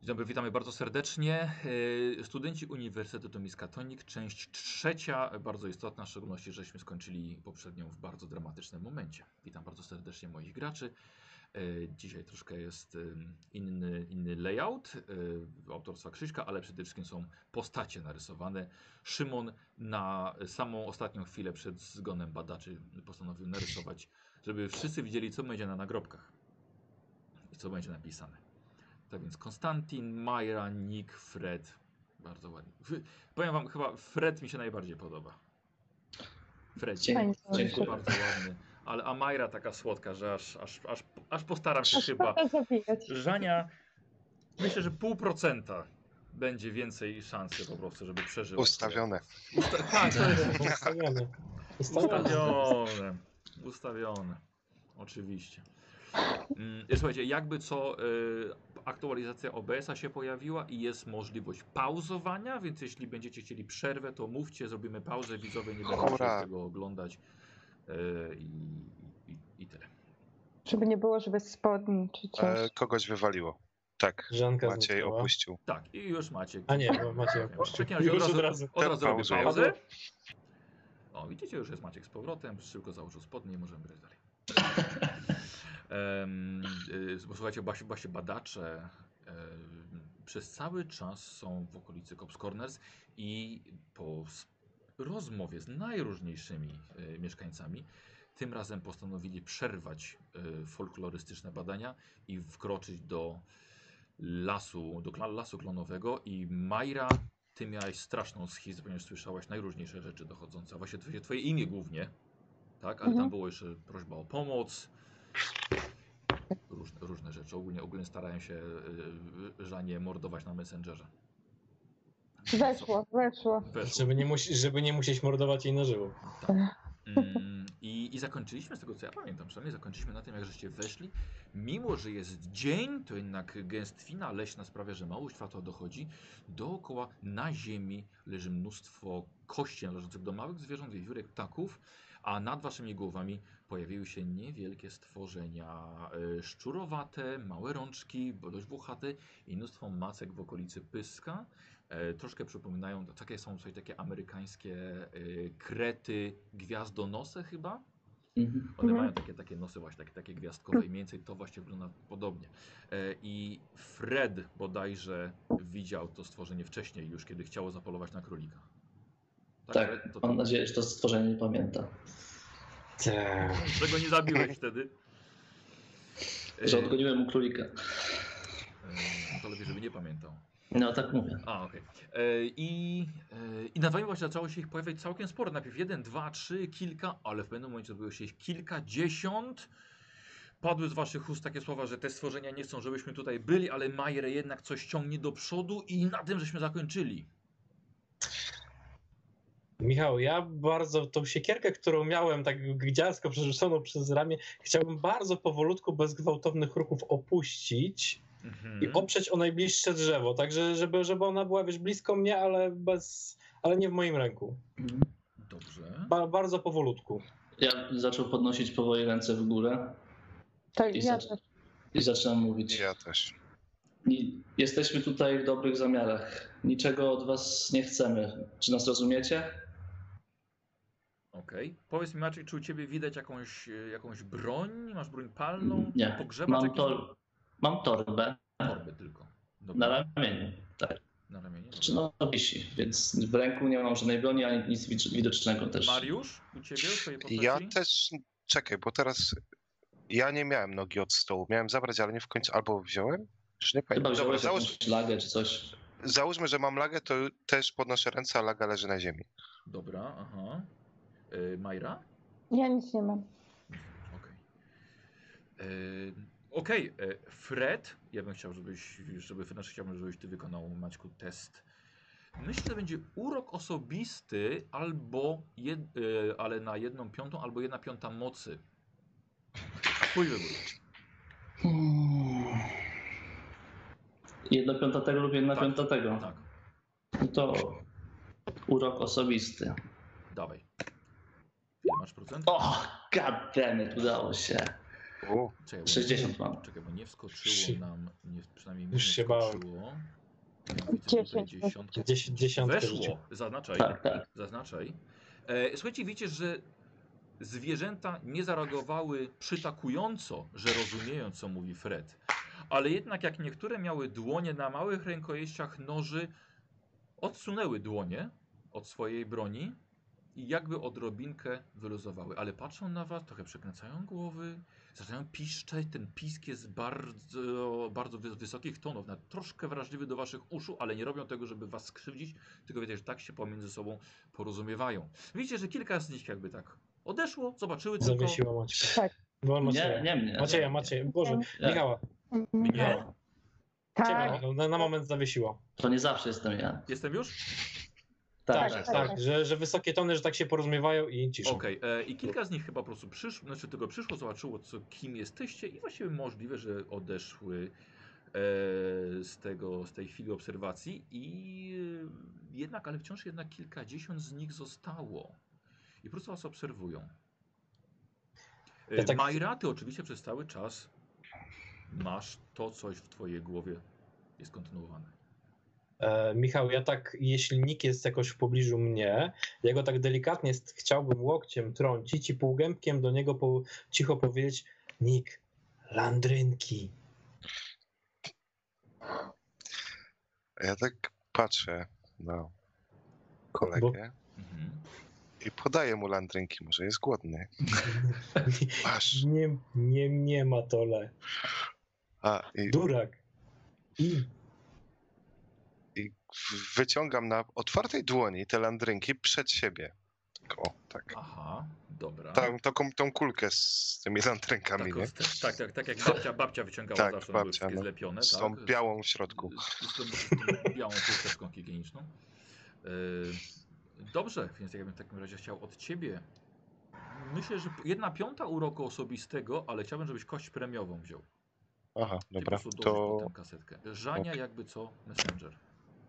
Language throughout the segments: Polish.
Dzień dobry, witamy bardzo serdecznie. Studenci Uniwersytetu Miskatonic, część trzecia, bardzo istotna, w szczególności, żeśmy skończyli poprzednią w bardzo dramatycznym momencie. Witam bardzo serdecznie moich graczy. Dzisiaj troszkę jest inny layout autorstwa Krzyśka, ale przede wszystkim są postacie narysowane. Szymon na samą ostatnią chwilę przed zgonem badaczy postanowił narysować, żeby wszyscy widzieli, co będzie na nagrobkach i co będzie napisane. Tak więc Konstantin, Majra, Nick, Fred. Bardzo ładnie. Powiem wam, chyba Fred mi się najbardziej podoba. Fred, Dziękuję. bardzo ładny. A Majra taka słodka, że aż postaram się chyba. Żania, myślę, że 0,5% będzie więcej szansy po prostu, żeby przeżyć. Ustawione. Tak, to jest Ustawione. Ustawione. Oczywiście. Słuchajcie, jakby co, aktualizacja OBS-a się pojawiła i jest możliwość pauzowania, więc jeśli będziecie chcieli przerwę, to mówcie, zrobimy pauzę, widzowie nie będą musieli tego oglądać i tyle. Żeby nie było, że bez spodni czy coś. Kogoś wywaliło. Tak, Żanka Maciej zniknęła. opuścił. Tak, i już Maciek. A nie, bo Maciej W opuścił. takim razie Już od razu robię Pauzę. pauzę. O, widzicie, już jest Maciek z powrotem, szybko założył spodnie i możemy grać dalej. Posłuchajcie, właśnie badacze przez cały czas są w okolicy Cops Corners i po rozmowie z najróżniejszymi mieszkańcami tym razem postanowili przerwać folklorystyczne badania i wkroczyć do lasu klonowego. I Majra, ty miałaś straszną schizę, ponieważ słyszałaś najróżniejsze rzeczy dochodzące, a właśnie twoje imię głównie, tak? Ale tam było jeszcze prośba o pomoc. Różne rzeczy. Ogólnie starają się Żanie mordować na Messengerze. Weszło. Żeby nie musieć mordować jej na żywo. Tak. I zakończyliśmy, z tego co ja pamiętam, przynajmniej zakończyliśmy na tym, jak żeście weszli. Mimo że jest dzień, to jednak gęstwina leśna sprawia, że mało światła dochodzi. Dookoła na ziemi leży mnóstwo kości należących do małych zwierząt, wiewiórek, ptaków, a nad waszymi głowami pojawiły się niewielkie stworzenia szczurowate, małe rączki, dość włochate i mnóstwo macek w okolicy pyska. Troszkę przypominają, są takie amerykańskie krety gwiazdonose chyba. One mają takie nosy właśnie, takie gwiazdkowe i mniej więcej to właśnie wygląda podobnie. I Fred bodajże widział to stworzenie wcześniej już, kiedy chciało zapolować na królika. Tak, mam nadzieję, że to stworzenie nie pamięta. Czego nie zabiłeś wtedy? Że odgoniłem mu królika. To lepiej, żeby nie pamiętał. No tak mówię. Okej. I na wami właśnie zaczęło się ich pojawiać całkiem sporo. Najpierw 1, 2, 3, kilka, ale w pewnym momencie odbyło się ich kilkadziesiąt. Padły z waszych ust takie słowa, że te stworzenia nie chcą, żebyśmy tutaj byli, ale Majre jednak coś ciągnie do przodu i na tym żeśmy zakończyli. Michał, ja bardzo tą siekierkę, którą miałem tak gdziarsko przerzuconą przez ramię, chciałbym bardzo powolutku, bez gwałtownych ruchów opuścić i oprzeć o najbliższe drzewo, także żeby ona była, wiesz, blisko mnie, ale nie w moim ręku. Dobrze. Bardzo powolutku. Ja zaczął podnosić powoli ręce w górę. Tak, I zaczynam mówić. Ja też. Jesteśmy tutaj w dobrych zamiarach. Niczego od was nie chcemy. Czy nas rozumiecie? Okej. Powiedz mi, Maciek, czy u ciebie widać jakąś broń? Masz broń palną? Nie. Pogrzebacz Mam torbę. Torby tylko. Dobra. Na ramieniu. Tak. Na ramieniu? Czy wisi, więc w ręku nie mam żadnej broni, ani nic widocznego też. Mariusz, u ciebie, w twojej postaci? Ja też, czekaj, bo teraz ja nie miałem nogi od stołu. Miałem zabrać, ale nie w końcu, albo wziąłem? Już nie pamiętam. Chyba wziąłeś jakąś lagę czy coś. Załóżmy, że mam lagę, to też podnoszę ręce, a laga leży na ziemi. Dobra, aha. Majra? Ja nic nie mam. Okej. Fred, ja bym chciał, żebyś ty wykonał, Maćku, test. Myślę, że będzie urok osobisty ale na 1/5 albo 1/5 mocy. Twój wybór. 1/5 tego lub 1/5 tego. Tak. No to urok osobisty. Dawaj. Ile masz procent? O, goddammit, udało się. Czekaj, 60 mam. Czekaj, bo nie wskoczyło nam, przynajmniej mi Już nie się bałem. wskoczyło. Widzę tutaj 10. dziesiątkę. Dziesiątkę rzucił. Weszło, zaznaczaj. Tak, tak. Zaznaczaj. Słuchajcie, wiecie, że zwierzęta nie zareagowały przytakująco, że rozumieją, co mówi Fred. Ale jednak jak niektóre miały dłonie na małych rękojeściach noży, odsunęły dłonie od swojej broni i jakby odrobinkę wyluzowały. Ale patrzą na was, trochę przekręcają głowy, zaczynają piszczeć. Ten pisk jest bardzo, bardzo wysokich tonów, nawet troszkę wrażliwy do waszych uszu, ale nie robią tego, żeby was skrzywdzić, tylko wiecie, że tak się pomiędzy sobą porozumiewają. Widzicie, że kilka z nich jakby tak odeszło, zobaczyły tylko... Zawiesiła Maciej. Tak. Bo on Nie, Macieja. nie mnie. Maciej, Boże, Nie. Michała. Mnie? Ciebie, Tak. Michał, na moment zawiesiło. To nie zawsze jestem ja. Jestem już? Tak, tak, tak, tak. że wysokie tony, że tak się porozumieją i ciszą. Okej, i kilka z nich chyba po prostu przyszło, znaczy tego przyszło, zobaczyło, kim jesteście i właściwie możliwe, że odeszły z tej chwili obserwacji i jednak, ale wciąż jednak kilkadziesiąt z nich zostało i po prostu was obserwują. Ja tak- Majra, ty oczywiście przez cały czas masz to coś w twojej głowie, jest kontynuowane. Michał, ja tak, jeśli Nick jest jakoś w pobliżu mnie, ja go tak delikatnie chciałbym łokciem trącić i półgębkiem do niego cicho powiedzieć: Nick, landrynki. Ja tak patrzę na kolegę Mhm. i podaję mu landrynki, może jest głodny. Masz. Nie ma tole. I Durak. wyciągam na otwartej dłoni te landrynki przed siebie. Tak, o, tak. Aha, dobra. Tą kulkę z tymi landrynkami, nie? Tak jak babcia wyciągała Tak, zawsze, babcia, były no. zlepione. Z tą tak? białą w środku. Z tą białą chusteczką higieniczną. Dobrze, więc ja bym w takim razie chciał od ciebie. Myślę, że 1/5 uroku osobistego, ale chciałbym, żebyś kość premiową wziął. Aha, Ty po dobra. prostu dołożysz To potem kasetkę. Żania jakby co, Messenger.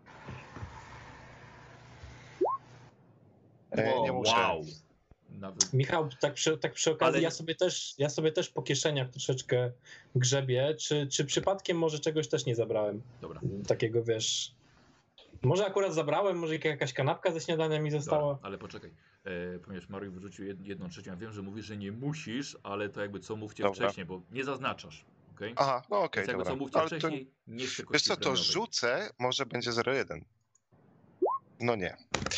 nie muszę. Wow! Nawet... Michał, tak przy okazji, Ale- ja sobie też po kieszeniach troszeczkę grzebię. Czy przypadkiem może czegoś też nie zabrałem? Dobra. Takiego, wiesz... Może akurat zabrałem, może jakaś kanapka ze śniadania mi została. Dobra, ale poczekaj. Ponieważ Mario wyrzucił 1/3, ja wiem, że mówisz, że nie musisz, ale to jakby co mówcie Dobra. wcześniej, bo nie zaznaczasz. Okay? Aha, no okej, Więc jakby dobra. co mówcie Ale to, wcześniej, nie chcę wiesz kości co, to premiowej. rzucę, może będzie 0,1. No nie.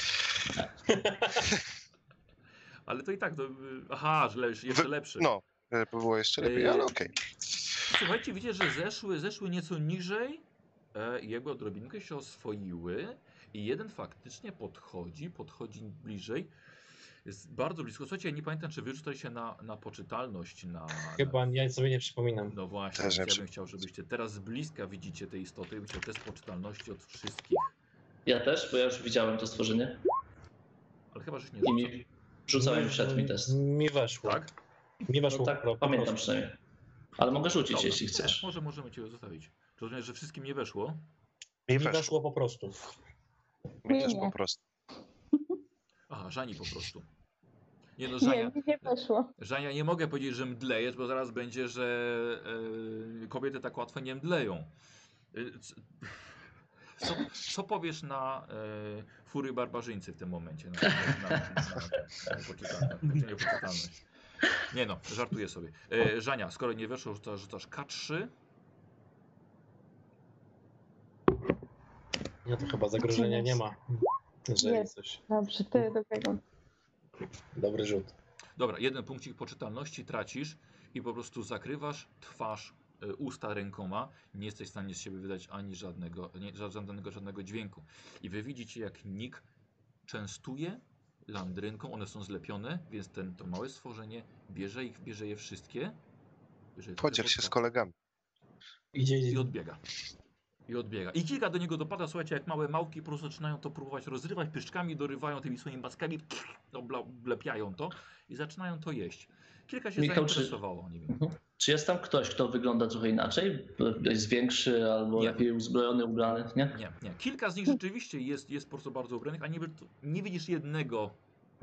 Ale to i tak, aha, że jeszcze lepszy. No, by było jeszcze lepiej, ale okej. Słuchajcie, widzicie, że zeszły nieco niżej i jakby odrobinkę się oswoiły i jeden faktycznie podchodzi bliżej. Jest bardzo blisko. Słuchajcie, ja nie pamiętam, czy wyrzucali się na poczytalność. Chyba ja sobie nie przypominam. No właśnie, Też ja nie bym chciał, żebyście teraz z bliska widzicie te istoty. Ja bym chciał test poczytalności od wszystkich. Ja też, bo ja już widziałem to stworzenie Ale chyba, żeś nie i rzucał. mi rzucałem przed mi test. Mi weszło. Tak? Mi weszło No tak, po pamiętam prostu. przynajmniej. Ale mogę rzucić, Dobra. jeśli chcesz. Nie, możemy cię zostawić. Rozumiesz, że wszystkim nie weszło? Mi Mi weszło. weszło po prostu. Mi też Nie. po prostu. Aha, Żani po prostu. Nie no, Nie, Żania, mi nie weszło. Żania, nie mogę powiedzieć, że mdlejesz, bo zaraz będzie, że kobiety tak łatwo nie mdleją. Co powiesz na fury barbarzyńcy w tym momencie? Na poczytalność. Nie no, żartuję sobie. Żania, skoro nie weszło, rzucasz K3. Nie, to chyba zagrożenia nie ma. Że Jest. coś. Dobrze, ty do tego. Dobry rzut. Dobra, jeden punkcik poczytalności tracisz i po prostu zakrywasz twarz, usta rękoma. Nie jesteś w stanie z siebie wydać ani żadnego dźwięku. I wy widzicie, jak Nick częstuje landrynką. One są zlepione, więc to małe stworzenie bierze je wszystkie. Podziel się z kolegami. Idzie I odbiega. I kilka do niego dopada, słuchajcie, jak małe małpki po prostu zaczynają to próbować rozrywać pyszczkami, dorywają tymi swoimi mackami, oblepiają to i zaczynają to jeść. Kilka się Michał, zainteresowało nimi. Czy jest tam ktoś, kto wygląda trochę inaczej? Jest większy albo Nie. lepiej uzbrojony, ubrany? Nie? Nie. Kilka z nich rzeczywiście jest po prostu bardzo ubranych, a nie widzisz jednego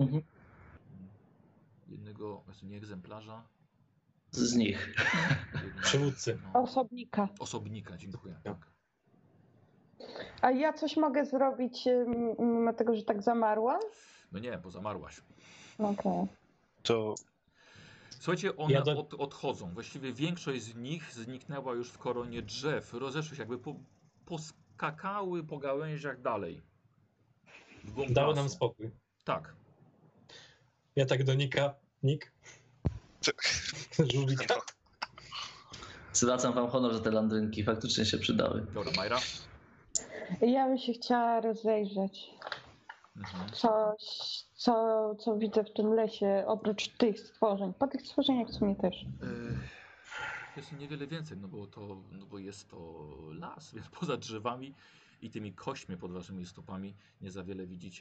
nie egzemplarza. Z nich. Przywódcy. No, Osobnika. osobnika, dziękuję. Tak. A ja coś mogę zrobić, mimo tego, że tak zamarłam? No nie, bo zamarłaś. Okej. To Słuchajcie, one Ja do- odchodzą. Właściwie większość z nich zniknęła już w koronie drzew. Rozeszły się, jakby poskakały po gałęziach dalej. W głąb Dały lasu. nam spokój. Tak. Ja tak do Nika. Nik? Żółwika. Zwracam wam honor, że te landrynki faktycznie się przydały. Dobra, Majra. Ja bym się chciała rozejrzeć. Mhm. Co widzę w tym lesie, oprócz tych stworzeń. Po tych stworzeniach w sumie też. Jest niewiele więcej, no bo jest to las, więc poza drzewami i tymi kośćmi pod waszymi stopami nie za wiele widzicie.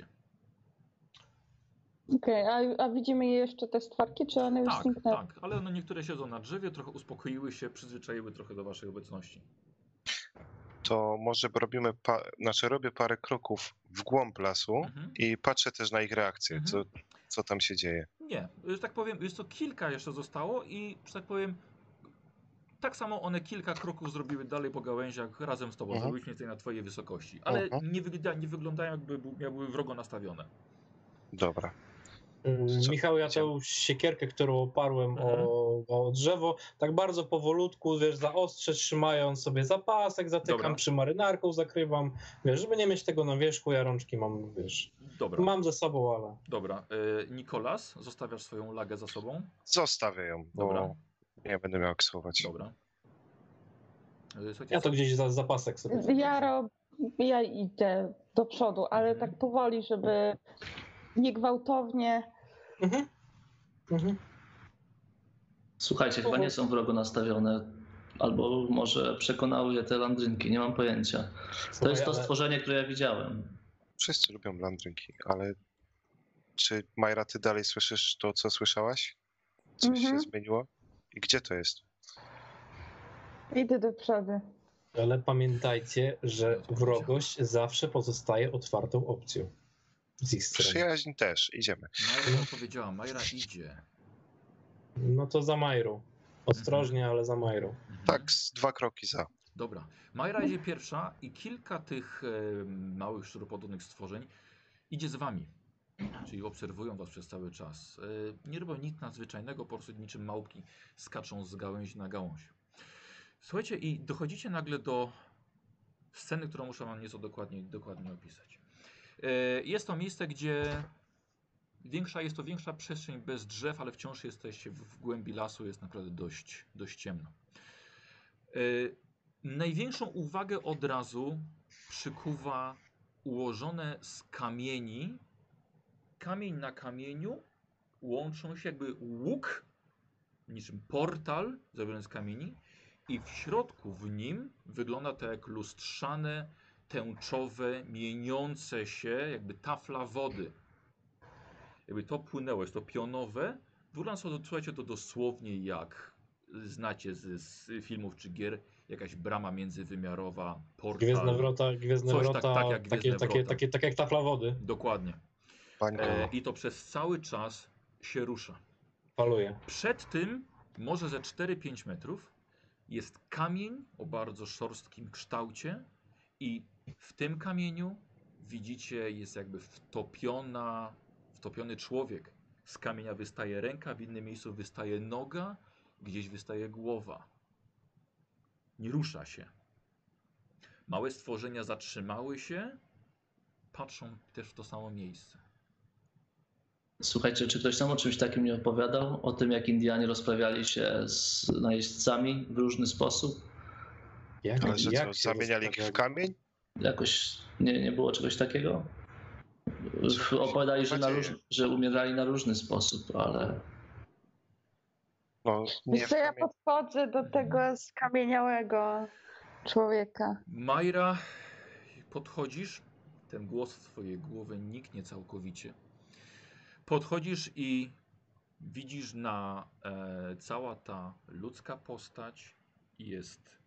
Okej, a widzimy jeszcze te stworki, czy one już Tak, zniknęły? tak, ale one niektóre siedzą na drzewie, trochę uspokoiły się, przyzwyczaiły trochę do waszej obecności. To może robimy, robię parę kroków w głąb lasu Mhm. i patrzę też na ich reakcję, Mhm. co tam się dzieje. Nie, że tak powiem, jest to kilka jeszcze zostało i, że tak powiem, tak samo one kilka kroków zrobiły dalej po gałęziach razem z tobą, Mhm. żeby być mniej więcej na twojej wysokości. Ale Mhm. nie wyglądają jakby miały wrogo nastawione. Dobra. Co? Michał, ja Idziemy. tą siekierkę, którą oparłem o drzewo, tak bardzo powolutku, wiesz, zaostrzę, trzymając sobie zapasek, zatykam, Dobra. przy marynarką zakrywam, wiesz, żeby nie mieć tego na wierzchu, ja rączki mam, wiesz, Dobra, mam ze sobą, ale... dobra. Nikolas, zostawiasz swoją lagę za sobą? Zostawię ją, bo Dobra. nie będę miał jak schować. Dobra. Słuchajcie, Ja to co? gdzieś za zapasek sobie... Ja idę do przodu, ale Mhm. tak powoli, żeby niegwałtownie. Mhm. Mhm. Słuchajcie, chyba nie są wrogo nastawione. Albo może przekonały je te landrynki, nie mam pojęcia. To Słuchaj, jest to ale- stworzenie, które ja widziałem. Wszyscy lubią landrynki, ale czy Majra, ty dalej słyszysz to, co słyszałaś? Coś się Mhm. zmieniło? I gdzie to jest? Idę do przodu. Ale pamiętajcie, że wrogość zawsze pozostaje otwartą opcją z ich strony. Przyjaźń też, idziemy. Majra powiedziała, Majra idzie. No to za Majrą. Ostrożnie, ale za Majrą. Mhm. Tak, z 2 kroki za. Dobra. Majra idzie pierwsza i kilka tych małych, szczuropodobnych stworzeń idzie z wami. Czyli obserwują was przez cały czas. Nie robią nic nadzwyczajnego, po prostu niczym małpki skaczą z gałęzi na gałąź. Słuchajcie, i dochodzicie nagle do sceny, którą muszę wam nieco dokładnie opisać. Jest to miejsce, gdzie jest to większa przestrzeń bez drzew, ale wciąż jesteście w głębi lasu, jest naprawdę dość ciemno. Największą uwagę od razu przykuwa ułożone z kamieni, kamień na kamieniu, łączą się jakby łuk, niczym portal zrobiony z kamieni i w środku w nim wygląda to jak lustrzane, tęczowe, mieniące się jakby tafla wody. Jakby to płynęło, jest to pionowe. Wygląda to, słuchajcie, to dosłownie jak znacie z filmów czy gier, jakaś brama międzywymiarowa, portal. Gwiezdne Coś wrota, tak jak Gwiezdne Wrota. tak jak tafla wody. Dokładnie. Bańko. I to przez cały czas się rusza. Faluje. Przed tym, może ze 4-5 metrów, jest kamień o bardzo szorstkim kształcie i w tym kamieniu widzicie, jest jakby wtopiony człowiek. Z kamienia wystaje ręka, w innym miejscu wystaje noga, gdzieś wystaje głowa. Nie rusza się. Małe stworzenia zatrzymały się, patrzą też w to samo miejsce. Słuchajcie, czy ktoś tam o czymś takim nie opowiadał? O tym, jak Indianie rozprawiali się z najeźdźcami w różny sposób? Ale że jak co, się zamieniali ich w rozprawiali? kamień? Jakoś nie było czegoś takiego? Opowiadali, że umierali na różny sposób, ale No, nie Wiesz w co, ja kamień. podchodzę do tego skamieniałego człowieka. Majra, podchodzisz, ten głos w twojej głowie niknie całkowicie. Podchodzisz i widzisz cała ta ludzka postać jest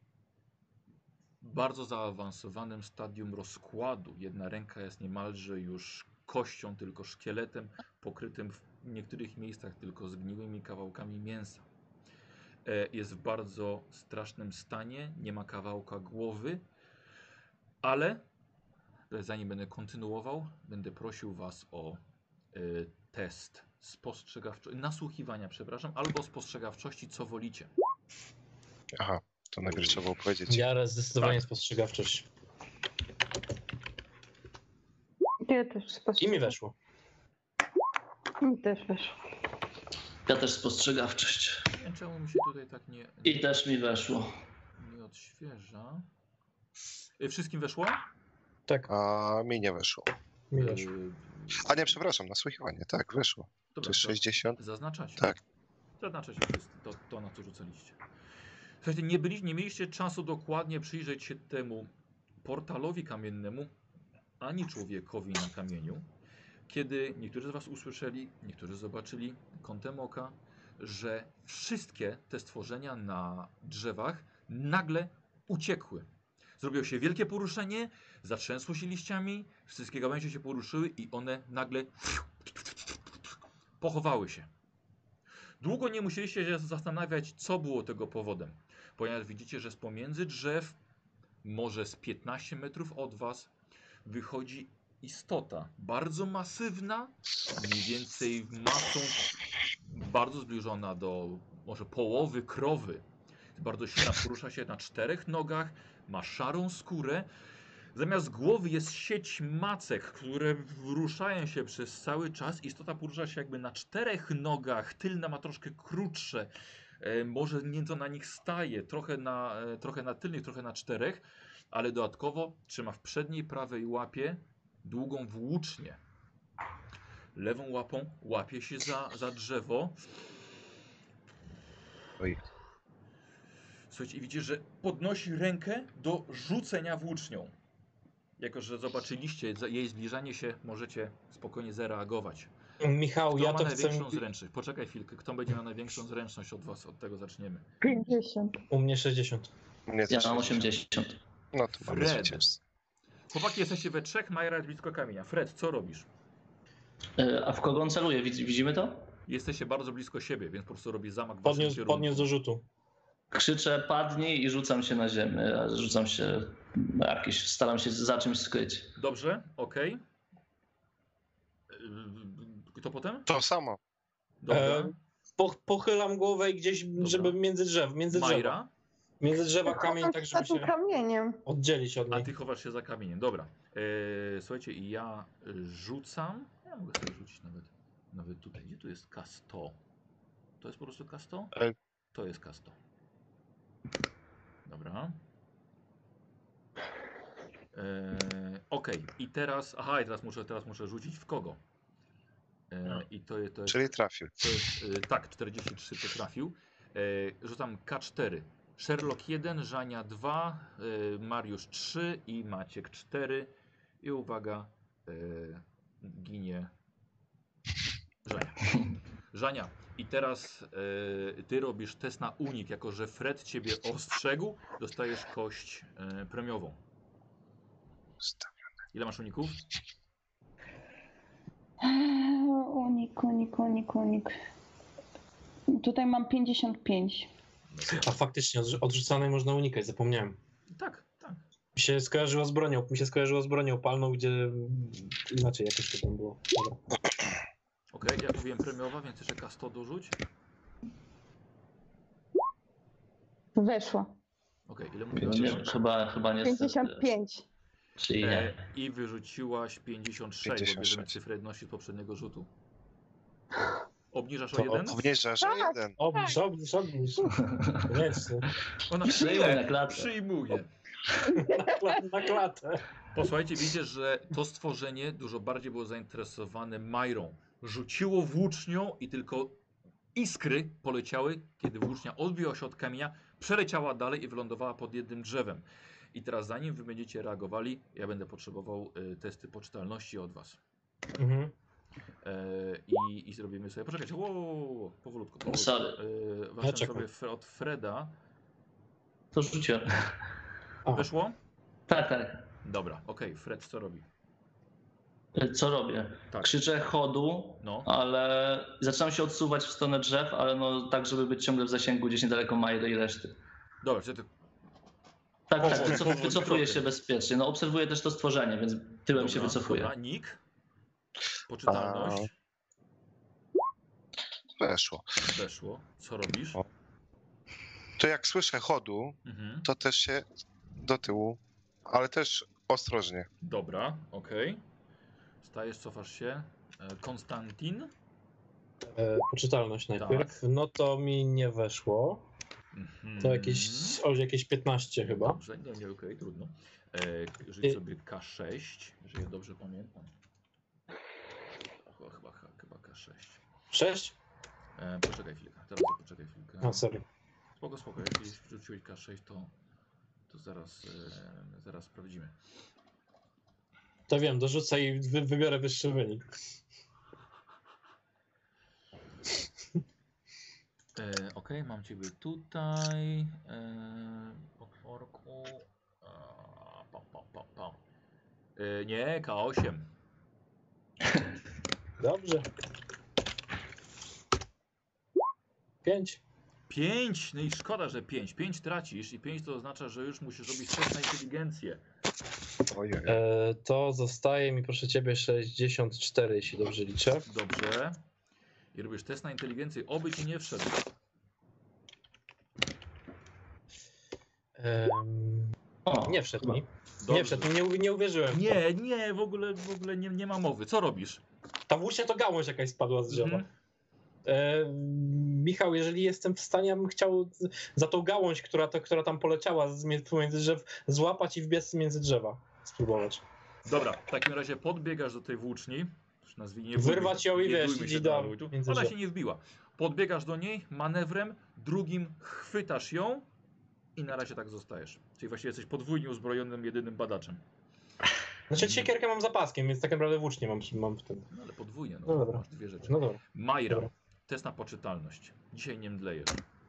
w bardzo zaawansowanym stadium rozkładu. Jedna ręka jest niemalże już kością, tylko szkieletem, pokrytym w niektórych miejscach tylko zgniłymi kawałkami mięsa. Jest w bardzo strasznym stanie, nie ma kawałka głowy, ale zanim będę kontynuował, będę prosił was o test nasłuchiwania, przepraszam, albo spostrzegawczości, co wolicie. Aha, to najpierw trzeba było powiedzieć. Ja zdecydowanie Tak. spostrzegawczość. Ja też I spostrzegam. mi weszło. Mi też weszło. Ja też spostrzegawczość. Nie wiem, czemu mi się tutaj tak I też mi weszło. nie odświeża. Wszystkim weszło? Tak, A mi nie weszło. mi weszło. A nie, przepraszam, nasłuchiwanie. Tak, weszło. To Dobra, jest 60. zaznaczacie. Tak. Zaznaczacie to, na co rzucaliście. Słuchajcie, nie mieliście czasu dokładnie przyjrzeć się temu portalowi kamiennemu, ani człowiekowi na kamieniu, kiedy niektórzy z was usłyszeli, niektórzy zobaczyli kątem oka, że wszystkie te stworzenia na drzewach nagle uciekły. Zrobiło się wielkie poruszenie, zatrzęsło się liściami, wszystkie gałęzie się poruszyły i one nagle pochowały się. Długo nie musieliście się zastanawiać, co było tego powodem, ponieważ widzicie, że z pomiędzy drzew, może z 15 metrów od was, wychodzi istota bardzo masywna, mniej więcej masą bardzo zbliżona do może połowy krowy. Bardzo silna, porusza się na 4 nogach, ma szarą skórę. Zamiast głowy jest sieć macek, które ruszają się przez cały czas. Istota porusza się jakby na 4 nogach, tylna ma troszkę krótsze, może nieco na nich staje, trochę na tylnych, trochę na 4, ale dodatkowo trzyma w przedniej prawej łapie długą włócznię. Lewą łapą łapie się za drzewo. Oj. Słuchajcie, i widzicie, że podnosi rękę do rzucenia włócznią. Jako że zobaczyliście jej zbliżanie się, możecie spokojnie zareagować. Michał, Kto ja ma to chcę... największą zręczność? Poczekaj chwilkę, kto będzie miał największą zręczność od was? Od tego zaczniemy. 50. U mnie 60. Mnie Ja też mam 60. 80. No to mamy Fred. zwycięstwo. Chłopaki, jesteście we trzech, Majra jest blisko kamienia. Fred, co robisz? A w kogo on celuje? Widzimy to? Jesteście bardzo blisko siebie, więc po prostu robisz zamach w waszym kierunku. Podniósł do rzutu. Krzyczę, padnij i rzucam się na ziemię. Rzucam się na jakieś, staram się za czymś skryć. Dobrze, okej. Kto potem? To samo. Dobra. Pochylam głowę i gdzieś, żeby między drzewa. Majra, Między drzewa kamień, tak Za żeby tym się kamieniem. oddzielić od a niej. ty chowasz się za kamieniem. Dobra. Słuchajcie, i ja rzucam. Ja mogę sobie rzucić nawet tutaj. Gdzie tu jest K100? To jest po prostu K100? To jest K100. Dobra. Okej. I teraz. Aha, i teraz muszę rzucić w kogo? I to jest. Czyli trafił. To jest tak, 43 to trafił. Rzucam K4. Sherlock 1, Żania 2, Mariusz 3 i Maciek 4. I uwaga, ginie Żania. Żania, i teraz ty robisz test na unik, jako że Fred ciebie ostrzegł, dostajesz kość premiową. Ile masz uników? Unik. Tutaj mam 55. A faktycznie, odrzucanej można unikać, zapomniałem. Tak, tak. Mi się skojarzyło z bronią palną, gdzie inaczej jakoś to tam było. Dobra. Okej, ja mówiłem premiowa, więc jeszcze K100 dorzuć. Weszło. Okej, ile No mówiłeś? nie, chyba nie. 55. Czyli nie. I wyrzuciłaś 56, bo 56. bierzemy cyfrę jedności z poprzedniego rzutu. Obniżasz To o 1? Obniżasz o 1. Obniż. Koniecznie. Ona Przyjmuj na klatę. przyjmuje. Na klatę. Posłuchajcie, widzicie, że to stworzenie dużo bardziej było zainteresowane Majrą. Rzuciło włócznią i tylko iskry poleciały, kiedy włócznia odbiła się od kamienia, przeleciała dalej i wylądowała pod jednym drzewem. I teraz zanim wy będziecie reagowali, ja będę potrzebował testy poczytalności od was. Mhm. I zrobimy sobie... Poczekajcie, powolutku. Sorry. Zacznę czekam. sobie od Freda. To rzuciłem. O. Weszło? Tak. Dobra, okej. Fred, co robi? Co robię? Tak. Krzyczę chodu, No. ale zaczynam się odsuwać w stronę drzew, ale no tak, żeby być ciągle w zasięgu gdzieś niedaleko Majry i reszty. Dobra, czy ty... Tak, wycofuję się bezpiecznie. No obserwuję też to stworzenie, więc tyłem się wycofuję. Dobra, Nick? Poczytalność? Weszło. Weszło. Co robisz? O. To jak słyszę chodu, to też się do tyłu, ale też ostrożnie. Dobra, okej. Stajesz, cofasz się. Konstantin? Poczytalność najpierw. No to mi nie weszło. To jakieś 15 chyba. Dobrze, nie, okej, trudno. Rzuć sobie K6, jeżeli dobrze pamiętam. Chyba K6. 6? Poczekaj chwilkę, teraz poczekaj chwilkę. A, sorry. Spoko, jeśli rzuciłeś K6, to zaraz sprawdzimy. To wiem, dorzucę i wybiorę wyższy wynik. Okej, mam ciebie tutaj. Potworku. Nie, K8. Dobrze. 5. 5, no i szkoda, że 5. 5 tracisz i 5 to oznacza, że już musisz robić test na inteligencję. Ojej. To zostaje mi, proszę ciebie, 64, jeśli dobrze liczę. Dobrze. I robisz test na inteligencję. Oby ci nie wszedł. Nie wszedł mi. Dobrze. Nie wszedł, nie uwierzyłem. Nie, w ogóle nie ma mowy. Co robisz? Ta włócznie to gałąź jakaś spadła z drzewa. Michał, jeżeli jestem w stanie, ja bym chciał za tą gałąź, która tam poleciała między drzew, złapać i wbiec między drzewa. Spróbować. Dobra, w takim razie podbiegasz do tej włóczni. Wyrwać ją i wiesz, Ona się nie wbiła. Podbiegasz do niej manewrem, drugim chwytasz ją i na razie tak zostajesz. Czyli właściwie jesteś podwójnie uzbrojonym jedynym badaczem. Znaczy siekierkę mam za paskiem, więc tak naprawdę włócznie mam w tym. No ale podwójnie, No dobra. Masz dwie rzeczy. No dobra. Majra, Dobra. test na poczytalność. Dzisiaj nie mdlejesz.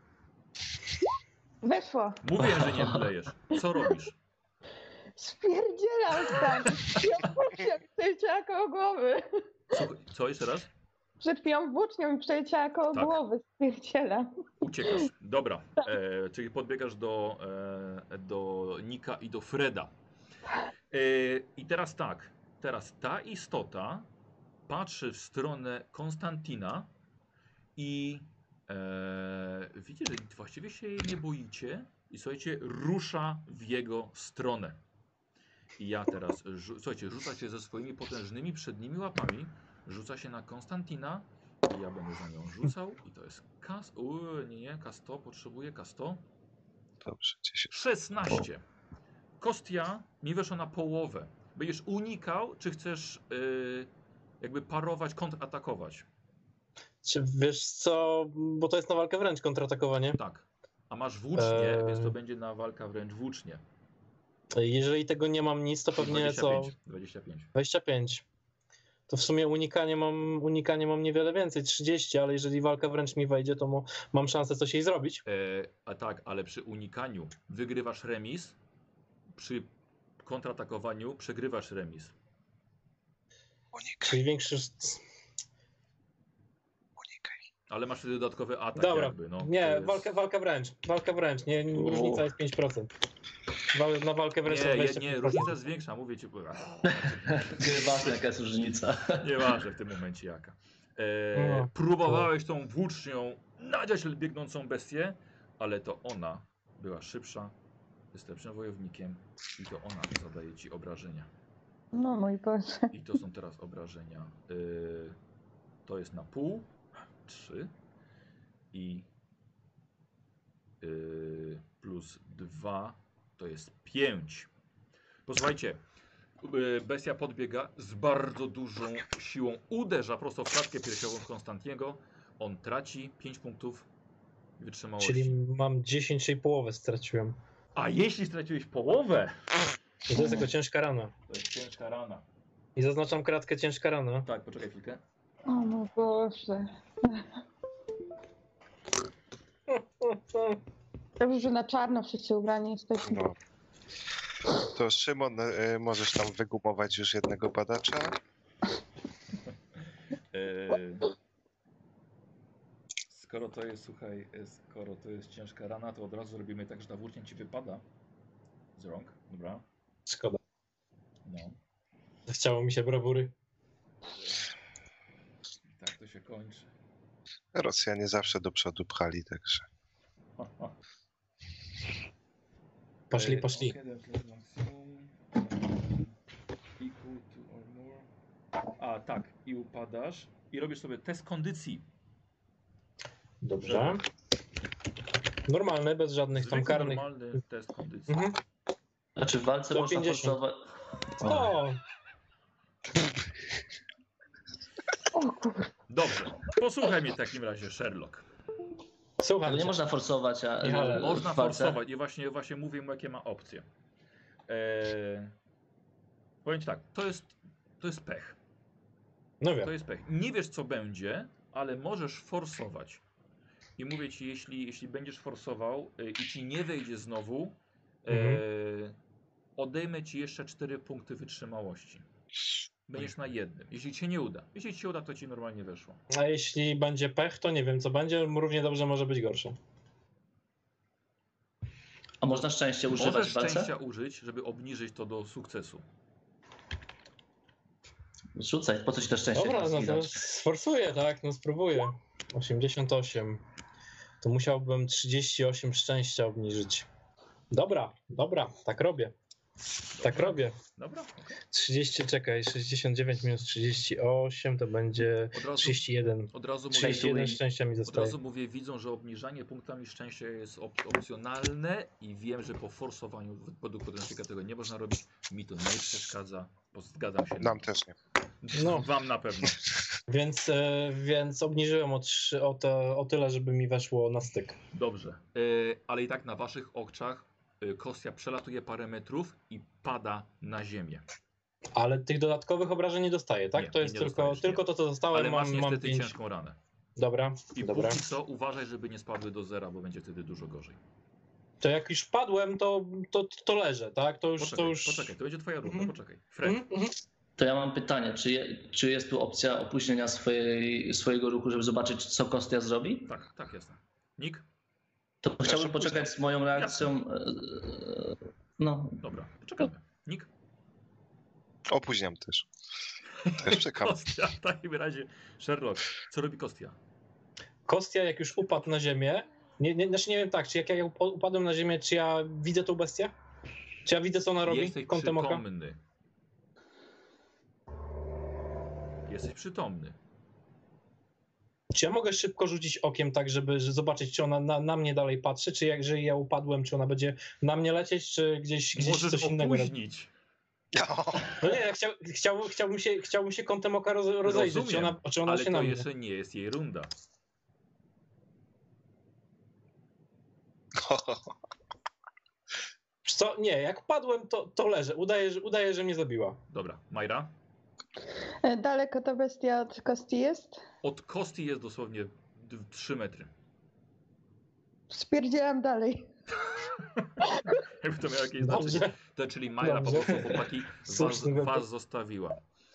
Weszło. Mówię, że nie mdlejesz. Co robisz? Spierdzielam tam. Ja przejęcia koło głowy. Co jeszcze raz? Przed chwilą włócznią mi przejęcia koło Tak. głowy. Spierdzielam. Uciekasz. Dobra, czyli podbiegasz do Nika i do Freda. I teraz tak. Teraz ta istota patrzy w stronę Konstantina i widzi, że właściwie się jej nie boicie i słuchajcie, rusza w jego stronę. I ja teraz, słuchajcie, rzuca się ze swoimi potężnymi przednimi łapami, rzuca się na Konstantina i ja będę za nią rzucał i to jest K100, potrzebuję K100. Dobrze, 10. 16. Kostia mi weszła na połowę. Będziesz unikał, czy chcesz jakby parować, kontratakować? Czy wiesz co, bo to jest na walkę wręcz kontratakowanie. Tak. A masz włócznie, więc to będzie na walka wręcz włócznie. Jeżeli tego nie mam nic, to pewnie 25, co? 25. 25. To w sumie unikanie mam niewiele więcej, 30, ale jeżeli walka wręcz mi wejdzie, to mam szansę coś jej zrobić. A tak, ale przy unikaniu wygrywasz remis, przy kontratakowaniu przegrywasz remis. Czyli większy... Ale masz wtedy dodatkowy atak. Dobra, jakby, no. nie, jest... walka wręcz. Walka wręcz, nie, różnica jest 5%. Na walkę wręcz jest 25%. Nie, różnica jest większa, mówię ci. Nieważne jaka jest różnica. Nieważne w tym momencie jaka. Próbowałeś tą włócznią nadziać biegnącą bestię, ale to ona była szybsza, jest lepszym wojownikiem i to ona zadaje ci obrażenia. No mój Boże. I to są teraz obrażenia. To jest na pół, 3 i plus 2 to jest 5. Posłuchajcie, bestia podbiega z bardzo dużą siłą, uderza prosto w klatkę piersiową Konstantiego. On traci 5 punktów wytrzymałości. Czyli mam 10, czyli połowę straciłem. A jeśli straciłeś połowę? To jest jako ciężka rana. To jest ciężka rana. I zaznaczam kratkę ciężka rana. Tak, poczekaj chwilkę. O mój Boże. Dobrze, że na czarno wszyscy ubrani jesteśmy. No. To Szymon, możesz tam wygumować już jednego badacza? Skoro to jest, słuchaj, skoro to jest ciężka rana, to od razu robimy tak, że ta włócznia ci wypada z rąk. Dobra. Szkoda. No. Chciało mi się brawury. I tak to się kończy. Rosjanie zawsze do przodu pchali, także. Poszli, poszli. 7 plus maksimum. Equal to or more. A, tak. I upadasz. I robisz sobie test kondycji. Dobrze. Normalny, bez żadnych tam Zwykły, karnych. normalny test kondycji. Mhm. Znaczy w walce Do można 50. forsować. O, O kurde. Dobrze. Posłuchaj mnie w takim razie, Sherlock. słucham Tego nie cię. można forsować, a Michale, w Można walce. forsować i właśnie mówię mu, jakie ma opcje. Powiem ci tak, to jest pech. No wiem. To jest pech. Nie wiesz, co będzie, ale możesz forsować. I mówię ci, jeśli będziesz forsował i ci nie wejdzie znowu, odejmę ci jeszcze 4 punkty wytrzymałości. Będziesz na jednym. Jeśli ci się nie uda. Jeśli ci się uda, to ci normalnie weszło. A jeśli będzie pech, to nie wiem co będzie, równie dobrze może być gorsze. A można szczęście używać Możesz w walce? szczęścia użyć, żeby obniżyć to do sukcesu. Rzucaj, po co ci to szczęście? Dobra, no to zginąć? sforsuję, tak? No spróbuję. 88. To musiałbym 38 szczęścia obniżyć. Dobra, tak robię. Tak robię. Dobra? Okay. 30, czekaj, 69 minus 38 to będzie Od razu, 31. od razu mówię, 31 szczęścia mi Od zostaje. razu mówię, widzą, że obniżanie punktami szczęścia jest opcjonalne i wiem, że po forsowaniu według podręcznika tego nie można robić. Mi to nie przeszkadza, bo zgadzam się. Nam też nie. No. Wam na pewno. Więc obniżyłem o tyle, żeby mi weszło na styk. Dobrze. Ale i tak na waszych oczach Kostia przelatuje parę metrów i pada na ziemię. Ale tych dodatkowych obrażeń nie dostaję, tak? Nie, to jest nie tylko, dostajesz, tylko nie. to, co dostałem, Ale masz mam niestety 5. ciężką ranę. Dobra, I dobra. póki co uważaj, żeby nie spadły do zera, bo będzie wtedy dużo gorzej. To jak już padłem, to leżę, tak? To już... Poczekaj, to będzie twoja runda, Mhm. poczekaj. Fred, Mhm. To ja mam pytanie, czy jest tu opcja opóźnienia swojego ruchu, żeby zobaczyć, co Kostia zrobi? tak, jasne. Nick? To chciałbym poczekać z moją reakcją. No, Dobra, poczekamy. Nick? Opóźniam też. Też czekam. Kostia, w takim razie Sherlock. Co robi Kostia? Kostia, jak już upadł na ziemię, znaczy nie wiem tak, czy jak ja upadłem na ziemię, czy ja widzę tą bestię? Czy ja widzę, co ona robi Jesteś kątem oka? przytomny. Jesteś przytomny. Czy ja mogę szybko rzucić okiem tak, żeby zobaczyć, czy ona na mnie dalej patrzy, czy jeżeli ja upadłem, czy ona będzie na mnie lecieć, czy gdzieś Możesz coś innego robi? opóźnić. No nie, ja chciałbym się kątem oka rozejrzeć, czy Rozumiem, ona ale się na to mnie. jeszcze nie jest jej runda. Co? Nie, jak padłem, to leżę. Udaję, że mnie zabiła. Dobra, Majra? Daleko ta bestia od Kosti jest? Od Kosti jest dosłownie 3 metry. Spierdzielam dalej. Jakby to miało jakieś Dobrze. znaczenie. To czyli Majra po Dobrze. prostu, chłopaki, Słuszny wybór. was zostawiła.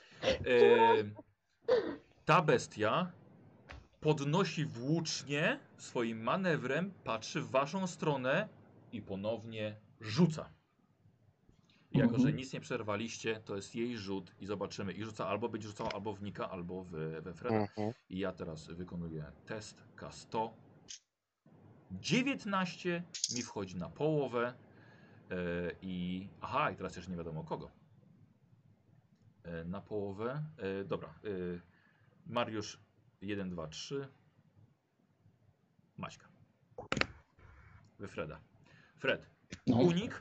Ta bestia podnosi włócznie swoim manewrem, patrzy w waszą stronę i ponownie rzuca. I jako, że nic nie przerwaliście, to jest jej rzut i zobaczymy. I rzuca albo będzie rzucała albo w Nika, albo we Freda. Mhm. I ja teraz wykonuję test K100. 19 mi wchodzi na połowę. Aha, i teraz jeszcze nie wiadomo kogo. Na połowę. Dobra. Mariusz 1, 2, 3. Maćka. We Freda. Fred. no. Unik.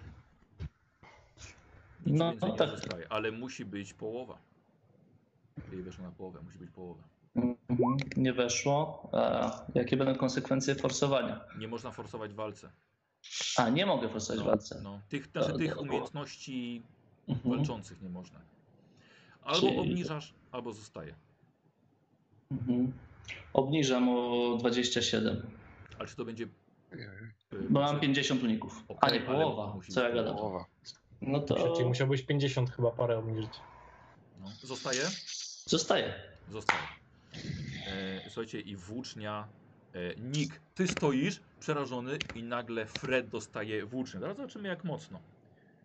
Nic No, więcej nie tak. zostaje, ale musi być połowa. Jej weszło na połowę, musi być połowa. Nie weszło. A jakie będą konsekwencje forsowania? Nie można forsować w walce. A, nie mogę forsować w walce. No, tych umiejętności Mhm. walczących nie można. Albo Czyli- obniżasz, albo zostaje. Mhm. Obniżam o 27. Ale czy to będzie... Bo mam 50 uników. A Okej, nie, ale połowa. musi Co ja być gadam? Połowa. No to Czyli musiałbyś 50 chyba parę obniżyć. No. Zostaje? zostaje. Zostaje. Słuchajcie, i włócznia... Nick, ty stoisz przerażony i nagle Fred dostaje włócznię. Zaraz zobaczymy jak mocno.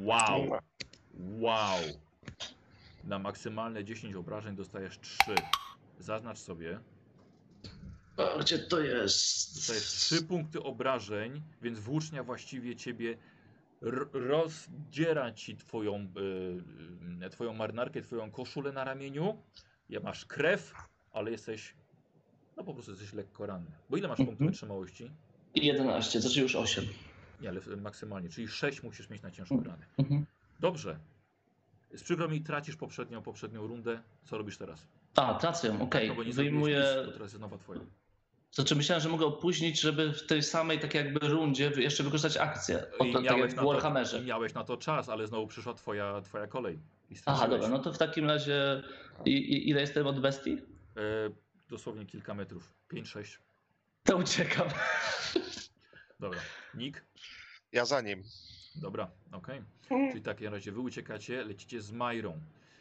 Wow. Wow. Na maksymalne 10 obrażeń dostajesz 3. Zaznacz sobie. O, gdzie to jest? Dostajesz 3 punkty obrażeń, więc włócznia właściwie ciebie rozdziera ci twoją marynarkę, twoją koszulę na ramieniu. Masz krew, ale jesteś, no po prostu jesteś lekko ranny. Bo ile masz punktów wytrzymałości? 11, znaczy już 8. Nie, ale maksymalnie, czyli 6 musisz mieć na ciężką ranę. Dobrze. Z przykro mi, tracisz poprzednią rundę. Co robisz teraz? A, tracę ją, okej. No bo nie Wyjmuję... nic, bo teraz jest nowa twoja. Znaczy myślałem, że mogę opóźnić, żeby w tej samej tak jakby rundzie jeszcze wykorzystać akcję. Tak jak w Warhammerze. I miałeś na to czas, ale znowu przyszła twoja kolej. Aha, dobra, no to w takim razie ile jestem od bestii? Dosłownie kilka metrów. 5-6. To uciekam. Dobra. Nick? Ja za nim. Dobra, okej. Czyli w takim razie wy uciekacie, lecicie z Majrą.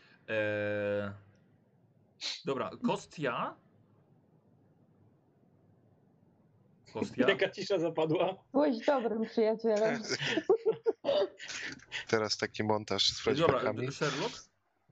Dobra, Kostia? Kostia? Jaka cisza zapadła? Byłeś dobrym przyjacielem. Teraz taki montaż z Dobra, flashbackami. Sherlock?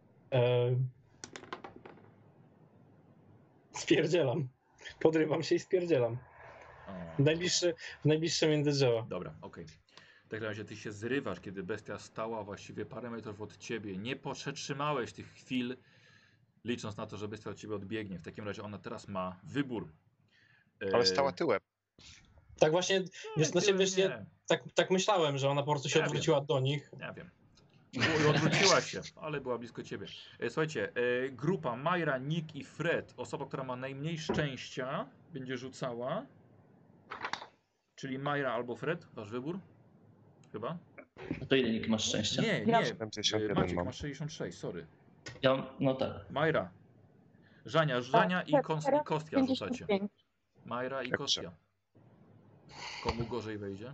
Spierdzielam. Podrywam się i spierdzielam. O. W najbliższe między drzewa. Dobra, okej. W takim razie ty się zrywasz, kiedy bestia stała właściwie parę metrów od ciebie. Nie przetrzymałeś tych chwil, licząc na to, że bestia od ciebie odbiegnie. W takim razie ona teraz ma wybór. Ale stała tyłem. Tak właśnie, wiesz, nie. tak myślałem, że ona po prostu się Ja odwróciła do nich. Nie wiem. Odwróciła się, ale była blisko ciebie. Słuchajcie, grupa Majra, Nick i Fred. Osoba, która ma najmniej szczęścia, będzie rzucała. Czyli Majra albo Fred, wasz wybór? Chyba? To ile Nick masz szczęścia? Nie, Ja- nie. 71 Maciek mam. masz 66, sorry. No tak. Majra. Żania i Kostia rzucacie. 55. Majra i Jak Kostia. Komu gorzej wejdzie?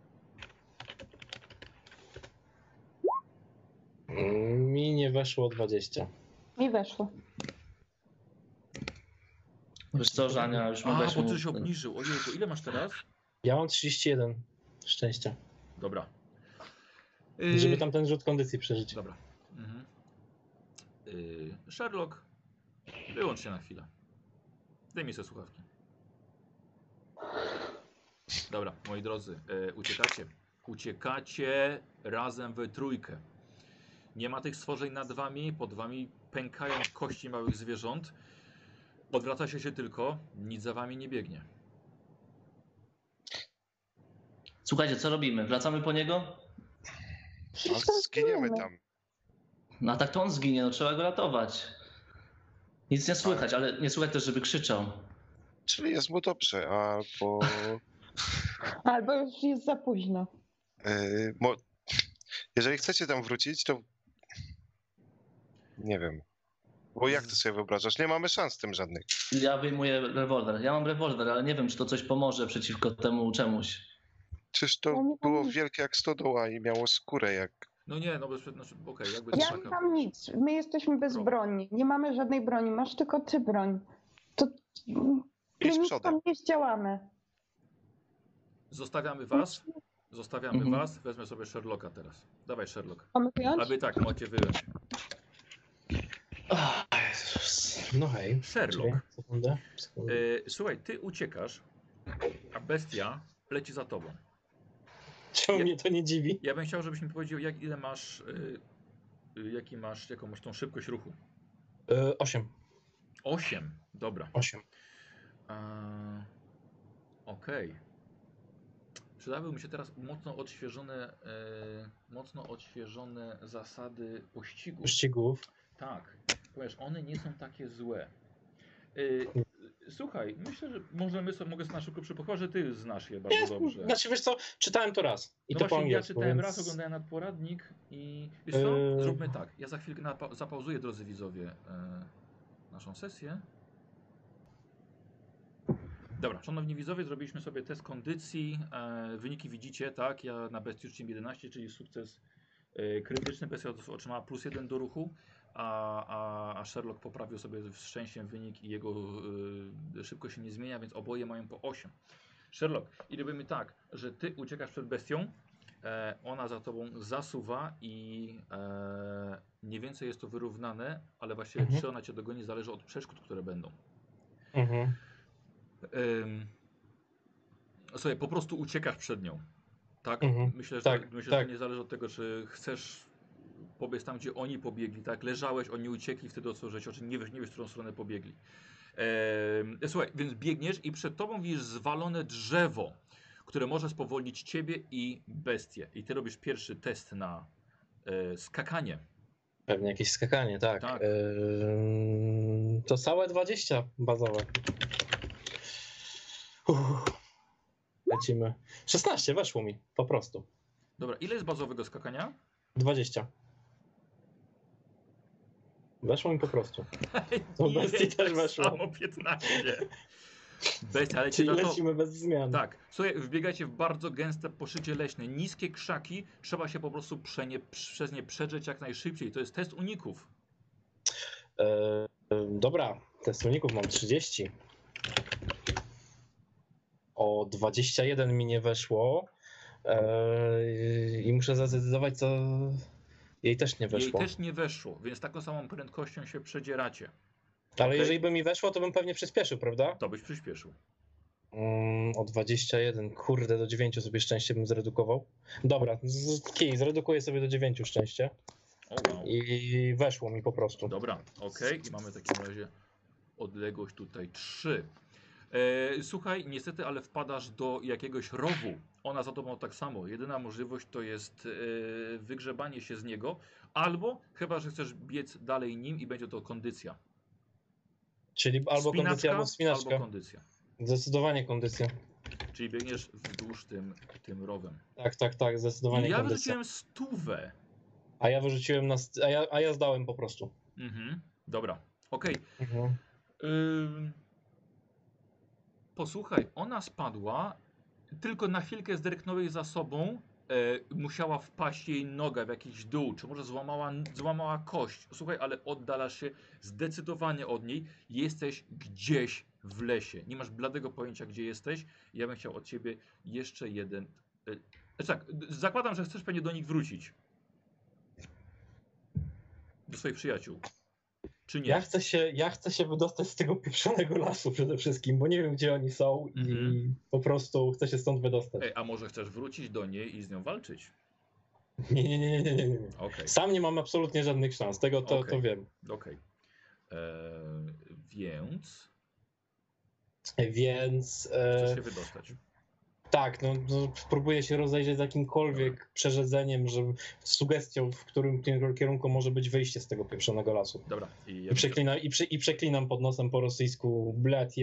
Mi nie weszło 20. Mi weszło. Wiesz co, Żania, już mogłaś bo mu... ty się obniżył. Ojejku, ile masz teraz? Ja mam 31 szczęścia. Dobra. Żeby tam ten rzut kondycji przeżyć. Dobra. Mhm. Sherlock, wyłącz się na chwilę. Daj mi sobie słuchawki. Dobra, moi drodzy, uciekacie. Uciekacie razem we trójkę. Nie ma tych stworzeń nad wami, pod wami pękają kości małych zwierząt. Odwracacie się tylko, nic za wami nie biegnie. Słuchajcie, co robimy? Wracamy po niego? Ale zginiemy tam. No a tak to on zginie, no trzeba go ratować. Nic nie słychać, ale nie słychać też, żeby krzyczał. Czyli jest mu dobrze, albo... Albo już jest za późno. Jeżeli chcecie tam wrócić, to... Nie wiem. Bo jak ty sobie wyobrażasz? Nie mamy szans z tym żadnych. Ja wyjmuję rewolwer. Ja mam rewolwer, ale nie wiem, czy to coś pomoże przeciwko temu czemuś. Czyż Ja to nie było mam- wielkie jak stodoła i miało skórę jak... No nie, no znaczy, okej, jakby Ja to nie mam nic. My jesteśmy bezbronni. Nie mamy żadnej broni. Masz tylko ty broń. To my Idź nic przodem. tam nie zdziałamy. Zostawiamy was. Zostawiamy was. Wezmę sobie Sherlocka teraz. Dawaj Sherlock. Mamy wyjąć? Aby tak, macie wyjąć. No hej. Sherlock. Czekaj, sekundę. Słuchaj, ty uciekasz, a bestia leci za tobą. Czemu mnie to nie dziwi? Ja bym chciał, żebyś mi powiedział, ile masz, jaką masz tą szybkość ruchu. 8. 8, dobra. 8. Okej. Przydałyby mi się teraz mocno odświeżone zasady pościgu. Pościgów. Tak, ponieważ one nie są takie złe. Słuchaj, myślę, że mogę na szybko przypomnieć, że ty znasz je bardzo dobrze. Znaczy wiesz co, czytałem to raz. I No to po właśnie, ja angielsku, czytałem więc... raz, oglądałem nadporadnik i wiesz co, zróbmy tak. Ja za chwilkę zapauzuję, drodzy widzowie, naszą sesję. Dobra, szanowni widzowie, zrobiliśmy sobie test kondycji. Wyniki widzicie, tak? Ja na bestii rzuciłem 11, czyli sukces krytyczny. Bestia otrzymała +1 do ruchu, a Sherlock poprawił sobie z szczęściem wynik i jego szybkość się nie zmienia, więc oboje mają po 8. Sherlock, i robimy tak, że ty uciekasz przed bestią, Ona za tobą zasuwa i mniej więcej jest to wyrównane, ale właściwie czy ona cię dogoni zależy od przeszkód, które będą. Słuchaj, po prostu uciekasz przed nią. Tak? Myślę, że to nie zależy od tego, czy chcesz pobiec tam, gdzie oni pobiegli. Tak? Leżałeś, oni uciekli, wtedy odsłużeć oczy, nie wiesz, w którą stronę pobiegli. Słuchaj, więc biegniesz i przed tobą widzisz zwalone drzewo, które może spowolnić ciebie i bestię. I ty robisz pierwszy test na skakanie. Pewnie jakieś skakanie, tak. Tak. To całe 20 bazowe. Lecimy. 16, weszło mi, po prostu. Dobra, ile jest bazowego skakania? 20. Weszło mi po prostu. To bestii też weszło. Samo 15. Bestia, ale Czyli lecimy bez zmian. Tak. Słuchaj, wbiegacie w bardzo gęste poszycie leśne. Niskie krzaki, trzeba się po prostu przez nie przedrzeć jak najszybciej. To jest test uników. Dobra, test uników mam 30. O 21 mi nie weszło. I muszę zdecydować, co jej też nie weszło. Jej też nie weszło, więc taką samą prędkością się przedzieracie. Ale jeżeli by mi weszło, to bym pewnie przyspieszył, prawda? To byś przyspieszył. O 21, kurde, do 9 sobie szczęście bym zredukował. Dobra, zredukuję sobie do 9 szczęście. Wow. I weszło mi po prostu. Dobra, okej. I mamy w takim razie odległość tutaj 3. Słuchaj, niestety, ale wpadasz do jakiegoś rowu. Ona za tobą tak samo. Jedyna możliwość to jest wygrzebanie się z niego, albo chyba, że chcesz biec dalej nim i będzie to kondycja. Czyli albo Spinaczka, kondycja, albo wspinaczka. albo kondycja. Zdecydowanie kondycja. Czyli biegniesz wzdłuż tym rowem. Tak, zdecydowanie I ja kondycja. wyrzuciłem 100. A ja wyrzuciłem a ja zdałem po prostu. Dobra, okej. Posłuchaj, ona spadła, tylko na chwilkę zderknąłeś za sobą, musiała wpaść jej noga w jakiś dół, czy może złamała kość. Słuchaj, ale oddalasz się zdecydowanie od niej, jesteś gdzieś w lesie. Nie masz bladego pojęcia, gdzie jesteś. Ja bym chciał od ciebie jeszcze jeden... tak, zakładam, że chcesz pewnie do nich wrócić. Do swoich przyjaciół. Czy nie? Ja chcę się wydostać z tego pieprzonego lasu przede wszystkim, bo nie wiem, gdzie oni są i po prostu chcę się stąd wydostać. A może chcesz wrócić do niej i z nią walczyć? Nie. Okay. Sam nie mam absolutnie żadnych szans, tego to wiem. Okej. Więc... Chcesz się wydostać. Tak, no próbuję się rozejrzeć z jakimkolwiek przerzedzeniem, sugestią, w którym kierunku może być wyjście z tego pieprzonego lasu. Dobra. I przeklinam pod nosem po rosyjsku blat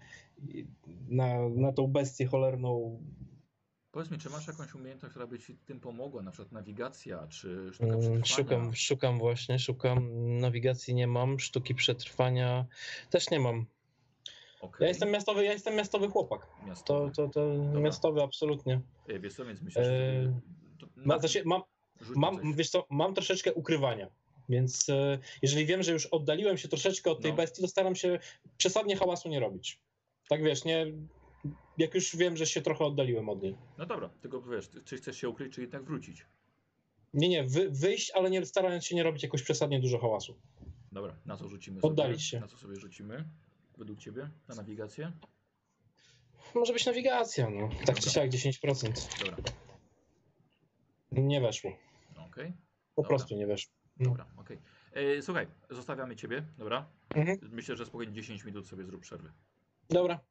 na tą bestię cholerną. Powiedz mi, czy masz jakąś umiejętność, która by ci tym pomogła, na przykład nawigacja, czy sztuka przetrwania? Szukam. Nawigacji nie mam, sztuki przetrwania też nie mam. Okay. Ja jestem miastowy chłopak. Miastowy. To miastowy absolutnie. Wiesz co, więc myślę, że... Wiesz co, mam troszeczkę ukrywania, więc jeżeli wiem, że już oddaliłem się troszeczkę od tej bestii, to staram się przesadnie hałasu nie robić. Tak wiesz, nie... Jak już wiem, że się trochę oddaliłem od niej. No dobra, tylko wiesz, czy chcesz się ukryć, czy jednak wrócić? Nie, wyjść, ale nie starając się nie robić jakoś przesadnie dużo hałasu. Dobra, na co rzucimy Oddalić się. Na co sobie rzucimy? Według ciebie? Na nawigację? Może być nawigacja, no. Tak czy siak 10%. Dobra. Nie weszło. Okej. Po prostu nie weszło. Dobra, okej. Słuchaj, zostawiamy ciebie, dobra? Myślę, że spokojnie 10 minut sobie zrób przerwy. Dobra.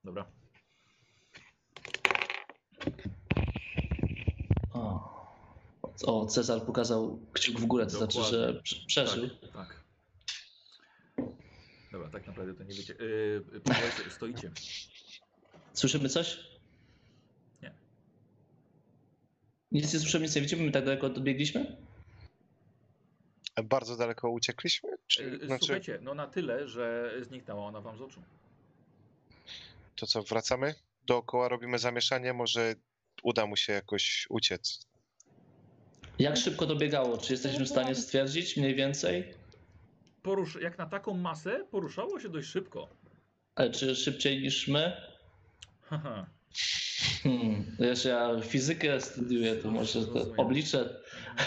O, Cezar pokazał kciuk w górę, to znaczy, że przeżył. Tak. Dobra, tak naprawdę to nie wiecie. Stoicie. Słyszymy coś? Nie. Nic nie słyszymy, nic nie widzimy, my tak daleko odbiegliśmy? Bardzo daleko uciekliśmy? Słuchajcie, no na tyle, że zniknęła ona wam z oczu. To co, wracamy? Dookoła robimy zamieszanie, może uda mu się jakoś uciec. Jak szybko to biegało? Czy jesteśmy w stanie stwierdzić mniej więcej? Jak na taką masę, poruszało się dość szybko. Ale czy szybciej niż my? Haha. Wiesz, ja fizykę studiuję, to może to Rozumiem. oblicze.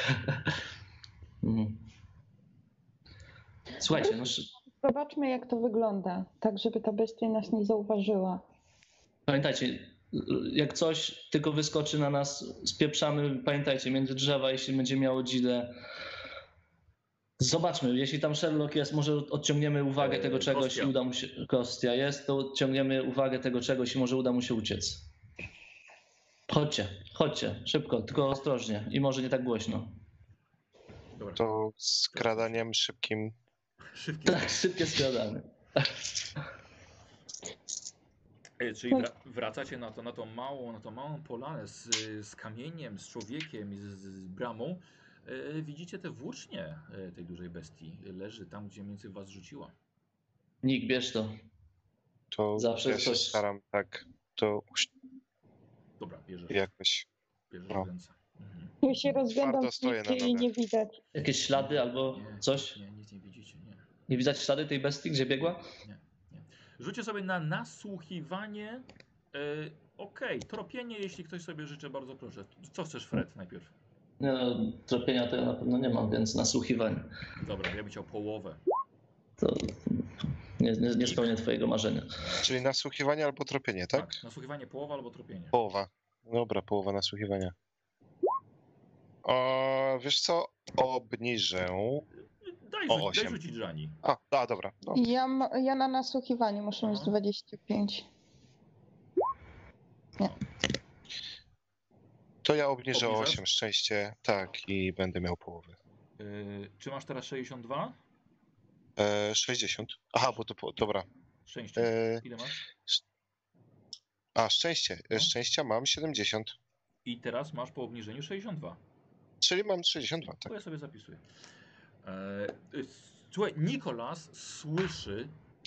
Mhm. Słuchajcie, no, Zobaczmy, jak to wygląda, tak żeby ta bestia nas nie zauważyła. pamiętajcie, jak coś tylko wyskoczy na nas, spieprzamy, pamiętajcie, między drzewa, jeśli będzie miało dzidę. Zobaczmy, jeśli tam Sherlock jest, może odciągniemy uwagę tego czegoś Kostia. i uda mu się... Kostia jest, to odciągniemy uwagę tego czegoś i może uda mu się uciec. Chodźcie, szybko, tylko ostrożnie i może nie tak głośno. Dobra. To skradaniem szybkim. Szybki. Tak, szybkie skradamy. Czyli wracacie na tą małą polanę z kamieniem, z człowiekiem i z bramą. Widzicie te włócznie tej dużej bestii. Leży tam, gdzie mniej więcej was rzuciła. Nick, bierz to. To Zawsze ja się coś- staram tak to Dobra, bierzesz jakoś. w ręce. Mhm. Ja się rozglądam, Twardo stoję na i nogach. nie widać. Jakieś ślady albo coś? Nie, nic nie widzicie, nie. Nie widać ślady tej bestii, gdzie biegła? Nie. Rzućcie sobie na nasłuchiwanie. Okej, tropienie, jeśli ktoś sobie życzy, bardzo proszę. Co chcesz, Fred, najpierw? Nie, no, tropienia to ja na pewno nie mam, więc nasłuchiwanie. Dobra, ja bym chciał połowę. To nie spełnię twojego marzenia. Czyli nasłuchiwanie albo tropienie, tak? Nasłuchiwanie połowa albo tropienie. Połowa. Dobra, połowa nasłuchiwania. O, wiesz co? Obniżę. Daj, O, daj 8. rzucić Żani. Dobra. No. Ja na nasłuchiwanie muszę mieć Aha. 25. To ja obniżę o Obniżasz? 8 szczęście. Tak, i będę miał połowę. Czy masz teraz 62? 60. Aha, bo to. Dobra. Szczęście. E, Ile masz? Szczęście. No. Szczęścia mam 70. I teraz masz po obniżeniu 62. Czyli mam 62, tak. To ja sobie zapisuję. Słuchaj, Nikolas słyszy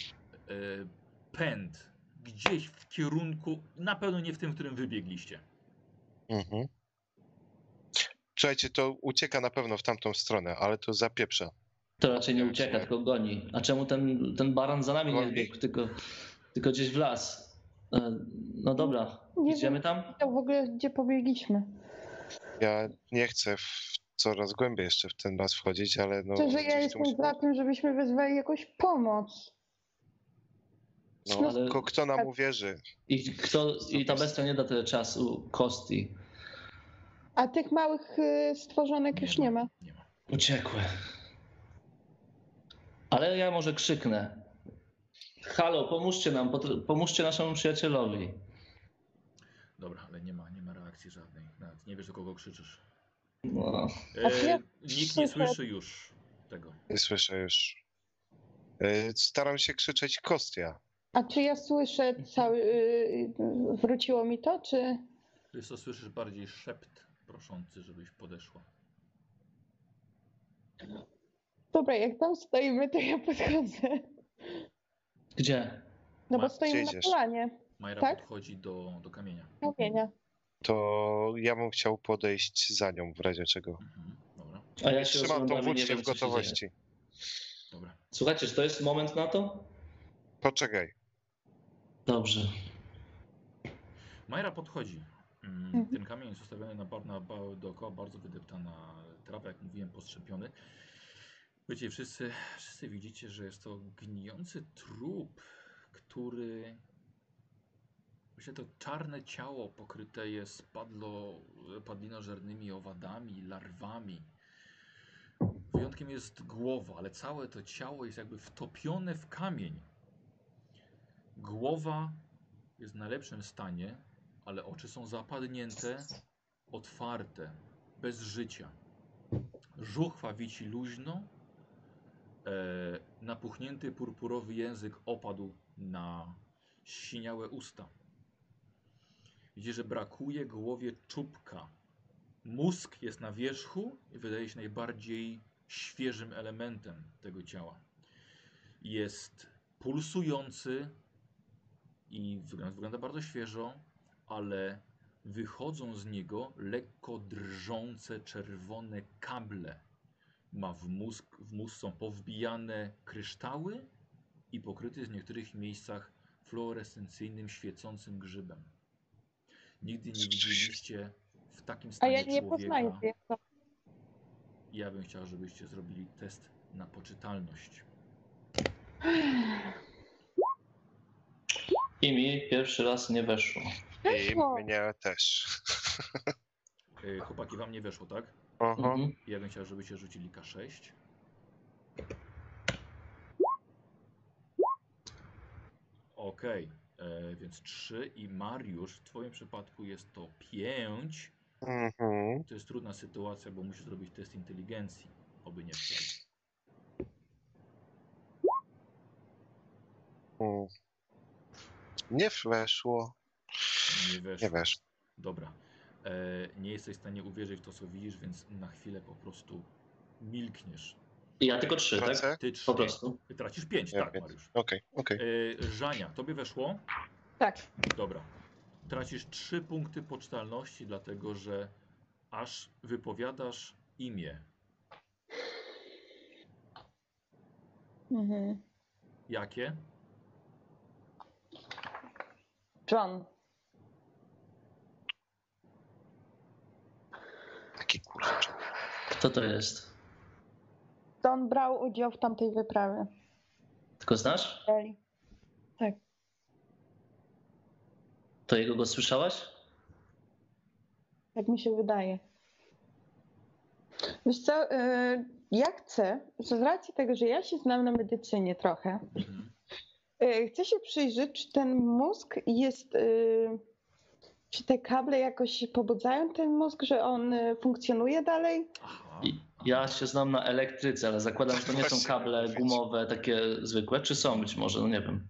pęd gdzieś w kierunku, na pewno nie w tym, w którym wybiegliście. Mhm. Słuchajcie, to ucieka na pewno w tamtą stronę, ale to zapieprza. To raczej nie ucieka, tylko goni. A czemu ten baran za nami nie Goni. biegł, tylko gdzieś w las? No dobra, Nie idziemy wiem, tam? to w ogóle gdzie pobiegliśmy. Ja nie chcę coraz głębiej jeszcze w ten las wchodzić, ale no. Szczerze, ja gdzieś tu jestem musi- za tym, żebyśmy wezwali jakąś pomoc. No, ale- tylko kto nam uwierzy? I ta bestia nie da tyle czasu Kosti. A tych małych stworzonek już nie ma. Nie ma. Uciekły. Ale ja może krzyknę. Halo, pomóżcie nam, pomóżcie naszemu przyjacielowi. Dobra, ale nie ma reakcji żadnej. Nawet nie wiesz, do kogo krzyczysz. No. A czy ja Nikt nie słyszę- słyszy już tego. Nie słyszę już. Staram się krzyczeć Kostia. A czy ja słyszę cały... wróciło mi to, czy... Wiesz co, słyszysz bardziej szept proszący, żebyś podeszła. Dobra, jak tam stoimy, to ja podchodzę. Gdzie? No Ma- bo stoimy gdzie na idziesz? polanie. Majra Tak? podchodzi do kamienia. Kamienia. To ja bym chciał podejść za nią w razie czego. Mhm, dobra, A ja się Trzymam tą rozglądam i nie włócznię wiem, w co się dzieje. gotowości. dobra. Słuchajcie, czy to jest moment na to? Poczekaj. Dobrze. Majra podchodzi. Ten kamień jest ustawiony dookoła, bardzo wydeptana trawa, jak mówiłem, postrzępiony. Wiecie, wszyscy widzicie, że jest to gnijący trup, który... Myślę, to czarne ciało pokryte jest padlinożernymi owadami, larwami. Wyjątkiem jest głowa, ale całe to ciało jest jakby wtopione w kamień. Głowa jest w najlepszym stanie, ale oczy są zapadnięte, otwarte, bez życia. Żuchwa wici luźno, napuchnięty purpurowy język opadł na ściniałe usta. Widzicie, że brakuje głowie czubka. Mózg jest na wierzchu i wydaje się najbardziej świeżym elementem tego ciała. Jest pulsujący i wygląda bardzo świeżo, ale wychodzą z niego lekko drżące czerwone kable. W mózg są powbijane kryształy i pokryty w niektórych miejscach fluorescencyjnym, świecącym grzybem. Nigdy nie widzieliście w takim A stanie ja nie poznaję człowieka. tej osoby. Ja bym chciał, żebyście zrobili test na poczytalność. I mi pierwszy raz nie weszło. I Weszło. mnie też. Chłopaki, wam nie weszło, tak? Aha. Mhm. Ja bym chciał, żebyście rzucili K6. Okej, więc 3 i Mariusz, w twoim przypadku jest to 5. Mhm. To jest trudna sytuacja, bo musisz zrobić test inteligencji. Oby nie wszedł. Mm. Nie weszło. Nie weszło. Nie weszło. Dobra. Nie jesteś w stanie uwierzyć w to, co widzisz, więc na chwilę po prostu milkniesz. I ja tylko 3, tak? Tracę? Ty 3. Po prostu. Tracisz 5, Ja tak, pięć. Mariusz. Okej, okej. Żania, tobie weszło? Tak. Dobra. Tracisz 3 punkty poczytalności, dlatego że aż wypowiadasz imię. Mhm. Jakie? John. Taki kurczę. Kto to jest? John brał udział w tamtej wyprawie. Tylko znasz? Eli. Tak. To jego go słyszałaś? Jak mi się wydaje. Wiesz co, ja chcę, z racji tego, że ja się znam na medycynie trochę, Mhm. chcę się przyjrzeć, czy ten mózg jest, czy te kable jakoś pobudzają ten mózg, że on funkcjonuje dalej? Aha. Ja się znam na elektryce, ale zakładam, że to nie są Właśnie kable mówić. gumowe, takie zwykłe, czy są być może, no nie wiem.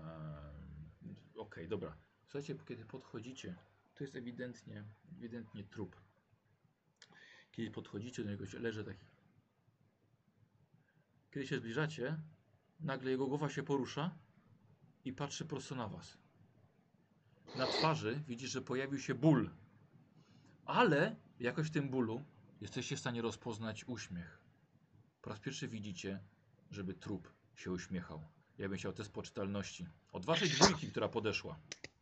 Okej, dobra. Słuchajcie, kiedy podchodzicie, to jest ewidentnie trup. Kiedy podchodzicie do niego, leży taki. Kiedy się zbliżacie, nagle jego głowa się porusza i patrzy prosto na was. Na twarzy widzisz, że pojawił się ból. Ale jakoś w tym bólu jesteście w stanie rozpoznać uśmiech. Po raz pierwszy widzicie, żeby trup się uśmiechał. Ja bym chciał test poczytalności. Od waszej dwójki, która podeszła.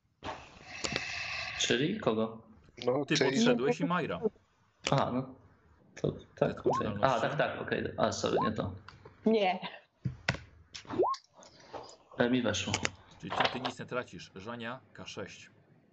Czyli kogo? No, Ty ty podszedłeś i Majra. Aha, no. To, tak, Test okej. poczytalności. A, tak, okej. A, sorry, nie to. Nie. Mi weszło. Czyli ty nic nie tracisz. Żania K6.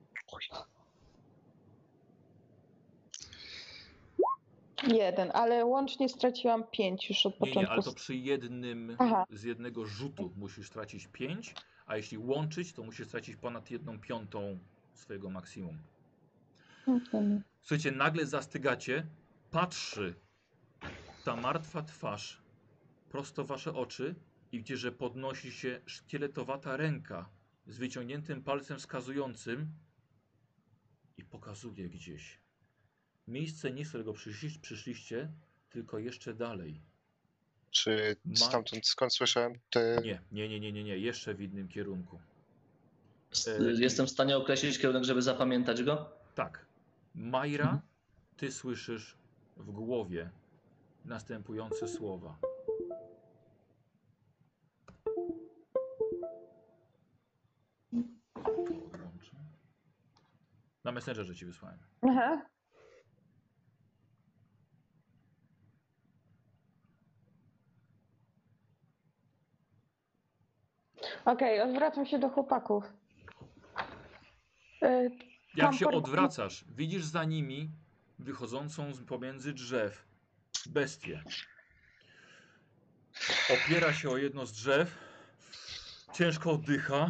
Jeden, ale łącznie straciłam 5 już od Nie, początku. nie, ale to przy jednym, Aha. z jednego rzutu musisz stracić 5, a jeśli łączyć, to musisz stracić ponad 1/5 swojego maksimum. Mhm. Słuchajcie, nagle zastygacie, patrzy ta martwa twarz prosto w wasze oczy i widzicie, że podnosi się szkieletowata ręka z wyciągniętym palcem wskazującym i pokazuje gdzieś. Miejsce nie z którego przyszliście, tylko jeszcze dalej. Czy stamtąd skąd słyszałem te... Nie, jeszcze w innym kierunku. Jestem w stanie określić kierunek, żeby zapamiętać go? Tak. Majra, ty słyszysz w głowie następujące słowa. Odłączę. Na Messengerze ci wysłałem. Aha. Okej, odwracam się do chłopaków. Jak się Tam odwracasz, widzisz za nimi wychodzącą pomiędzy drzew bestię. Opiera się o jedno z drzew, ciężko oddycha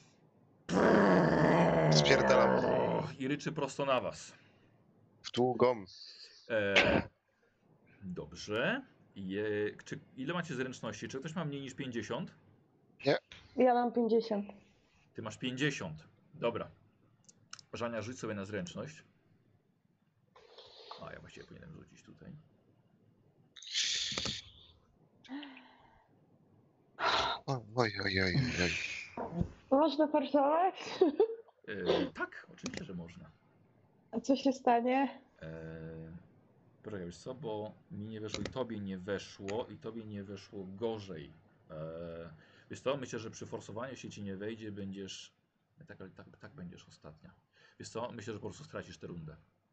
Spierdalam i ryczy prosto na was. w długą. Dobrze. Ile macie zręczności? Czy ktoś ma mniej niż 50? Ja mam 50. Ty masz 50. Dobra. Żania, rzuć sobie na zręczność. A ja właściwie powinienem rzucić tutaj. Oj. Można forsować? Tak, oczywiście, że można. A co się stanie? Poczekaj, wiesz co, bo mi nie weszło i tobie nie weszło gorzej. Wiesz co, myślę, że przy forsowaniu się ci nie wejdzie, będziesz... Tak będziesz ostatnia. Wiesz co, myślę, że po prostu stracisz tę rundę.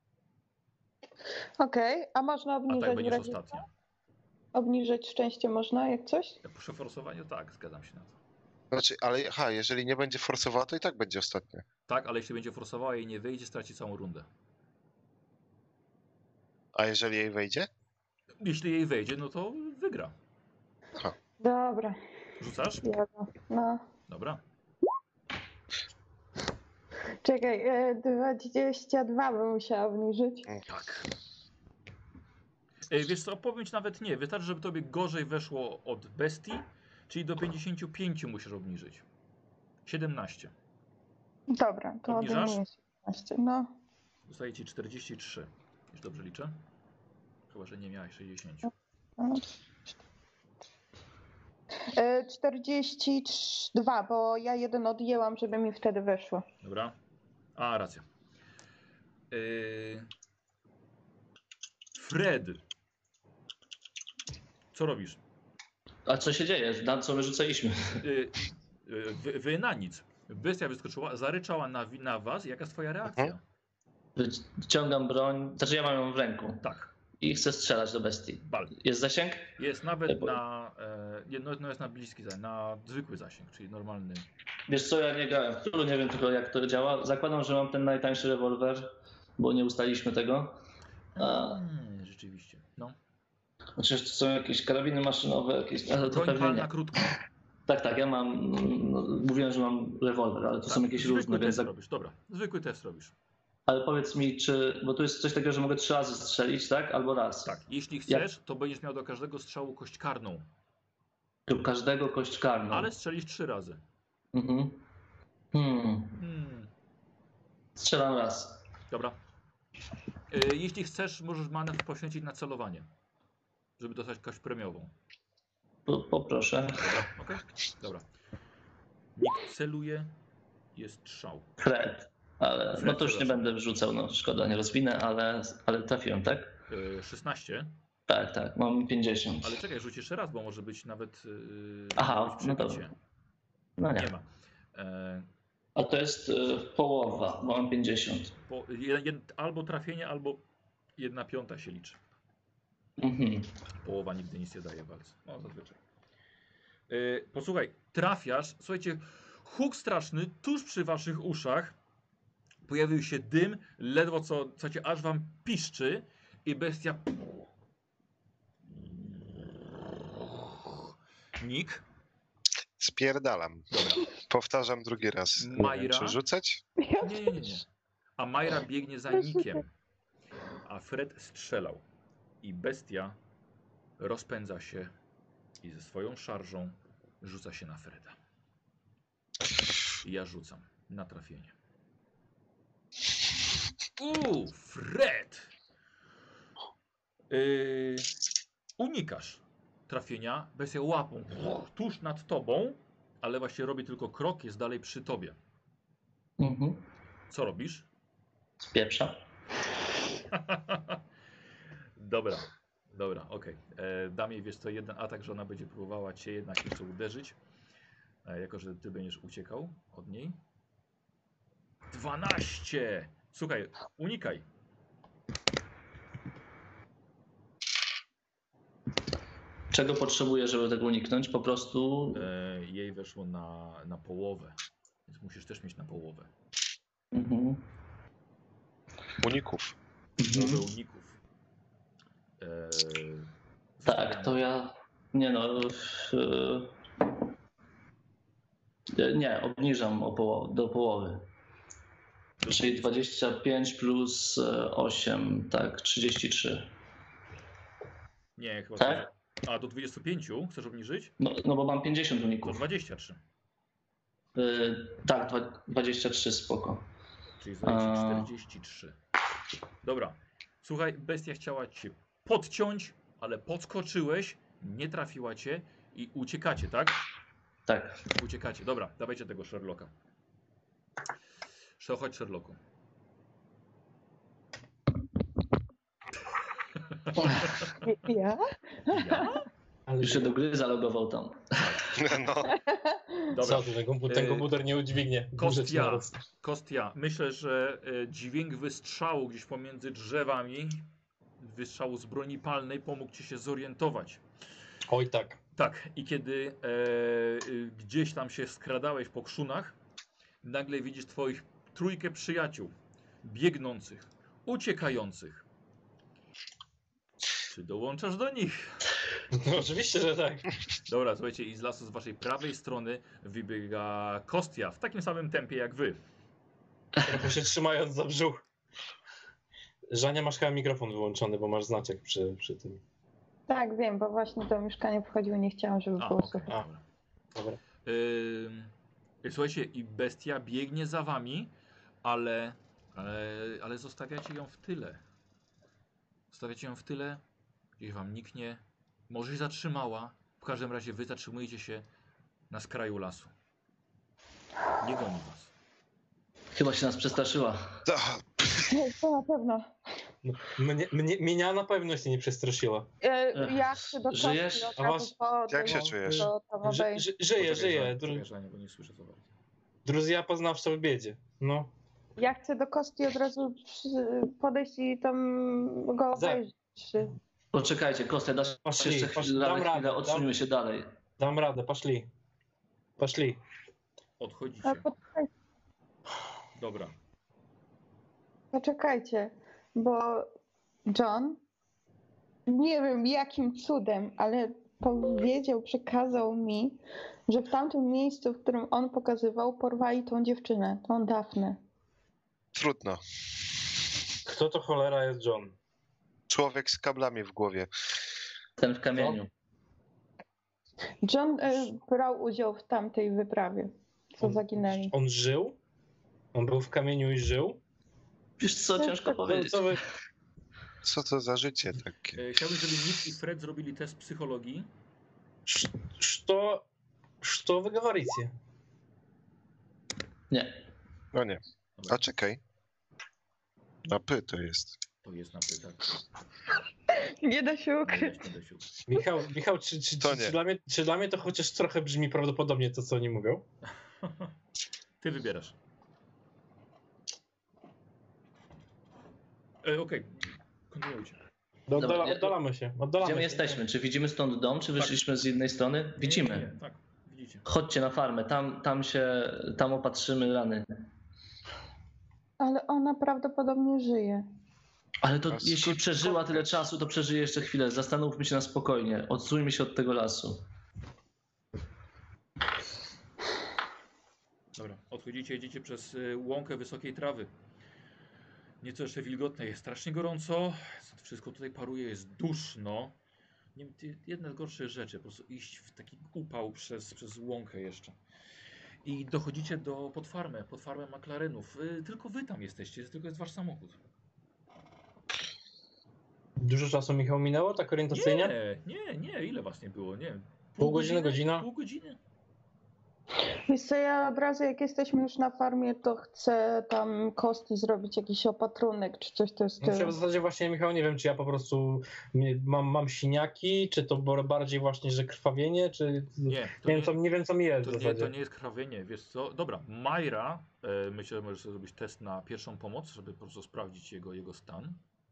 Okej, a można A obniżyć tak w będziesz razie... ostatnia. Obniżyć szczęście można, jak coś? Przy forsowaniu tak, zgadzam się na to. Znaczy, ale jeżeli nie będzie forsowała, to i tak będzie ostatnia. Tak, ale jeśli będzie forsowała i nie wyjdzie, straci całą rundę. A jeżeli jej wejdzie? Jeśli jej wejdzie, no to wygra. Dobra, Rzucasz? jadę. No. Dobra. Czekaj, 22 bym musiała obniżyć. Tak. Wiesz co, powiem ci nawet nie. Wystarczy, żeby tobie gorzej weszło od bestii, czyli do 55 musisz obniżyć. 17. Dobra, to Obniżasz? odejmuję 17. No. Zostaje ci 43. Jeśli dobrze liczę. Chyba, że nie miałeś 60. 42, bo ja jeden odjęłam, żeby mi wtedy weszło. Dobra. A, racja. Fred. Co robisz? A co się dzieje? Na co my rzucaliśmy? Wy na nic. Bestia wyskoczyła, zaryczała na was. Jaka jest twoja reakcja? Wyciągam broń, znaczy ja mam ją w ręku Tak. i chcę strzelać do bestii. Bal. Jest zasięg? Jest nawet na... no jest na bliski zasięg, na zwykły zasięg, czyli normalny. Wiesz co, ja nie grałem w Cthulhu, nie wiem tylko jak to działa. Zakładam, że mam ten najtańszy rewolwer, bo nie ustaliśmy tego. Rzeczywiście. No. Chociaż to są jakieś karabiny maszynowe, jakieś... Ale to Broń pewnie palna nie. krótka. Tak, ja mam... No, mówiłem, że mam rewolwer, ale to są jakieś zwykły różne, test więc... robisz, dobra. Zwykły test robisz. Ale powiedz mi, czy... Bo tu jest coś takiego, że mogę 3 razy strzelić, tak? Albo raz. Tak. Jeśli chcesz, to będziesz miał do każdego strzału kość karną. Do każdego kość karną. Ale strzelisz 3 razy. Mhm. Strzelam raz. Dobra. Jeśli chcesz, możesz manę poświęcić na celowanie. Żeby dostać kość premiową. Poproszę. Okej? Dobra. Nikt celuje. Jest strzał. Fred. Ale no Fred, to już nie przepraszam. będę wrzucał, no szkoda, nie rozwinę, ale trafiłem, tak? 16. Tak, mam 50. Ale czekaj, rzuć jeszcze raz, bo może być nawet Aha, może być no przebicie. dobra. No nie. Nie ma. A to jest połowa, bo mam 50. Albo trafienie, albo 1/5 się liczy. Mhm. Połowa nigdy nic nie daje walce. No zazwyczaj. Posłuchaj, trafiasz. Słuchajcie, huk straszny tuż przy waszych uszach. Pojawił się dym, ledwo co cię aż wam piszczy i bestia... Nick? Spierdalam. Dobra. Powtarzam drugi raz. Nie wiem, Majra? czy rzucać? Nie. A Majra biegnie za Nickiem. A Fred strzelał. I bestia rozpędza się i ze swoją szarżą rzuca się na Freda. I ja rzucam na trafienie. Fred! Unikasz trafienia. Bestia łapą tuż nad tobą, ale właśnie robi tylko krok, jest dalej przy tobie. Mhm. Co robisz? Spieprza. Dobra, okej. Dam jej, wiesz co, jeden atak, że ona będzie próbowała cię jednak jeszcze uderzyć. Jako, że ty będziesz uciekał od niej. 12! Słuchaj, unikaj. Czego potrzebuję, żeby tego uniknąć? Po prostu... Jej weszło na połowę. Więc musisz też mieć na połowę. Mhm. Uników. Połowę uników. Tak, to ja... Nie no... Nie, obniżam do połowy. Czyli 25 plus 8, tak, 33. Nie, chyba. Tak? A, do 25 chcesz obniżyć? No bo mam 50 Do uników. 23. Tak, 23, spoko. Czyli zdaje ci 43. Dobra. Słuchaj, bestia chciała cię podciąć, ale podskoczyłeś, nie trafiła cię i uciekacie, tak? Tak. Uciekacie. Dobra, dawajcie tego Sherlocka. Chodź, Sherlocku. Ja? Ja? Ale Już się do gry zalogował tam. No, Dobra. Co ty, ten komputer nie udźwignie. Kostia, myślę, że dźwięk wystrzału gdzieś pomiędzy drzewami, wystrzału z broni palnej pomógł ci się zorientować. Oj tak. Tak, i kiedy gdzieś tam się skradałeś po krzunach, nagle widzisz twoich trójkę przyjaciół, biegnących, uciekających. Czy dołączasz do nich? No, oczywiście, że tak. Dobra, słuchajcie, i z lasu z waszej prawej strony wybiega Kostia w takim samym tempie jak wy. Trochę się trzymając za brzuch. Żania, masz chyba mikrofon wyłączony, bo masz znaczek przy tym. Tak, wiem, bo właśnie do mieszkania wchodził, nie chciałam, żeby było okej, słychać. dobra. Dobra. Słuchajcie, i bestia biegnie za wami, ale zostawiacie ją w tyle. Zostawiacie ją w tyle, gdzieś wam niknie. Może się zatrzymała. W każdym razie wy zatrzymujecie się na skraju lasu. Nie goni was. Chyba się nas przestraszyła. Nie, to na pewno. No, mnie na pewno się nie przestraszyła. Ja chcę do Żyjesz? Kostki, A was- jak się czujesz? Żyję. Poczekaj, Żania, bo nie słyszę za bardzo. Drudzy ja poznawczo w biedzie. No. Ja chcę do Kostki od razu podejść i tam go obejrzeć. Poczekajcie, Kostia, dasz Poszli, jeszcze poszli, chwilę, dam radę, odsuńmy się dalej. Dam radę, poszli. Poszli. Odchodzicie. Ale Dobra. poczekajcie, bo John, nie wiem jakim cudem, ale przekazał mi, że w tamtym miejscu, w którym on pokazywał, porwali tą dziewczynę, tą Dafnę. trudno. Kto to cholera jest John? Człowiek z kablami w głowie. Ten w kamieniu. John brał udział w tamtej wyprawie, co zaginęli. On żył? On był w kamieniu i żył? Wiesz co, ciężko powiedzieć. Co to za życie takie? Chciałbym, żeby Nick i Fred zrobili test psychologii. Что вы говорите? Nie. No nie. A czekaj. Na py to jest. To jest na pytanie. Nie da się ukryć. Michał, czy dla mnie to chociaż trochę brzmi prawdopodobnie to, co oni mówią? Ty wybierasz. Okej, kontynuujcie. Oddalamy się. Gdzie my jesteśmy? Czy widzimy stąd dom, czy wyszliśmy z jednej strony? Widzimy. Nie, tak, widzicie. Chodźcie na farmę, tam opatrzymy rany. Ale ona prawdopodobnie żyje. Ale to A jeśli skąd- przeżyła tyle czasu, to przeżyje jeszcze chwilę. Zastanówmy się na spokojnie. Odsuńmy się od tego lasu. Dobra, odchodzicie, jedziecie przez łąkę wysokiej trawy. Nieco jeszcze wilgotne, jest strasznie gorąco. Wszystko tutaj paruje, jest duszno. Nie wiem, jedna z gorszych rzeczy, po prostu iść w taki upał przez łąkę jeszcze. I dochodzicie pod farmę McLarenów. Tylko wy tam jesteście, tylko jest wasz samochód. Dużo czasu, Michał, minęło tak orientacyjnie? Nie, ile was nie było? Nie. Pół godziny, godzina? Pół godziny. Wiesz co, ja od razu jak jesteśmy już na farmie, to chcę tam Kosti zrobić jakiś opatrunek, czy coś to jest. W zasadzie właśnie, Michał, nie wiem, czy ja po prostu mam siniaki, czy to bardziej właśnie, że krwawienie, czy... Nie, nie wiem, co mi jest w to zasadzie. nie jest krwawienie, wiesz co? Dobra, Majra, myślę, że możesz sobie zrobić test na pierwszą pomoc, żeby po prostu sprawdzić jego stan.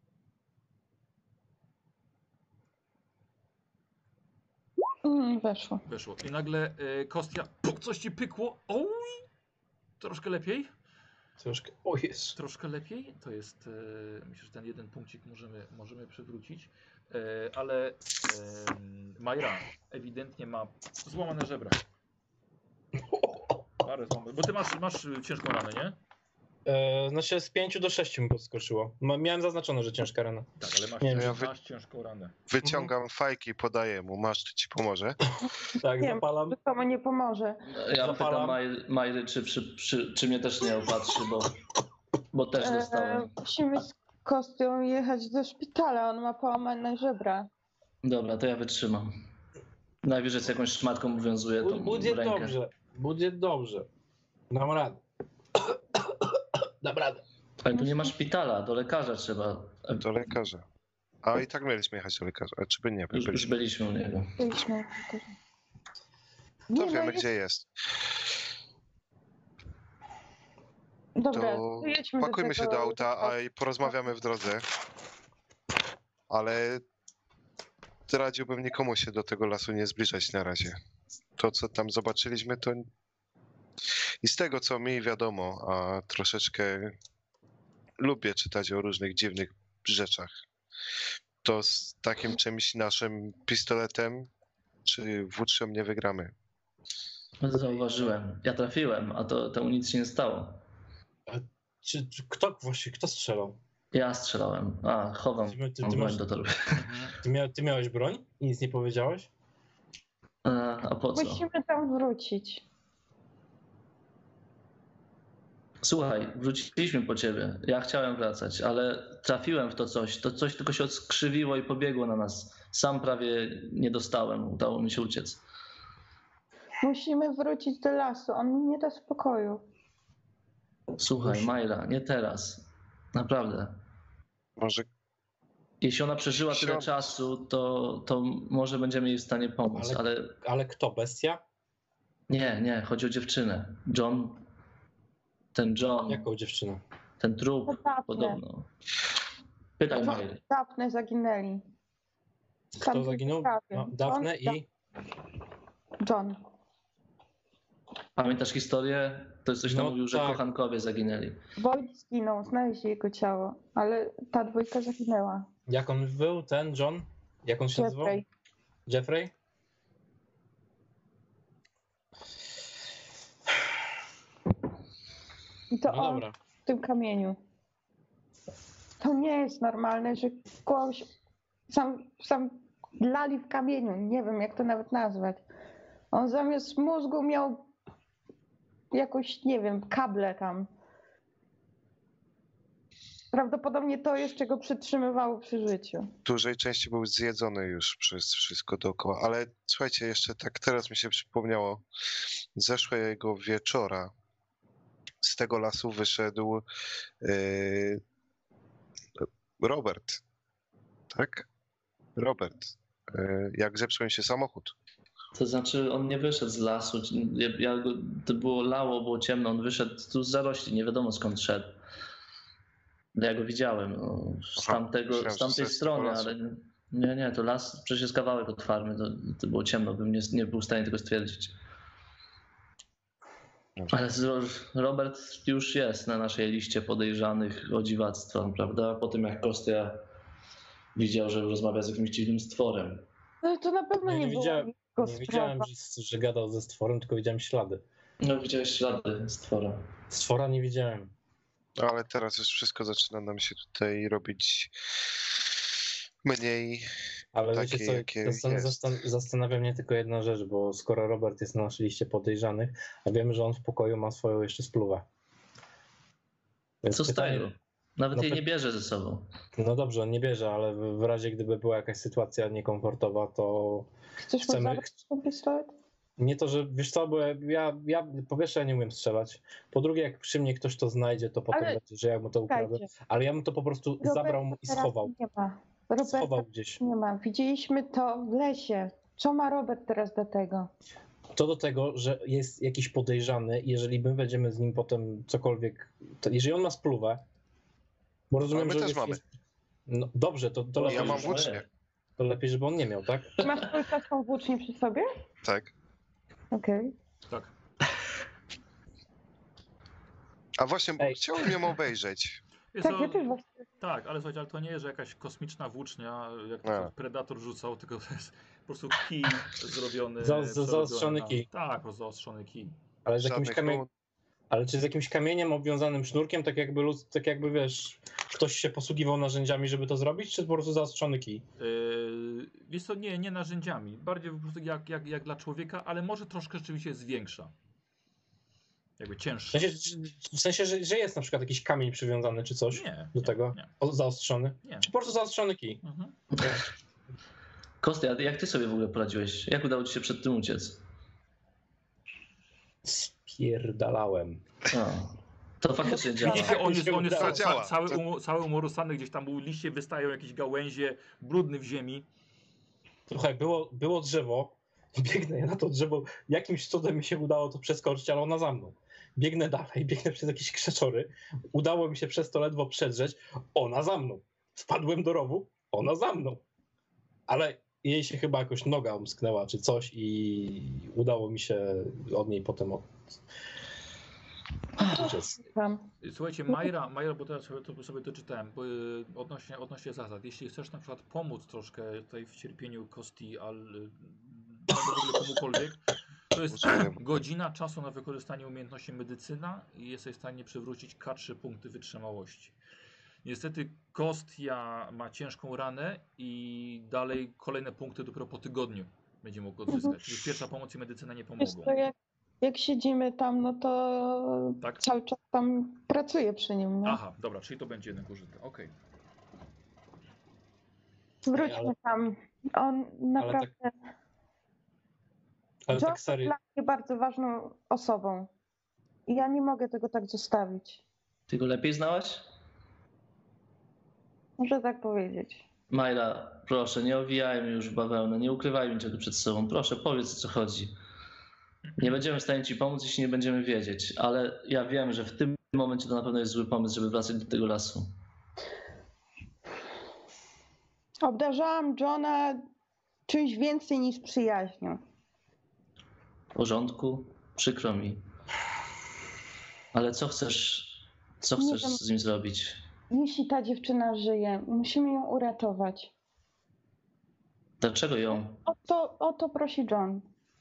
Weszło. Weszło. I nagle Kostia, coś ci pykło. Oj! Troszkę lepiej? Troszkę, o jest. Troszkę lepiej. To jest, myślę, że ten jeden punkcik możemy przywrócić. Ale Majra ewidentnie ma złamane żebra. Parę złamanych. Bo ty masz ciężką ranę, nie? Znaczy z 5 do 6 mi podskoczyło. Miałem zaznaczone, że ciężka rana. Tak, ale Nie, masz ciężką ranę. Wyciągam fajki i podaję mu. Masz, czy ci pomoże? Tak, Nie, zapalam. to nie pomoże. Ja Zapalam. pytam Majry, czy mnie też nie opatrzy, bo też dostałem. Musimy z Kostią jechać do szpitala, on ma połamane żebra. Dobra, to ja wytrzymam. Najwyżej z jakąś szmatką uwiązuję tą rękę. Będzie dobrze. Dam radę. Dam radę. Ale tu nie ma szpitala, do lekarza trzeba. Do lekarza. A i tak mieliśmy jechać do lekarza. A czy by nie? Już byliśmy u niego. To Nie, wiemy, jest... gdzie jest. Dobra, To jedźmy pakujmy się do auta, a i porozmawiamy w drodze. Ale radziłbym nikomu się do tego lasu nie zbliżać na razie. To, co tam zobaczyliśmy, to i z tego, co mi wiadomo, a troszeczkę lubię czytać o różnych dziwnych rzeczach, to z takim czymś naszym pistoletem czy włócznią nie wygramy. Zauważyłem. Ja trafiłem, a temu nic się nie stało. Kto strzelał? Ja strzelałem. Chowam broń do torby. Ty miałeś broń i nic nie powiedziałeś? A po co? Musimy tam wrócić. Słuchaj, wróciliśmy po ciebie. Ja chciałem wracać, ale trafiłem w to coś. To coś tylko się odskrzywiło i pobiegło na nas. Sam prawie nie dostałem. Udało mi się uciec. Musimy wrócić do lasu. On mi nie da spokoju. Słuchaj, Majra, nie teraz. Naprawdę. Może Jeśli ona przeżyła tyle czasu, to może będziemy jej w stanie pomóc, ale... Ale kto? Bestia? Nie, chodzi o dziewczynę. Ten John. Jaką dziewczynę? Ten trup, Dafne. podobno. Pytaj Majry. Dafne zaginęli. Kto zaginął? Dafne i... John. Pamiętasz historię? To jest coś tam mówił, że kochankowie zaginęli. Boyd zginął, znaleźli jego ciało, ale ta dwójka zaginęła. Jak on był, ten John? Jak on się nazywał? Jeffrey? I to No on dobra. w tym kamieniu. To nie jest normalne, że kogoś sam lali w kamieniu. Nie wiem, jak to nawet nazwać. On zamiast mózgu miał jakoś, nie wiem, kable tam. Prawdopodobnie to jeszcze go przytrzymywało przy życiu. w dużej części był zjedzony już przez wszystko dookoła. Ale słuchajcie, jeszcze tak teraz mi się przypomniało. Zeszłego wieczora z tego lasu wyszedł Robert. Tak? Robert. Jak zepsuł mi się samochód. To znaczy on nie wyszedł z lasu. To było lało, było ciemno. On wyszedł tu z zarośli. Nie wiadomo skąd szedł. Ja go widziałem z tamtej strony, ale nie, to las przecież jest kawałek od farmy. To było ciemno, bym nie był w stanie tego stwierdzić. Ale Robert już jest na naszej liście podejrzanych o dziwactwo, prawda? Po tym jak Kostia widział, że rozmawia z jakimś dziwnym stworem. No to na pewno nie było jego Nie widziałem, że gadał ze stworem, tylko widziałem ślady. No widziałeś ślady stwora. Stwora nie widziałem. Ale teraz już wszystko zaczyna nam się tutaj robić mniej. Ale takie, wiecie co, jakie zastanawia mnie tylko jedna rzecz, bo skoro Robert jest na naszej liście podejrzanych, a wiemy, że on w pokoju ma swoją jeszcze spluwę. Więc co z tego? Nawet jej nie bierze ze sobą. No dobrze, on nie bierze, ale w razie gdyby była jakaś sytuacja niekomfortowa, to Chcesz mu zabrać ten pistolet? Nie to, że wiesz co, bo ja po pierwsze ja nie umiem strzelać, po drugie jak przy mnie ktoś to znajdzie, to potem będzie, że ja mu to ukradłem, ale ja mu to po prostu zabrał mu i schował. Nie ma. Roberta schował gdzieś. Nie ma. Widzieliśmy to w lesie. Co ma Robert teraz do tego? To do tego, że jest jakiś podejrzany, jeżeli my będziemy z nim potem cokolwiek, jeżeli on ma spluwę, bo rozumiem, że też mamy. No, dobrze, to lepiej, ja mam włócznię. To lepiej, żeby on nie miał, tak? Masz kulkastą włócznię przy sobie? Tak. Okej. Tak. A właśnie, chciałem ją obejrzeć. Jest Tak, ja też właśnie. Tak, ale słuchajcie, ale to nie jest, że jakaś kosmiczna włócznia, jak to Predator rzucał, tylko to jest po prostu kij zrobiony. Zaostrzony kij. Tak, po zaostrzony kij. Ale z jakimś kamieniem. Ale czy z jakimś kamieniem obwiązanym sznurkiem, tak jakby wiesz, ktoś się posługiwał narzędziami, żeby to zrobić, czy po prostu zaostrzony kij? Wiesz co, nie narzędziami. Bardziej po prostu jak dla człowieka, ale może troszkę rzeczywiście jest większa. Jakby cięższa. W sensie, że jest na przykład jakiś kamień przywiązany czy coś do tego? Nie. Zaostrzony? Nie. Czy po prostu zaostrzony kij? Mhm. Kostia, jak ty sobie w ogóle poradziłeś? Jak udało ci się przed tym uciec? Spierdalałem. To faktycznie działa. Widzicie, on jest cały umorusany, gdzieś tam liście wystają, jakieś gałęzie, brudny w ziemi. Słuchaj, było drzewo Biegnę ja na to drzewo, jakimś cudem mi się udało to przeskoczyć, ale ona za mną. Biegnę dalej, biegnę przez jakieś krzeczory, udało mi się przez to ledwo przedrzeć, ona za mną. Wpadłem do rowu, ona za mną. Ale jej się chyba jakoś noga omsknęła czy coś i udało mi się od niej potem uciec. Słuchajcie, Majra, bo teraz sobie to czytałem, bo, odnośnie zasad. Jeśli chcesz na przykład pomóc troszkę tutaj w cierpieniu Kosti, albo w ogóle komukolwiek, to jest godzina czasu na wykorzystanie umiejętności medycyna i jesteś w stanie przywrócić K3 punkty wytrzymałości. Niestety Kostia ma ciężką ranę i dalej kolejne punkty dopiero po tygodniu będzie mógł odzyskać. Czyli pierwsza pomoc i medycyna nie pomogą. Jak siedzimy tam, no to Tak? cały czas tam pracuję przy nim, nie? Aha, dobra, czyli to będzie jednak użyte. Okej. Wróćmy tam. On naprawdę... Ale John tak serio. jest dla mnie bardzo ważną osobą. I ja nie mogę tego tak zostawić. Ty go lepiej znałaś? Muszę tak powiedzieć. Majla, proszę, nie owijajmy już w bawełnę, nie ukrywajmy niczego przed sobą. Proszę, powiedz, o co chodzi. Nie będziemy w stanie ci pomóc, jeśli nie będziemy wiedzieć, ale ja wiem, że w tym momencie to na pewno jest zły pomysł, żeby wracać do tego lasu. Obdarzałam Johna czymś więcej niż przyjaźnią. W porządku? Przykro mi. Ale co chcesz z nim zrobić? Jeśli ta dziewczyna żyje, musimy ją uratować. Dlaczego ją? O to prosi John.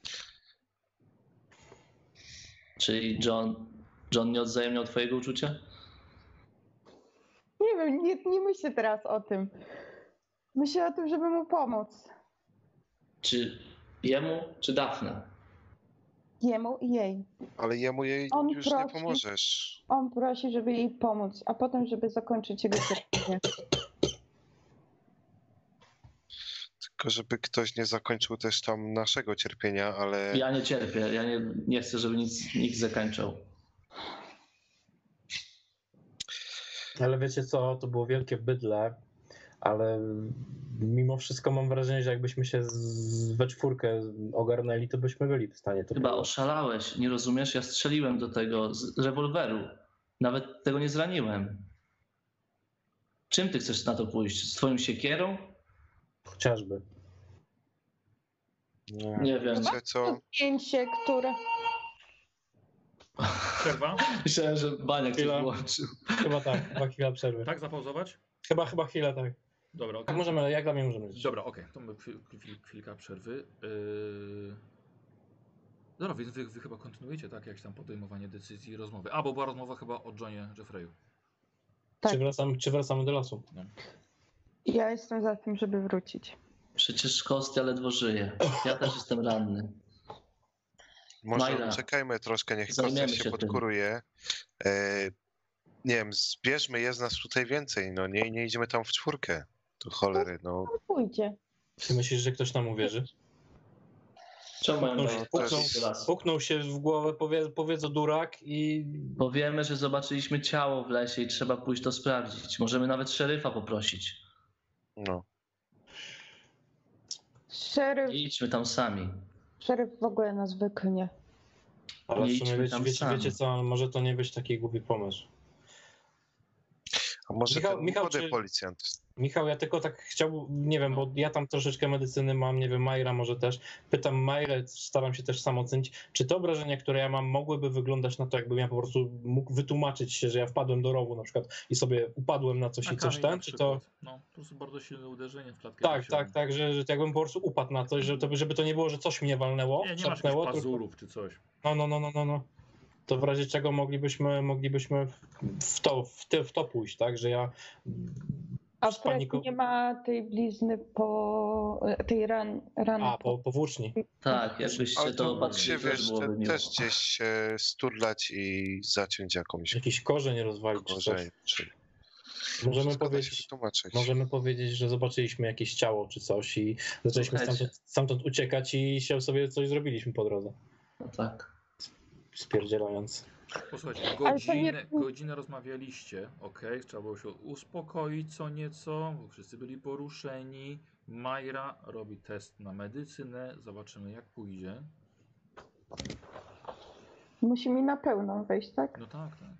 Czyli John nie odwzajemniał twojego uczucia? Nie wiem, nie myślę teraz o tym. Myślę o tym, żeby mu pomóc. Czy jemu, czy Dafne? Jemu i jej. Ale jemu jej On już prosi. nie pomożesz. On prosi, żeby jej pomóc, a potem, żeby zakończyć jego cierpienie. Tylko żeby ktoś nie zakończył też tam naszego cierpienia, ale... Ja nie cierpię, ja nie chcę, żeby nikt zakończył. Ale wiecie co, to było wielkie bydlę, ale mimo wszystko mam wrażenie, że jakbyśmy się we czwórkę ogarnęli, to byśmy byli w stanie to Chyba było. oszalałeś, nie rozumiesz? Ja strzeliłem do tego z rewolweru. Nawet tego nie zraniłem. Czym ty chcesz na to pójść? Z twoją siekierą? Chociażby. Nie wiem. Wiecie co? Zdjęcie, które... Przerwa? Myślałem, że Baniak się Chwila. włączył. Chyba tak, chyba chwila przerwy. Tak, zapauzować? Chyba chwila, tak. Dobra, Tak okej. możemy, jak dla mnie możemy. Dobra, okej. To my chwilka przerwy. Dobra, więc wy chyba kontynuujecie, tak? Jakieś tam podejmowanie decyzji i rozmowy. A, bo była rozmowa chyba o Johnie Jeffreyu. Tak. Czy wracamy do lasu? Ja jestem za tym, żeby wrócić. Przecież Kostia ledwo żyje. Ja też jestem ranny. Może Majra, czekajmy troszkę, niech zajmiemy Kostia się się tym. podkuruje. Nie wiem, zbierzmy, jest nas tutaj więcej, no nie idziemy tam w czwórkę. Tu cholery, no. On pójdzie. Ty myślisz, że ktoś nam uwierzy? Czemu mają No, wejść to jest- do lasu? Puknął się w głowę, powiedz o durak i... Powiemy, że zobaczyliśmy ciało w lesie i trzeba pójść to sprawdzić. Możemy nawet szeryfa poprosić. No. Nie idźmy tam sami. Szeryf w ogóle nas wyknie. Ale Nie w sumie idźmy tam sami. wiecie co, może to nie być taki głupi pomysł. A może Michał, ten młody czy- policjant? Michał, ja tylko tak chciałbym, nie wiem, bo ja tam troszeczkę medycyny mam, nie wiem, Majra może też. Pytam Majrę, staram się też sam ocenić, czy te obrażenia, które ja mam, mogłyby wyglądać na to, jakbym ja po prostu mógł wytłumaczyć się, że ja wpadłem do rowu na przykład i sobie upadłem na coś i coś kamień na ten, czy to... przykład. No, po prostu bardzo silne uderzenie w klatkę Tak, piersiową. tak, że jakbym po prostu upadł na coś, żeby to nie było, że coś mnie walnęło, Nie masz szarpnęło, jakichś tylko... pazurów czy coś. No. To w razie czego moglibyśmy w to pójść, tak, że ja... A Fred Spaniko- nie ma tej blizny tej rany. po włóczni. Tak, jakbyście Ale to to mógł opatrzyli, się, to wiesz, byłoby miło. też gdzieś się sturlać i zaciąć jakąś Jakiś korzeń rozwalić czy coś. korzeń. Czy... Możemy Wszystko da się powiedzieć, wytłumaczyć. że zobaczyliśmy jakieś ciało czy coś i zaczęliśmy Słuchajcie. stamtąd uciekać i się sobie coś zrobiliśmy po drodze. No tak. Spierdzielając. Posłuchajcie, Ale to nie- godzinę rozmawialiście, okej, trzeba było się uspokoić co nieco, bo wszyscy byli poruszeni. Majra robi test na medycynę, zobaczymy jak pójdzie. Musi mi na pełną wejść, tak? No tak, tak.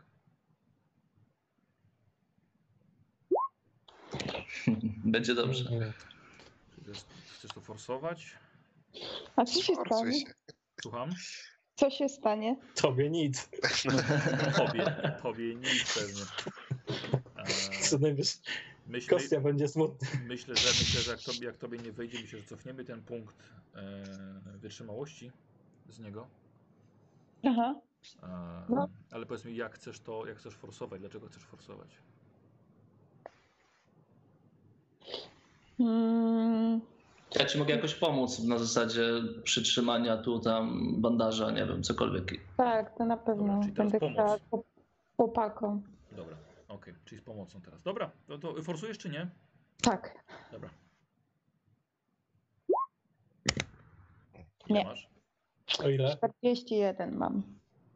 Będzie dobrze. Chcesz to forsować? A co się Forsuj stanie? się. Słucham? Co się stanie? Tobie nic. Tobie nic pewnie. Co najwyżej. Myślę, Kostia będzie smutny. myślę, że jak tobie nie wejdzie, myślę, że cofniemy ten punkt wytrzymałości z niego. Aha. No. Ale powiedz mi, jak chcesz forsować? Dlaczego chcesz forsować? Ja ci mogę jakoś pomóc na zasadzie przytrzymania tu, tam, bandaża, nie wiem, cokolwiek. Tak, to na pewno. Dobra, czyli teraz Będę pomoc. chciała chłopakom. Dobra, okej, czyli z pomocą teraz. Dobra, to forsujesz czy nie? Tak. Dobra. Ile Nie. masz? O ile? 41 mam.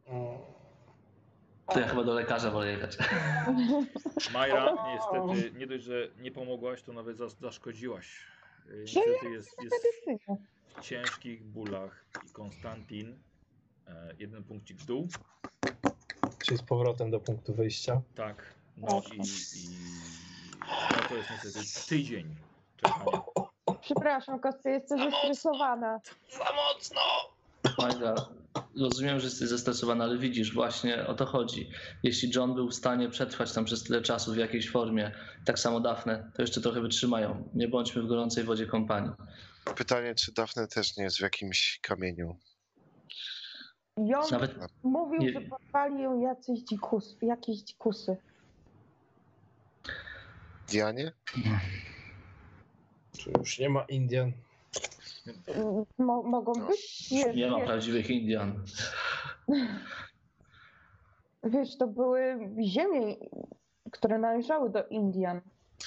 To ja chyba do lekarza wolę jechać. Majra, niestety, nie dość, że nie pomogłaś, to nawet zaszkodziłaś. Niestety jest Medycyna. w ciężkich bólach i Konstantin, jeden punkcik w dół. Czyli z powrotem do punktu wyjścia. Tak, no i no to jest niestety tydzień czekania. Przepraszam, Kostia, jestem zestresowana. Za mocno! Majda, rozumiem, że jesteś zestresowana, ale widzisz, właśnie o to chodzi. Jeśli John był w stanie przetrwać tam przez tyle czasu w jakiejś formie, tak samo Daphne, to jeszcze trochę wytrzymają. Nie bądźmy w gorącej wodzie kompanii. Pytanie, czy Daphne też nie jest w jakimś kamieniu? Jon Nawet mówił, nie- że porwali ją jakieś dzikusy. Dianie? Czy już nie ma Indian? Mogą No. być? nie ma prawdziwych Indian. Wiesz, to były ziemie, które należały do Indian.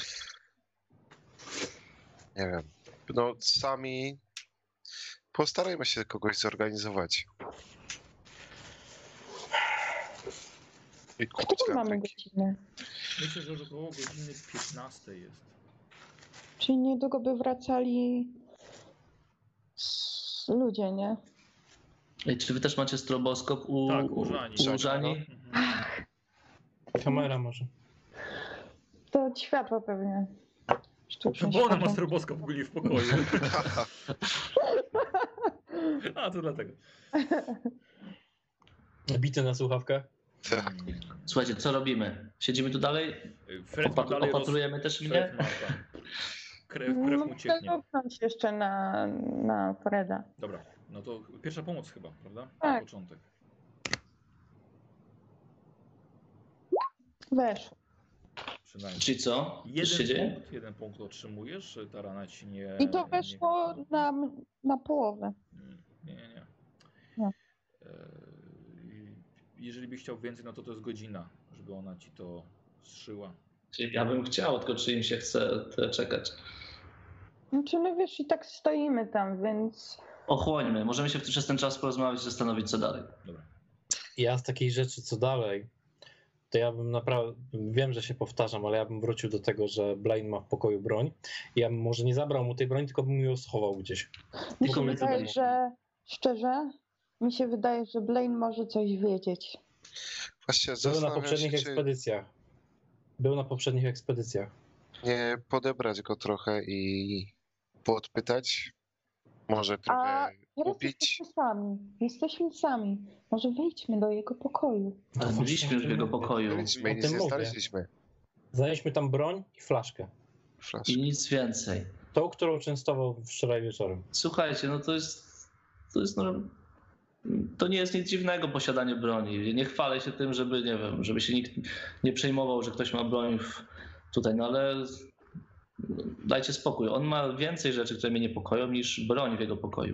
Nie wiem. No sami postarajmy się kogoś zorganizować. I kupić Którą mamy garnki. godzinę? Myślę, że około godziny 15 jest. Czyli niedługo by wracali ludzie, nie? Ej, czy wy też macie stroboskop Tak, u Żani. u Żani? Mhm. Kamera może. To światło pewnie. Sztuczne Bo ona ma światło. stroboskop w ogóle w pokoju. A, to dlatego. Bity na słuchawkę? Tak. Słuchajcie, co robimy? Siedzimy tu dalej? Fred ma dalej Opatrujemy też mnie? Fred ma, tak. Krew mu No, cieknie. przełknąć jeszcze na Freda. Dobra, no to pierwsza pomoc chyba, prawda? Tak. Na początek. Wesz. Przynajmniej. Czyli co? Co się dzieje? Jeden punkt otrzymujesz, ta rana ci nie... I to weszło na połowę. Nie. No. Jeżeli byś chciał więcej, no to jest godzina, żeby ona ci to zszyła. Czyli ja bym chciał, tylko czy im się chce tyle czekać. Znaczy, no wiesz, i tak stoimy tam, więc... Ochłońmy, możemy się przez ten czas porozmawiać i zastanowić, co dalej. Dobra. Ja z takiej rzeczy, co dalej, to ja bym naprawdę, wiem, że się powtarzam, ale ja bym wrócił do tego, że Blaine ma w pokoju broń. Ja bym może nie zabrał mu tej broni, tylko bym ją schował gdzieś. Mi się Tylko my wydaje, zadaliśmy. że... Szczerze, mi się wydaje, że Blaine może coś wiedzieć. Właśnie Był na zastanawiam poprzednich się, czy ekspedycjach. Był na poprzednich ekspedycjach. nie podebrać go trochę i podpytać. Może trochę Teraz ubić. jesteśmy sami. Jesteśmy sami. Może wejdźmy do jego pokoju. Ale byliśmy już w jego pokoju Byliśmy i o nic tym nie mówię. znaleźliśmy. Znaleźliśmy tam broń i flaszkę. Flaszki. i nic więcej. Tą, którą częstował wczoraj wieczorem. Słuchajcie, no to to nie jest nic dziwnego posiadanie broni. Nie chwalę się tym, żeby, nie wiem, żeby się nikt nie przejmował, że ktoś ma broń tutaj, no ale dajcie spokój. On ma więcej rzeczy, które mnie niepokoją, niż broń w jego pokoju.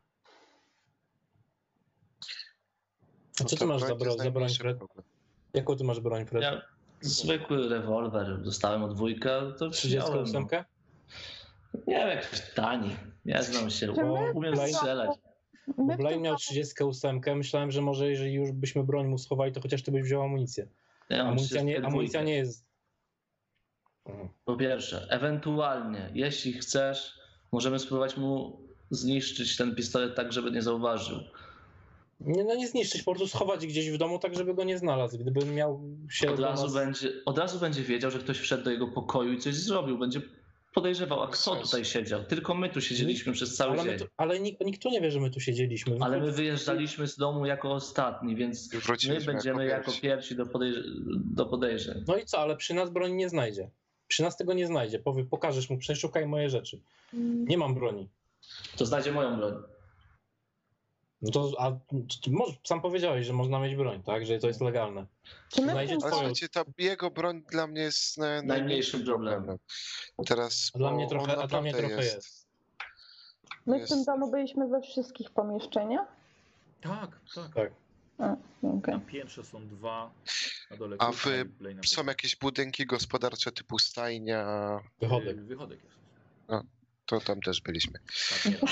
A co ty To masz za broń to jest broń, najmniejszy Fred? problem. Jaką ty masz broń, Fred? Ja zwykły rewolwer dostałem od wujka, to wziąłem, 38? no. Nie wiem, jakiś tani. Nie znam się, Czy my umiem strzelać. Bo My w Blaine tym miał 38, myślałem, że może jeżeli już byśmy broń mu schowali, to chociaż ty byś wziął amunicję. Ja mam Amunicja nie jest... Po pierwsze, ewentualnie, jeśli chcesz, możemy spróbować mu zniszczyć ten pistolet tak, żeby nie zauważył. Nie zniszczyć, po prostu schować gdzieś w domu, tak żeby go nie znalazł. Gdyby miał się Od razu będzie wiedział, że ktoś wszedł do jego pokoju i coś zrobił. Będzie podejrzewał, a kto sensu. tutaj siedział? Tylko my tu siedzieliśmy przez cały dzień. Ale nikt tu nie wie, że my tu siedzieliśmy. Ale my wyjeżdżaliśmy z domu jako ostatni, więc my Wróciliśmy będziemy jako pierwsi do podejrzeń. No i co, ale przy nas broni nie znajdzie. Przy nas tego nie znajdzie. Pokażesz mu, przeszukaj moje rzeczy. Nie mam broni. To znajdzie moją broń. No to, sam powiedziałeś, że można mieć broń, tak? Że to jest legalne. Czy my, Znajdzie w tym, Ale twoją. słuchajcie, ta jego broń dla mnie jest Najmniejszym problemem. Teraz, Dla mnie bo trochę, on a dla mnie naprawdę trochę jest. my w tym domu byliśmy we wszystkich pomieszczeniach? Tak. Tak. A, okej. Na piętrze są 2, na dole A kuchnia i Blaine Są jakieś budynki gospodarcze typu stajnia, Wychodek. Wychodek jest. to tam też byliśmy. Tak, nie.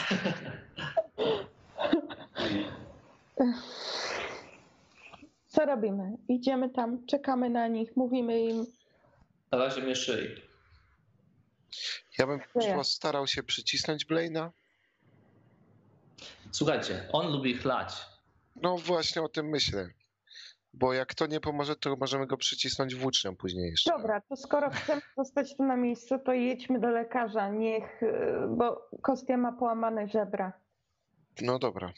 Co robimy? Idziemy tam, czekamy na nich, mówimy im. Na razie mnie szyi. Ja bym Nie. postarał się przycisnąć Blaina. Słuchajcie, on lubi chlać. No właśnie o tym myślę. Bo jak to nie pomoże, to możemy go przycisnąć włócznią później jeszcze. Dobra, to skoro chcemy zostać tu na miejscu, to jedźmy do lekarza, bo Kostia ma połamane żebra. No dobra.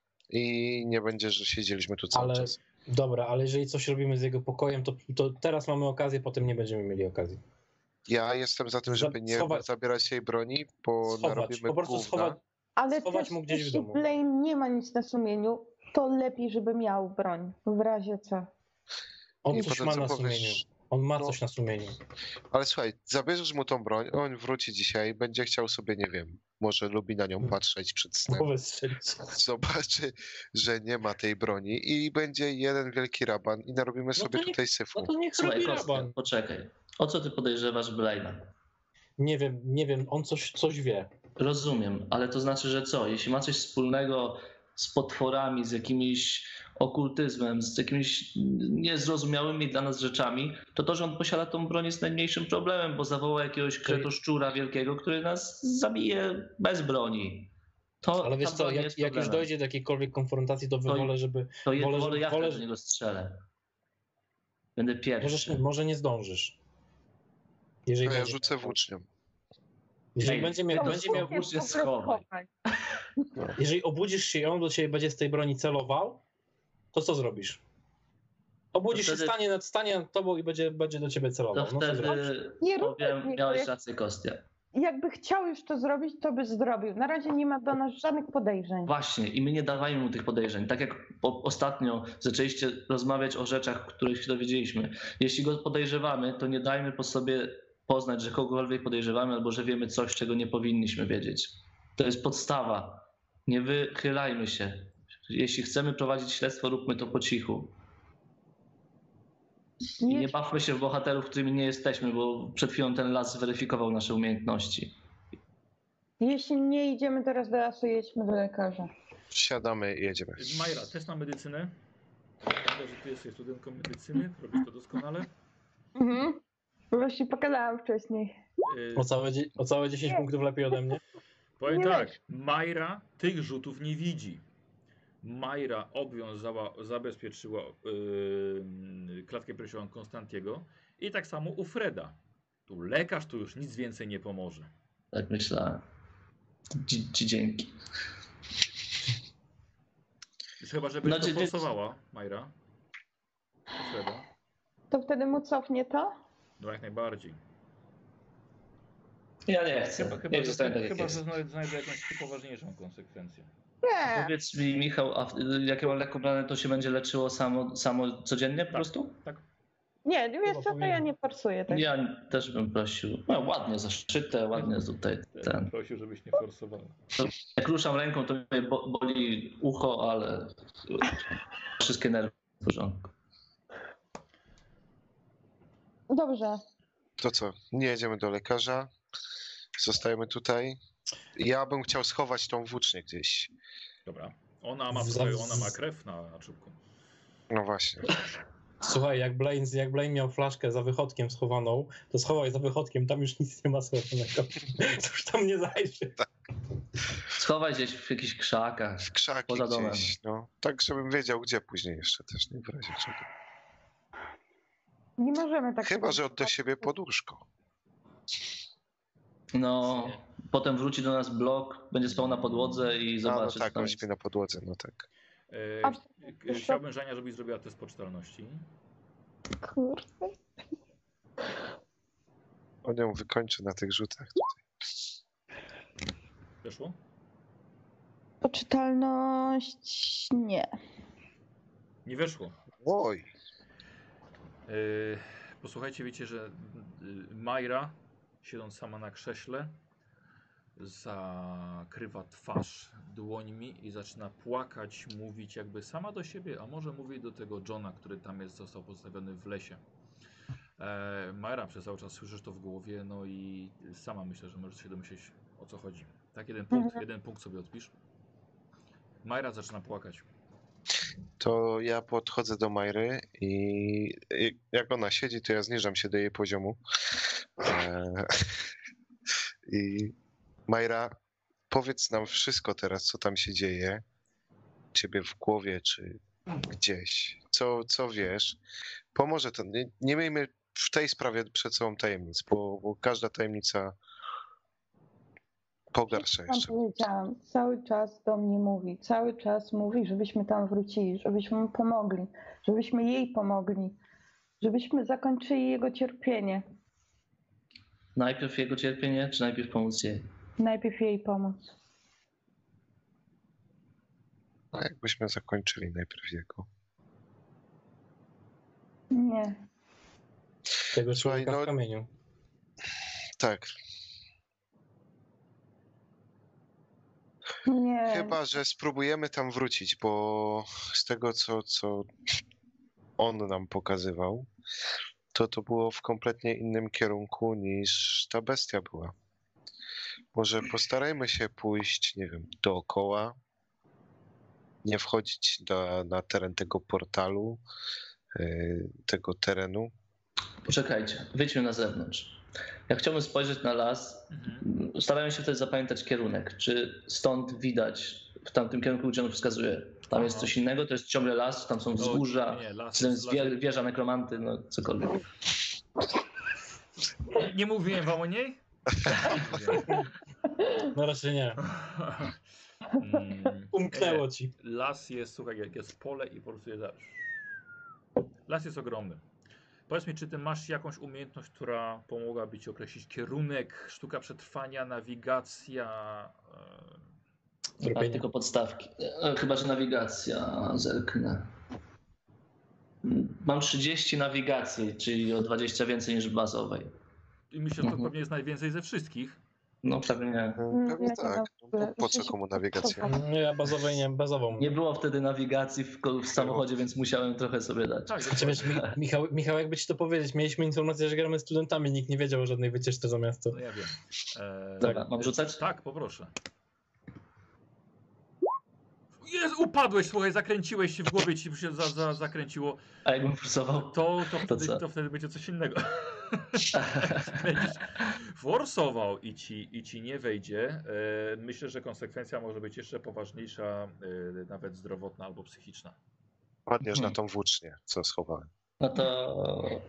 I nie będzie, że siedzieliśmy tu cały Ale czas. dobra, ale jeżeli coś robimy z jego pokojem, to teraz mamy okazję, potem nie będziemy mieli okazji. Ja jestem za tym, żeby nie schować- zabierać jej broni, bo Schować, narobimy po prostu gówna. schować. Ale Schować też mu gdzieś w jeśli domu. Blaine nie ma nic na sumieniu, to lepiej, żeby miał broń, w razie co. On I coś potem ma co na powiesz? sumieniu. On ma No. coś na sumieniu. Ale słuchaj, zabierzesz mu tą broń, on wróci dzisiaj, będzie chciał sobie, nie wiem, może lubi na nią patrzeć przed snem. Głowę strzelić. Zobaczy, że nie ma tej broni i będzie jeden wielki raban i narobimy sobie to niech- tutaj syfu. No to niech Słuchaj, robi Kostka, raban. poczekaj. O co ty podejrzewasz Blaina? Nie wiem, on coś wie. Rozumiem, ale to znaczy, że co? Jeśli ma coś wspólnego z potworami, z jakimś okultyzmem, z jakimiś niezrozumiałymi dla nas rzeczami, to, że on posiada tą broń jest najmniejszym problemem, bo zawoła jakiegoś kretoszczura wielkiego, który nas zabije bez broni. Ale wiesz ta co, broń nie jest jak już problemem. dojdzie do jakiejkolwiek konfrontacji, to wolę, żeby... To wolę, ja wolę, do niego strzelę. Będę pierwszy. może nie zdążysz. Jeżeli To ja będzie rzucę miał- włócznią. Jeżeli Ej, będzie miał, to będzie miał, włócznie schowaj. jeżeli obudzisz się i on do ciebie będzie z tej broni celował, to co zrobisz? Obudzisz To się, wtedy- stanie nad tobą i będzie do ciebie celował. To No, co zrobisz? wtedy Nie rób powiem, tego, miałeś jak- rację, Kostia. Jakby chciał już to zrobić, to by zrobił. Na razie nie ma do nas żadnych podejrzeń. Właśnie, i my nie dawajmy mu tych podejrzeń. Tak jak ostatnio zaczęliście rozmawiać o rzeczach, których się dowiedzieliśmy. Jeśli go podejrzewamy, to nie dajmy po sobie poznać, że kogokolwiek podejrzewamy albo że wiemy coś, czego nie powinniśmy wiedzieć. To jest podstawa. Nie wychylajmy się. Jeśli chcemy prowadzić śledztwo, róbmy to po cichu. I nie bawmy się w bohaterów, którymi nie jesteśmy, bo przed chwilą ten las zweryfikował nasze umiejętności. Jeśli nie idziemy teraz do lasu, jedźmy do lekarza. Siadamy i jedziemy. Majra, test na medycynę. Widzę, że ty jesteś studentką medycyny, robisz to doskonale. Mhm. Właśnie pokazałam wcześniej. Yy, O całe 10 punktów lepiej ode mnie. Powiem Nie tak, Majra tych rzutów nie widzi. Majra zabezpieczyła klatkę piersiową Konstantiego i tak samo u Freda. Tu lekarz tu już nic więcej nie pomoże. Tak myślałem. Ci dzięki. Już chyba, żebyś Znaczy, to forsowała, Majra. U Freda. To wtedy mu cofnie to? No jak najbardziej. Ja nie chcę. Niech zostanie tak, jak chyba jest. że znajdę jakąś poważniejszą konsekwencję. Nie. Powiedz mi, Michał, a jakie mam leko brane, to się będzie leczyło samo codziennie po prostu? Tak. Nie, wiesz co, to ja powinien. nie forsuję tego. Ja też bym prosił. No, ładnie zaszyte, ładnie tutaj ten. Prosił, żebyś nie forsowała. Jak ruszam ręką, to mnie boli ucho, ale wszystkie nerwy w porządku. Dobrze. To co? Nie jedziemy do lekarza. Zostajemy tutaj. Ja bym chciał schować tą włócznię gdzieś. Dobra. Ona ma, ona ma krew na czubku. No właśnie. Słuchaj, jak Blaine miał flaszkę za wychodkiem schowaną, to schowaj za wychodkiem, tam już nic nie ma schowanego. To już tam nie zajrzy. Schowaj gdzieś w jakichś krzakach. W krzaki Poza domem. gdzieś, no. Tak, żebym wiedział, gdzie później jeszcze też, nie w razie czego. Nie możemy tak... Chyba, że odda siebie poduszko. No, potem wróci do nas blok, będzie spał na podłodze i No zobaczy. tak, co tam on jest. śpi na podłodze, no tak. Chciałbym, Żania, żebyś zrobiła test poczytalności. Kurde. On ją wykończy na tych rzutach. Weszło? Poczytalność... nie. Nie weszło. Oj, Posłuchajcie, wiecie, że Majra, siedząc sama na krześle, zakrywa twarz dłońmi i zaczyna płakać, mówić jakby sama do siebie, a może mówi do tego Johna, który tam jest, został postawiony w lesie. Majra, przez cały czas słyszysz to w głowie, no i sama myślę, że możesz się domyśleć, o co chodzi. Tak, jeden punkt sobie odpisz. Majra zaczyna płakać. to ja podchodzę do Majry i jak ona siedzi, to ja zniżam się do jej poziomu. I Majra, powiedz nam wszystko teraz, co tam się dzieje. Ciebie w głowie, czy gdzieś. Co wiesz. Pomoże to. Nie miejmy w tej sprawie przed sobą tajemnic, bo każda tajemnica pogarsza Tam jeszcze. powiedziałam, cały czas do mnie mówi, cały czas mówi, żebyśmy tam wrócili, żebyśmy mu pomogli, żebyśmy jej pomogli, żebyśmy zakończyli jego cierpienie. Najpierw jego cierpienie, czy najpierw pomóc jej? Najpierw jej pomóc. A jakbyśmy zakończyli najpierw jego. Nie. Tego Słuchaj, człowieka no- w kamieniu. Tak. Nie. Chyba, że spróbujemy tam wrócić, bo z tego, co on nam pokazywał, to było w kompletnie innym kierunku niż ta bestia była. Może postarajmy się pójść, nie wiem, dookoła, nie wchodzić na teren tego portalu, tego terenu. Poczekajcie, wyjdźmy na zewnątrz. Ja chciałbym spojrzeć na las. Starałem się wtedy zapamiętać kierunek. Czy stąd widać w tamtym kierunku, gdzie on wskazuje? Tam jest coś innego? To jest ciągle las? Tam są wzgórza? Nie, las Czy tam jest- jest wieża nekromanty? No cokolwiek. Nie mówiłem wam o niej? No raczej nie. Umknęło ci. Las jest, słuchaj, jak jest pole i po prostu jest... Las jest ogromny. Powiedz mi, czy ty masz jakąś umiejętność, która pomogłaby ci określić kierunek, sztuka przetrwania, nawigacja? A tylko podstawki. Chyba, że nawigacja. Zerknę. Mam 30 nawigacji, czyli o 20 więcej niż bazowej. I myślę, że to pewnie jest najwięcej ze wszystkich. No pewnie nie. Pewnie Ja nie tak. mam w ogóle- Po co komu nawigacja? Nie, ja bazowej nie, bazową. Nie było wtedy nawigacji w samochodzie, więc musiałem trochę sobie dać. Tak, Znaczy, wiesz, Michał, jakby ci to powiedzieć, mieliśmy informację, że gramy studentami, nikt nie wiedział o żadnej wycieczce za miasto. no ja wiem. Dobra, mam rzucać? Tak, poproszę. Jest, upadłeś, słuchaj, zakręciłeś się w głowie, ci się zakręciło. A jakbym forsował? To co? wtedy będzie coś innego. Będziesz forsował i ci nie wejdzie. Myślę, że konsekwencja może być jeszcze poważniejsza, nawet zdrowotna albo psychiczna. Ładniesz na tą włócznię, co schowałem. No to...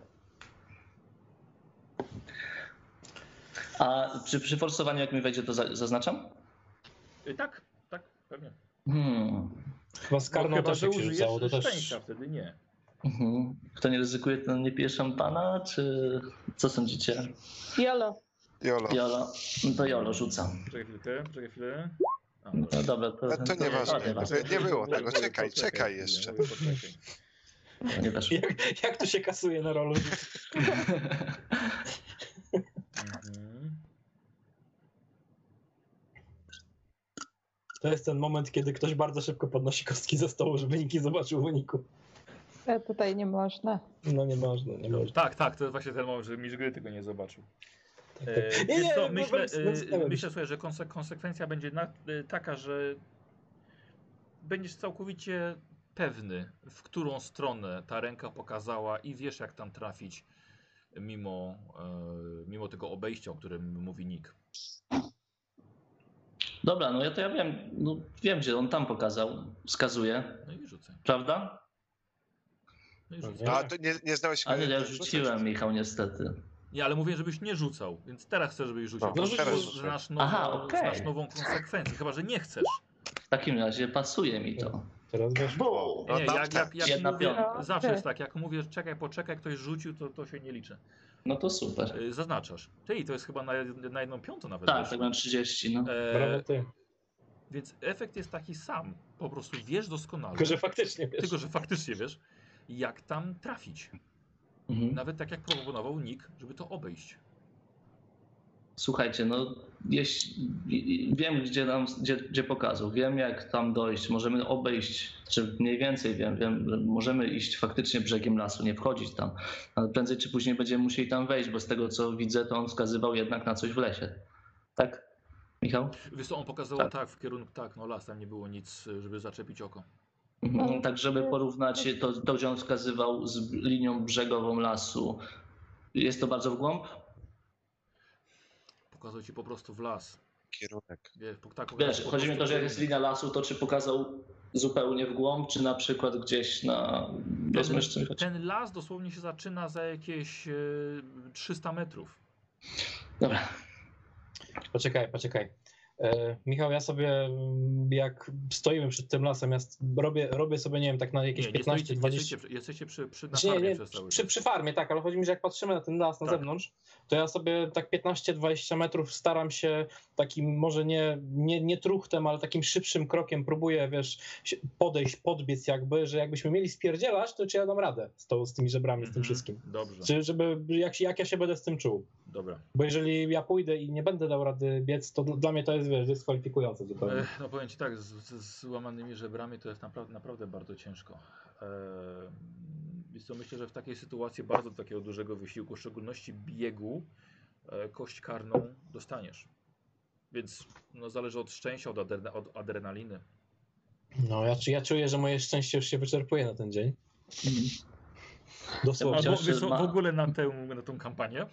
A przy forsowaniu jak mi wejdzie, to zaznaczam? Tak, pewnie. Chyba z karną Chyba, też że jak się rzucało, to użyjesz też... szczęścia, wtedy nie. Kto nie ryzykuje, ten nie pije szampana, czy co sądzicie? Jolo. Jolo. Jolo? No to Jolo rzucam. Poczekaj chwilę. A, No dobra. dobra, To nieważne. nieważne. Nie było tego. Poczekaj Czekaj chwilę, jeszcze. mówię, poczekaj. To nie weszło. Jak tu się kasuje na rolu? Mhm. To jest ten moment, kiedy ktoś bardzo szybko podnosi kostki ze stołu, żeby nikt nie zobaczył wyniku. Tutaj nie można. No nie można, nie można. Tak, to jest właśnie ten moment, że mistrz gry tego nie zobaczył. Nie, Wiesz co, no, myślę, no, myślę sobie, że konsekwencja będzie taka, że będziesz całkowicie pewny, w którą stronę ta ręka pokazała i wiesz, jak tam trafić mimo tego obejścia, o którym mówi Nick. Dobra, no ja wiem, wiem, gdzie on tam wskazuje, No i rzucaj. prawda? No i rzucaj. Nie. A to nie znałeś... Ale ja rzuciłem, Michał, niestety. Nie, ale mówię, żebyś nie rzucał, więc teraz chcę, żebyś rzucił. No, To teraz znasz, rzucaj. znasz nową konsekwencję, chyba że nie chcesz. W takim razie pasuje mi to. Teraz wiesz. Bo No Nie, tam jak Jedna mówię, piątka. zawsze jest tak, jak mówię, czekaj, poczekaj, ktoś rzucił, to się nie liczy. No to super. Zaznaczasz. Ty, to jest chyba na 1/5 nawet. Tak, weszło. tak mam 30, no. Brawo ty. Więc efekt jest taki sam. Po prostu wiesz doskonale, Tylko, że faktycznie wiesz. tylko że faktycznie wiesz, jak tam trafić. Mhm. Nawet tak jak proponował Nick, żeby to obejść. Słuchajcie, no wiem, gdzie pokazał, wiem, jak tam dojść. Możemy obejść, czy mniej więcej wiem, że możemy iść faktycznie brzegiem lasu, nie wchodzić tam. Ale prędzej czy później będziemy musieli tam wejść, bo z tego, co widzę, to on wskazywał jednak na coś w lesie. Tak, Michał? Wiesz co, on pokazywał Tak. w kierunku, no las, tam nie było nic, żeby zaczepić oko. Mhm. Tak, żeby porównać to, gdzie on wskazywał z linią brzegową lasu. Jest to bardzo w głąb? Pokazał ci po prostu w las. Kierunek. Wiesz, chodzi mi o to, że jak jest linia lasu, to czy pokazał zupełnie w głąb, czy na przykład gdzieś na... Rozumiesz, co mi chodzi? Ten las dosłownie się zaczyna za jakieś 300 metrów. Dobra. Poczekaj. Michał, ja sobie jak stoimy przed tym lasem, ja robię sobie, nie wiem, tak na jakieś Nie, 15-20... jesteście na Znaczy, farmie przez cały czas. przy farmie, tak, ale chodzi mi, że jak patrzymy na ten las na Tak. zewnątrz, to ja sobie tak 15-20 metrów staram się takim może nie truchtem, ale takim szybszym krokiem próbuję, wiesz, podbiec jakby, że jakbyśmy mieli spierdzielać, to czy ja dam radę z tymi żebrami, z tym wszystkim. Dobrze, Czy żeby, jak ja się będę z tym czuł. dobra. Bo jeżeli ja pójdę i nie będę dał rady biec, to dla mnie to jest, wiesz, dyskwalifikujące zupełnie. No powiem ci tak, z łamanymi żebrami to jest naprawdę bardzo ciężko. Więc to myślę, że w takiej sytuacji bardzo takiego dużego wysiłku, w szczególności biegu, kość karną dostaniesz. Więc no, zależy od szczęścia, od adrenaliny. No, ja czuję, że moje szczęście już się wyczerpuje na ten dzień. Dosłownie. Albo Chociaż wiesz, co, ma- w ogóle na tą kampanię.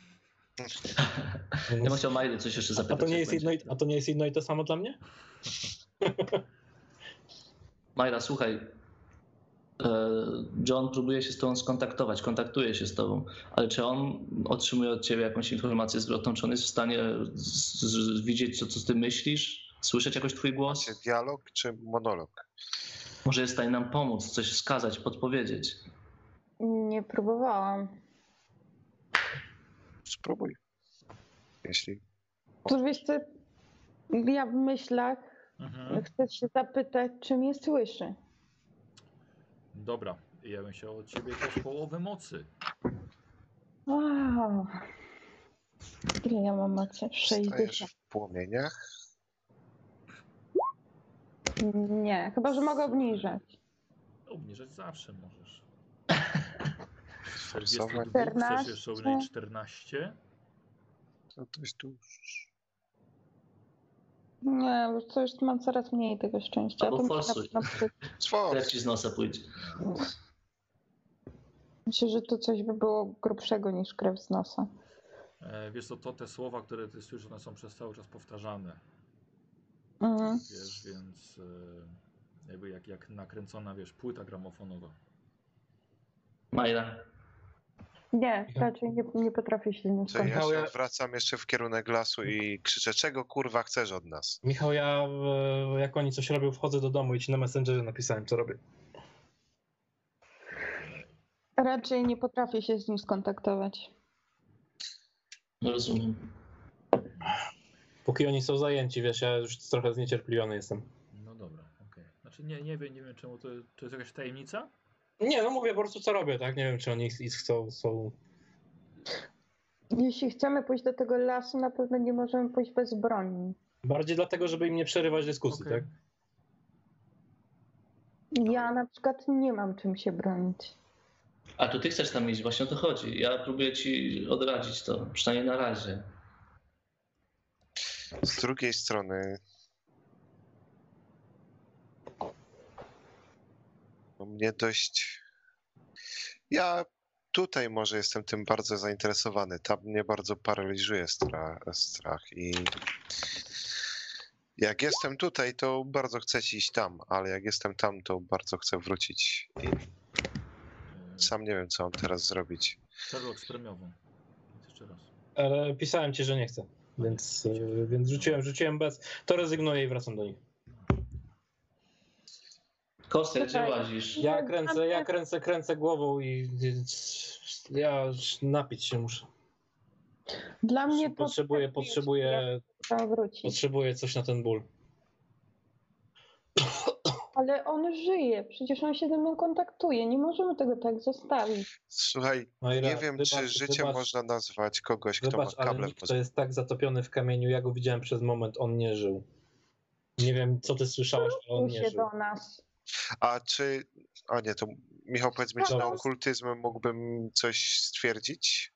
Ja bym chciał Majdy coś jeszcze zapytać. A to nie jest jedno i to samo dla mnie? Majda, słuchaj. John próbuje się z tobą skontaktować, kontaktuje się z tobą, ale czy on otrzymuje od ciebie jakąś informację zwrotną, czy on jest w stanie widzieć, co ty myślisz, słyszeć jakoś twój głos? Macie dialog czy monolog? Może jest w stanie nam pomóc, coś wskazać, podpowiedzieć. Nie próbowałam. Spróbuj. Jeśli... To wiesz co, ja w myślach chcę się zapytać, czy mnie słyszy. Dobra, ja bym chciał od ciebie też połowę mocy. Wow. Ile ja mam mocy? Stajesz 60. w płomieniach? Nie, chyba że mogę obniżać. Obniżać zawsze możesz. Forsować? 42 chcesz jeszcze obniżyć 14? No to jest tuż. Nie, bo to już mam coraz mniej tego szczęścia. Albo To forsuj. Jak ci z nosa pójdzie. Myślę, że to coś by było grubszego niż krew z nosa. Wiesz co, te słowa, które ty słyszysz, one są przez cały czas powtarzane. Mhm. Wiesz, więc jakby jak nakręcona, wiesz, płyta gramofonowa. Majda. Nie, raczej nie potrafię się z nim To ja Michał, się ja- odwracam jeszcze w kierunek lasu i krzyczę, czego kurwa chcesz od nas? Michał, ja jak oni coś robią, wchodzę do domu i ci na Messengerze napisałem, co robię. Raczej nie potrafię się z nim skontaktować. Rozumiem. Póki oni są zajęci, wiesz, ja już trochę zniecierpliwiony jestem. No dobra, okej. Znaczy nie wiem czemu to jest jakaś tajemnica? Nie, no mówię po prostu, co robię, tak? Nie wiem, czy oni chcą... Jeśli chcemy pójść do tego lasu, na pewno nie możemy pójść bez broni. Bardziej dlatego, żeby im nie przerywać dyskusji, Okej. tak? Ja na przykład nie mam czym się bronić. A to ty chcesz tam iść, właśnie o to chodzi. Ja próbuję ci odradzić to, przynajmniej na razie. Z drugiej strony No, mnie dość... Ja tutaj może jestem tym bardzo zainteresowany. Tam mnie bardzo paraliżuje strach i jak jestem tutaj, to bardzo chcę iść tam, ale jak jestem tam, to bardzo chcę wrócić i sam nie wiem, co mam teraz zrobić. Sherlock z premiową. Więc jeszcze raz. Ale pisałem ci, że nie chcę, więc rzuciłem bez. To rezygnuję i wracam do nich. Kostek, gdzie łazisz? Kręcę głową i ja napić się muszę. Dla mnie to Potrzebuję coś na ten ból. Ale on żyje, przecież on się ze mną kontaktuje, nie możemy tego tak zostawić. Słuchaj, Majra, nie wiem, czy życiem można nazwać kogoś, kto ma ale kable. nikt, kto jest tak zatopiony w kamieniu, ja go widziałem przez moment, on nie żył. Nie wiem, co ty słyszałaś, ale on nie się żył. do nas. A czy... A nie, to Michał, powiedz mi, czy na Dobra. okultyzm mógłbym coś stwierdzić?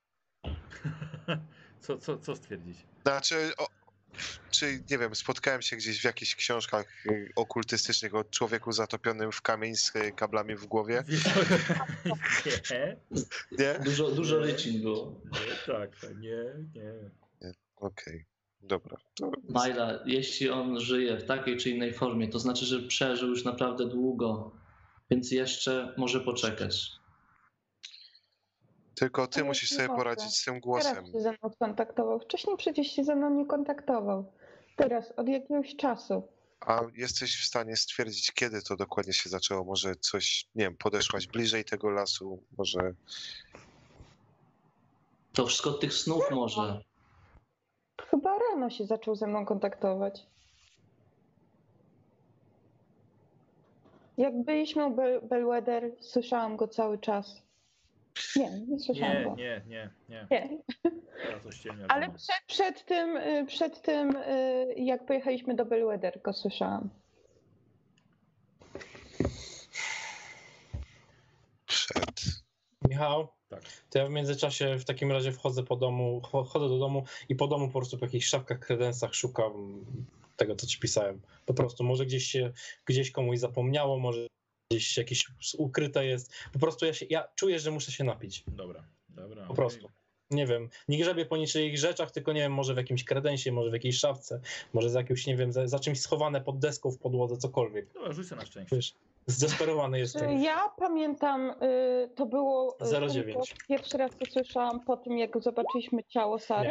Co stwierdzić? Znaczy, czy nie wiem, spotkałem się gdzieś w jakichś książkach okultystycznych o człowieku zatopionym w kamień z kablami w głowie? Nie. Nie? Dużo rycin było. Nie, tak, nie. Okej, dobra. To... Majla, jeśli on żyje w takiej czy innej formie, to znaczy, że przeżył już naprawdę długo, więc jeszcze może poczekać. Tylko ty Ale musisz nie sobie mogę. poradzić z tym głosem. Teraz się ze mną skontaktował. Wcześniej przecież się ze mną nie kontaktował. Teraz, od jakiegoś czasu. A jesteś w stanie stwierdzić, kiedy to dokładnie się zaczęło? Może coś, nie wiem, podeszłaś bliżej tego lasu? Może... To wszystko od tych snów może. Chyba rano się zaczął ze mną kontaktować. Jak byliśmy u Belweder, słyszałam go cały czas. Nie słyszałam go. Nie. Nie. Ja to ściemniam. Ale przed tym, jak pojechaliśmy do Belweder, go słyszałam. Przed... Michał, Tak. to ja w międzyczasie w takim razie wchodzę do domu i po domu po prostu po jakichś szafkach, kredensach szukam tego, co ci pisałem. Po prostu może gdzieś komuś zapomniało, może gdzieś jakieś ukryte jest. Po prostu ja czuję, że muszę się napić. Dobra. Po prostu. Nie wiem, nie grzebię po niczyich rzeczach, tylko nie wiem, może w jakimś kredensie, może w jakiejś szafce, może za jakimś, nie wiem, za czymś schowane pod deską w podłodze, cokolwiek. Dobra, rzuć sobie na szczęście. Wiesz, zdesperowany jestem. Ja pamiętam, to było 09. pierwszy raz, co słyszałam po tym, jak zobaczyliśmy ciało Sary. Nie.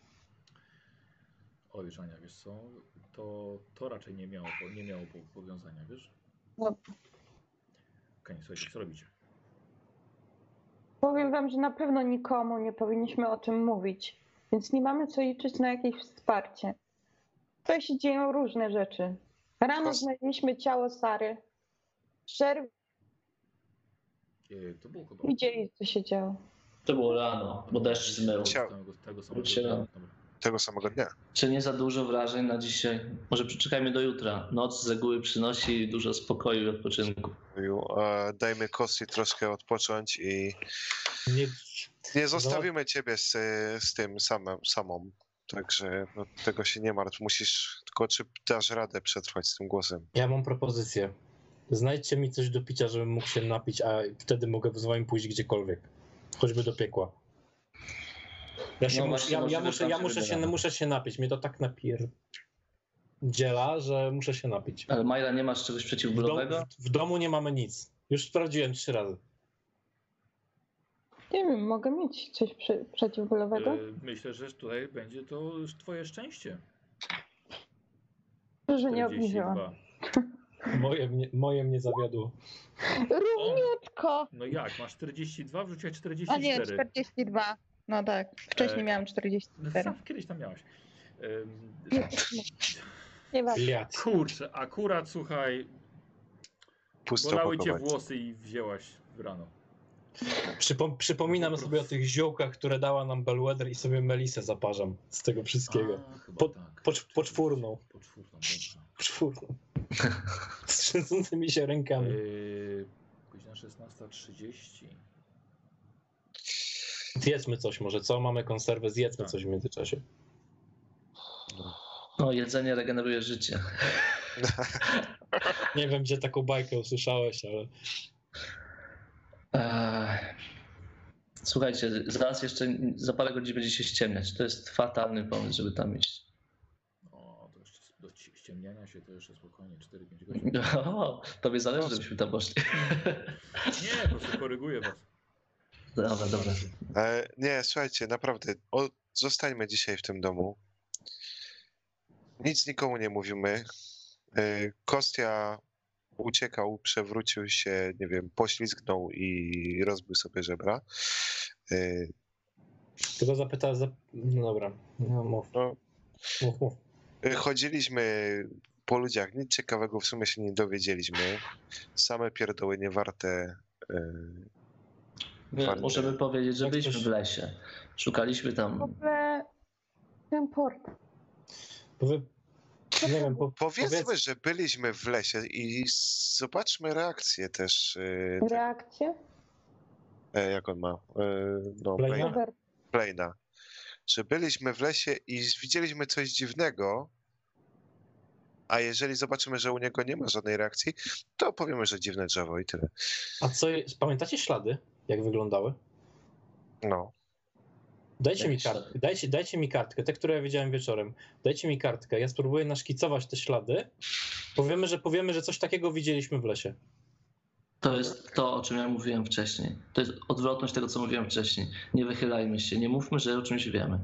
Oj, Żania, wiesz co? To raczej nie miało powiązania, wiesz? No. Okej, słuchajcie, co robicie? Powiem wam, że na pewno nikomu nie powinniśmy o tym mówić, więc nie mamy co liczyć na jakieś wsparcie. Tutaj się dzieją różne rzeczy. Rano znaleźliśmy ciało Sary. To było chyba... Widzieli, co się działo. To było rano, bo deszcz zmył. Tego samego Wróćcie dnia. rano. Dobra. Tego samego dnia. Czy nie za dużo wrażeń na dzisiaj? Może przeczekajmy do jutra. Noc z reguły przynosi dużo spokoju i odpoczynku. Dajmy Kosti troszkę odpocząć i nie zostawimy ciebie z tym samą. Także no, tego się nie martw. Musisz, tylko czy dasz radę przetrwać z tym głosem. Ja mam propozycję. Znajdźcie mi coś do picia, żebym mógł się napić, a wtedy mogę z wami pójść gdziekolwiek. Choćby do piekła. Muszę się napić. Mnie to tak napierdziela, że muszę się napić. Ale Majla, nie masz czegoś przeciwbólowego? W domu nie mamy nic. Już sprawdziłem 3 razy. Nie wiem, mogę mieć coś przeciwbólowego? Myślę, że tutaj będzie to już twoje szczęście. Że nie obniżyłam. 42. Moje mnie zawiodło. Równiutko! No jak? Masz 42, wrzuciłeś 44. A nie, 42. No tak, wcześniej miałam 44. Kiedyś tam miałaś. Nie ważne. Liat. Kurczę, akurat słuchaj, Pusto bolały cię pochować. włosy i wzięłaś w rano. Przypominam sobie o tych ziołkach, które dała nam Belweder i sobie Melisę zaparzam z tego wszystkiego. Chyba tak. Poczwórną. Poczwórną, dobrze. Poczwórną. Z trzęsącymi się rękami. Godzina 16:30. Zjedzmy coś może, co? Mamy konserwę, zjedzmy coś w międzyczasie. No, jedzenie regeneruje życie. Nie wiem, gdzie taką bajkę usłyszałeś, ale Słuchajcie, zaraz jeszcze za parę godzin będzie się ściemniać. To jest fatalny pomysł, żeby tam iść. O, to jeszcze do ściemniania się to jeszcze spokojnie 4-5 godzin. O, tobie zależy, żebyśmy tam poszli. Nie, po prostu koryguję was. Dobra. Nie, słuchajcie, naprawdę, zostańmy dzisiaj w tym domu. Nic nikomu nie mówimy. Kostia uciekał, przewrócił się, nie wiem, poślizgnął i rozbił sobie żebra. Tylko zapyta... No dobra, no, mów. No, Mów. chodziliśmy po ludziach, nic ciekawego w sumie się nie dowiedzieliśmy. Same pierdoły nie warte. Możemy powiedzieć, że byliśmy w lesie. Szukaliśmy W tam. ogóle ten port. Nie wiem, Powiedzmy, że byliśmy w lesie i zobaczmy reakcję też. Reakcje? Jak on ma? No, Blaina? Blaina. Że byliśmy w lesie i widzieliśmy coś dziwnego, a jeżeli zobaczymy, że u niego nie ma żadnej reakcji, to powiemy, że dziwne drzewo i tyle. A co, pamiętacie ślady, jak wyglądały? No. Dajcie mi kartkę, dajcie mi kartkę, te, które ja widziałem wieczorem. Dajcie mi kartkę, ja spróbuję naszkicować te ślady. Powiemy, że coś takiego widzieliśmy w lesie. To jest to, o czym ja mówiłem wcześniej. To jest odwrotność tego, co mówiłem wcześniej. Nie wychylajmy się, nie mówmy, że o czymś wiemy.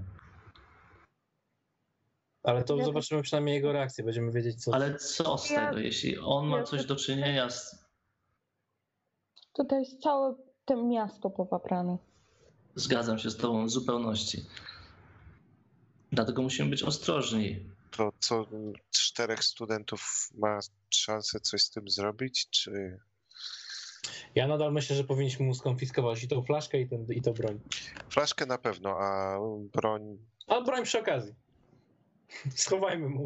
Ale to zobaczymy przynajmniej jego reakcję, będziemy wiedzieć co. Ale co z tego, jeśli on ma coś do czynienia z... Tutaj jest całe to miasto popaprane. Zgadzam się z tobą w zupełności. Dlatego musimy być ostrożni. To co, 4 studentów ma szansę coś z tym zrobić, czy... Ja nadal myślę, że powinniśmy mu skonfiskować i tą flaszkę i tą broń. Flaszkę na pewno, a broń... A broń przy okazji. Schowajmy mu.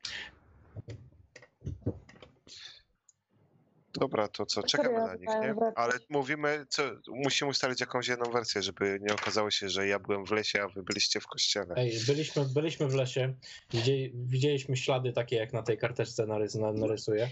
Dobra, to co, czekamy na nich, nie? Ale mówimy, musimy ustalić jakąś jedną wersję, żeby nie okazało się, że ja byłem w lesie, a wy byliście w kościele. Ej, byliśmy w lesie, widzieliśmy ślady takie, jak na tej karteczce narysuję.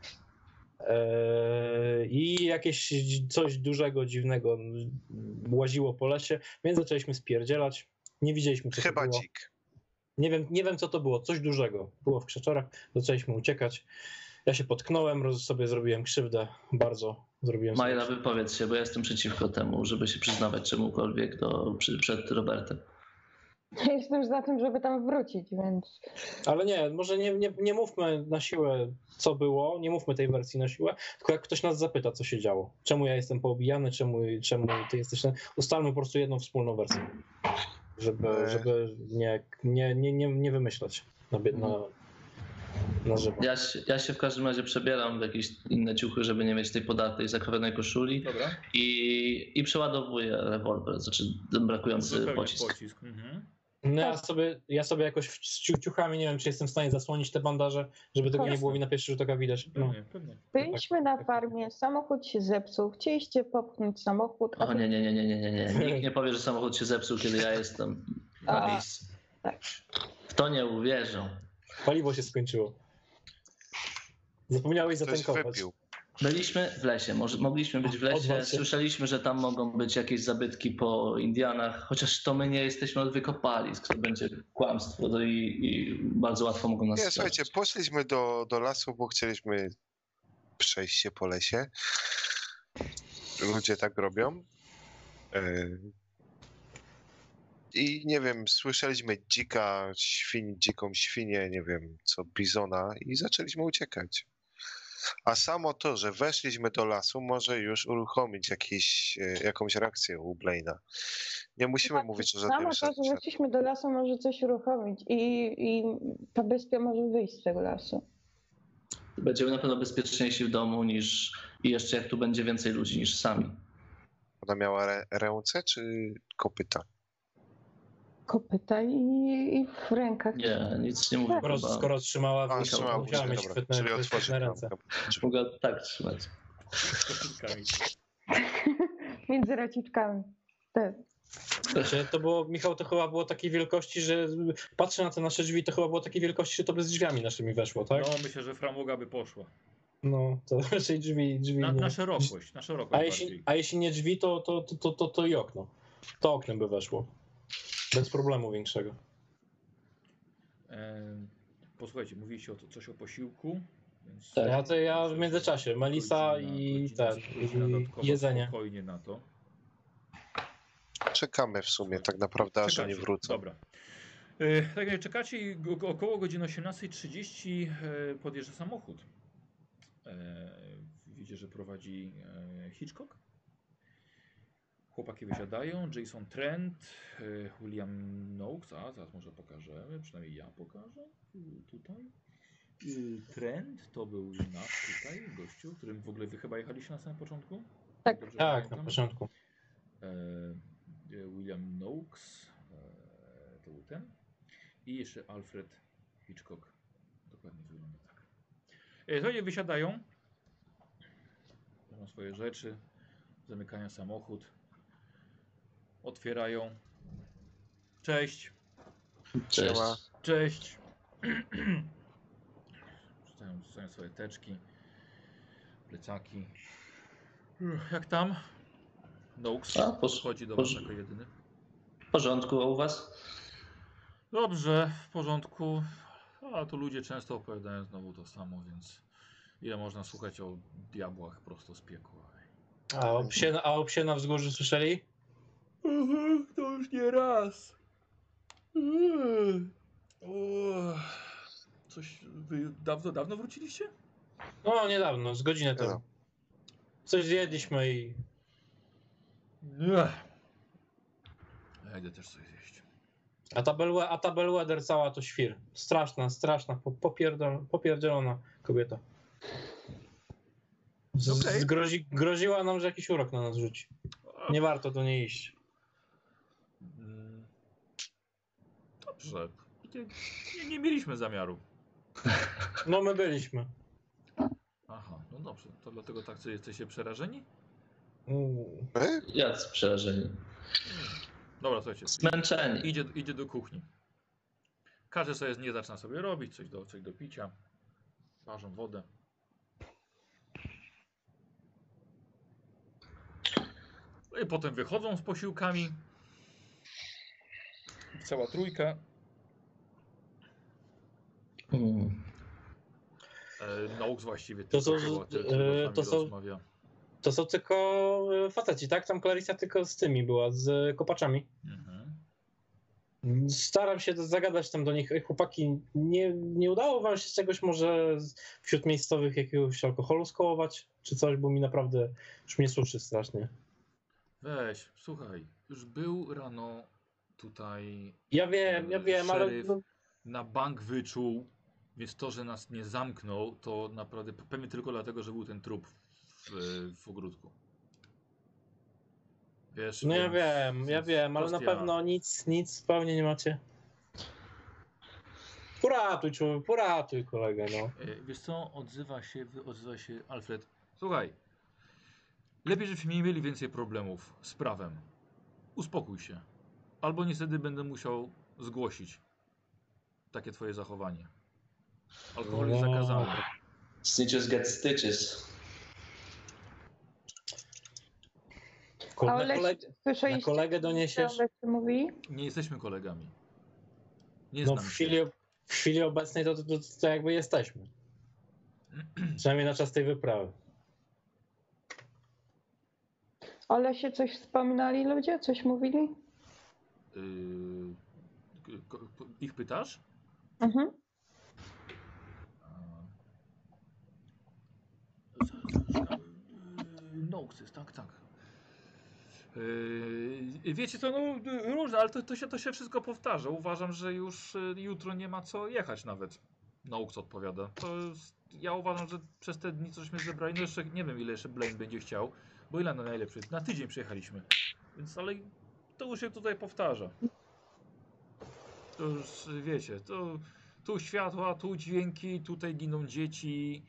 I jakieś coś dużego, dziwnego łaziło po lesie, więc zaczęliśmy spierdzielać. Nie widzieliśmy, co Chyba to było. dzik. Nie wiem, co to było. Coś dużego. Było w krzaczorach, zaczęliśmy uciekać. Ja się potknąłem, sobie zrobiłem krzywdę. Bardzo zrobiłem sobie Majla, krzywdę. wypowiedz się, bo ja jestem przeciwko temu, żeby się przyznawać czemukolwiek przed Robertem. Jestem za tym, żeby tam wrócić, więc... Ale nie, może nie mówmy na siłę, co było, nie mówmy tej wersji na siłę, tylko jak ktoś nas zapyta, co się działo. Czemu ja jestem poobijany, czemu ty jesteś... Ustalmy po prostu jedną wspólną wersję, żeby nie wymyślać na żywo. Ja się w każdym razie przebieram w jakieś inne ciuchy, żeby nie mieć tej podartej, zakrwawionej koszuli. Dobra. I przeładowuję rewolwer, znaczy brakujący pocisk. Mhm. No ja sobie jakoś z ciuchami, nie wiem, czy jestem w stanie zasłonić te bandaże, żeby tego nie było mi na pierwszy rzut oka widać. No. Pewnie. Byliśmy na farmie, samochód się zepsuł, chcieliście popchnąć samochód, O nie. Nikt nie powie, że samochód się zepsuł, kiedy ja jestem na miejscu. tak. W to nie uwierzą. Paliwo się skończyło. Zapomniałeś Ktoś zatankować. wypił. Byliśmy w lesie, mogliśmy być w lesie, Odwal się. słyszeliśmy, że tam mogą być jakieś zabytki po Indianach, chociaż to my nie jesteśmy od wykopalisk, to będzie kłamstwo i bardzo łatwo mogą nas Nie, sprawdzić. słuchajcie, poszliśmy do lasu, bo chcieliśmy przejść się po lesie. Ludzie tak robią. I nie wiem, słyszeliśmy dziką świnię, nie wiem co, bizona i zaczęliśmy uciekać. A samo to, że weszliśmy do lasu, może już uruchomić jakąś reakcję u Blaina. Nie musimy mówić o żadnym Samo to, że weszliśmy do lasu, może coś uruchomić i ta bestia może wyjść z tego lasu. Będziemy na pewno bezpieczniejsi w domu i jeszcze jak tu będzie więcej ludzi niż sami. Ona miała ręce czy kopyta? Kopyta i w rękach. Nie, nic nie mówię. Skoro trzymała, A, trzymała musiała mieć dobra. chwytne Czyli otworzy ręce. Mogę tak trzymać. Między raciczkami. Tak. Znaczy, Michał, to chyba było takiej wielkości, że patrzę na te nasze drzwi, to chyba było takiej wielkości, że to by z drzwiami naszymi weszło, tak? No myślę, że framuga by poszła. No, to raczej drzwi nie. Na szerokość bardziej. A jeśli nie drzwi, to i okno. To oknem by weszło. Bez problemu większego. Posłuchajcie, mówiliście coś o posiłku. Więc Tak. Ja w międzyczasie, Melisa i jedzenie. Spokojnie na to. Czekamy w sumie tak naprawdę, aż oni wrócą. Dobra. Tak jak czekacie i około godziny 18:30 podjeżdża samochód. Widzicie, że prowadzi Hitchcock. Chłopaki wysiadają, Jason Trent, William Noakes, zaraz może pokażemy, przynajmniej ja pokażę, tutaj. Trent to był nasz tutaj gościu, którym w ogóle wy chyba jechaliście na samym początku? Tak. Dobrze Tak, pamiętam? na początku. William Noakes, to był ten. I jeszcze Alfred Hitchcock. Dokładnie wygląda tak. Słuchajcie, wysiadają. Mają swoje rzeczy. Zamykają samochód. Otwierają. Cześć. Cześć. Cześć. Wrzucają swoje teczki. Plecaki. Jak tam? Noakes podchodzi do was jako jedyny. W porządku, a u was? Dobrze, w porządku. A tu ludzie często opowiadają znowu to samo, więc ile można słuchać o diabłach prosto z piekła. A o psie na wzgórzu słyszeli? To już nie raz. Coś wy dawno wróciliście? No, niedawno, z godziny temu. Coś zjedliśmy i... Nie. Ja idę też coś zjeść. A ta Bellwether cała to świr. Straszna, popierdzielona kobieta. Groziła nam, że jakiś urok na nas rzuci. Nie warto do niej iść. Dobrze. Nie mieliśmy zamiaru. No my byliśmy. Aha, no dobrze. To dlatego tak jesteście przerażeni? Jacy przerażeni. Dobra, słuchajcie. Zmęczeni. Idzie do kuchni. Każdy sobie nie zaczyna sobie robić, coś do picia. Parzą wodę. I potem wychodzą z posiłkami. Cała trójka. Noakes właściwie to są tylko faceci, tak? Tam Clarissa tylko z tymi była, z kopaczami. Staram się zagadać tam do nich. Chłopaki, nie udało wam się czegoś może wśród miejscowych jakiegoś alkoholu skołować, czy coś, bo mi naprawdę już mnie suszy strasznie. Weź, słuchaj, już był rano tutaj. Ja wiem, ale na bank wyczuł, więc to, że nas nie zamknął, to naprawdę pewnie tylko dlatego, że był ten trup w ogródku. Wiesz, no ja wiem, ale na pewno nic zupełnie nie macie. Poratuj kolegę, no. Wiesz co, odzywa się Alfred. Słuchaj, lepiej, żebyśmy nie mieli więcej problemów z prawem. Uspokój się. Albo niestety będę musiał zgłosić takie twoje zachowanie. Alkohol jest zakazany. Snitches get stitches. Na kolegę doniesiesz? Nie jesteśmy kolegami. Nie no znam w chwili obecnej to jakby jesteśmy. Przynajmniej na czas tej wyprawy. Ale się coś wspominali ludzie? Coś mówili? Ich pytasz? Mhm. Noakes, tak. Wiecie co, no różne, ale to się wszystko powtarza. Uważam, że już jutro nie ma co jechać nawet. Noakes odpowiada. Ja uważam, że przez te dni, cośmy zebrali, no jeszcze nie wiem, ile jeszcze Blaine będzie chciał, bo ile na najlepszy? Na tydzień przyjechaliśmy. Więc, ale to już się tutaj powtarza. To już, wiecie, tu światła, tu dźwięki, tutaj giną dzieci.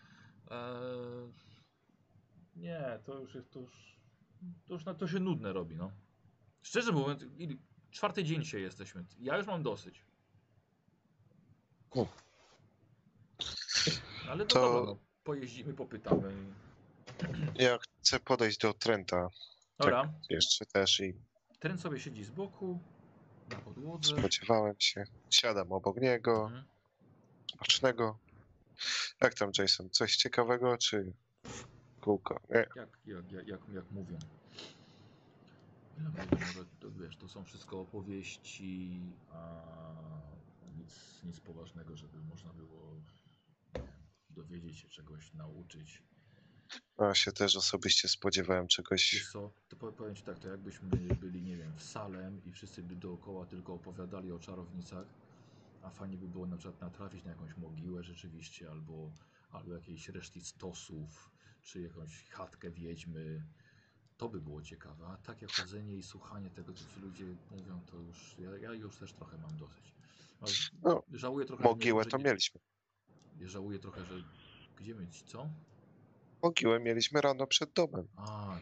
Nie, to się nudne robi, no. Szczerze mówiąc, 4. dzień dzisiaj jesteśmy. Ja już mam dosyć. Ale to dobra, no. pojeździmy, popytamy. Ja chcę podejść do Trenta Dobra, jeszcze też i Trent sobie siedzi z boku, na podłodze. spodziewałem się. Siadam obok niego, Mhm. smacznego. Jak tam, Jason? Coś ciekawego, czy kółko? Nie. Jak mówią. No, wiadomo, wiesz, to są wszystko opowieści, a nic poważnego, żeby można było nie wiem, dowiedzieć się czegoś, nauczyć. Ja się też osobiście spodziewałem czegoś. Wiesz co, to powiem ci tak, to jakbyśmy byli, nie wiem, w Salem i wszyscy by dookoła tylko opowiadali o czarownicach, a fajnie by było na przykład natrafić na jakąś mogiłę rzeczywiście, albo jakieś resztki stosów, czy jakąś chatkę wiedźmy. To by było ciekawe, a takie chodzenie i słuchanie tego, co ci ludzie mówią, to już, ja już też trochę mam dosyć. Ale No, żałuję trochę, Mogiłę że to mieliśmy. żałuję trochę, że gdzie mieć, co? Mogiłę mieliśmy rano przed domem. A,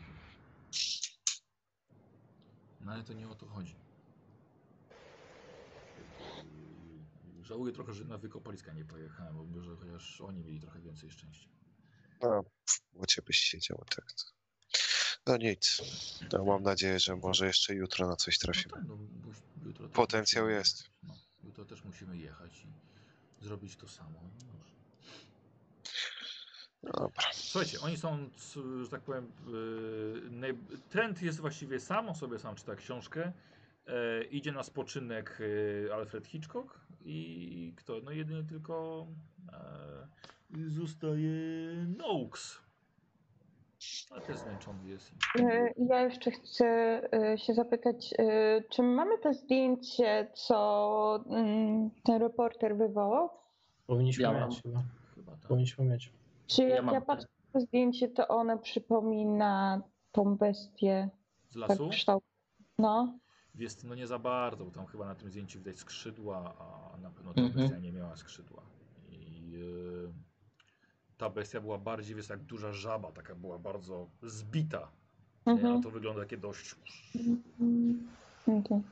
no ale to nie o to chodzi. Żałuję trochę, że na wykopaliska nie pojechałem, bo może chociaż oni mieli trochę więcej szczęścia. No, w błocie byś siedział, tak. No nic. No, mam nadzieję, że może jeszcze jutro na coś No trafimy. tak, no, bo jutro też Potencjał musimy, jest. No, jutro też musimy jechać i zrobić to samo. No już. No dobra. Słuchajcie, oni są, że tak powiem, Trent jest właściwie sam, on sobie sam czyta książkę. Idzie na spoczynek Alfred Hitchcock i kto? No jedynie tylko zostaje Noakes. Ale też zmęczony jest. Ja jeszcze chcę się zapytać, czy mamy to zdjęcie, co ten reporter wywołał? Powinniśmy Ja mam. mieć chyba. Chyba tak. Powinniśmy mieć. Czy Ja jak mam ja te. patrzę na to zdjęcie, to ono przypomina tą bestię Z tak lasu? kształt. No. Jest, no nie za bardzo, bo tam chyba na tym zdjęciu widać skrzydła, a na pewno ta Mhm. bestia nie miała skrzydła. I ta bestia była bardziej, wiesz, jak duża żaba, taka była bardzo zbita. Nie? A Mhm. to wygląda takie dość... Okay.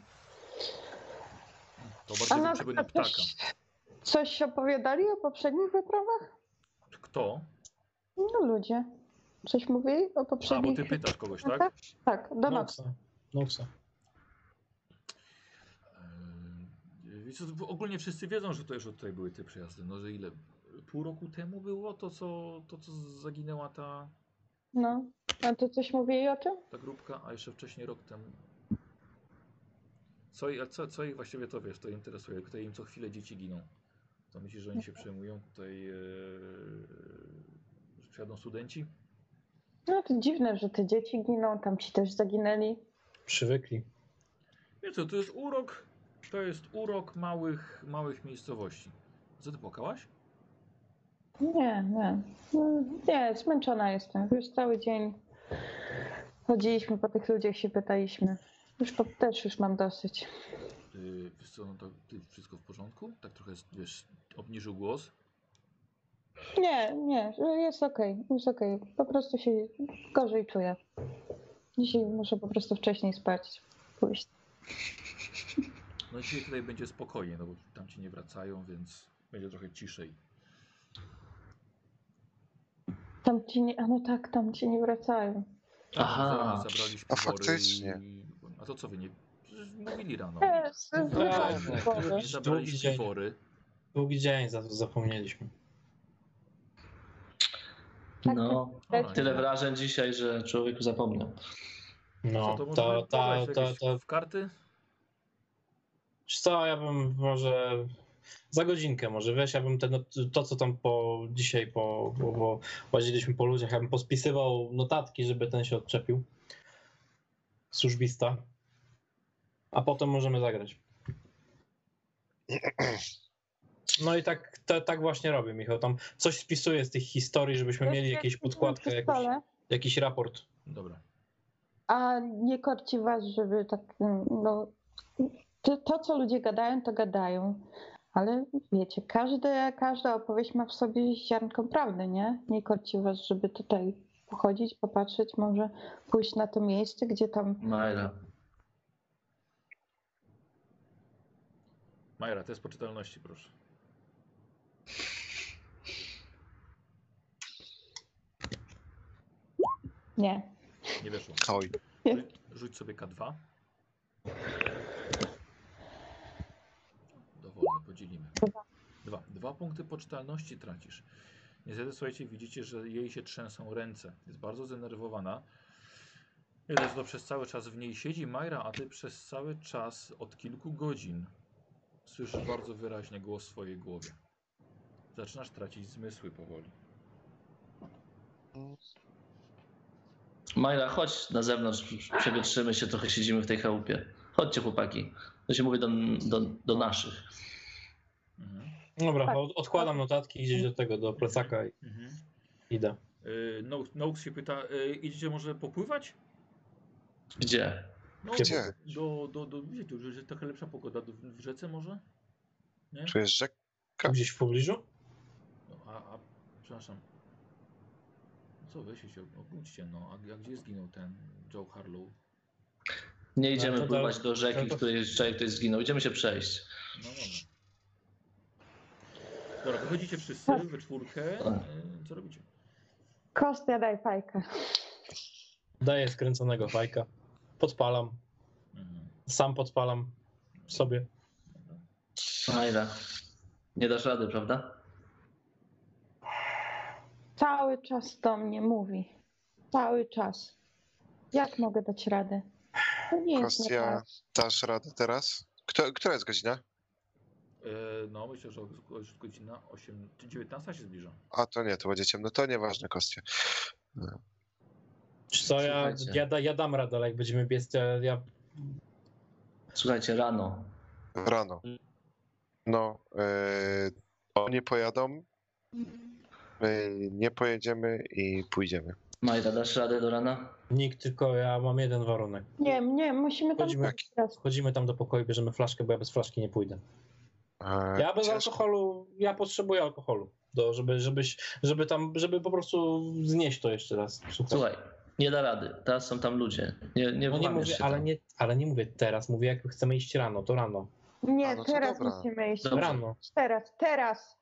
To bardziej przypomina ptaka. Coś opowiadali o poprzednich wyprawach? Kto? No ludzie. Coś mówili o A, bo poprzednich ty pytasz kogoś, tak? wyprawach? Tak, do nas. Noxa. Wiesz co, ogólnie wszyscy wiedzą, że tutaj były te przejazdy. No, że ile? Pół roku temu było to, co zaginęła ta No. A to coś mówili o tym? grupka, a jeszcze wcześniej rok temu. Co ich właściwie to wiesz, to interesuje? Kto im co chwilę dzieci giną? To myślisz, że oni się przejmują tutaj, że przyjadą studenci? No to dziwne, że te dzieci giną, tam ci też zaginęli. Przywykli. Wiesz co, to jest urok małych miejscowości. Co ty płakałaś? Nie. Nie, zmęczona jestem. Już cały dzień chodziliśmy po tych ludziach, się pytaliśmy. Też już mam dosyć. Wiesz co, no to ty wszystko w porządku? Tak trochę, wiesz, obniżył głos. Nie, jest okej, jest okej. Po prostu się gorzej czuję. Dzisiaj muszę po prostu wcześniej spać, pójść. No dzisiaj tutaj będzie spokojnie, no bo tam ci nie wracają, więc będzie trochę ciszej. Tam ci nie wracają. Aha. Zabraliśmy A wory faktycznie. A to co wy nie... Przecież mówili rano. Tak. Nie zabraliście wory. Długi dzień zapomnieliśmy. No, Tak. tyle wrażeń dzisiaj, że człowieku zapomniał. No, Co, to możemy pograć w karty? Wiesz co, ja bym może za godzinkę może, wiesz, ja bym to co tam dzisiaj bo łaziliśmy po ludziach, ja bym pospisywał notatki, żeby ten się odczepił. Służbista. A potem możemy zagrać. No i tak właśnie robię, Michał. Tam coś spisuję z tych historii, żebyśmy mieli jakieś podkładkę, jakiś raport. Dobra. A nie korci was, żeby tak, no, to co ludzie gadają, to gadają. Ale wiecie, każda opowieść ma w sobie ziarnko prawdy, nie? Nie korci was, żeby tutaj pochodzić, popatrzeć, może pójść na to miejsce, gdzie tam... Majra, test poczytalności, proszę. Nie. Nie weszło. Oj. Rzuć sobie K2. Dowolne, podzielimy. 2 punkty poczytalności tracisz. Niestety, słuchajcie, widzicie, że jej się trzęsą ręce. Jest bardzo zdenerwowana. Widać, że to przez cały czas w niej siedzi Majra, a ty przez cały czas od kilku godzin słyszysz bardzo wyraźnie głos w swojej głowie. Zaczynasz tracić zmysły powoli. Majra, chodź na zewnątrz, przewietrzymy się, trochę siedzimy w tej chałupie. Chodźcie, chłopaki. To się mówi do naszych. Mhm. Dobra, Tak. odkładam notatki gdzieś do tego, do plecaka i Mhm. idę. Nox się pyta, idziecie może popływać? Gdzie? No, Gdzie? Wiecie, że trochę lepsza pogoda w rzece może? Nie? Tu jest rzeka. Gdzieś w pobliżu? No, przepraszam. Co wy się obudźcie, no. A gdzie zginął ten Joe Harlow? Nie idziemy No, to pływać do rzeki, w to- której wczoraj ktoś zginął. Idziemy się przejść. No dobra. Dobra, wychodzicie wszyscy we czwórkę. Co robicie? Kostia, daj fajkę. Daję skręconego fajka. Podpalam. Mhm. Sam podpalam sobie. Dobra. Majra, nie dasz rady, prawda? Cały czas do mnie mówi. Cały czas. Jak mogę dać radę? To nie jest Kostia, naprawdę. dasz radę teraz? Która jest godzina? No, myślę, że już godzina 8 czy 19 się zbliża. A to nie, to będzie ciemno. To nieważne, Kostia. Czy co, Słuchajcie. ja dam radę, ale jak będziemy biec, to ja... Słuchajcie, rano. Rano. No, oni pojadą, my nie pojedziemy i pójdziemy. Majra, dasz radę do rana? Nikt, tylko ja mam jeden warunek. Nie, musimy tam Chodzimy. teraz. Wchodzimy tam do pokoju, bierzemy flaszkę, bo ja bez flaszki nie pójdę. Ja bez Ciężko. alkoholu, ja potrzebuję alkoholu. Żeby po prostu znieść to jeszcze raz. Słuchaj, nie da rady. Teraz są tam ludzie. Nie No nie włamiesz mówię, się ale tam. nie mówię teraz, mówię jak chcemy iść rano, to rano. Nie, A, no to teraz dobra. musimy iść. Dobrze. Rano. Teraz.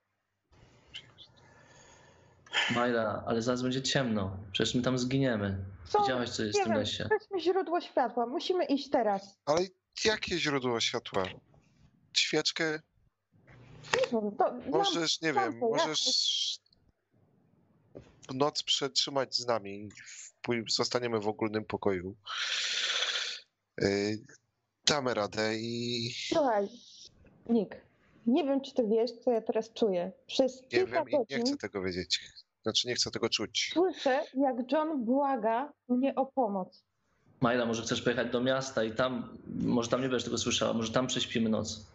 Majra, ale zaraz będzie ciemno. Przecież my tam zginiemy. Co? Widziałeś, co jest w Nie tym wiem, lesie. weźmy źródło światła. Musimy iść teraz. Ale jakie źródło światła? Świeczkę? Nie wiem, to Możesz, nie wiem, lampę, możesz w noc przetrzymać z nami. Zostaniemy w ogólnym pokoju. Damy radę i Słuchaj, Nick, nie wiem, czy ty wiesz, co ja teraz czuję. Przez nie kilka wiem i nie godzin chcę tego wiedzieć. Znaczy nie chcę tego czuć. słyszę, jak John błaga mnie o pomoc. Majra, może chcesz pojechać do miasta i tam, może tam nie będziesz tego słyszała, może tam prześpimy noc.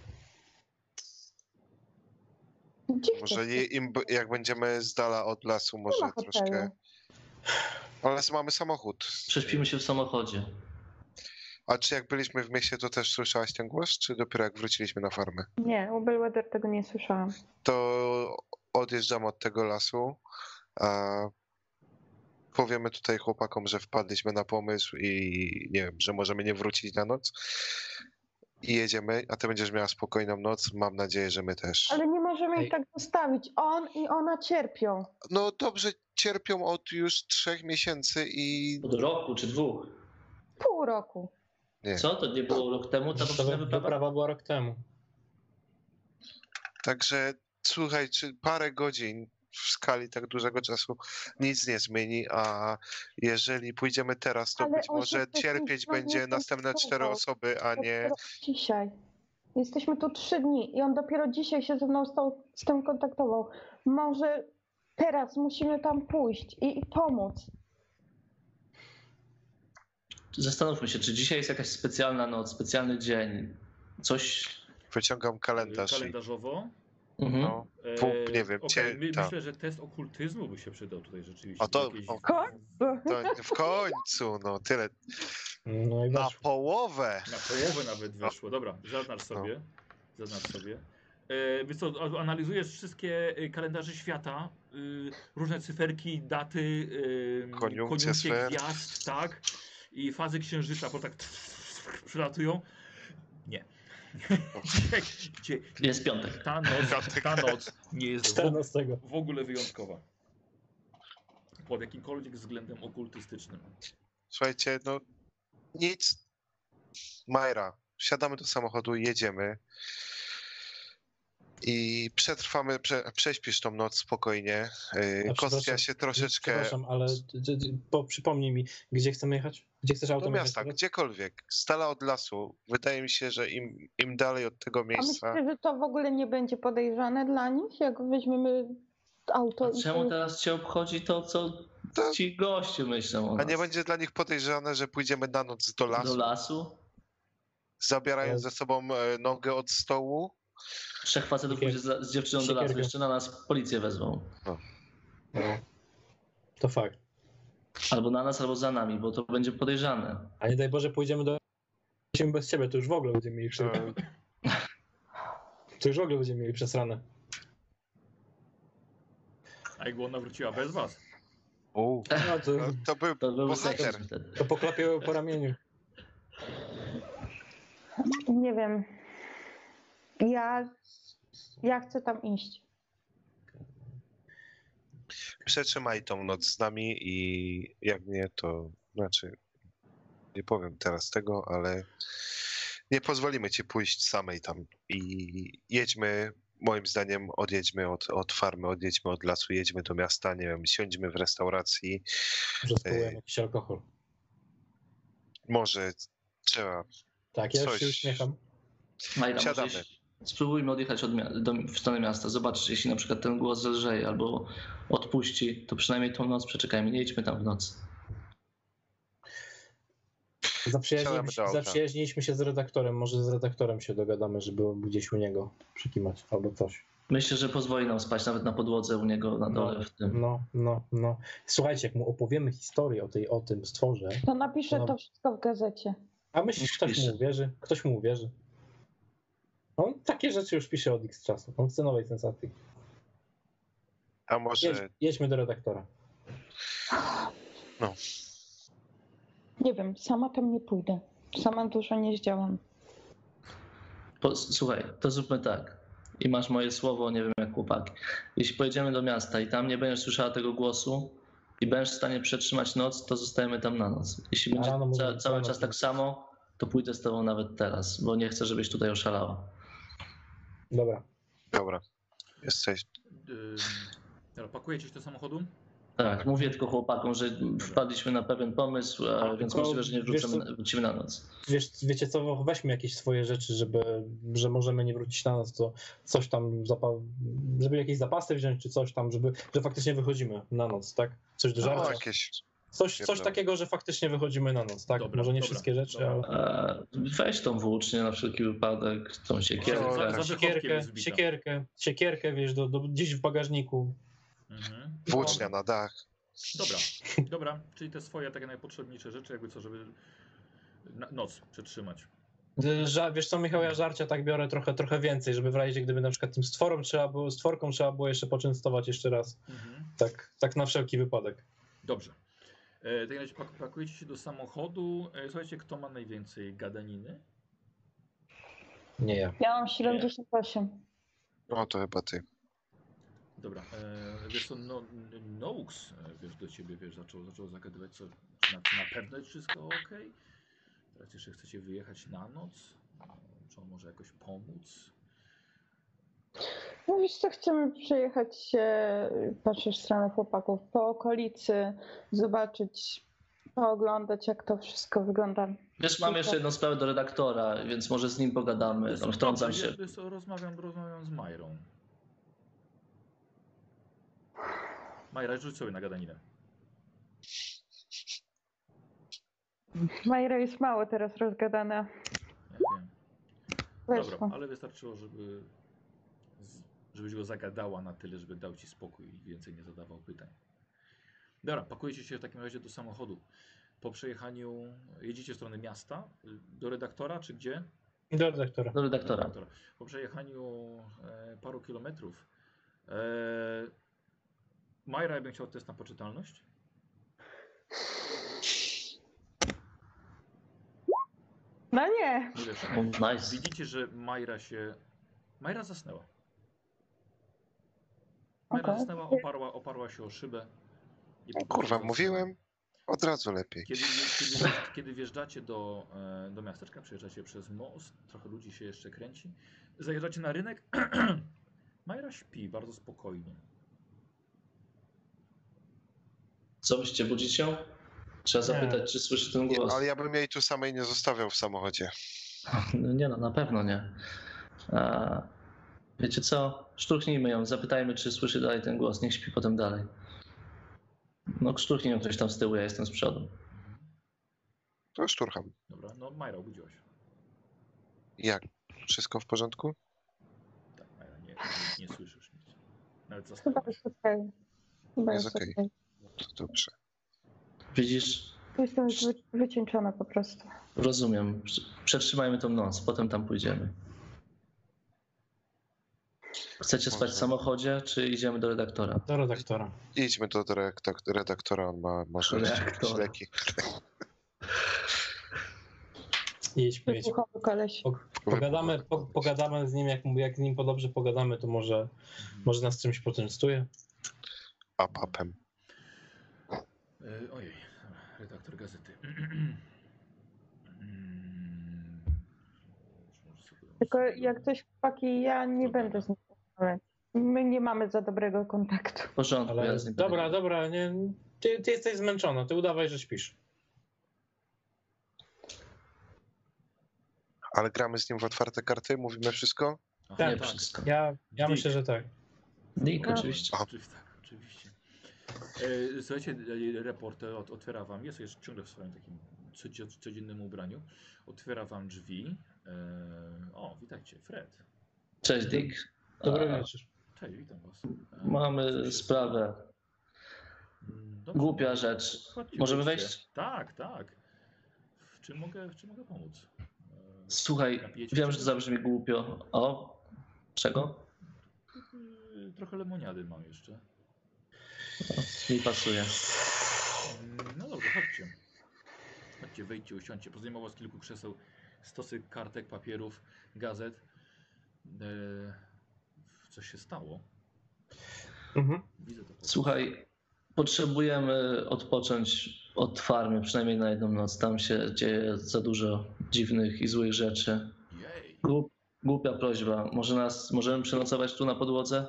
Gdzie Może chcesz? jak będziemy z dala od lasu, Nie może ma hotelu. troszkę. Ale mamy samochód. Prześpimy się w samochodzie. A czy jak byliśmy w mieście, to też słyszałaś ten głos, czy dopiero jak wróciliśmy na farmę? Nie, u Bellwether tego nie słyszałam. To odjeżdżamy od tego lasu, a powiemy tutaj chłopakom, że wpadliśmy na pomysł i nie wiem, że możemy nie wrócić na noc. I jedziemy, a ty będziesz miała spokojną noc. Mam nadzieję, że my też. Ale nie możemy Ej. ich tak zostawić. On i ona cierpią. No dobrze, cierpią od już 3 miesięcy i Od roku czy 2. Pół roku. nie. Co? To nie było rok temu ta poprzednia wyprawa? Wyprawa była rok temu. Także słuchaj, czy parę godzin w skali tak dużego czasu nic nie zmieni, a jeżeli pójdziemy teraz, to Ale być on się może wcześniej cierpieć z nami będzie następne 4 konsultował. osoby, a nie... Dopiero dzisiaj. Jesteśmy tu 3 dni i on dopiero dzisiaj się ze mną z tym kontaktował. Może teraz musimy tam pójść i pomóc. Zastanówmy się, czy dzisiaj jest jakaś specjalna noc, specjalny dzień, coś... Wyciągam kalendarz i Kalendarzowo. Mhm. no, nie wiem, Okej, tak. myślę, że test okultyzmu by się przydał tutaj rzeczywiście. A to- Jakieś- o, Końcu. to w końcu, no tyle. No i Na weszło. połowę. Na połowę nawet weszło. Dobra, zaznacz sobie. Zaznacz sobie. Wiesz co, analizujesz wszystkie kalendarze świata, różne cyferki, daty, Koniunkcje sfer. gwiazd, tak? I fazy księżyca, bo tak przylatują. Nie. Gdzie Jest piątek. ta noc nie jest 14. w ogóle wyjątkowa. pod jakimkolwiek względem okultystycznym. Słuchajcie, no nic. Majra, wsiadamy do samochodu i jedziemy. I przetrwamy, prześpisz tą noc spokojnie. Kostia się troszeczkę... Przepraszam, ale przypomnij mi, gdzie chcemy jechać? Gdzie chcesz Do autem jechać miasta, teraz? gdziekolwiek. Z dala od lasu. Wydaje mi się, że im dalej od tego A miejsca... myślę, że to w ogóle nie będzie podejrzane dla nich, jak weźmiemy auto A i czemu teraz cię obchodzi to, co ci goście myślą o A nas? nie będzie dla nich podejrzane, że pójdziemy na noc do lasu, Do lasu? zabierając Ale- ze sobą nogę od stołu? 3 facetów pójdzie z dziewczyną do lasu, Siekierkę. jeszcze na nas policję wezmą. No. To fakt. Albo na nas, albo za nami, bo to będzie podejrzane. A nie daj Boże, pójdziemy bez ciebie, to już w ogóle będziemy mieli To już w ogóle będziemy mieli przesrane. A jakby ona wróciła bez was? No, to był To był bohater. seks wtedy. To poklepię po ramieniu. nie wiem. Ja chcę tam iść. Przetrzymaj tą noc z nami i jak nie, to znaczy nie powiem teraz tego, ale nie pozwolimy ci pójść samej tam i jedźmy, moim zdaniem odjedźmy od farmy, odjedźmy od lasu, jedźmy do miasta, nie wiem, siądźmy w restauracji, Że spróbujemy jakiś alkohol. może trzeba, Tak, ja już coś. się uśmiecham. Majra, Siadamy. może spróbujmy odjechać w stronę miasta. Zobacz, jeśli na przykład ten głos zelżeje albo odpuści, to przynajmniej tą noc przeczekajmy. Nie idźmy tam w noc. Siadamy do auta. Zaprzyjaźniliśmy się z redaktorem. Może z redaktorem się dogadamy, żeby gdzieś u niego przykimać albo coś. Myślę, że pozwoli nam spać nawet na podłodze u niego na dole w tym. No. Słuchajcie, jak mu opowiemy historię o tym stworze, To napiszę No. to wszystko w gazecie. a myślisz, ktoś Pisze. mu uwierzy? Ktoś mu uwierzy. On takie rzeczy już pisze od X czasu. On chce nowej sensacji. a może Jedźmy do redaktora. Nie wiem, sama tam nie pójdę. Sama dużo nie zdziałam. Słuchaj, to zróbmy tak. I masz moje słowo, nie wiem jak chłopaki. Jeśli pojedziemy do miasta i tam nie będziesz słyszała tego głosu i będziesz w stanie przetrzymać noc, to zostajemy tam na noc. Jeśli będzie rano mówię, cały rano czas tak mówię. samo, to pójdę z tobą nawet teraz, bo nie chcę, żebyś tutaj oszalała. Dobra. dobra, jesteś, Dobra, pakujecie się do samochodu? Tak, mówię tylko chłopakom, że wpadliśmy na pewien pomysł, więc tylko możliwe, że nie wiesz co? wrócimy na noc. Wiecie co, weźmy jakieś swoje rzeczy, że możemy nie wrócić na noc, to coś tam, żeby jakieś zapasy wziąć, czy coś tam, że faktycznie wychodzimy na noc, tak? Coś do no, żarcia. jakieś, Coś takiego, że faktycznie wychodzimy na noc, tak? Dobra, Może nie dobra, wszystkie rzeczy, dobra. ale... Weź tą włócznię na wszelki wypadek, tą No, siekierkę. tak. Siekierkę, wiesz, gdzieś w bagażniku. Mhm. włócznia na dach. Dobra, czyli te swoje takie najpotrzebniejsze rzeczy, jakby co, żeby noc przetrzymać. Wiesz co, Michał, ja żarcia tak biorę trochę więcej, żeby w razie gdyby na przykład tym stworką trzeba było jeszcze poczęstować jeszcze raz. Mhm. Tak na wszelki wypadek. Dobrze. W takim razie pakujecie się do samochodu. Słuchajcie, kto ma najwięcej gadaniny? Nie ja. Ja mam 78. No to chyba ty. Dobra. Wiesz co, Nox, wiesz, do ciebie, wiesz, zaczął zagadywać, czy na pewno jest wszystko ok? Teraz jeszcze chcecie wyjechać na noc? Czy on może jakoś pomóc? No wiesz co, chcemy przejechać się, patrzę w stronę chłopaków, po okolicy, zobaczyć, pooglądać jak to wszystko wygląda. Wiesz, mam jeszcze jedną sprawę do redaktora, więc może z nim pogadamy. Tam wtrącam się. Wiesz co, rozmawiam z Majrą. Majra, rzuć sobie na gadaninę. Majra jest mało teraz rozgadana. Ja wiem. Weszło. Dobra, ale wystarczyło, żebyś go zagadała na tyle, żeby dał ci spokój i więcej nie zadawał pytań. Dobra, pakujecie się w takim razie do samochodu. Po przejechaniu jedziecie w stronę miasta, do redaktora czy gdzie? Do redaktora. Do redaktora. Po przejechaniu paru kilometrów Majra, ja bym chciał test na poczytalność. No nie. Nie wiesz, O, nice. widzicie, że Majra zasnęła. Majra Okej. zasnęła, oparła się o szybę No, kurwa, mówiłem. Od razu lepiej. Kiedy wjeżdżacie do miasteczka, przejeżdżacie przez most, trochę ludzi się jeszcze kręci, zajeżdżacie na rynek, Majra śpi bardzo spokojnie. Co byście budzić ją? Trzeba zapytać, czy słyszy ten głos. Ale ja bym jej tu samej nie zostawiał w samochodzie. No nie no, na pewno nie. Wiecie co? Szturchnijmy ją, zapytajmy, czy słyszy dalej ten głos. Niech śpi potem dalej. No szturchnij ją ktoś tam z tyłu, ja jestem z przodu. To szturcham. Dobra, no Majra, obudziłaś. Jak? Wszystko w porządku? Tak, Majra, nie słyszysz nic. Nawet Chyba zastałaś. jest okej. Chyba Jest jest okej. okej. To dobrze. Widzisz? Jestem już wycieńczona po prostu. Rozumiem. Przetrzymajmy tą noc, potem tam pójdziemy. Chcecie spać w samochodzie, czy idziemy do redaktora? Do redaktora. Idźmy do redaktora, on może Redaktora. leki. Jedźmy. Wybuchowy koleś. Pogadamy z nim, jak z nim dobrze pogadamy, to może nas czymś poczęstuje. Apem. Ojej, redaktor gazety. Tylko jak coś chłopaki, ja nie będę z nim rozmawiać. My nie mamy za dobrego kontaktu. W porządku, Ale ja z nim dobra, nie, ty jesteś zmęczona, ty udawaj, że śpisz. Ale gramy z nim w otwarte karty? Mówimy wszystko? Aha, Nie Tak. wszystko. Ja myślę, że tak. Dick, No. oczywiście. Tak, oczywiście. Słuchajcie, reporter otwiera wam, jest jeszcze ciągle w swoim takim codziennym ubraniu. Otwiera wam drzwi. O, witajcie, Fred. Cześć Dick. Dobry wieczór. Cześć, witam was. Mamy Co się sprawę. Dobrze, Głupia rzecz. chodźcie, Możemy wejdźcie. wejść? Tak. W czym mogę pomóc? Słuchaj, Napijecie wiem, się? że to zabrzmi głupio. O, czego? Trochę lemoniady mam jeszcze. Mi pasuje. No dobrze, chodźcie. Chodźcie, wejdźcie, usiądźcie. Pozdejmował was kilku krzeseł, stosy kartek, papierów, gazet. Coś się stało? Mhm. Widzę to. Słuchaj, potrzebujemy odpocząć od farmy, przynajmniej na jedną noc. Tam się dzieje za dużo dziwnych i złych rzeczy. Jej. Głupia prośba. Możemy przenocować tu na podłodze?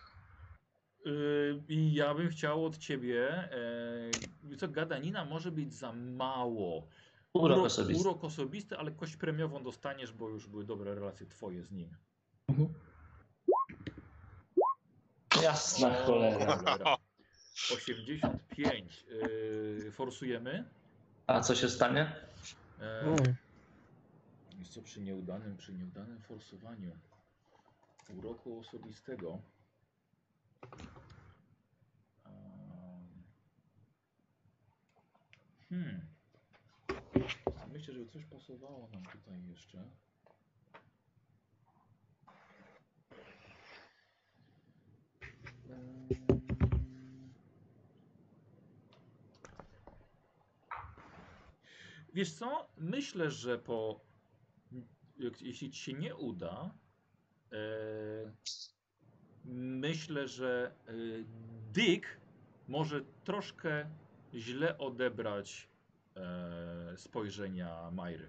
I ja bym chciał od ciebie, co gadanina może być za mało. Urok osobisty. Urok osobisty, ale kość premiową dostaniesz, bo już były dobre relacje twoje z nim. Mhm. Jasna cholera. 85. Forsujemy. A co się stanie? Jest co przy nieudanym forsowaniu uroku osobistego. Myślę, że coś pasowało nam tutaj jeszcze. Wiesz co? Myślę, że jeśli ci się nie uda, myślę, że Dick może troszkę źle odebrać spojrzenia Majry.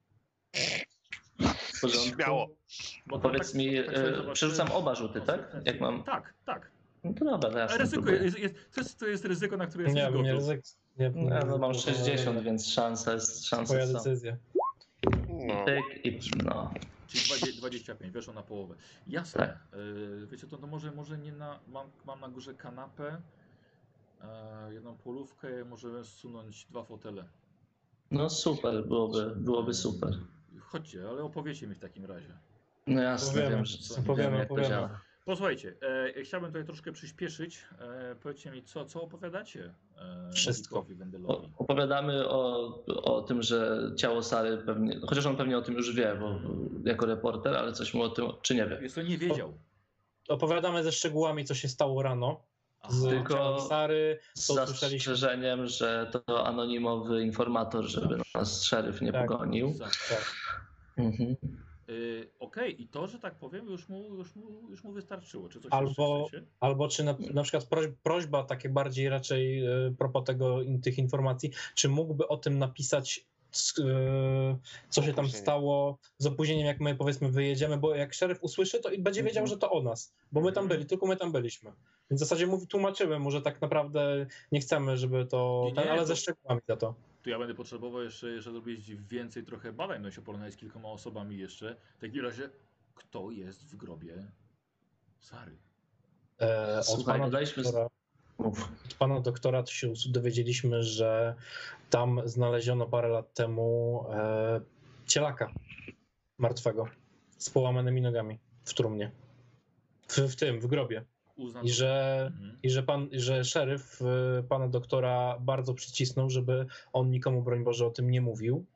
W porządku? Śmiało. Bo Powiedz mi, sobie zobaczyłem przerzucam oba rzuty, tak? konsekwencje. Jak mam? Tak. No to dobra, to jasne. Ryzyko próbuję. to jest ryzyko, na które jesteś Nie, gotów. nie ryzyk. Nie, No, mam 60, więc szansa jest. Twoja decyzja. No. Tyk i no. Czyli 25, weszło na połowę. Jasne. Tak. Wiecie, to może nie na... Mam na górze kanapę, jedną polówkę, możemy zsunąć 2 fotele. No super, byłoby super. Chodźcie, ale opowiecie mi w takim razie. No jasne, Powiemy, wiem, że powiemy, wiem, jak to powiemy. działa. Posłuchajcie, chciałbym tutaj troszkę przyspieszyć. Powiedzcie mi, co opowiadacie Wszystko. Dickowi Wendelowi? Opowiadamy o tym, że ciało Sary pewnie, chociaż on pewnie o tym już wie, bo jako reporter, ale coś mu o tym, czy nie wie. Jest to nie wiedział. Opowiadamy ze szczegółami, co się stało rano. Aha. Z Tylko ciałem Sary, Z co usłyszeliśmy. zastrzeżeniem, że to anonimowy informator, żeby nas szeryf nie Tak. pogonił. Zawsze. Tak. Mhm. Okej, i to, że tak powiem, już mu wystarczyło. Czy coś Albo, jeszcze chcecie? albo czy na przykład prośba, takie bardziej raczej propos tych informacji, czy mógłby o tym napisać, co się tam stało z opóźnieniem, jak my powiedzmy wyjedziemy, bo jak szeryf usłyszy, to i będzie wiedział, że to o nas, bo my tam byli, tylko my tam byliśmy. Więc w zasadzie tłumaczymy mu, że tak naprawdę nie chcemy, żeby to, Nie, ale to- ze szczegółami za to. Tu ja będę potrzebował jeszcze zrobić więcej trochę badań, no się porównać z kilkoma osobami jeszcze. W takim razie, kto jest w grobie Sary? Od Słuchaj, pana doktora to się dowiedzieliśmy, że tam znaleziono parę lat temu cielaka martwego z połamanymi nogami w trumnie. W grobie. Uznam I to- że, Mhm. że szeryf pana doktora bardzo przycisnął, żeby on nikomu, broń Boże, o tym nie mówił.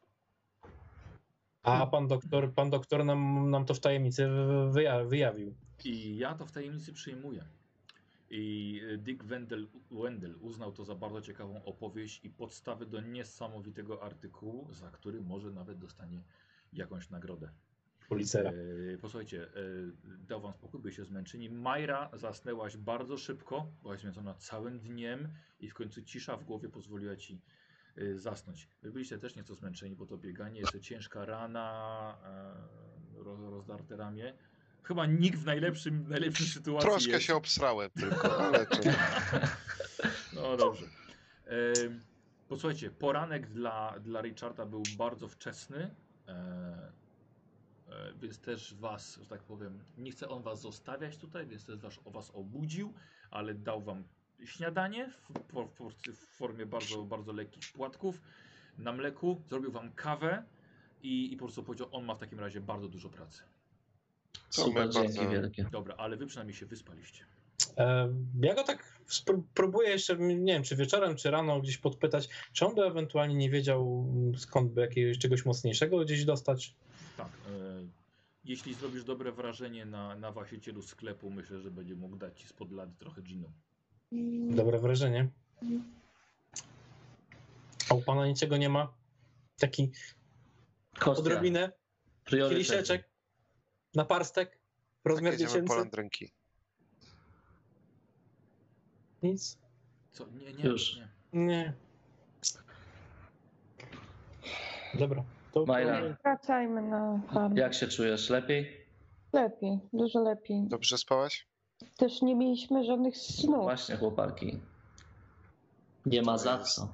A pan doktor nam to w tajemnicy wyjawił. I ja to w tajemnicy przyjmuję. I Dick Wendell uznał to za bardzo ciekawą opowieść i podstawę do niesamowitego artykułu, za który może nawet dostanie jakąś nagrodę. Policera. Posłuchajcie, dał wam spokój, by się zmęczyli. Majra, zasnęłaś bardzo szybko, byłaś zmęczona całym dniem i w końcu cisza w głowie pozwoliła ci zasnąć. Wy byliście też nieco zmęczeni, bo to bieganie, jeszcze ciężka rana, rozdarte ramię. Chyba nikt w najlepszej sytuacji Troszkę jest. się obsrałem tylko, ale to... No dobrze. Posłuchajcie, poranek dla Richarda był bardzo wczesny, więc też was, że tak powiem, nie chce on was zostawiać tutaj, więc też was obudził, ale dał wam śniadanie w formie bardzo, bardzo lekkich płatków na mleku, zrobił wam kawę i po prostu powiedział, on ma w takim razie bardzo dużo pracy. Super, dzięki bardzo- wielkie. Dobra, ale wy przynajmniej się wyspaliście. Ja go tak próbuję jeszcze, nie wiem, czy wieczorem, czy rano gdzieś podpytać, czy on by ewentualnie nie wiedział, skąd by jakiegoś czegoś mocniejszego gdzieś dostać. Tak. Jeśli zrobisz dobre wrażenie na właścicielu sklepu, myślę, że będzie mógł dać ci spod lady trochę ginu. Dobre wrażenie. A u pana niczego nie ma? Taki Kostia, odrobinę, priorytet. kieliszeczek, naparstek, rozmiar Tak jedziemy po dziecięcy? landrynki. Nic? Co? Nie. Już. Nie. Dobra. To Majra. Wracajmy na farmę. Jak się czujesz? Lepiej? Lepiej, dużo lepiej. Dobrze spałaś? Też nie mieliśmy żadnych snów. Właśnie, chłopaki. Nie ma za co.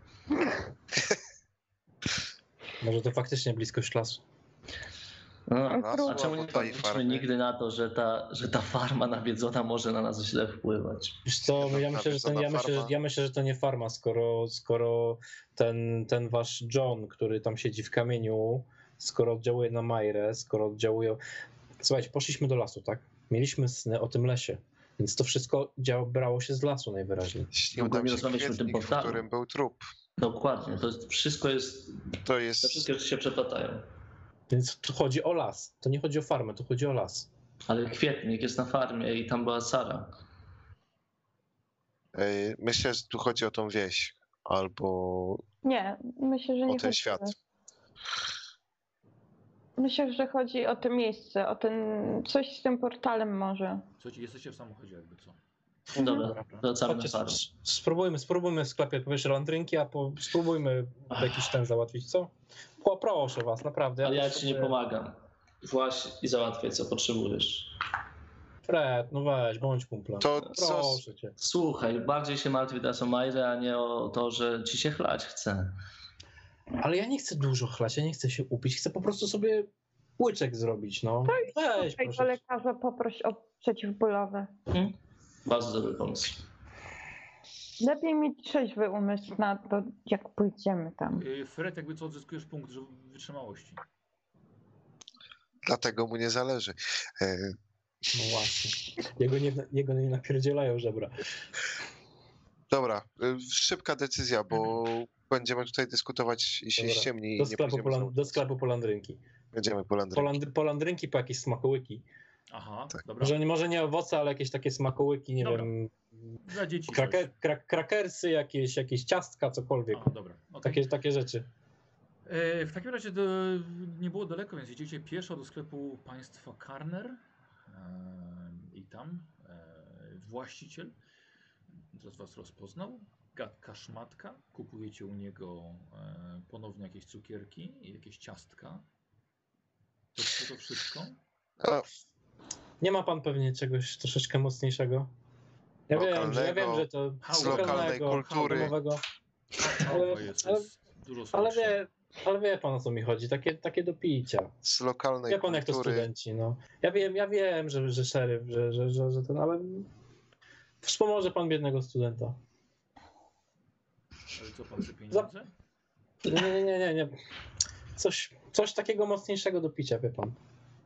Może to faktycznie bliskość lasu. No, Lasu a czemu nie albo tej patrzymy farmy? nigdy na to, że ta farma nawiedzona może na nas źle wpływać? Wiesz co, ja myślę, że to nie farma, skoro ten wasz John, który tam siedzi w kamieniu, skoro oddziałuje na Majrę, skoro oddziałuje... Słuchajcie, poszliśmy do lasu, tak? Mieliśmy sny o tym lesie, więc to wszystko brało się z lasu najwyraźniej. Śnił Długo nam nie się rozmawialiśmy o tym kwietnik, w portalu. którym był trup. Dokładnie, wszystko jest, To te jest... wszystkie rzeczy się przeplatają. Więc tu chodzi o las, to nie chodzi o farmę, to chodzi o las. Ale kwietnik jest na farmie i tam była Sara. Myślę, że tu chodzi o tą wieś. Albo Nie, myślę, że o nie ten chodzi świat. Myślę, że chodzi o to miejsce, o ten coś z tym portalem może. Słuchajcie, jesteście w samochodzie jakby co. Dobra, wracamy na Chodźcie, farmę. spróbujmy w sklepie, powiesz, landrynki, a spróbujmy jakiś ten załatwić, co? Proszę was, naprawdę. Ale ja ci nie potrzebuję- pomagam. Właź i załatwiaj, co potrzebujesz. Fred, no weź, bądź kumplem. To co- Proszę cię. Słuchaj, bardziej się martwi teraz o Majrę, a nie o to, że ci się chlać chce. Ale ja nie chcę dużo chlać, ja nie chcę się upić, chcę po prostu sobie łyczek zrobić, no. Weź, Tutaj do proszę. lekarza poproś o przeciwbólowe. Bardzo dobry pomysł. Lepiej mieć trzeźwy umysł na to, jak pójdziemy tam. Fred, jakby co odzyskujesz punkt wytrzymałości. Dlatego mu nie zależy. No właśnie. Jego nie napierdzielają żebra. Dobra, szybka decyzja, bo będziemy tutaj dyskutować i się Dobra. ściemni i Do nie sklepu, pójdziemy znowu. do sklepu po landrynki. Będziemy po landrynki. Po landrynki po jakieś smakołyki. Aha, Tak. dobra. Może nie owoce, ale jakieś takie smakołyki, nie Dobra. wiem, Dla dzieci coś. krakersy, jakieś ciastka, cokolwiek. A, dobra. Okay. Takie rzeczy. W takim razie nie było daleko, więc idziecie pieszo do sklepu państwa Karner i tam właściciel teraz was rozpoznał. Gadka szmatka. Kupujecie u niego ponownie jakieś cukierki i jakieś ciastka. To wszystko? A, Nie ma pan pewnie czegoś troszeczkę mocniejszego? Ja wiem, że to z lokalnej kultury. domowego, Jest dużo ale słodsze. wie pan, o co mi chodzi, takie do picia. Z lokalnej Wie pan, jak to kultury. studenci, no. Ja wiem, że szeryf, że ten, ale wspomoże pan biednego studenta. Ale co pan chce pieniądze? Nie. Coś takiego mocniejszego do picia, wie pan.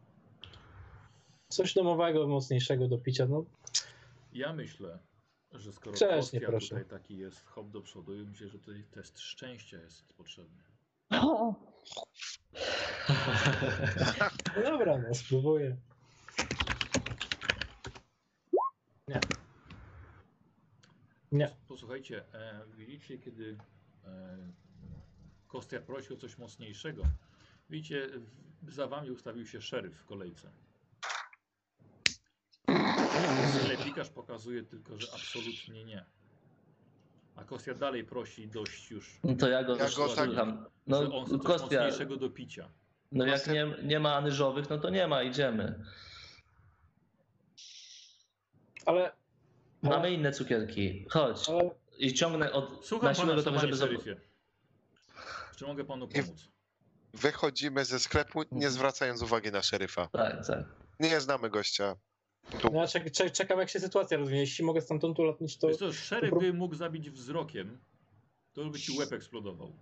Coś domowego, mocniejszego do picia, no. Ja myślę, że skoro Grzecznie, Kostia proszę. tutaj taki jest hop do przodu, i myślę, że tutaj test szczęścia jest potrzebny. O, No dobra, no, spróbuję. Nie. Posłuchajcie, widzicie, kiedy Kostia prosi o coś mocniejszego, widzicie, za wami ustawił się szeryf w kolejce. Sklepikarz pokazuje tylko, że absolutnie nie. A Kostia dalej prosi dość już, No to ja go Ja go tak- słucham. że No on chce coś Kostia, mocniejszego do picia. no jak nie ma anyżowych, no to nie ma, idziemy. Ale Mamy inne cukierki. Chodź. ale I ciągnę od Słucham na siłę pana, gotowy, panie żeby zobaczyć. szeryfie. Czy mogę panu pomóc? Wychodzimy ze sklepu, nie zwracając uwagi na szeryfa. Tak, tak. Nie znamy gościa. ja czekam, jak się sytuacja rozwinie. Jeśli mogę stamtąd ulatnić, to... Wiesz co, szeryf by mógł zabić wzrokiem, to by ci łeb eksplodował.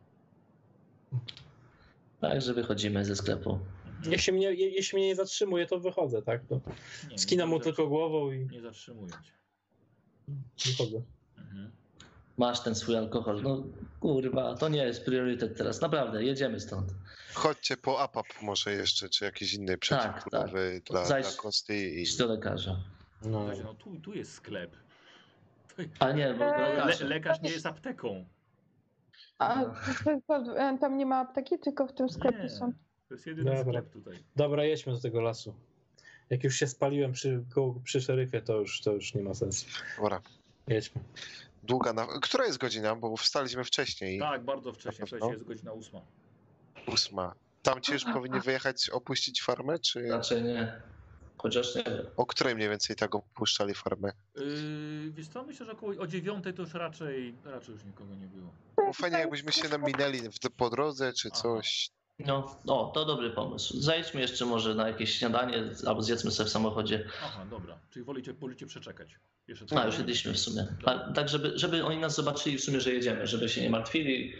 Także wychodzimy ze sklepu. Jeśli mnie nie zatrzymuje, to wychodzę, tak? To Nie, skinam mu nie tylko głową i Nie zatrzymuję cię. wychodzę. Mhm. Masz ten swój alkohol. No kurwa, to nie jest priorytet teraz. Naprawdę, jedziemy stąd. Chodźcie po APAP może jeszcze, czy jakiś inny przeciwbólowy dla Zajdź- Kosty i... Idź do lekarza. No. Słuchajcie, no tu jest sklep. A nie, bo Lekarz nie jest apteką. a tam nie ma apteki, tylko w tym sklepie Nie, są. to jest jedyny Dobra. sklep tutaj. Dobra, jedźmy do tego lasu. Jak już się spaliłem przy szeryfie, to już nie ma sensu. Dobra. Jedźmy. Która jest godzina? Bo wstaliśmy wcześniej. Tak, bardzo wcześnie, Na wcześniej pewno? jest godzina 8. 8. Tam ci już powinni wyjechać, opuścić farmę, czy raczej nie. Chociaż nie wiem. o której mniej więcej tak opuszczali farmę? Wiesz co, myślę, że około o 9 to już raczej już nikogo nie było. Bo fajnie jakbyśmy się naminęli po drodze, czy Aha. coś. No, to dobry pomysł. Zajdźmy jeszcze może na jakieś śniadanie, albo zjedzmy sobie w samochodzie. Aha, dobra. Czyli wolicie przeczekać. Jeszcze A, trochę. już jedliśmy w sumie. Tak, żeby oni nas zobaczyli w sumie, że jedziemy, żeby się nie martwili.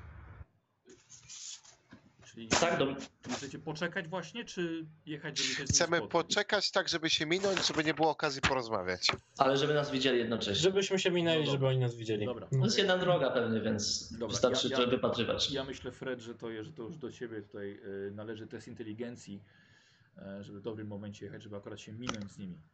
Czyli, Tak, czyli chcecie poczekać właśnie, czy jechać, żeby się z nim Chcemy spotkać? poczekać tak, żeby się minąć, żeby nie było okazji porozmawiać. ale żeby nas widzieli jednocześnie. Żebyśmy się minęli, No dobra. żeby oni nas widzieli. Dobra. To jest jedna droga pewnie, więc Dobra, wystarczy trochę wypatrywać. Ja myślę, Fred, że to już do ciebie tutaj należy test inteligencji, żeby w dobrym momencie jechać, żeby akurat się minąć z nimi.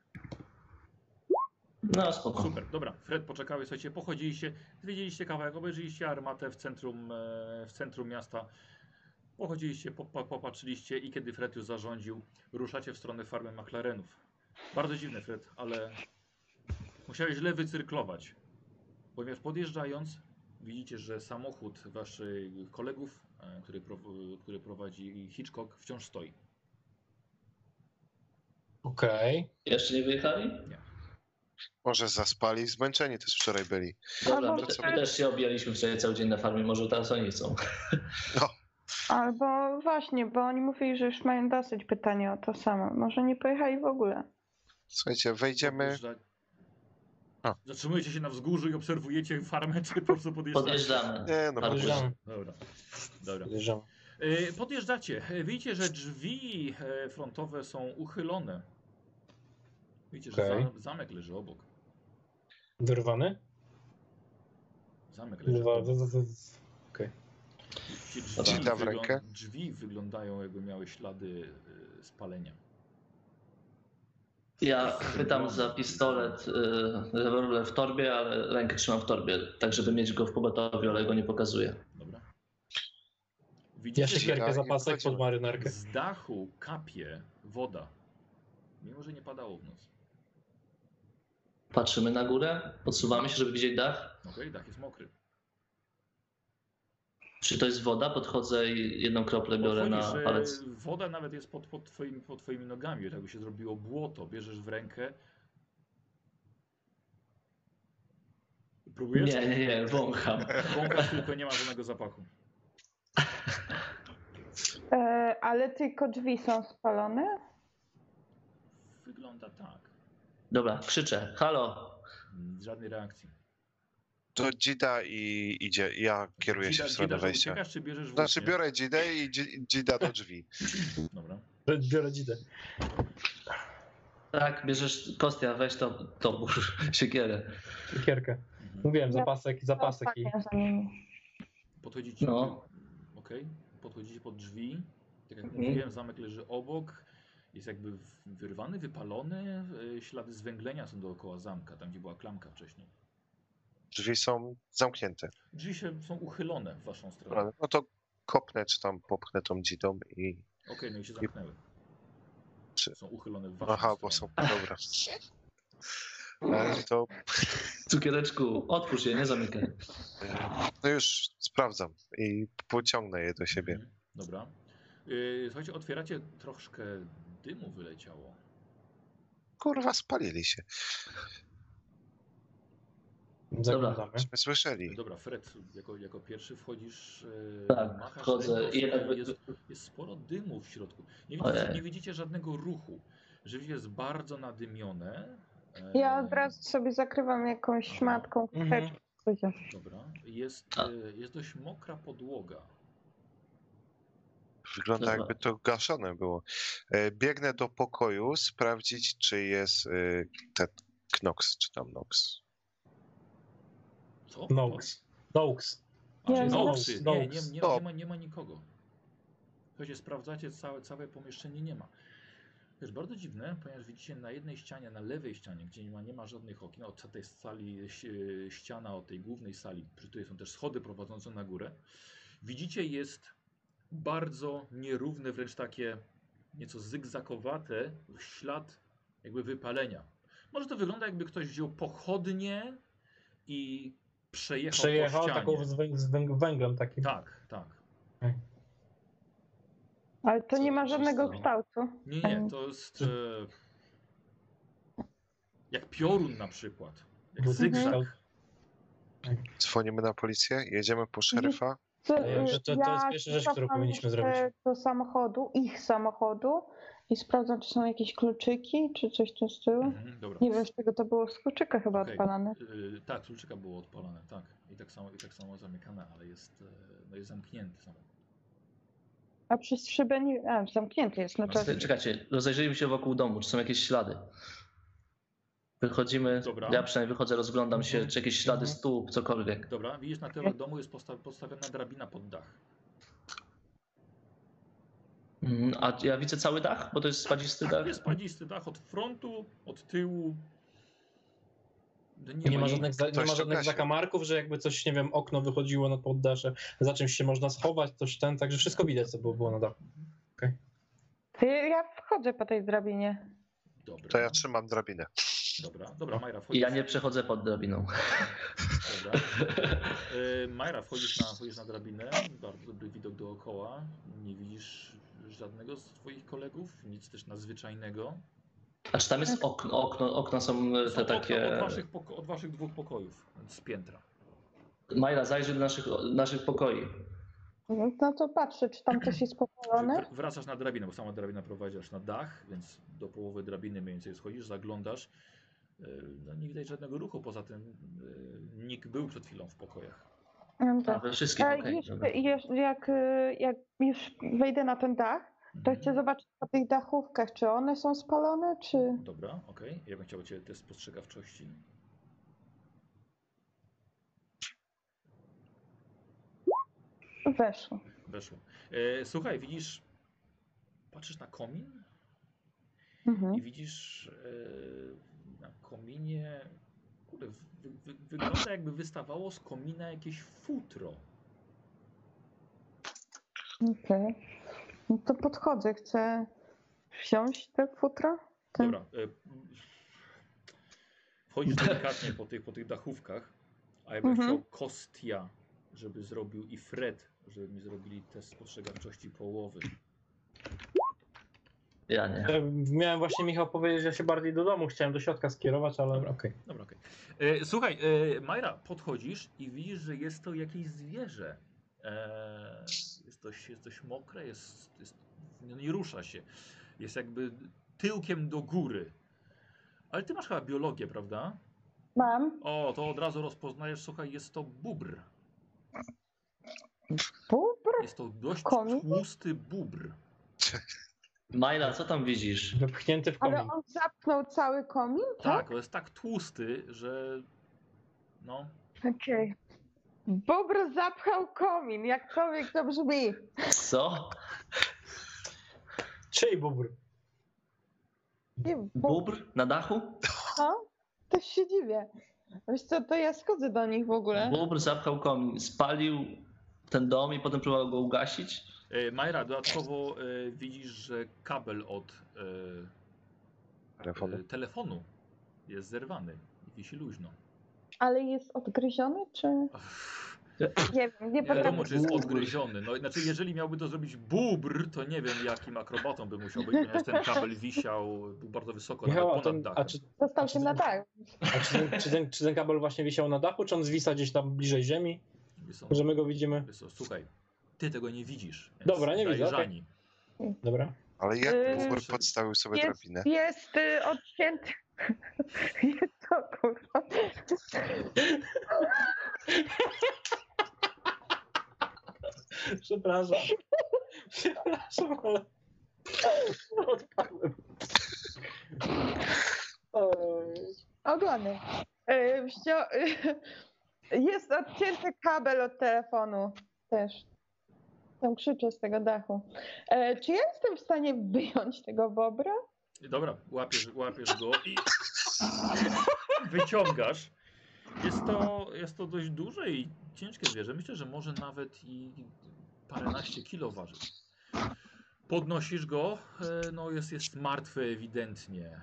No spoko. Super, dobra. Fred, poczekałeś, słuchajcie, pochodziliście, zwiedziliście kawałek, obejrzyliście armatę w centrum miasta. Pochodziliście, popatrzyliście i kiedy Fred już zarządził, ruszacie w stronę farmy McLarenów. Bardzo dziwne, Fred, ale musiałeś źle wycyrklować, ponieważ podjeżdżając widzicie, że samochód waszych kolegów, który prowadzi Hitchcock, wciąż stoi. Okej. Jeszcze nie wyjechali? Może zaspali, zmęczeni też wczoraj byli. Dobra, Albo my też się objęliśmy wczoraj cały dzień na farmie, może teraz oni chcą. Albo właśnie, bo oni mówili, że już mają dosyć pytania o to samo. Może nie pojechali w ogóle. Słuchajcie, wejdziemy. A. Zatrzymujecie się na wzgórzu i obserwujecie farmę, czy po prostu podjeżdżacie? Podjeżdżamy. Nie, no Ale Podjeżdżamy. Dobra. Podjeżdżamy. Podjeżdżacie. Widzicie, że drzwi frontowe są uchylone. Widzicie, że Okej. zamek leży obok. Wyrwany? Zamek leży obok. Okej. Widzicie, Da w rękę? drzwi wyglądają, jakby miały ślady spalenia. Ja chwytam za pistolet, rewolwer w torbie, ale rękę trzymam w torbie, tak żeby mieć go w pogotowiu, ale go nie pokazuję. Dobra. Ja Widzicie, siekierkę, że- zapasek wchodzimy. pod marynarkę. z dachu kapie woda, mimo że nie padało w noc. Patrzymy na górę, podsuwamy się, żeby widzieć dach. Okej, dach jest mokry. Czy to jest woda? Podchodzę i jedną kroplę biorę Podchodzisz, na że palec. woda nawet jest pod twoimi nogami, jakby się zrobiło błoto. Bierzesz w rękę. Próbujesz? Nie, wącham. Wąchasz, tylko nie ma żadnego zapachu. Ale tylko drzwi są spalone? Wygląda tak. Dobra, krzyczę. Halo! Żadnej reakcji. To Dzida i idzie. Ja kieruję się w stronę Dzida, że wejścia. uciekasz, czy bierzesz wóz, Znaczy nie? biorę Dzidę i Dzida do drzwi. Dobra. Biorę dzidę. Tak, bierzesz Kostia, weź to siekierę. Siekierkę. Mhm. Mówiłem, zapasek i Ostatnia za nimi. Podchodzicie, No. okej. Podchodzicie pod drzwi. Tak jak Mhm. mówiłem, zamek leży obok. Jest jakby wyrwany, wypalony. Ślady zwęglenia są dookoła zamka, tam gdzie była klamka wcześniej. Drzwi są zamknięte. Drzwi są uchylone w waszą stronę. No to kopnę, czy tam popchnę tą Dzidą i... Okej, no i się zamknęły. Czy- Są uchylone w waszą Aha, stronę. bo są... Dobra. To Cukiereczku, otwórz je, nie zamykaj. no już sprawdzam i pociągnę je do siebie. Mhm. Dobra. Słuchajcie, otwieracie, troszkę dymu wyleciało. Kurwa, spalili się. Zaglądamy. Myśmy słyszeli. Dobra, Fred, jako pierwszy wchodzisz, Tak, machasz wchodzę ręką, i jednak słuchaj, jest sporo dymu w środku. Ojej. Nie widzicie żadnego ruchu. Rzeczywiście jest bardzo nadymione. Ja od razu sobie zakrywam jakąś szmatką Mhm. chusteczkę. Dobra, jest dość mokra podłoga. Wygląda Dobra. jakby to gaszone było. Biegnę do pokoju sprawdzić, czy jest ten Knox, czy tam Nox. Co? Nox. Nox. A, Nie, czy no. Noxy? Nox. Nie ma nikogo. Słuchajcie, sprawdzacie, całe pomieszczenie nie ma. To jest bardzo dziwne, ponieważ widzicie na jednej ścianie, na lewej ścianie, gdzie nie ma żadnych okien, od tej sali, ściana od tej głównej sali, przy której są też schody prowadzące na górę, widzicie jest bardzo nierówne, wręcz takie nieco zygzakowate ślad jakby wypalenia. Może to wygląda, jakby ktoś wziął pochodnie i przejechał po ścianie. taką z węglem takim. Tak, tak. Ale to Co nie ma tu się żadnego stało? kształtu. Nie, to jest jak piorun na przykład. Jak Mhm. zygzak. Dzwonimy na policję, jedziemy po szeryfa. To jest pierwsza rzecz, którą cofam powinniśmy jeszcze zrobić. do samochodu, ich samochodu i sprawdzam, czy są jakieś kluczyki, czy coś tu z tyłu. Mhm, dobra. Nie wiem, z czego to było, z kluczyka chyba Okej. odpalane. Tak, kluczyka było odpalane, tak. I tak samo zamykane, ale jest zamknięty samochód. A przez szybę nie... A, zamknięty jest, no to... Czekajcie, rozejrzyjmy się wokół domu, czy są jakieś ślady. Wychodzimy, Dobra. ja przynajmniej wychodzę, rozglądam się, Mhm. czy jakieś ślady stóp, cokolwiek. Dobra, widzisz, na tyle domu jest postawiona drabina pod dach. A ja widzę cały dach, bo to jest spadzisty dach. Jest spadzisty dach od frontu, od tyłu. Nie ma jej- żadnych, nie ma to żadnych gaśnie. zakamarków, że jakby coś, nie wiem, okno wychodziło na poddasze, za czymś się można schować, coś ten, także wszystko widać, co było na dachu. Ja wchodzę po tej drabinie. Dobra, To ja trzymam drabinę. dobra, Majra, I wchodzisz. ja nie przechodzę pod drabiną. Dobra. Majra, wchodzisz na drabinę, bardzo dobry widok dookoła. Nie widzisz żadnego z twoich kolegów, nic też nadzwyczajnego. A czy tam jest okna są Są te takie... od waszych dwóch pokojów, z piętra. Majra, zajrzyj do naszych pokoi. No to patrzę, czy tam coś jest popalone. Wracasz na drabinę, bo sama drabina prowadzi aż na dach, więc do połowy drabiny mniej więcej schodzisz, zaglądasz. No, nie widać żadnego ruchu, poza tym Nick był przed chwilą w pokojach. No A tak. we wszystkich, okej. dobra. Jak już wejdę na ten dach, to chcę zobaczyć po tych dachówkach, czy one są spalone, czy... Dobra, okej. Ja bym chciał od ciebie test spostrzegawczości. Weszło. Weszło. Słuchaj, widzisz, patrzysz na komin Mhm. i widzisz na kominie, kurde, wygląda jakby wystawało z komina jakieś futro. Okej. No to podchodzę, chcę wziąć te futro. Dobra. Wchodzisz delikatnie po tych dachówkach, a ja bym chciał Kostia, żeby zrobił i Fred, żeby mi zrobili test spostrzegawczości połowy. Ja nie. Miałem właśnie, Michał, powiedzieć, że ja się bardziej do domu chciałem do środka skierować, ale okej. Dobra, okej. Słuchaj, Majra, podchodzisz i widzisz, że jest to jakieś zwierzę. Jest dość mokre, nie rusza się. Jest jakby tyłkiem do góry. Ale ty masz chyba biologię, prawda? Mam. O, to od razu rozpoznajesz, słuchaj, jest to bóbr. Bóbr? Jest to dość Komin? tłusty bóbr. Majla, co tam widzisz? Wepchnięty w komin. Ale on zapnął cały komin, tak? Tak, to jest tak tłusty, że no... Okej. Bóbr zapchał komin, jakkolwiek to brzmi. Co? Czyj bóbr? Nie, Bóbr na dachu? No, też się dziwię. Wiesz co, to ja schodzę do nich w ogóle. Bóbr zapchał komin, spalił ten dom i potem próbował go ugasić. Majra, dodatkowo widzisz, że kabel od telefonu jest zerwany i wisi luźno. Ale jest odgryziony, czy... Nie wiem, nie Nie wiadomo, potrafię. czy jest odgryziony. No, znaczy, jeżeli miałby to zrobić bóbr, to nie wiem, jakim akrobatą by musiał być, ponieważ ten kabel wisiał, był bardzo wysoko, Michał, nawet ponad a dachem. czy, Został się na dach. czy ten kabel właśnie wisiał na dachu, czy on zwisa gdzieś tam bliżej ziemi, że my go widzimy? Słuchaj, ty tego nie widzisz. Więc Dobra, nie daj widzę, żani. Dobra. Ale jak Yy, Bóbr podstawił sobie drabinę? Jest odcięty. Jest to kurwa. Przepraszam. Przepraszam, ale odpadłem. Ogony. Jest odcięty kabel od telefonu też. Tam krzyczę z tego dachu. Czy ja jestem w stanie wyjąć tego bobra? Dobra, łapiesz go i wyciągasz. Jest to dość duże i ciężkie zwierzę. Myślę, że może nawet i paręnaście kilo ważyć. Podnosisz go, no jest martwy ewidentnie.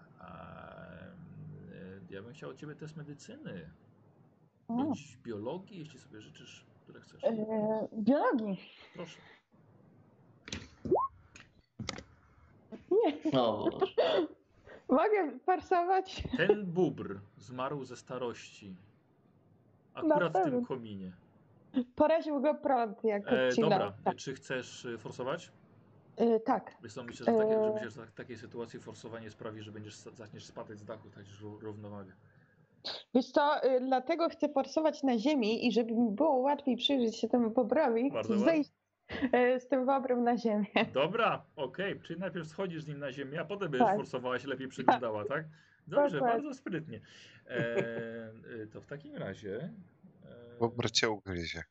Ja bym chciał od ciebie test medycyny. Bądź biologii, jeśli sobie życzysz, które chcesz. Biologii. Proszę. Nie. O Boże. Mogę farsować? Ten bóbr zmarł ze starości. Akurat w tym kominie. Poraził go prąd, jak odcinał. Dobra, Tak. czy chcesz forsować? Tak. Wiesz co, myślę, że w takiej sytuacji forsowanie sprawi, że zaczniesz spadać z dachu, tracisz równowagę. Wiesz co, dlatego chcę forsować na ziemi i żeby mi było łatwiej przyjrzeć się temu bobrowi, Bardzo chcę zejść z tym bobrem na ziemię. Dobra, okej. Czyli najpierw schodzisz z nim na ziemię, a potem będziesz Tak. forsowała się lepiej przyglądała, tak? Dobrze, Tak. bardzo sprytnie. To w takim razie... Bóbr cię ugryzie.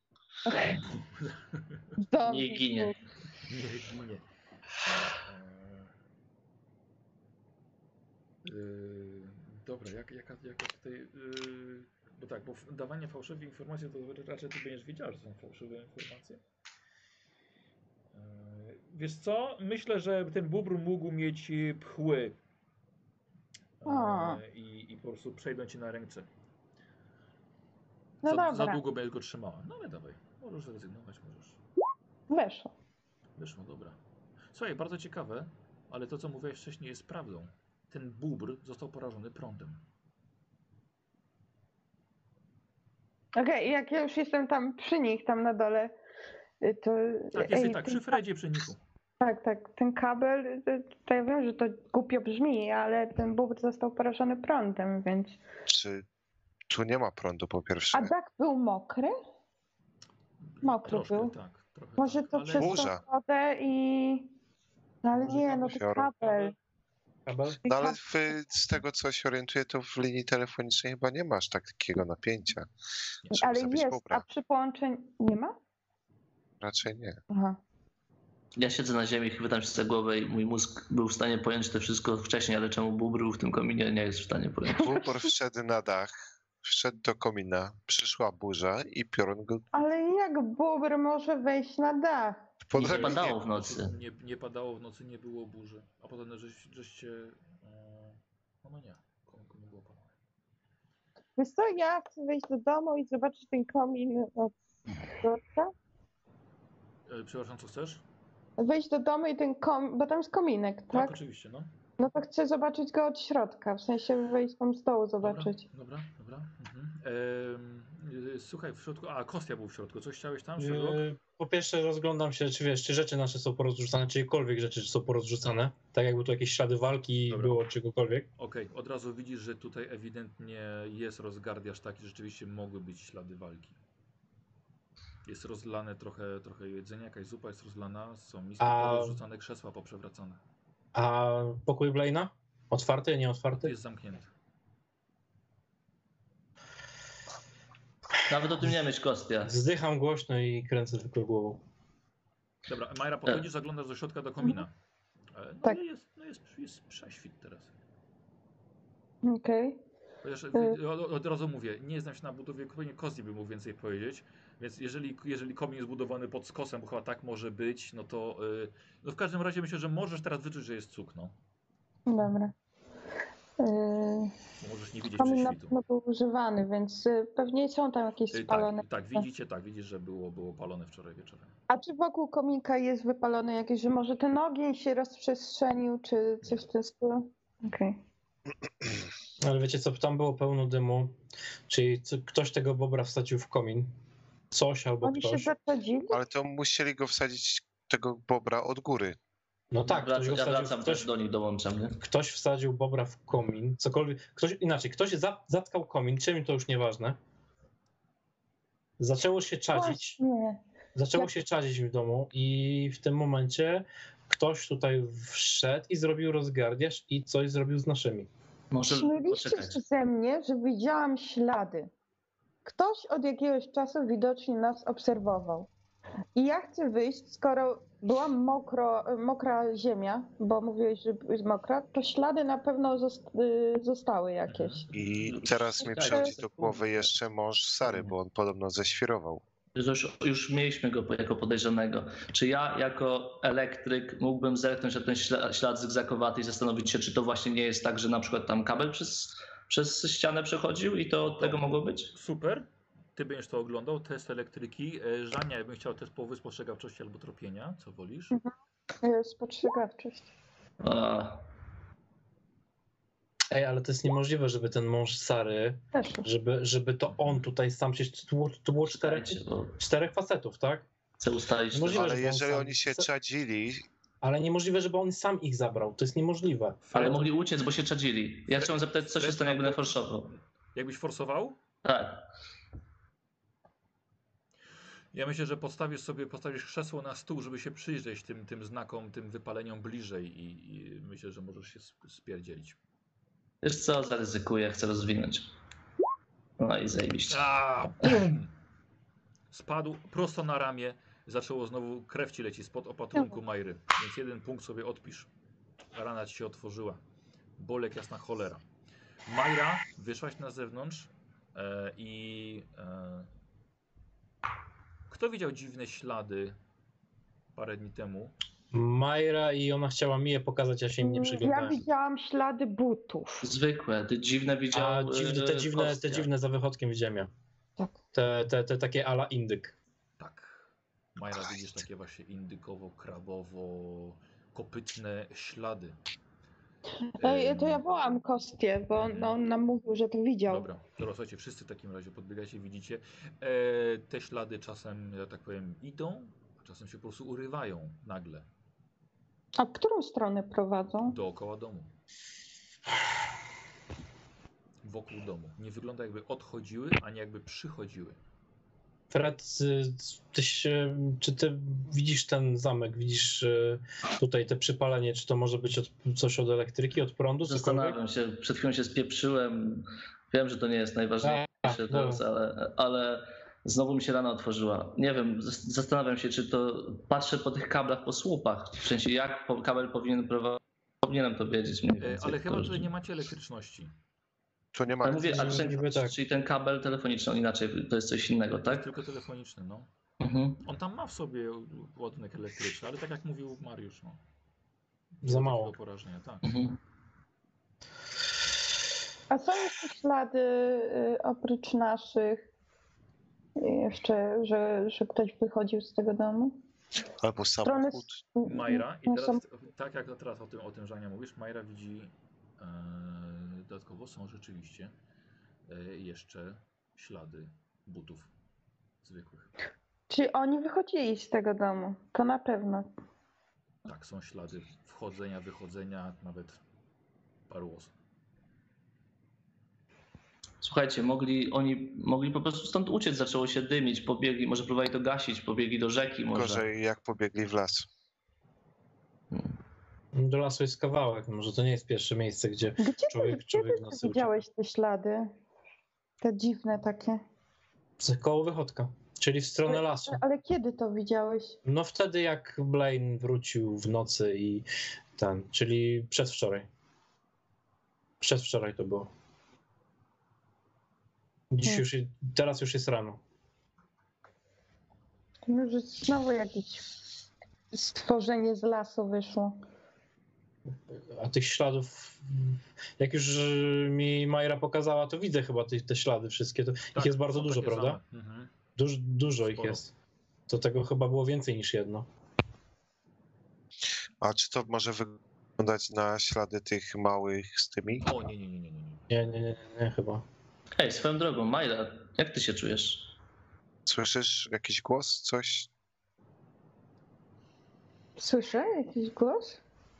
Nie ginie. Nie ginie. Dobra, jaka tutaj... Bo tak, bo dawanie fałszywych informacji to raczej ty będziesz wiedziała, że są fałszywe informacje. Wiesz co? Myślę, że ten bóbr mógł mieć pchły i po prostu przejdą ci na ręce. No dobra. Za długo będziesz go trzymała. No ale dawaj, możesz zrezygnować, możesz. Weszło. Wyszło, dobra. Słuchaj, bardzo ciekawe, ale to co mówiłeś wcześniej jest prawdą. Ten bóbr został porażony prądem. Okej, jak ja już jestem tam przy nich, tam na dole, to... Tak, jesteś tak, przy Fredzie, przy Niku. Tak, ten kabel, to ja wiem, że to głupio brzmi, ale ten bóbr został porażony prądem, więc... Czy tu nie ma prądu po pierwsze? A dach był mokry? Mokry Troszkę, był. tak. Trochę Może tak, to ale... przez Burza. tą wodę i... No ale Może nie, no to meteoru. kabel. Kabel? No ale z tego co się orientuję, to w linii telefonicznej chyba nie masz takiego napięcia. żeby Ale zabić jest, bóbra. a przy połączeniu... Nie ma? Raczej nie. Aha. Ja siedzę na ziemi, chwytam się za głowę i mój mózg był w stanie pojąć to wszystko wcześniej, ale czemu bóbr był w tym kominie, nie jest w stanie pojąć. Bóbr wszedł na dach, wszedł do komina, przyszła burza i piorun go... Ale jak bóbr może wejść na dach? Podlewie padało w nocy. Nie padało w nocy, nie było burzy. A potem żeście... No nie, kominku nie było palone. Wiesz co, ja chcę wejść do domu i zobaczyć ten komin od środka. Przepraszam, co chcesz? Wejść do domu i ten komin, bo tam jest kominek, Tak, tak? oczywiście, no. No to chcę zobaczyć go od środka, w sensie wejść tam z dołu zobaczyć. Dobra. Słuchaj, w środku... A, Kostia był w środku. Coś chciałeś tam, Sherlock? Po pierwsze rozglądam się, czy wiesz, czy rzeczy nasze są porozrzucane, czy jakiekolwiek rzeczy są porozrzucane. Tak jakby tu jakieś ślady walki Dobra. było, czegokolwiek. Okej, od razu widzisz, że tutaj ewidentnie jest rozgardiaż taki, że rzeczywiście mogły być ślady walki. Jest rozlane trochę jedzenia, jakaś zupa jest rozlana, są miski porozrzucane, krzesła poprzewracane. A pokój Blaina? Otwarty, nieotwarty? Jest zamknięty. Nawet o tym nie myśl, Kostia. Wzdycham głośno i kręcę tylko głową. Dobra, Majra, podchodzisz, zaglądasz do środka, do komina. No Tak. jest prześwit teraz. Okej. Chociaż od razu mówię, nie znam się na budowie, pewnie Kosti by mógł więcej powiedzieć, więc jeżeli komin jest budowany pod skosem, bo chyba tak może być, no to no w każdym razie myślę, że możesz teraz wyczuć, że jest cukno. Dobra. Bo możesz nie widzieć Komin na prześwitu. pewno był używany, więc pewnie są tam jakieś spalone. Widzisz, że było palone wczoraj wieczorem. A czy wokół kominka jest wypalone jakieś, że może ten ogień się rozprzestrzenił, czy coś w tym stylu? Okej. Ale wiecie co, tam było pełno dymu, czyli ktoś tego bobra wsadził w komin. Coś albo Oni się ktoś. zasadzili? Ale to musieli go wsadzić, tego bobra, od góry. No tak, ktoś go Ja wsadził, wracam też do nich, dołączam, nie? ktoś wsadził bobra w komin, cokolwiek, ktoś zatkał komin, czym to już nieważne. Zaczęło się czadzić. Właśnie. Zaczęło się czadzić w domu i w tym momencie ktoś tutaj wszedł i zrobił rozgardiaż i coś zrobił z naszymi. Może Śmieliście poczekać. się ze mnie, że widziałam ślady. Ktoś od jakiegoś czasu widocznie nas obserwował. I ja chcę wyjść, skoro była mokra ziemia, bo mówiłeś, że jest mokra, to ślady na pewno zostały jakieś. I teraz mi przychodzi do głowy jeszcze mąż Sary, bo on podobno ześwirował. Już mieliśmy go jako podejrzanego. Czy ja jako elektryk mógłbym zerknąć na ten ślad zygzakowaty i zastanowić się, czy to właśnie nie jest tak, że na przykład tam kabel przez ścianę przechodził i to od tego mogło być? Super. Ty będziesz to oglądał, test elektryki. Żania, ja bym chciał test połowy spostrzegawczości albo tropienia, co wolisz? Spostrzegawczość. A, Ej, ale to jest niemożliwe, żeby ten mąż Sary, Też. żeby to on tutaj sam się... To było czterech facetów, tak? chcę ustalić. Możliwe, Ale żeby on jeżeli sam- oni się czadzili, Ale niemożliwe, żeby on sam ich zabrał. To jest niemożliwe. Ale mogli uciec, bo się czadzili. Ja chciałem zapytać, co się stanie, jakby naforszował. Jakbyś forsował? Tak. Ja myślę, że postawisz krzesło na stół, żeby się przyjrzeć tym znakom, tym wypaleniom bliżej i myślę, że możesz się spierdzielić. Wiesz co, zaryzykuję, chcę rozwinąć. No i zajebiście. Bum! Spadł prosto na ramię. Zaczęło znowu, krew ci leci spod opatrunku Majry. Więc 1 punkt sobie odpisz. Rana ci się otworzyła. Bolek jasna cholera. Majra, wyszłaś na zewnątrz kto widział dziwne ślady parę dni temu? Majra i ona chciała mi je pokazać, ja się im nie Ja przyglądałem. widziałam ślady butów. Zwykłe, te dziwne widział. A te Kostia. dziwne za wychodkiem widziałem ja. Tak. Te takie ala indyk. Tak. Majra, widzisz takie właśnie indykowo-krabowo-kopytne ślady. To ja wołam Kostię, bo on nam mówił, że to widział. Dobra, to słuchajcie, wszyscy w takim razie podbiegacie, widzicie. Te ślady czasem, ja tak powiem, idą, a czasem się po prostu urywają nagle A w którą stronę prowadzą? dookoła domu. Wokół domu. Nie wygląda jakby odchodziły, ani jakby przychodziły. Fred, czy ty widzisz ten zamek, widzisz tutaj te przypalenie, czy to może być coś od elektryki, od prądu, cokolwiek? Zastanawiam się, przed chwilą się spieprzyłem. Wiem, że to nie jest najważniejsze teraz, ale znowu mi się rana otworzyła. Nie wiem, zastanawiam się, czy to patrzę po tych kablach, po słupach. W sensie, jak kabel powinien prowadzić. Powinienem to wiedzieć mniej więcej. Ale chyba tutaj nie macie elektryczności. to nie ma... Ale mówię, tak. czyli ten kabel telefoniczny, on inaczej, to jest coś innego, tak? Tylko telefoniczny, no. On tam ma w sobie ładunek elektryczny, ale tak jak mówił Mariusz, no. Za mało. Takiego porażenia, tak. A są jeszcze ślady oprócz naszych jeszcze, że ktoś wychodził z tego domu? Albo samochód. Majra, i teraz, tak jak teraz o tym Żania mówisz, Majra widzi, dodatkowo są rzeczywiście jeszcze ślady butów zwykłych. Czy oni wychodzili z tego domu? To na pewno. Tak, są ślady wchodzenia, wychodzenia, nawet paru osób. Słuchajcie, oni mogli po prostu stąd uciec, zaczęło się dymić, pobiegli, może próbowali to gasić, pobiegli do rzeki może. Gorzej jak pobiegli w las. Do lasu jest kawałek, może to nie jest pierwsze miejsce, gdzie człowiek Gdzie w nocy ucieka. widziałeś te ślady? Te dziwne takie. Koło wychodka, czyli w stronę lasu. Ale kiedy to widziałeś? No wtedy jak Blaine wrócił w nocy i czyli przedwczoraj. Przedwczoraj to było. Teraz już jest rano. Może znowu jakieś stworzenie z lasu wyszło. A tych śladów, jak już mi Majra pokazała, to widzę chyba te ślady wszystkie. Ich jest bardzo dużo, prawda? Dużo ich jest. To tego chyba było więcej niż jedno. A czy to może wyglądać na ślady tych małych z tymi? O, nie. Nie, chyba. Ej, swoją drogą, Majra, jak ty się czujesz? Słyszysz jakiś głos? Coś? Słyszę jakiś głos?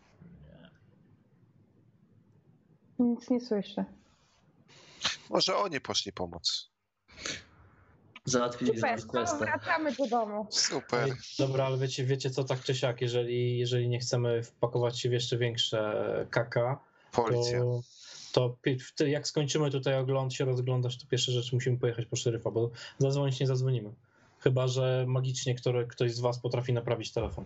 Nic nie słyszę. Może oni poszli pomóc. Załatwili z Super, nas questa. wracamy do domu. Super. Dobra, ale wiecie co, tak czy siak, jeżeli nie chcemy wpakować się w jeszcze większe kaka, Policja. to jak skończymy tutaj ogląd, się rozglądać, to pierwsze rzeczy musimy pojechać po szeryfa, bo zadzwonić nie zadzwonimy. Chyba że magicznie ktoś z was potrafi naprawić telefon.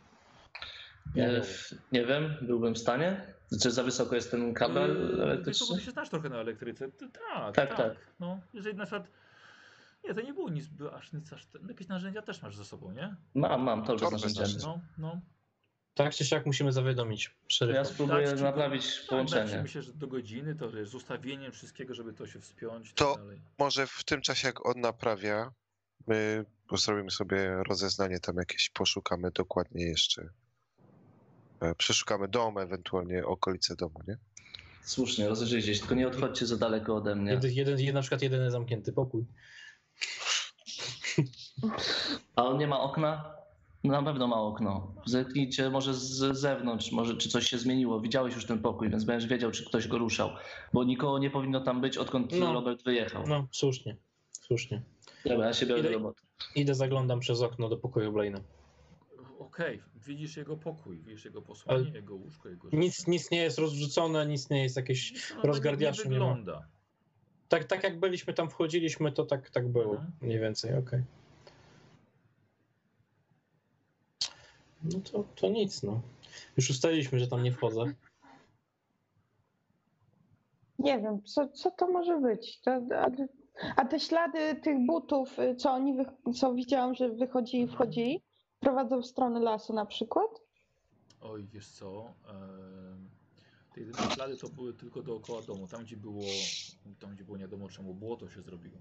Nie wiem, byłbym w stanie. Czy za wysoko jest ten kabel elektryczny? Ty się znasz trochę na elektryce. Tak. No, jeżeli na przykład... Nie, to nie było nic, jakieś narzędzia też masz ze sobą, nie? Mam torbę z Torbę narzędziami. No. Tak czy siak musimy zawiadomić szeryfa. Ja spróbuję Tak, naprawić połączenie. Myślę, że do godziny, to jest z ustawieniem wszystkiego, żeby to się wspiąć i To- tak dalej. Może w tym czasie, jak on naprawia, my zrobimy sobie rozeznanie tam jakieś, poszukamy dokładnie jeszcze. Przeszukamy dom, ewentualnie okolice domu, nie? Słusznie, rozejrzyjcie się, tylko nie odchodźcie za daleko ode mnie. Na przykład jedyny zamknięty pokój. A on nie ma okna? No na pewno ma okno. Zerknijcie może z zewnątrz, może czy coś się zmieniło. Widziałeś już ten pokój, więc będziesz wiedział, czy ktoś go ruszał. Bo nikogo nie powinno tam być, odkąd Robert wyjechał. No, słusznie. Dobra, ja się biorę do roboty. Idę, zaglądam przez okno do pokoju Blaina. Okej, widzisz jego pokój, widzisz jego posłanie, jego łóżko, jego Nic nie jest rozrzucone, nic nie jest jakieś rozgardiaszu. Nie wygląda. Tak jak byliśmy tam, wchodziliśmy, to tak było. Mniej więcej, okej. No to nic, no. Już ustaliliśmy, że tam nie wchodzę. Nie wiem, co to może być. A te ślady tych butów, co widziałam, że wychodzili i wchodzili, prowadzą w stronę lasu na przykład? Oj, wiesz co, te jedyne ślady to były tylko dookoła domu, tam gdzie było nie wiadomo czemu błoto się zrobiło.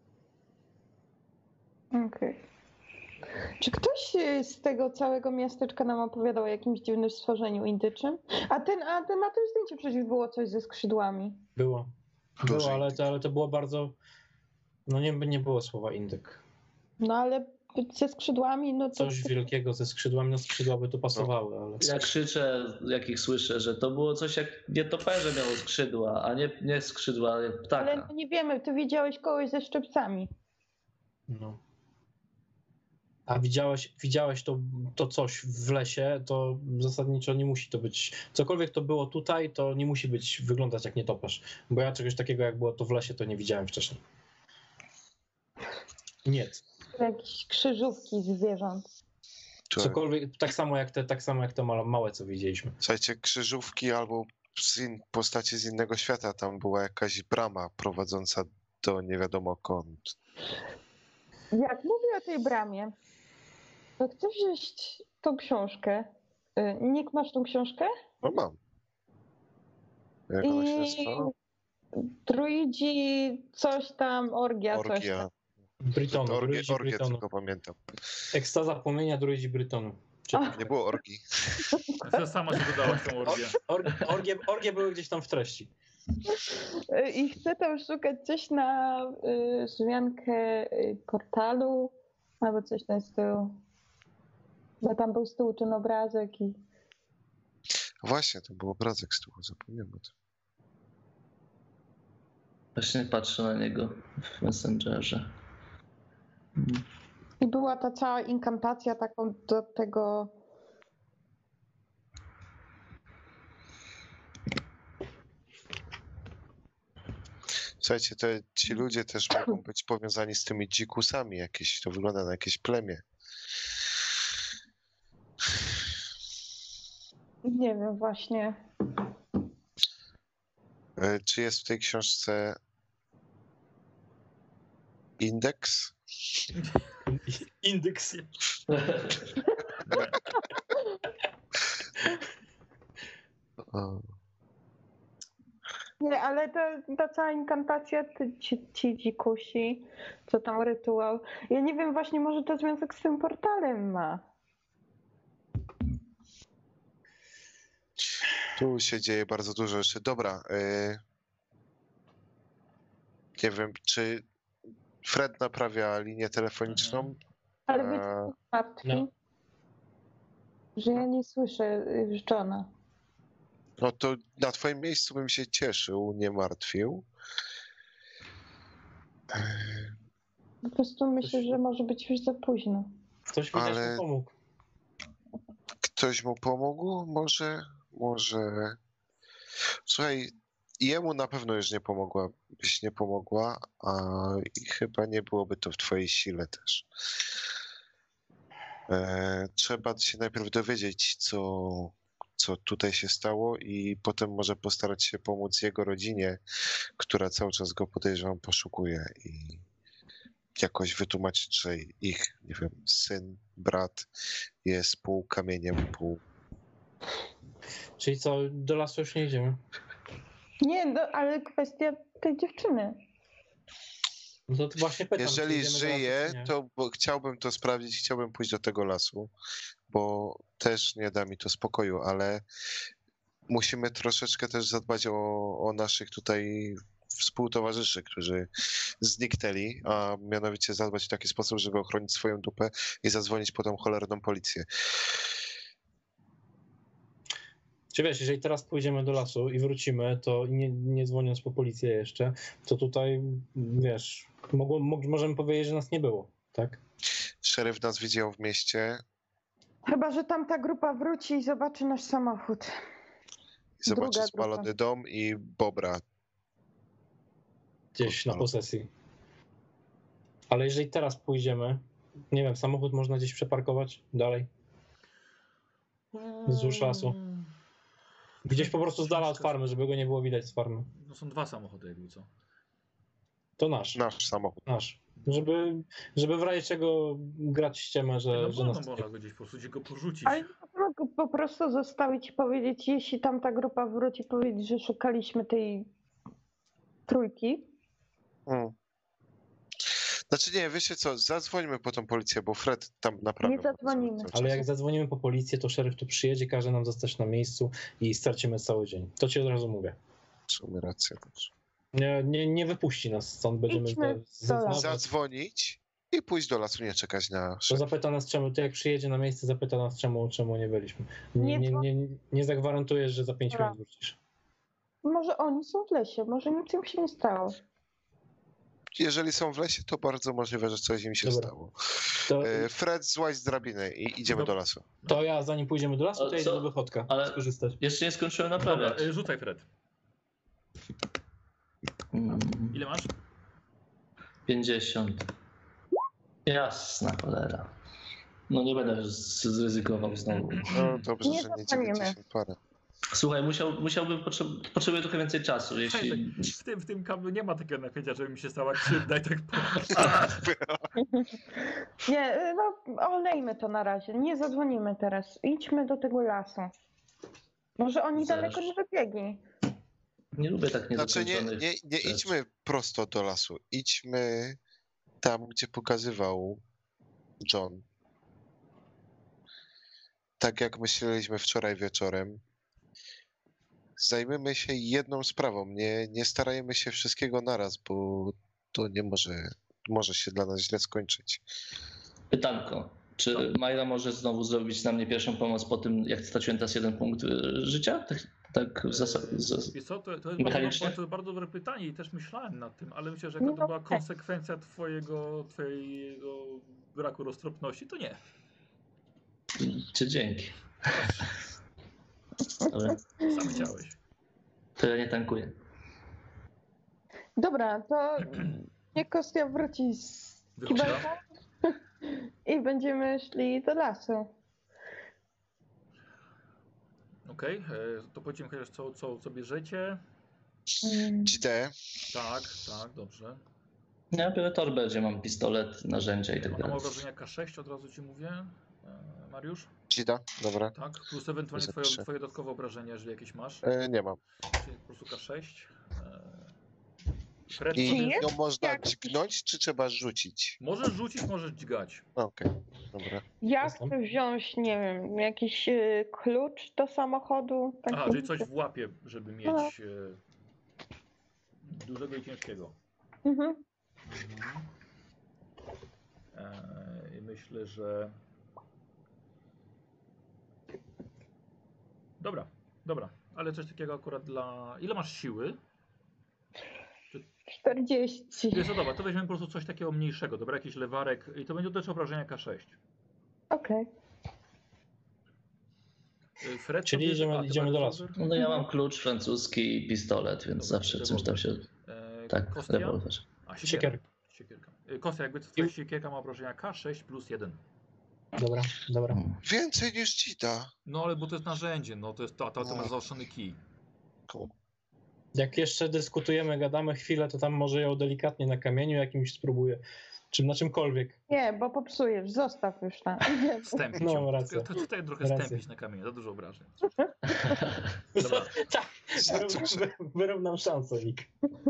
Okej. Czy ktoś z tego całego miasteczka nam opowiadał o jakimś dziwnym stworzeniu indyczym? A na tym zdjęciu przecież było coś ze skrzydłami. Było, ale to było bardzo... No nie było słowa indyk. No ale ze skrzydłami, no to... Coś wielkiego ze skrzydłami, no skrzydła by tu pasowały, ale... Ja krzyczę, jak ich słyszę, że to było coś jak nietoperze miało skrzydła, a nie skrzydła jak ptaka. Ale nie wiemy, ty widziałeś kogoś ze szczepcami. No. A widziałeś to coś w lesie, to zasadniczo nie musi to być... Cokolwiek to było tutaj, to nie musi wyglądać jak nietoperz. Bo ja czegoś takiego, jak było to w lesie, to nie widziałem wcześniej. Nie. Jakieś krzyżówki zwierząt. Cokolwiek, tak samo jak te małe, co widzieliśmy. Słuchajcie, krzyżówki albo postacie z innego świata. Tam była jakaś brama prowadząca do nie wiadomo kąt. Jak mówię o tej bramie, To chcę wziąć tą książkę. Nick, masz tą książkę? No mam. Jak ona się nazywa? Druidzi, coś tam, orgia, coś tam. Orgia. Brytonu, druidzi Orgię Brytonu. tylko pamiętam. Ekstaza płomienia druidzi Brytonu. Nie było orgii. To sama się dodałaś tą orgię. Orgie były gdzieś tam w treści. I chcę tam szukać coś na zmiankę portalu, albo coś na stylu. Bo tam był z tyłu ten obrazek i... Właśnie, to był obrazek z tyłu, zapomniałem o tym. Właśnie patrzę na niego w Messengerze. I była ta cała inkantacja taką do tego... Słuchajcie, ci ludzie też mogą być powiązani z tymi dzikusami jakieś, to wygląda na jakieś plemię. Nie wiem, właśnie. Czy jest w tej książce indeks? Indeks. O, Nie, ale ta cała inkantacja, ci dzikusi, co tam rytuał. Ja nie wiem, właśnie może to związek z tym portalem ma. tu się dzieje bardzo dużo rzeczy. Dobra, nie wiem, czy Fred naprawia linię telefoniczną? Ale wiecie, co martwi? No. Że ja nie słyszę Johna. No to na twoim miejscu bym się cieszył, nie martwił. Po prostu myślę, że może być już za późno. Ktoś widać Ale- mu pomógł. Ktoś mu pomógł? Może... Słuchaj, jemu na pewno już byś nie pomogła, a i chyba nie byłoby to w twojej sile też. Trzeba się najpierw dowiedzieć, co tutaj się stało i potem może postarać się pomóc jego rodzinie, która cały czas go podejrzewam poszukuje i jakoś wytłumaczyć, że ich, nie wiem, syn, brat jest pół kamieniem, pół... Czyli co, do lasu już nie idziemy? Nie, ale kwestia tej dziewczyny. No to właśnie pytam, czy Jeżeli idziemy do lasu, żyje, czy nie. to chciałbym to sprawdzić, chciałbym pójść do tego lasu, bo też nie da mi to spokoju, ale musimy troszeczkę też zadbać o naszych tutaj współtowarzyszy, którzy zniknęli, a mianowicie zadbać w taki sposób, żeby ochronić swoją dupę i zadzwonić po tą cholerną policję. Czy wiesz, jeżeli teraz pójdziemy do lasu i wrócimy, to nie dzwoniąc po policję jeszcze, to tutaj, wiesz, możemy powiedzieć, że nas nie było, tak? Szeryf nas widział w mieście Chyba, że tamta grupa wróci i zobaczy nasz samochód. i zobaczy Druga spalony grupa. dom i Bobra. Gdzieś na posesji. Ale jeżeli teraz pójdziemy, nie wiem, samochód można gdzieś przeparkować dalej, wzdłuż lasu. Gdzieś po prostu z dala od farmy, żeby go nie było widać z farmy. No są dwa samochody, jakby co. To nasz. Nasz samochód. Nasz. Żeby w razie czego grać ściemę, że, No że bo nas... można go gdzieś po prostu gdzie go porzucić. Ale można go po prostu zostawić i powiedzieć, jeśli tamta grupa wróci, powiedzieć, że szukaliśmy tej trójki. Znaczy nie, wiecie co, zadzwońmy po tą policję, bo Fred tam naprawdę... Nie zadzwonimy. cały Ale czas. jak zadzwonimy po policję, to szeryf tu przyjedzie, każe nam zostać na miejscu i stracimy cały dzień. To ci od razu mówię. W sumie rację też. Nie wypuści nas stąd, będziemy Idźmy do zeznawać. Zadzwonić i pójść do lasu, nie czekać na To szef. zapyta nas czemu, to jak przyjedzie na miejsce, zapyta nas czemu nie byliśmy. Nie zagwarantujesz, że za 5 Dobra. minut wrócisz. Może oni są w lesie, może nic im się nie stało. Jeżeli są w lesie, to bardzo możliwe, że coś im się Dobra. stało. To, Fred, złaź z drabiny i idziemy do lasu. to ja zanim pójdziemy do lasu, to Ale ja idę co? do wychodka Ale- skorzystać. Jeszcze nie skończyłem Dobra, naprawiać. rzucaj Fred. Ile masz? 50. Jasna cholera. No nie będę zryzykował znowu. No dobrze, Nie że nie zapalimy. 90 parę. Słuchaj, potrzebuję trochę więcej czasu, jeśli... W tym kablu nie ma takiego napięcia, żeby mi się stała krzywda i tak Nie, no olejmy to na razie. Nie zadzwonimy teraz. Idźmy do tego lasu. Może oni daleko nie wybiegli. Nie lubię tak Znaczy niedokończonych nie rzeczy. idźmy prosto do lasu. Idźmy tam, gdzie pokazywał John. Tak jak myśleliśmy wczoraj wieczorem. Zajmiemy się jedną sprawą. Nie starajmy się wszystkiego naraz, bo to nie może się dla nas źle skończyć. Pytanko. Czy Majra może znowu zrobić na mnie pierwszą pomoc po tym, jak straciłem teraz 1 punkt życia? Tak w zasadzie. Wiesz co, to jest Mechanicznie? bardzo dobre pytanie i też myślałem nad tym, ale myślę, że jaka to była konsekwencja twojego braku roztropności, to nie. Czy dzięki. Ale Sam chciałeś. to ja nie tankuję. Dobra, to niech Kostia wróci z Wychodzi. kibelką i będziemy szli do lasu. Okej, to powiedzmy chociaż co bierzecie. GD. Tak, dobrze. Ja biorę torbę, gdzie mam pistolet, narzędzia i tak Mam dalej. obrażenia K6, od razu ci mówię. Mariusz? Gida, dobra. Tak, plus ewentualnie Zapiszę. twoje dodatkowe obrażenia, jeżeli jakieś masz. Nie mam. Czyli po prostu K6. Fred, I Czy jest ją można jakiś- dźgnąć, czy trzeba rzucić? możesz rzucić, możesz dźgać. Okej, dobra. Ja Jestem. chcę wziąć, nie wiem, jakiś klucz do samochodu. Aha, taki- czyli coś w łapie, żeby mieć dużego i ciężkiego. Mhm. I myślę, że... Dobra, ale coś takiego akurat dla... Ile masz siły? 40. Wiesz co, dobra, to weźmiemy po prostu coś takiego mniejszego, dobra, jakiś lewarek i to będzie też obrażenia K6. Okej. Fred, Czyli to bierze- idziemy do ty lasu. rewolwer? No ja mam klucz francuski i pistolet, więc Dobra, zawsze czymś tam się... Tak, Kostia? rewolwer. A, Siekierka. Siekierka. Kostia, jakby twoja siekierka ma obrażenia K6 plus 1. Dobra. Więcej niż Gida. No ale bo to jest narzędzie, no to jest to ma zaostrzony kij. Jak jeszcze dyskutujemy, gadamy chwilę, to tam może ją delikatnie na kamieniu jakimś spróbuję. Czy na czymkolwiek. Nie, bo popsujesz, zostaw już tam. Stępić No, ją. racja. To tutaj trochę Racja. stępić na kamieniu, za dużo obrażeń. Dobra. Tak, wyrównam szansę, Wik.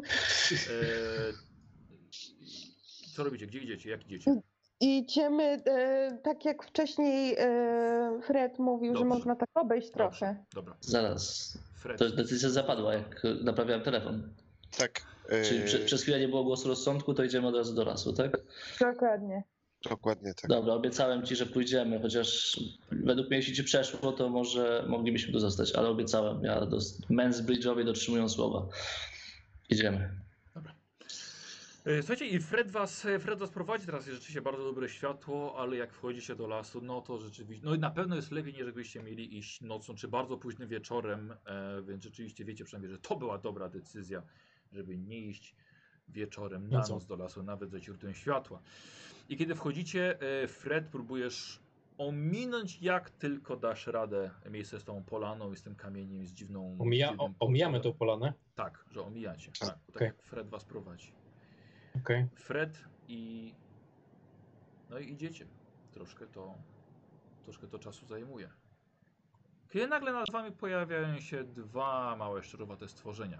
Co robicie? Gdzie idziecie? Jak idziecie? Idziemy, tak jak wcześniej Fred mówił, że Dobrze. można tak obejść trochę. Dobra. Zaraz. Fred. To decyzja zapadła, jak naprawiałem telefon. Tak. Czyli przez chwilę nie było głosu rozsądku, to idziemy od razu do lasu, tak? Dokładnie. Dokładnie tak. Dobra, obiecałem ci, że pójdziemy, chociaż według mnie jeśli ci przeszło, to może moglibyśmy tu zostać, ale obiecałem. Ja Men's Bridge'owie dotrzymują słowa. Idziemy. Słuchajcie, i Fred was prowadzi, teraz jest rzeczywiście bardzo dobre światło, ale jak wchodzicie do lasu, no to rzeczywiście, no i na pewno jest lepiej, niż jakbyście mieli iść nocą, czy bardzo późnym wieczorem, więc rzeczywiście wiecie przynajmniej, że to była dobra decyzja, żeby nie iść wieczorem na noc do lasu, nawet za źródłem światła. I kiedy wchodzicie, Fred, próbujesz ominąć jak tylko dasz radę miejsce z tą polaną i z tym kamieniem, z dziwną... Omijamy tą polanę? Tak, że omijacie, tak Okej. jak Fred was prowadzi. Okej. Fred i... No i idziecie. Troszkę to czasu zajmuje. Kiedy nagle nad wami pojawiają się dwa małe szczurowate stworzenia.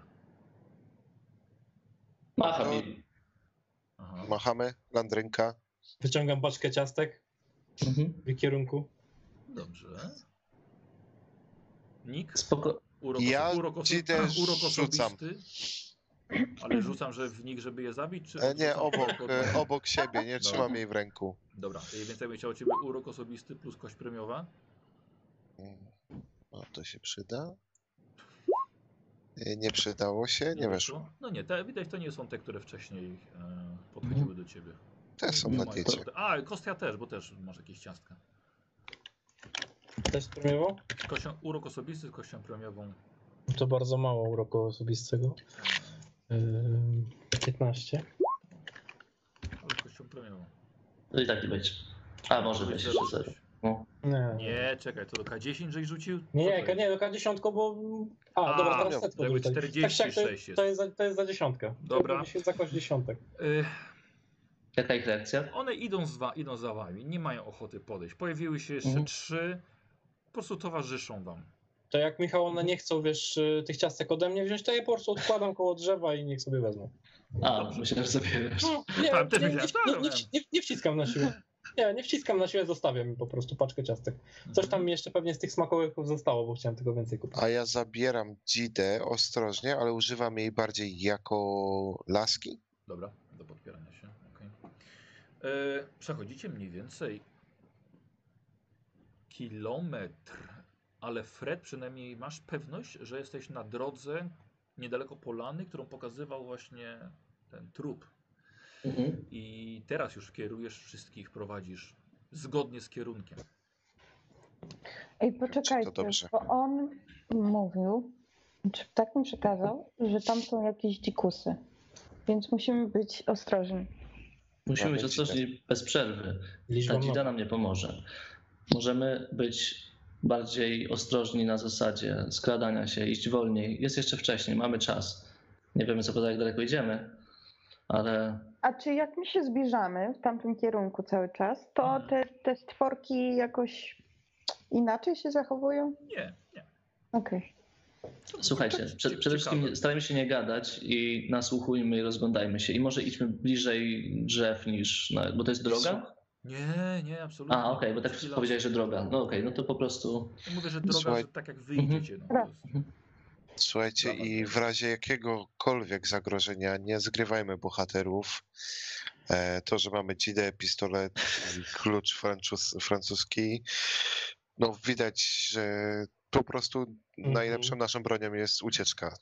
Macha mi. Aha. Machamy, landrynka. Wyciągam paczkę ciastek w kierunku. Dobrze. Nick? Spoko. Ja urok ci też osobisty. Ale rzucam, że w nich, żeby je zabić? Czy Nie, rzucam obok siebie, nie trzymam jej w ręku. Dobra, więc ja bym chciał od ciebie urok osobisty plus kość premiowa. No to się przyda. Nie przydało się, nie weszło. No nie, widać to nie są te, które wcześniej podchodziły do ciebie. Te są Nie na mają diecie. koszty. A, Kostia też, bo też masz jakieś ciastka. Też premiowo? Urok osobisty z kością premiową. To bardzo mało uroku osobistego. 15. Ale z kością premiową. No i tak nie będzie. A może być jeszcze 0. No. Nie, czekaj, to do K10 żeś rzucił? Co Nie, to jest? do K10, bo... Dobra, teraz setkę jakby rzucaj. 46 jest. To jest za dziesiątkę. Dobra. To jest za kość dziesiątek. Jaka ich reakcja? One idą za wami, nie mają ochoty podejść. Pojawiły się jeszcze 3, po prostu towarzyszą wam. To jak Michał, one nie chcą, wiesz, tych ciastek ode mnie wziąć, to je po prostu odkładam koło drzewa i niech sobie wezmą. Myślałem, że zabierasz. Nie wciskam na siłę. Nie wciskam na siłę, zostawiam mi po prostu paczkę ciastek. Coś tam mi jeszcze pewnie z tych smakołyków zostało, bo chciałem tego więcej kupić. A ja zabieram dzidę ostrożnie, ale używam jej bardziej jako laski. Dobra, do podpierania się. Okay. Przechodzicie mniej więcej kilometr, ale Fred, przynajmniej masz pewność, że jesteś na drodze niedaleko polany, którą pokazywał właśnie ten trup. I teraz już kierujesz wszystkich, prowadzisz zgodnie z kierunkiem. Ej, poczekajcie, bo on mówił, czy tak mi przekazał, że tam są jakieś dzikusy, więc musimy być ostrożni. Musimy być ostrożni bez przerwy. Ta dzida nam nie pomoże. Możemy być bardziej ostrożni na zasadzie skradania się, iść wolniej. Jest jeszcze wcześniej, mamy czas. Nie wiemy, co jak daleko idziemy, ale... A czy jak my się zbliżamy w tamtym kierunku cały czas, to te stworki jakoś inaczej się zachowują? Nie. Okej. Słuchajcie, przede wszystkim starajmy się nie gadać i nasłuchujmy i rozglądajmy się. I może idźmy bliżej drzew niż... bo to jest droga? Nie, absolutnie. Okej, bo tak powiedziałeś, że droga. No okej, no to po prostu... Mówię, że droga, że tak jak wyjdziecie. Słuchajcie, i w razie jakiegokolwiek zagrożenia nie zgrywajmy bohaterów. To, że mamy dzidę, pistolet i klucz francuski, no widać, że po prostu najlepszą naszą bronią jest ucieczka.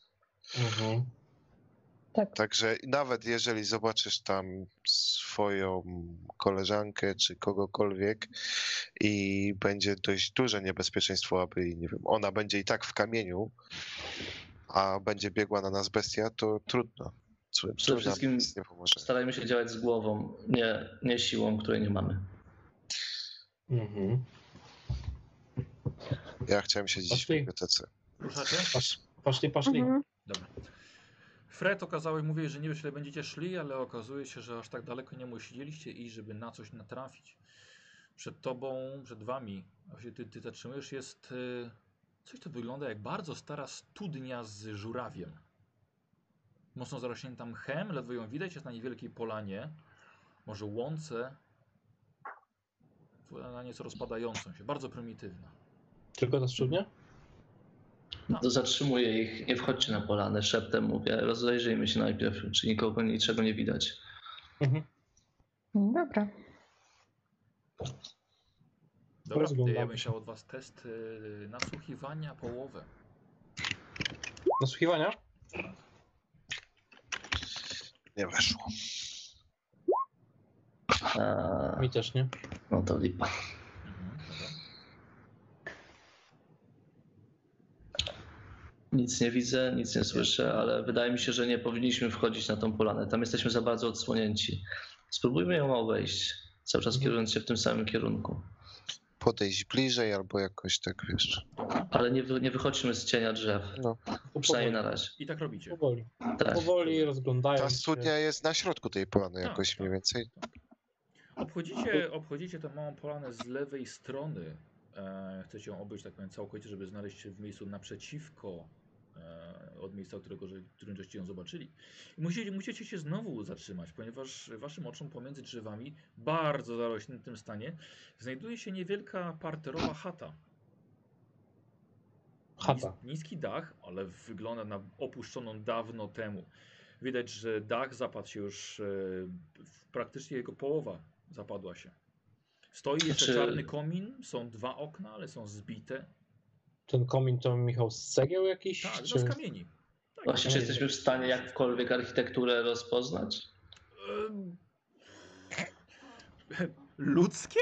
Tak. Także nawet jeżeli zobaczysz tam swoją koleżankę czy kogokolwiek i będzie dość duże niebezpieczeństwo, aby, nie wiem, ona będzie i tak w kamieniu, a będzie biegła na nas bestia, to trudno. Przede wszystkim starajmy się działać z głową, nie siłą, której nie mamy. Ja chciałem siedzieć w bibliotece. Ruszacie? Poszli. Dobra. Fred, mówiłeś, że nie wiesz, ile będziecie szli, ale okazuje się, że aż tak daleko nie musieliście iść, żeby na coś natrafić. Przed tobą, przed wami, właśnie ty zatrzymujesz, jest coś, co wygląda jak bardzo stara studnia z żurawiem. Mocno zarośnięta mchem, ledwo ją widać, jest na niewielkiej polanie, może łące, na nieco rozpadającą się, bardzo prymitywna. Tylko ta studnia? To zatrzymuję ich, nie wchodźcie na polanę, szeptem mówię, rozejrzyjmy się najpierw, czy nikogo niczego nie widać. Dobra. Dobra, ja bym chciał od was test nasłuchiwania połowę. Nasłuchiwania? Nie weszło. Mi też nie. No to lipa. Nic nie widzę, nic nie słyszę, ale wydaje mi się, że nie powinniśmy wchodzić na tą polanę. Tam jesteśmy za bardzo odsłonięci. Spróbujmy ją obejść, cały czas kierując się w tym samym kierunku. Podejść bliżej albo jakoś tak, wiesz. Ale nie wychodźmy z cienia drzew. No. Przynajmniej na razie. I tak robicie. Powoli. Tak. Powoli rozglądają Ta studnia jest na środku tej polany jakoś mniej więcej. Obchodzicie tę małą polanę z lewej strony. Chcecie ją obejść, tak powiem, całkowicie, żeby znaleźć się w miejscu naprzeciwko od miejsca, którym żeście ją zobaczyli. I musicie się znowu zatrzymać, ponieważ waszym oczom pomiędzy drzewami, bardzo zarośniętym stanie, znajduje się niewielka parterowa chata. Niski dach, ale wygląda na opuszczoną dawno temu. Widać, że dach zapadł się już, praktycznie jego połowa zapadła się. Stoi jeszcze czarny komin, są 2 okna, ale są zbite. Ten komin to, Michał, z cegieł jakiś? Tak, no z kamieni. Tak, Właśnie, czy jesteśmy w stanie jakkolwiek architekturę rozpoznać? Ludzkie?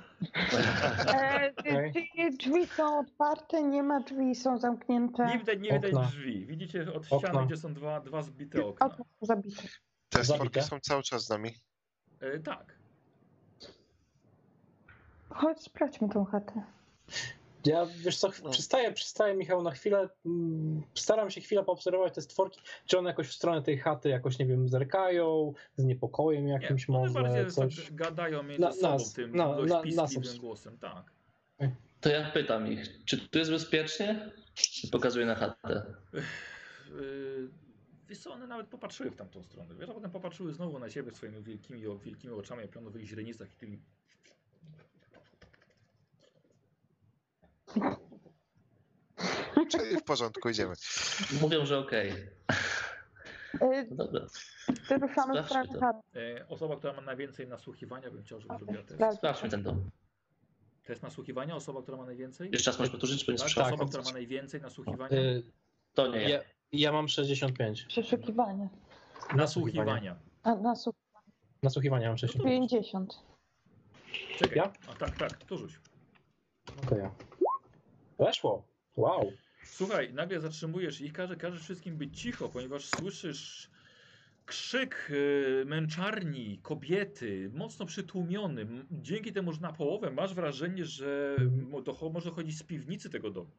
Czy drzwi są otwarte? Nie ma drzwi, są zamknięte. Nie widać drzwi. Widzicie od ściany, gdzie są dwa zbite okna. Okna są zabite. Te stworki są cały czas z nami. Tak. Chodź, sprawdźmy tą chatę. Ja, wiesz co, przystaję Michał na chwilę, staram się chwilę poobserwować te stworki, czy one jakoś w stronę tej chaty jakoś, nie wiem, zerkają, z niepokojem jakimś Nie, one może, bardziej coś. tak gadają między sobą tym dość piskliwym głosem, tak. To ja pytam ich, czy tu jest bezpiecznie? I pokazuję na chatę. Wiesz co, one nawet popatrzyły w tamtą stronę, wiesz, a potem popatrzyły znowu na ciebie swoimi wielkimi oczami, jak pionowych źrenicach i tymi... Czyli w porządku, idziemy. Mówią, że okej. No dobra, Ruszamy w Sprawdźmy stronę to. chaty. Osoba, która ma najwięcej nasłuchiwania, bym chciał, żeby zrobiła test. Sprawdź. sprawdźmy ten dom. Test nasłuchiwania, osoba, która ma najwięcej? Jeszcze raz możesz powtórzyć, bo nie Tak, słyszałem. osoba, która ma najwięcej nasłuchiwania? To nie ja. Ja mam 65. Przeszukiwanie. Nasłuchiwania. A nasłuch Nasłuchiwania mam 65. 50. Czekaj. Ja? A tak, to rzuć. To ja. Weszło. Wow. Słuchaj, nagle zatrzymujesz ich, każesz wszystkim być cicho, ponieważ słyszysz krzyk męczarni, kobiety, mocno przytłumiony. Dzięki temu, że na połowę masz wrażenie, że może chodzić z piwnicy tego domu.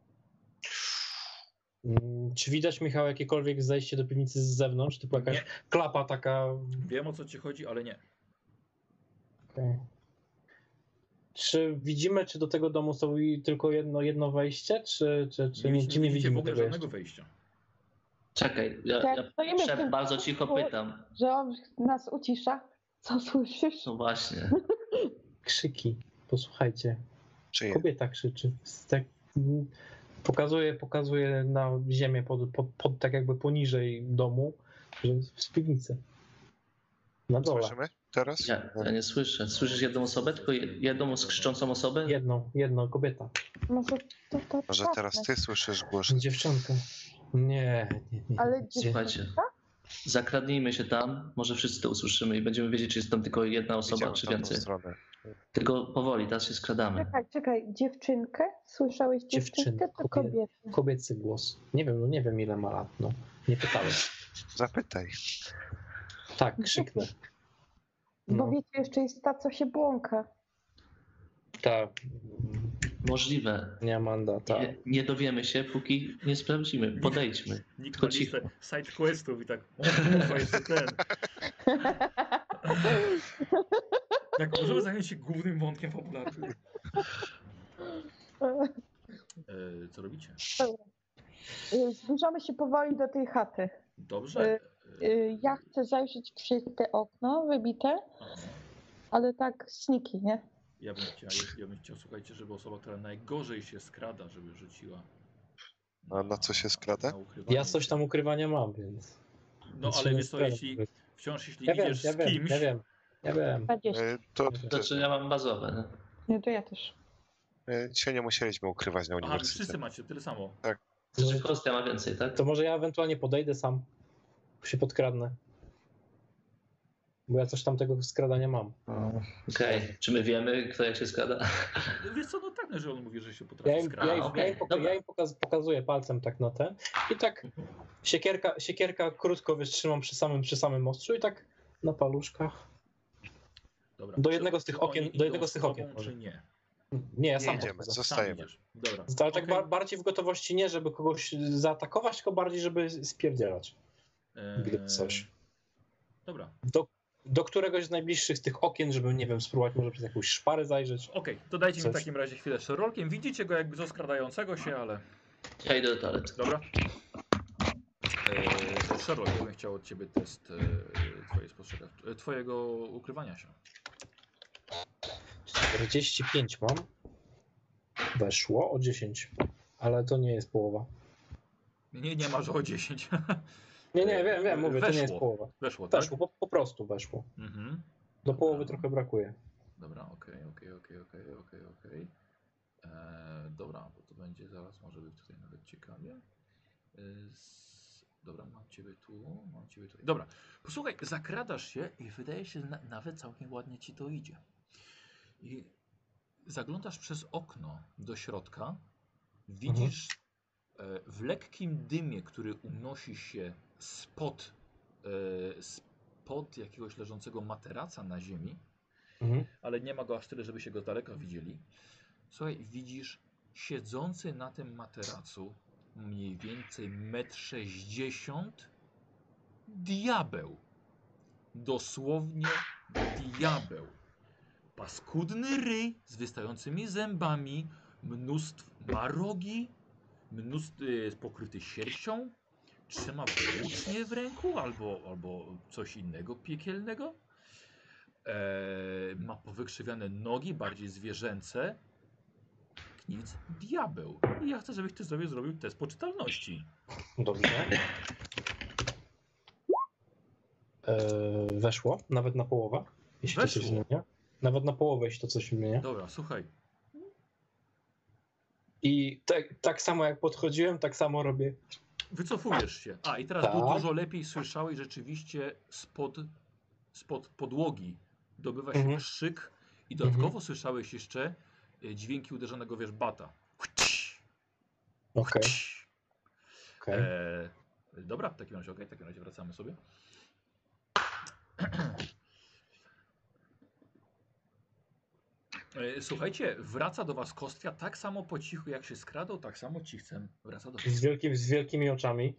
Czy widać, Michał, jakiekolwiek zejście do piwnicy z zewnątrz? Typu jakaś Nie. klapa taka. Wiem, o co ci chodzi, ale nie. Okay. Czy widzimy, czy do tego domu są tylko jedno wejście, czy Nie nie widzicie w widzimy ogóle tego żadnego jeszcze? wejścia. Czekaj, ja Stoimy w tym bardzo cicho pokoju, pytam. Że on nas ucisza. Co słyszysz? No właśnie. Krzyki. Posłuchajcie. Czyje? Kobieta krzyczy. Tak, pokazuje na ziemię tak jakby poniżej domu, że z piwnicy. Na dole. Słyszymy teraz? Ja nie słyszę. Słyszysz jedną osobę, tylko jedną skrzyczącą osobę? Jedno kobieta. Może to Może tak, teraz tak. ty słyszysz głos. Dziewczynka. Nie. Ale Słuchajcie, zakradnijmy się tam, może wszyscy to usłyszymy i będziemy wiedzieć, czy jest tam tylko jedna osoba, Idziemy w czy tamtą więcej. stronę. Tylko powoli, teraz się skradamy. Czekaj, dziewczynkę? Słyszałeś dziewczynkę czy kobietę? Kobiecy głos. Nie wiem ile ma lat, no. Nie pytałem. Zapytaj. Tak, krzyknę. Bo No, wiecie, jeszcze jest ta, co się błąka. tak. Możliwe. Nie Amanda, tak. Nie dowiemy się, póki nie sprawdzimy. Podejdźmy. Nikt Tylko ma cicho. listę side questów i tak, o kurwa, jeszcze ten. Jak możemy zająć się głównym wątkiem fabularnym? Co robicie? Zbliżamy się powoli do tej chaty. Dobrze. Ja chcę zajrzeć przez te okno wybite, Aha. ale tak sniki, nie? Ja bym chciał, słuchajcie, żeby osoba, która najgorzej się skrada, żeby rzuciła. A na co się skrada? na ukrywanie Ja coś tam się. ukrywania mam, więc... No ale wiesz co, jeśli Ja wiem, idziesz z kimś, ja wiem. 20. To Znaczy ja mam bazowe. Nie? Nie, to ja też. się nie musieliśmy ukrywać na aha, wy uniwersytecie. wszyscy macie tyle samo. Znaczy Kostia ma więcej, tak? To może ja ewentualnie podejdę sam, się podkradnę. Bo ja coś tam tego skradania mam. Okej. Czy my wiemy, kto jak się skrada? Wiesz co, no tak, no, że on mówi, że się potrafi skradać. Ja im pokazuję palcem tak na ten i tak siekierka krótko trzymam przy samym ostrzu i tak na paluszkach. Dobra. Do jednego z tych Czy okien- oni do jednego idą z tych tobą, okien może. Czy nie? Nie, ja Nie sam jedziemy, podchodzę. Sam zostajemy. idziesz. Dobra. Ale tak Okej. bardziej w gotowości nie, żeby kogoś zaatakować, tylko bardziej, żeby spierdzielać. Gdyby coś. Dobra. Do któregoś z najbliższych z tych okien, żeby, nie wiem, spróbować może przez jakąś szparę zajrzeć. Okej, to dajcie mi w Coś. takim razie chwilę szerolkiem. Widzicie go jakby zo skradającego się, ale... Ja idę do toalety. Dobra. Sherlock, ja bym chciał od ciebie test twojego ukrywania się. 45 mam. Weszło o 10. Ale to nie jest połowa. Nie masz o 10. Nie, wiem, mówię, to nie jest Weszło. połowa. Weszło, tak? Weszło, po prostu weszło. Mhm. Do połowy trochę brakuje. Dobra, okej. Dobra, bo to będzie zaraz, może być tutaj nawet ciekawie. Dobra, mam ciebie tu. Dobra, posłuchaj, zakradasz się i wydaje się, że nawet całkiem ładnie ci to idzie. I zaglądasz przez okno do środka, widzisz w lekkim dymie, który unosi się spod jakiegoś leżącego materaca na ziemi, ale nie ma go aż tyle, żeby się go z daleka widzieli. Słuchaj, widzisz siedzący na tym materacu mniej więcej 1,60 m diabeł. Dosłownie diabeł. Paskudny ryj z wystającymi zębami, ma rogi, mnóstwo jest pokryty sierścią, trzyma włócznie w ręku albo coś innego piekielnego. Ma powykrzywiane nogi, bardziej zwierzęce. Nic, diabeł. I ja chcę, żebyś ty sobie zrobił test poczytalności. Dobrze. Weszło, nawet na połowę, jeśli to coś zmienia. Nawet na połowę, jeśli to coś zmienia. Dobra, słuchaj. I tak samo jak podchodziłem, tak samo robię. Wycofujesz się. I teraz Tak. dużo lepiej słyszałeś rzeczywiście spod podłogi dobywa się krzyk i dodatkowo słyszałeś jeszcze dźwięki uderzonego bata. Okej. Dobra, w takim razie wracamy sobie. Słuchajcie, wraca do was Kostwia tak samo po cichu, jak się skradał, tak samo cichcem wraca do was. Z wielkimi oczami.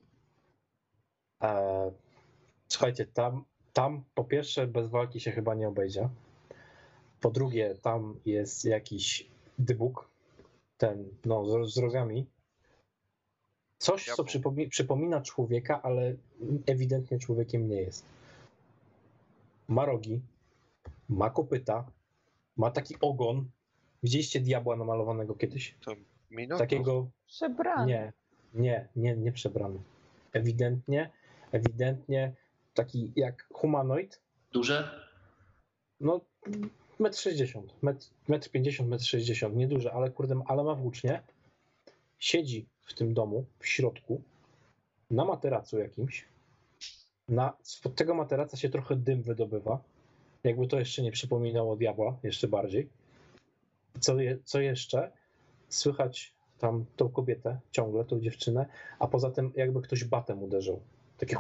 Słuchajcie, tam po pierwsze bez walki się chyba nie obejdzie. Po drugie, tam jest jakiś dybuk, ten z rogami. Coś, co przypomina człowieka, ale ewidentnie człowiekiem nie jest. Ma rogi, ma kopyta, ma taki ogon. Widzieliście diabła namalowanego kiedyś? To Minotaur? Takiego... Przebrany. Nie przebrany. Ewidentnie taki jak humanoid. Duże? No 1,60 m, 1,50 m, 1,60 m, nieduże, ale kurde, ale ma włócznie. Siedzi w tym domu, w środku, na materacu jakimś. Spod tego materaca się trochę dym wydobywa. Jakby to jeszcze nie przypominało diabła, jeszcze bardziej. Co jeszcze? Słychać tam tą kobietę, ciągle tą dziewczynę, a poza tym jakby ktoś batem uderzył. Takie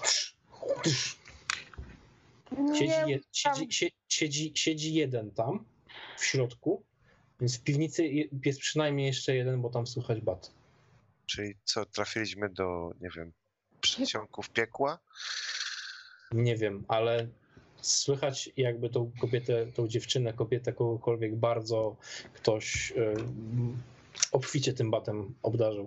siedzi jeden tam w środku, więc w piwnicy jest przynajmniej jeszcze jeden, bo tam słychać bat. Czyli co, trafiliśmy do, nie wiem, przedsionków piekła? Nie wiem, ale słychać jakby tą kobietę, tą dziewczynę, kobietę, kogokolwiek bardzo ktoś obficie tym batem obdarzył.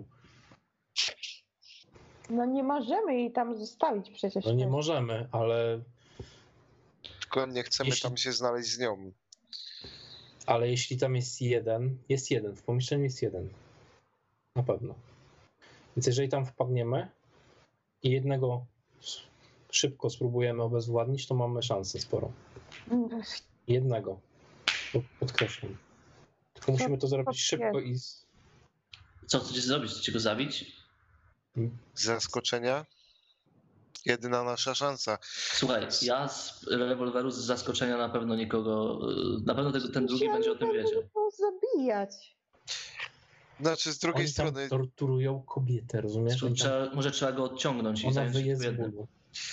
No nie możemy jej tam zostawić przecież. No nie możemy, ale... Tylko nie chcemy tam się znaleźć z nią. Ale jeśli tam jest jeden, w pomieszczeniu jest jeden. Na pewno. Więc jeżeli tam wpadniemy i jednego szybko spróbujemy obezwładnić, to mamy szansę sporą. Jednego. Podkreślam. Tylko musimy to zrobić szybko i... Co chcecie zrobić? Chcecie go zabić? Z zaskoczenia? Jedyna nasza szansa. Słuchaj, ja z rewolweru z zaskoczenia na pewno nikogo... Na pewno ten drugi będzie o tym wiedział. Zabijać. Znaczy z drugiej Oni tam strony... torturują kobietę, rozumiesz? Może trzeba go odciągnąć i ona zająć się wyje z jednym. bólu.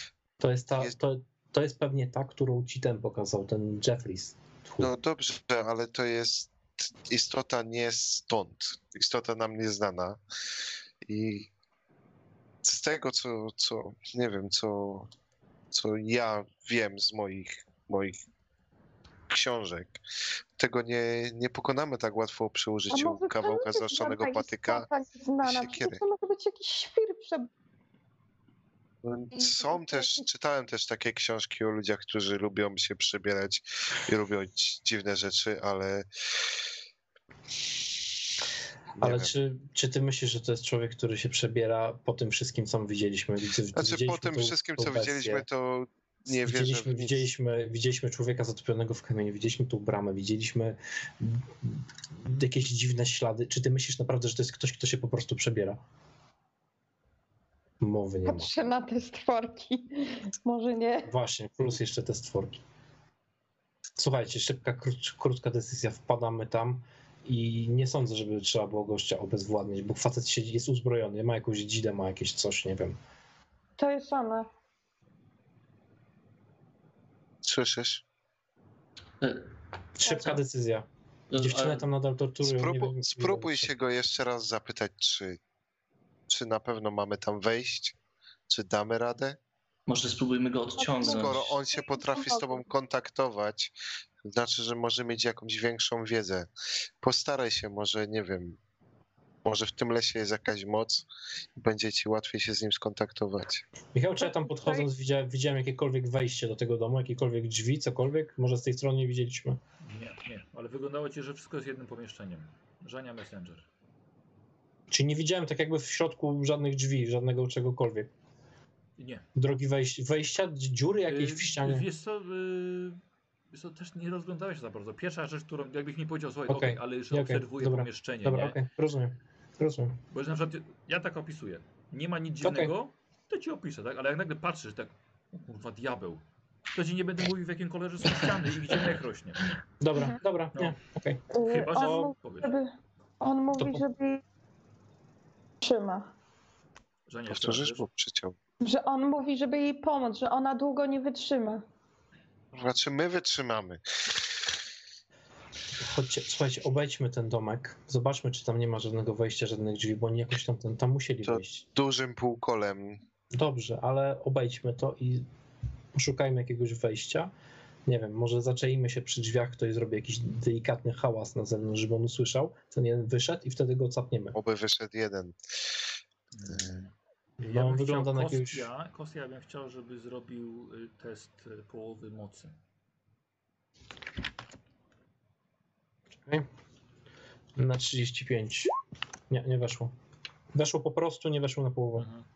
To jest pewnie ta, którą ci ten pokazał, ten Jeffries. No dobrze, ale to jest istota nie stąd. Istota nam nieznana. I z tego, co nie wiem, co ja wiem z moich książek, tego nie pokonamy tak łatwo przy użyciu kawałka zaostrzonego patyka i siekiery. To może być jakiś świr Czytałem też takie książki o ludziach, którzy lubią się przebierać i lubią dziwne rzeczy, ale... Ale czy ty myślisz, że to jest człowiek, który się przebiera po tym wszystkim, co my widzieliśmy? Po tym wszystkim, co widzieliśmy, to nie wierzę. Widzieliśmy człowieka zatopionego w kamieniu, widzieliśmy tą bramę, widzieliśmy jakieś dziwne ślady. Czy ty myślisz naprawdę, że to jest ktoś, kto się po prostu przebiera? Mowy nie ma. Patrzę na te stworki. Może nie. Właśnie, plus jeszcze te stworki. Słuchajcie, szybka, krótka decyzja. Wpadamy tam i nie sądzę, żeby trzeba było gościa obezwładnić, bo facet jest uzbrojony, ma jakąś dzidę, ma jakieś coś, nie wiem. To jest ona. Słyszysz? Szybka decyzja. Dziewczynę tam nadal torturują. Nie wiem, Spróbuj się go jeszcze raz zapytać, czy na pewno mamy tam wejść, czy damy radę. Może spróbujmy go odciągnąć. Skoro on się potrafi z tobą kontaktować, znaczy, że może mieć jakąś większą wiedzę. Postaraj się, może, nie wiem, może w tym lesie jest jakaś moc i będzie ci łatwiej się z nim skontaktować. Michał, czy ja tam podchodząc widziałem jakiekolwiek wejście do tego domu, jakiekolwiek drzwi, cokolwiek? Może z tej strony nie widzieliśmy? Nie, ale wyglądało ci, że wszystko jest jednym pomieszczeniem. Żania Messenger. Czyli nie widziałem tak jakby w środku żadnych drzwi, żadnego czegokolwiek. Nie. Drogi wejścia, dziury jakieś w ścianie. Wiesz co, też nie rozglądałeś się za bardzo. Pierwsza rzecz, którą jakbyś mi powiedział, słuchaj, Okej, ale już okej, obserwuję dobra, pomieszczenie, Dobra, nie? okej, rozumiem. Bo jest na przykład, ja tak opisuję. Nie ma nic dziwnego, to ci opiszę, tak? Ale jak nagle patrzysz, tak, o kurwa, diabeł. To ci nie będę mówił, w jakim kolorze są ściany i gdzie mech rośnie. Dobra, No. nie, okej. Chyba, że powiesz. On mówi, żeby trzyma. Żania, Powtórzysz, jeszcze bo przyciął. Że on mówi, żeby jej pomóc, że ona długo nie wytrzyma. Znaczy my wytrzymamy. Chodźcie, słuchajcie, obejdźmy ten domek. Zobaczmy, czy tam nie ma żadnego wejścia, żadnych drzwi, bo oni jakoś tam musieli To wejść. dużym półkolem. Dobrze, ale obejdźmy to i poszukajmy jakiegoś wejścia. Nie wiem, może zaczeimy się przy drzwiach, ktoś zrobi jakiś delikatny hałas na zewnątrz, żeby on usłyszał, ten jeden wyszedł i wtedy go capniemy. Oby wyszedł jeden. Ja bym wygląda chciał na jakiegoś... Kostia bym chciał, żeby zrobił test połowy mocy. Czekaj. Na 35. Nie weszło. Weszło po prostu, nie weszło na połowę. Mhm.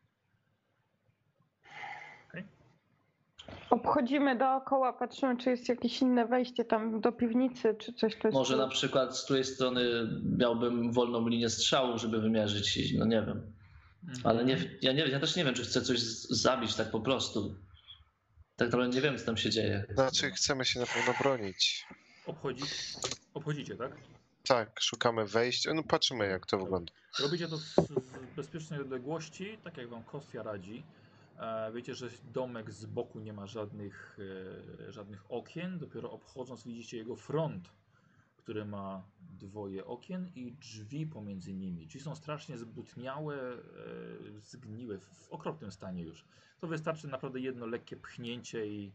Obchodzimy dookoła, patrzymy, czy jest jakieś inne wejście tam do piwnicy, czy coś. To jest Może na przykład z której strony miałbym wolną linię strzału, żeby wymierzyć, no nie wiem. Ale ja też nie wiem, czy chcę coś zabić tak po prostu. Tak naprawdę nie wiem, co tam się dzieje. Znaczy chcemy się na pewno bronić. Obchodzicie, tak? Tak, szukamy wejścia. No patrzymy, jak to wygląda. Robicie to z bezpiecznej odległości, tak jak wam Kostia radzi. Wiecie, że domek z boku nie ma żadnych okien. Dopiero obchodząc widzicie jego front, który ma dwoje okien i drzwi pomiędzy nimi. Drzwi są strasznie zbutniałe, zgniłe, w okropnym stanie już. To wystarczy naprawdę jedno lekkie pchnięcie i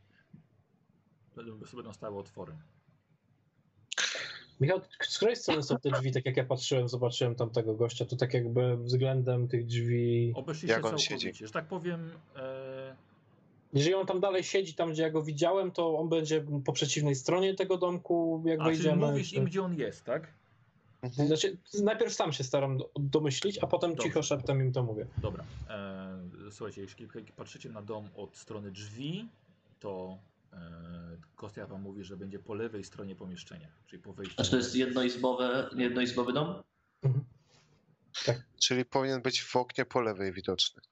będą stały otwory. Michał, z której strony są te drzwi? Tak jak ja patrzyłem, zobaczyłem tam tego gościa, to tak jakby względem tych drzwi... Obeszliście Jak on całkowicie, siedzi? że tak powiem... Jeżeli on tam dalej siedzi, tam gdzie ja go widziałem, to on będzie po przeciwnej stronie tego domku, jak wejdziemy. Czyli mówisz im, gdzie on jest, tak? Znaczy, najpierw sam się staram domyślić, a potem Dobrze. cicho szeptem im to mówię. Dobra. Słuchajcie, jeśli patrzycie na dom od strony drzwi, to Kostia wam mówi, że będzie po lewej stronie pomieszczenia, czyli po wejściu. Znaczy to jest jednoizbowy dom? Mhm. Czyli powinien być w oknie po lewej widoczny.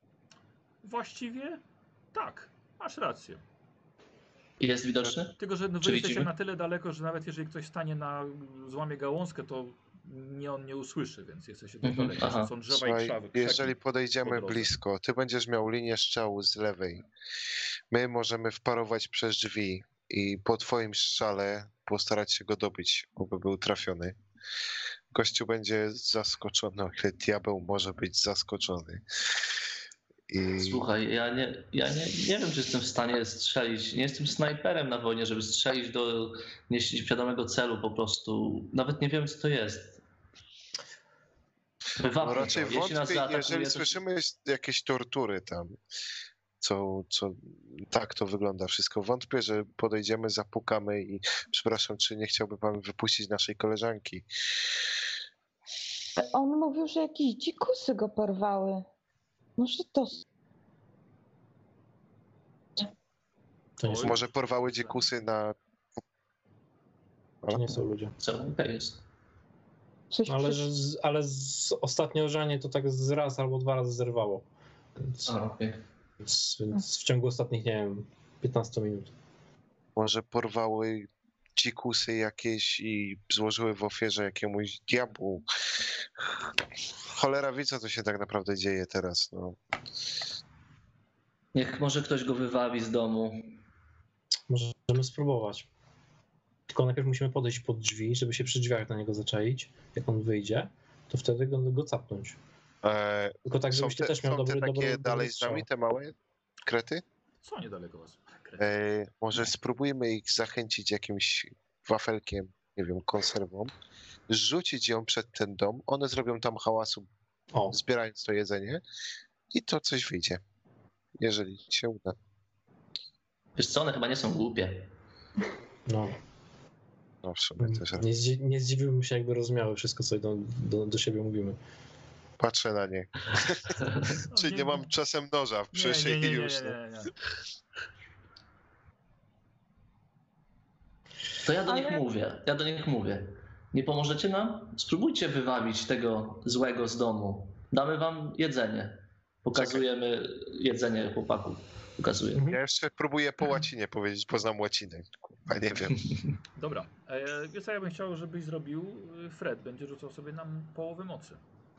Właściwie tak, masz rację. Jest widoczny? Tylko, że wy Czy jesteście widzimy? na tyle daleko, że nawet jeżeli ktoś stanie złamie gałązkę, to on nie usłyszy, więc jesteście dość Mhm, daleko. aha. Są drzewa i Słuchaj, krzawy. jeżeli po podejdziemy drodze. blisko, ty będziesz miał linię strzału z lewej. My możemy wparować przez drzwi i po twoim strzale postarać się go dobić, aby był trafiony. Gościu będzie zaskoczony, o ile diabeł może być zaskoczony. Słuchaj, ja nie wiem, czy jestem w stanie strzelić. Nie jestem snajperem na wojnie, żeby strzelić do nieświadomego celu po prostu. Nawet nie wiem, co to jest. No raczej Jeśli nas wątpię, zaatakuje, jeżeli to... słyszymy jakieś tortury tam, co tak to wygląda wszystko. Wątpię, że podejdziemy, zapukamy i przepraszam, czy nie chciałby pan wypuścić naszej koleżanki? On mówił, że jakieś dzikusy go porwały. Może to... To nie są, Może porwały dzikusy na... to nie są ludzie. Co? Okej, jest. Coś Ale ostatnie żanie to tak z raz albo dwa razy zerwało. Więc w ciągu ostatnich, nie wiem, 15 minut. Może porwały dzikusy jakieś i złożyły w ofierze jakiemuś diabłu. Cholera wie, co tu się tak naprawdę dzieje teraz. No. Niech może ktoś go wywabi z domu. Możemy spróbować. Tylko najpierw musimy podejść pod drzwi, żeby się przy drzwiach na niego zaczaić. Jak on wyjdzie, to wtedy go capnąć. Tylko tak, żebyś ty też miał są te takie dobry dalej z strzał. nami, te małe krety? Co niedaleko was? Może spróbujmy ich zachęcić jakimś wafelkiem, nie wiem, konserwą, rzucić ją przed ten dom, one zrobią tam hałasu, O, zbierając to jedzenie i to coś wyjdzie, jeżeli ci się uda. Wiesz co, one chyba nie są głupie. no. No w sumie też Nie zdziwiłbym się, jakby rozumiały wszystko, co do siebie mówimy. patrzę na nie. Czy nie mam czasem noża w przyszyi już? Nie. To ja do nich mówię. Nie pomożecie nam? Spróbujcie wywabić tego złego z domu. Damy wam jedzenie. Pokazujemy jedzenie chłopaków. Pokazuję. Ja jeszcze próbuję po łacinie powiedzieć, bo znam łacinę. Kurwa, nie wiem. Dobra. Wiesz co, ja bym chciał, żebyś zrobił... Fred będzie rzucał sobie nam połowę mocy.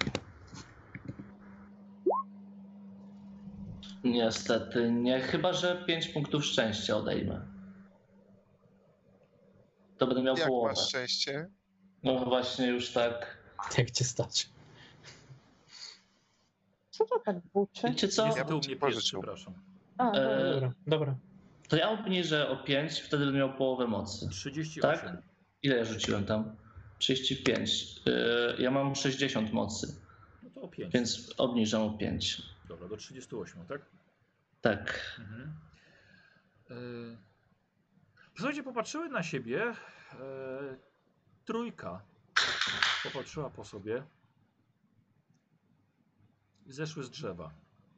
Niestety nie. Chyba że 5 punktów szczęścia odejmę. To będę miał Jak połowę. masz szczęście? No właśnie już tak. Jak cię stać? Co to tak buczy? Wiecie co? Jest Ja to bym u ci mnie pies, pożyczył. przepraszam. A, Dobra. To ja obniżę o 5, wtedy będę miał połowę mocy. 38. Tak? Ile ja rzuciłem tam? 35. Ja mam 60 mocy, No to o 5. więc obniżam o 5. Dobra, do 38, tak? Tak. Mhm. Słuchajcie, popatrzyły na siebie. Trójka popatrzyła po sobie. I zeszły z drzewa.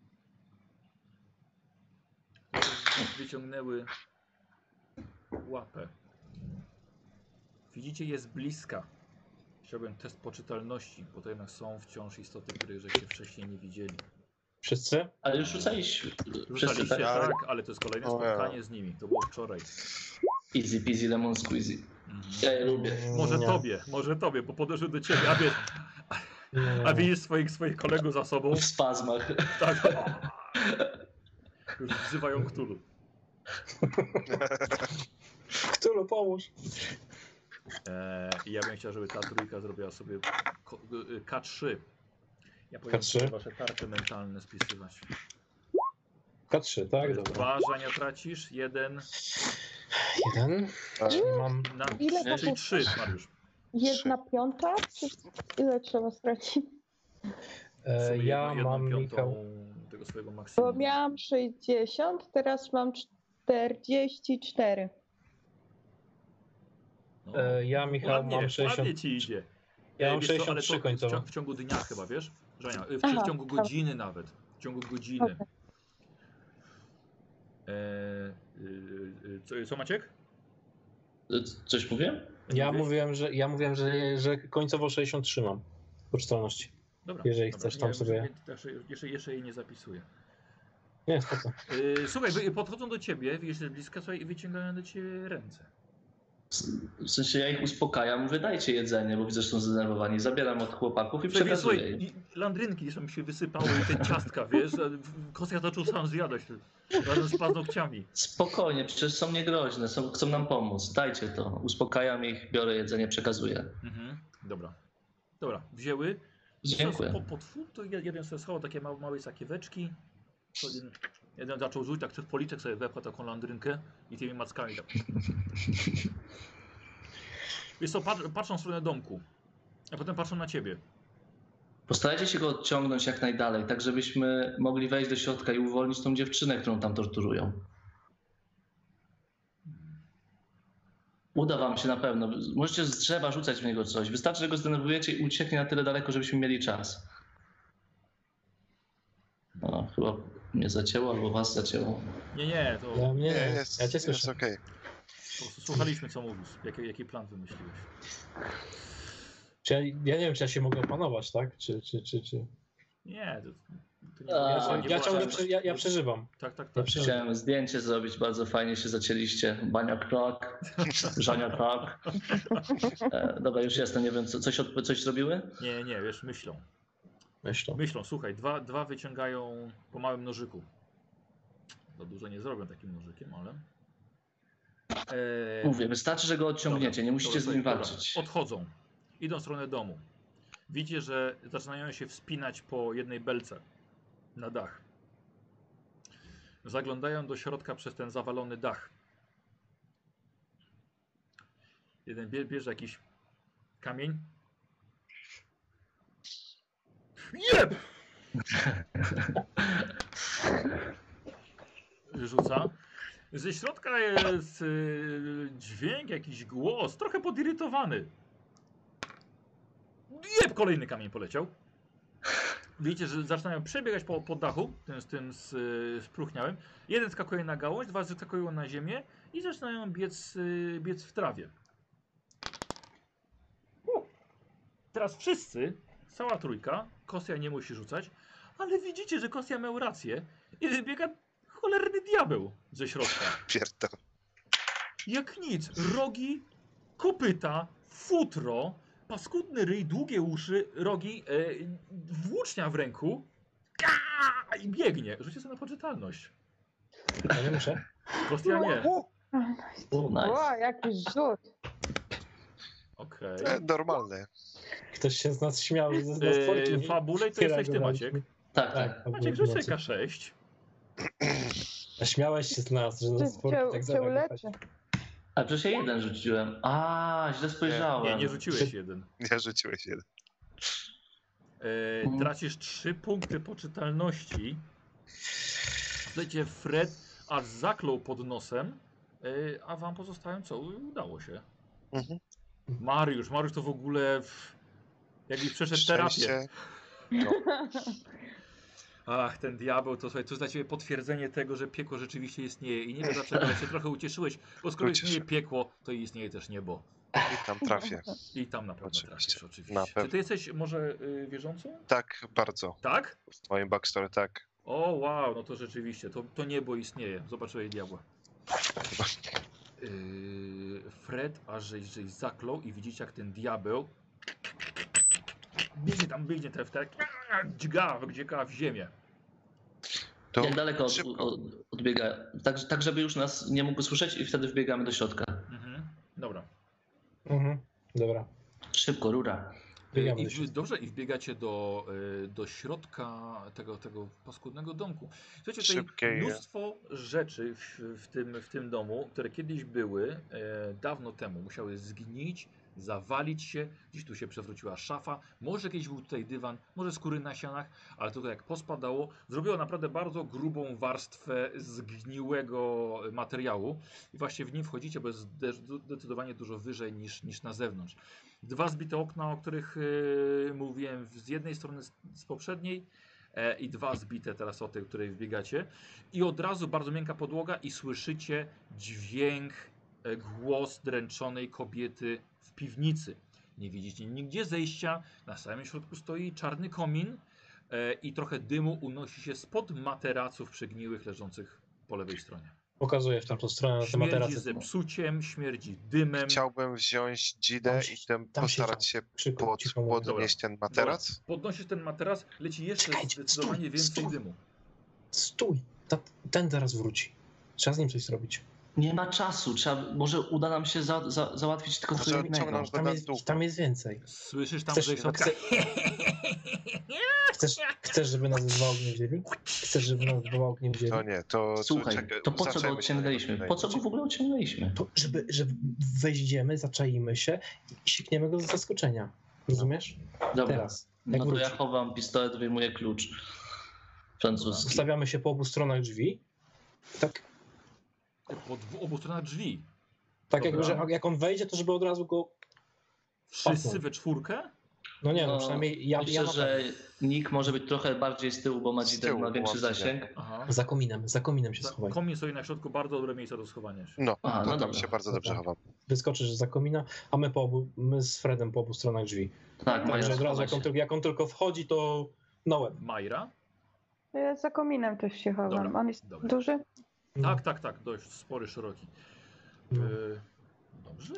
Wyciągnęły łapę. Widzicie, jest bliska. Chciałbym test poczytalności, bo to jednak są wciąż istoty, których żeście wcześniej nie widzieli. Wszyscy? Ale już rzucaliśmy. Wszyscy Rzucaliście, tak. tak, ale to jest kolejne spotkanie z nimi. To było wczoraj. Easy peasy lemon squeezy. Ja je lubię. Może tobie, bo podeszły do ciebie, a widzisz swoich kolegów za sobą. W spazmach. Tak. Już wzywają Cthulhu. Cthulhu, pomóż. I ja bym chciał, żeby ta trójka zrobiła sobie K3. Ja powinien K3? sobie wasze karty mentalne spisywać. K3, tak? Dobra. 2 żania tracisz, 1 1. Czyli mam... na Ile to czyli było? 3, Mariusz. 1/5? Czy ile trzeba stracić? Sobie Ja jedną mam, piątą Michał... tego swojego Bo maksimum. miałam 60, teraz mam 44. No. Ja, Michał, Ładnie, mam 60. ładnie ci idzie. Ja mam Wiesz co, ale 63 to końcowo. w ciągu dnia chyba, wiesz? Żania, Aha, w ciągu dobra. godziny nawet. W ciągu godziny. Okej. Co Maciek? Coś mówię? Ja Mówiłeś? mówiłem, że końcowo 63 mam poczytalności. Dobra, jeżeli dobra, chcesz tam nie, sobie- Jeszcze jej nie zapisuję. Nie, spoko. Słuchaj, podchodzą do ciebie, widzisz z bliska, słuchaj, i wyciągają do ciebie ręce. W sensie ja ich uspokajam, mówię dajcie jedzenie, bo widzę, że są zdenerwowani. Zabieram od chłopaków i przekazuję im. Słuchaj, landrynki są się wysypały i te ciastka, wiesz, Kostia zaczął sam zjadać razem z paznokciami. Spokojnie, przecież są niegroźne, chcą nam pomóc. Dajcie to. Uspokajam ich, biorę jedzenie, przekazuję. Mhm. Dobra, wzięły. Dziękuję. Po tfu, to jeden sobie schował takie małe sakieweczki. Jeden zaczął rzucić, tak w policzek sobie wepcha taką landrynkę i tymi mackami tak. Wiesz co, patrzą w stronę domku, a potem patrzą na ciebie. Postarajcie się go odciągnąć jak najdalej, tak żebyśmy mogli wejść do środka i uwolnić tą dziewczynę, którą tam torturują. Uda wam się na pewno. Możecie z drzewa rzucać w niego coś. Wystarczy, że go zdenerwujecie i ucieknie na tyle daleko, żebyśmy mieli czas. No, chyba mnie zacięło, albo was zacięło. Nie, to Ja, Nie, nie, jest, ja cię jest słyszę. okej. po prostu słuchaliśmy co mówisz, jaki plan wymyśliłeś. Czy ja nie wiem, czy ja się mogę opanować, tak? Czy... Nie, to nie Ja przeżywam. Tak. Ja przeżywam. Chciałem zdjęcie zrobić, bardzo fajnie się zacięliście. Bania krak, Żania krak. Dobra, już jestem, nie wiem, coś zrobiły? Nie, wiesz, myślą, Myślę. słuchaj, dwa wyciągają po małym nożyku. Za dużo nie zrobią takim nożykiem, ale... Mówię, wystarczy, że go odciągniecie, nie musicie z nim walczyć. Odchodzą. Idą w stronę domu. Widzicie, że zaczynają się wspinać po jednej belce na dach. Zaglądają do środka przez ten zawalony dach. Jeden bierze jakiś kamień. Jeb! Rzuca. Ze środka jest dźwięk, jakiś głos, trochę podirytowany. Jeb! Kolejny kamień poleciał. Widzicie, że zaczynają przebiegać po dachu, z tym spróchniałym. Jeden skakuje na gałąź, dwa skakują na ziemię i zaczynają biec w trawie. Teraz wszyscy, cała trójka, Kosja nie musi rzucać, ale widzicie, że Kosja miał rację i wybiega cholerny diabeł ze środka. Pierdol. Jak nic, rogi, kopyta, futro, paskudny ryj, długie uszy, rogi, włócznia w ręku i biegnie. Rzućcie sobie na poczytalność. Ja nie muszę. Kostia nie. Nice. Wow, jaki rzut. Okej. Normalne. Ktoś się z nas śmiał, że z nas tworki. Fabulej to jesteś ty, Maciek. Tak, tak. Maciek, rzuć sobie K6. A śmiałeś się z nas, że Czy nas tworki tak cię zareagować. uleczę? A przecież ja jeden rzuciłem. A, źle spojrzałem. Nie rzuciłeś jeden. Nie rzuciłeś jeden. Tracisz 3 punkty poczytalności. Słuchajcie, Fred aż zaklął pod nosem, a wam pozostają co? Udało się. Mhm. Mariusz to w ogóle jakbyś przeszedł terapię. Szczęście. Ach, ten diabeł, to słuchaj, to jest dla ciebie potwierdzenie tego, że piekło rzeczywiście istnieje. I nie wiem dlaczego, ale się trochę ucieszyłeś, bo skoro istnieje piekło, to istnieje też niebo. I tam trafię. I tam na pewno Oczywiście. trafisz, oczywiście. Na pewno. Czy ty jesteś może wierzącą? Tak, bardzo. Tak? W moim backstory tak. O wow, no to rzeczywiście, to niebo istnieje. Zobaczyłeś diabła. Fred, aż żeś zaklął i widzicie jak ten diabeł biegnie dźga w ziemię. To Jak daleko szybko. odbiega? Tak, żeby już nas nie mógł słyszeć i wtedy wbiegamy do środka. Mhm. Dobra. Mhm. Dobra. Szybko, rura. Biegamy do środka. Dobrze, i wbiegacie do środka tego paskudnego domku. Słuchajcie, tutaj Szybkie. mnóstwo rzeczy w tym domu, które kiedyś były dawno temu, musiały zgnić, zawalić się, gdzieś tu się przewróciła szafa, może kiedyś był tutaj dywan, może skóry na ścianach, ale tutaj jak pospadało, zrobiło naprawdę bardzo grubą warstwę zgniłego materiału i właśnie w nim wchodzicie, bo jest zdecydowanie dużo wyżej niż na zewnątrz. 2 zbite okna, o których mówiłem z jednej strony, z poprzedniej i 2 zbite teraz o tej, której wbiegacie. I od razu bardzo miękka podłoga i słyszycie dźwięk, głos dręczonej kobiety w piwnicy. Nie widzicie nigdzie zejścia, na samym środku stoi czarny komin i trochę dymu unosi się spod materaców przegniłych leżących po lewej stronie. Pokazuję w tamtą stronę na te Śmierdzi materace. zepsuciem, śmierdzi dymem. Chciałbym wziąć dzidę Tam się- i tam tam się postarać się Krzyku, cicho mówię. podnieść ten materac. Podnosisz ten materac, leci jeszcze Czekajcie, zdecydowanie stój, więcej stój. dymu. Stój! Ten zaraz wróci. Trzeba z nim coś zrobić. Nie ma czasu. Może uda nam się załatwić tylko Może co innego. odciągnąć go na dół. Tam jest więcej. Słyszysz tam, Chcesz- że środka... Chcesz, żeby nas dwa ognie wzięli? Chcesz, żeby nas dwa ognie wzięli? To nie, to Słuchaj, czekaj, to po co go zaczęmy się odciągnęliśmy? na Po co go w ogóle odciągnęliśmy? To, żeby wejdziemy, zaczaimy się i siekniemy go z zaskoczenia. Rozumiesz? Dobra, Teraz. Jak no to ja wróci. chowam pistolet, wyjmuję klucz francuski. Ustawiamy się po obu stronach drzwi. Tak, obu stronach drzwi. tak Dobra. jakby, że jak on wejdzie, to żeby od razu go... Wszyscy Pacnął. we czwórkę? No nie, no No, przynajmniej ja Myślę, na że Nick może być trochę bardziej z tyłu, bo ma Z dzidę, tyłu, ma większy łapcie. zasięg. Aha. Za kominem się schowaj. Komin stoi na środku, bardzo dobre miejsce do schowania się. No, Aha, to no tam dobra. się bardzo dobrze Dobra. chowam. Wyskoczysz za komina, a my z Fredem po obu stronach drzwi. Tak, Maja, Także od razu schowaj się. jak on tylko wchodzi, to na łeb. Majra? Ja za kominem też się chowam. Dobra, On jest dobra. duży? No. Tak, dość spory, szeroki. No. Dobrze.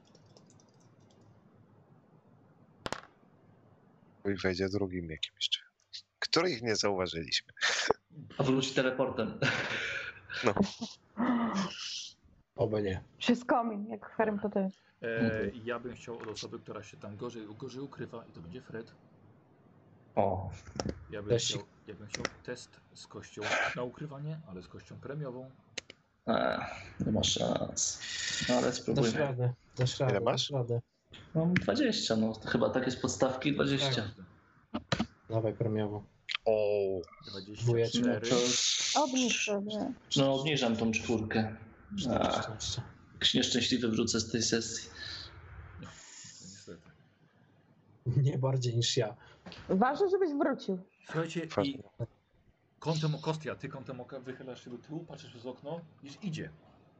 I wejdzie drugim jakimś, których nie zauważyliśmy. A wróci teleportem. No, Oby nie. Przez komin, jak w Harry Potterze. Ja bym chciał od osoby, która się tam gorzej ukrywa i to będzie Fred. O, Ja bym chciał test z kością na ukrywanie, ale z kością premiową. nie masz szans. No, ale Dasz spróbujmy. radę, dasz radę, Ile masz? dasz radę. Mam 20, no chyba takie z podstawki 20. Dawaj premiową. O, 24. Obniż sobie. No obniżam tą 4. Szczęście. Jak nieszczęśliwy wrócę z tej sesji. No, niestety. Nie bardziej niż ja. Ważne, żebyś wrócił. Słuchajcie, i Fajnie. Kostia, ty kątem oka wychylasz się do tyłu, patrzysz przez okno, już idzie.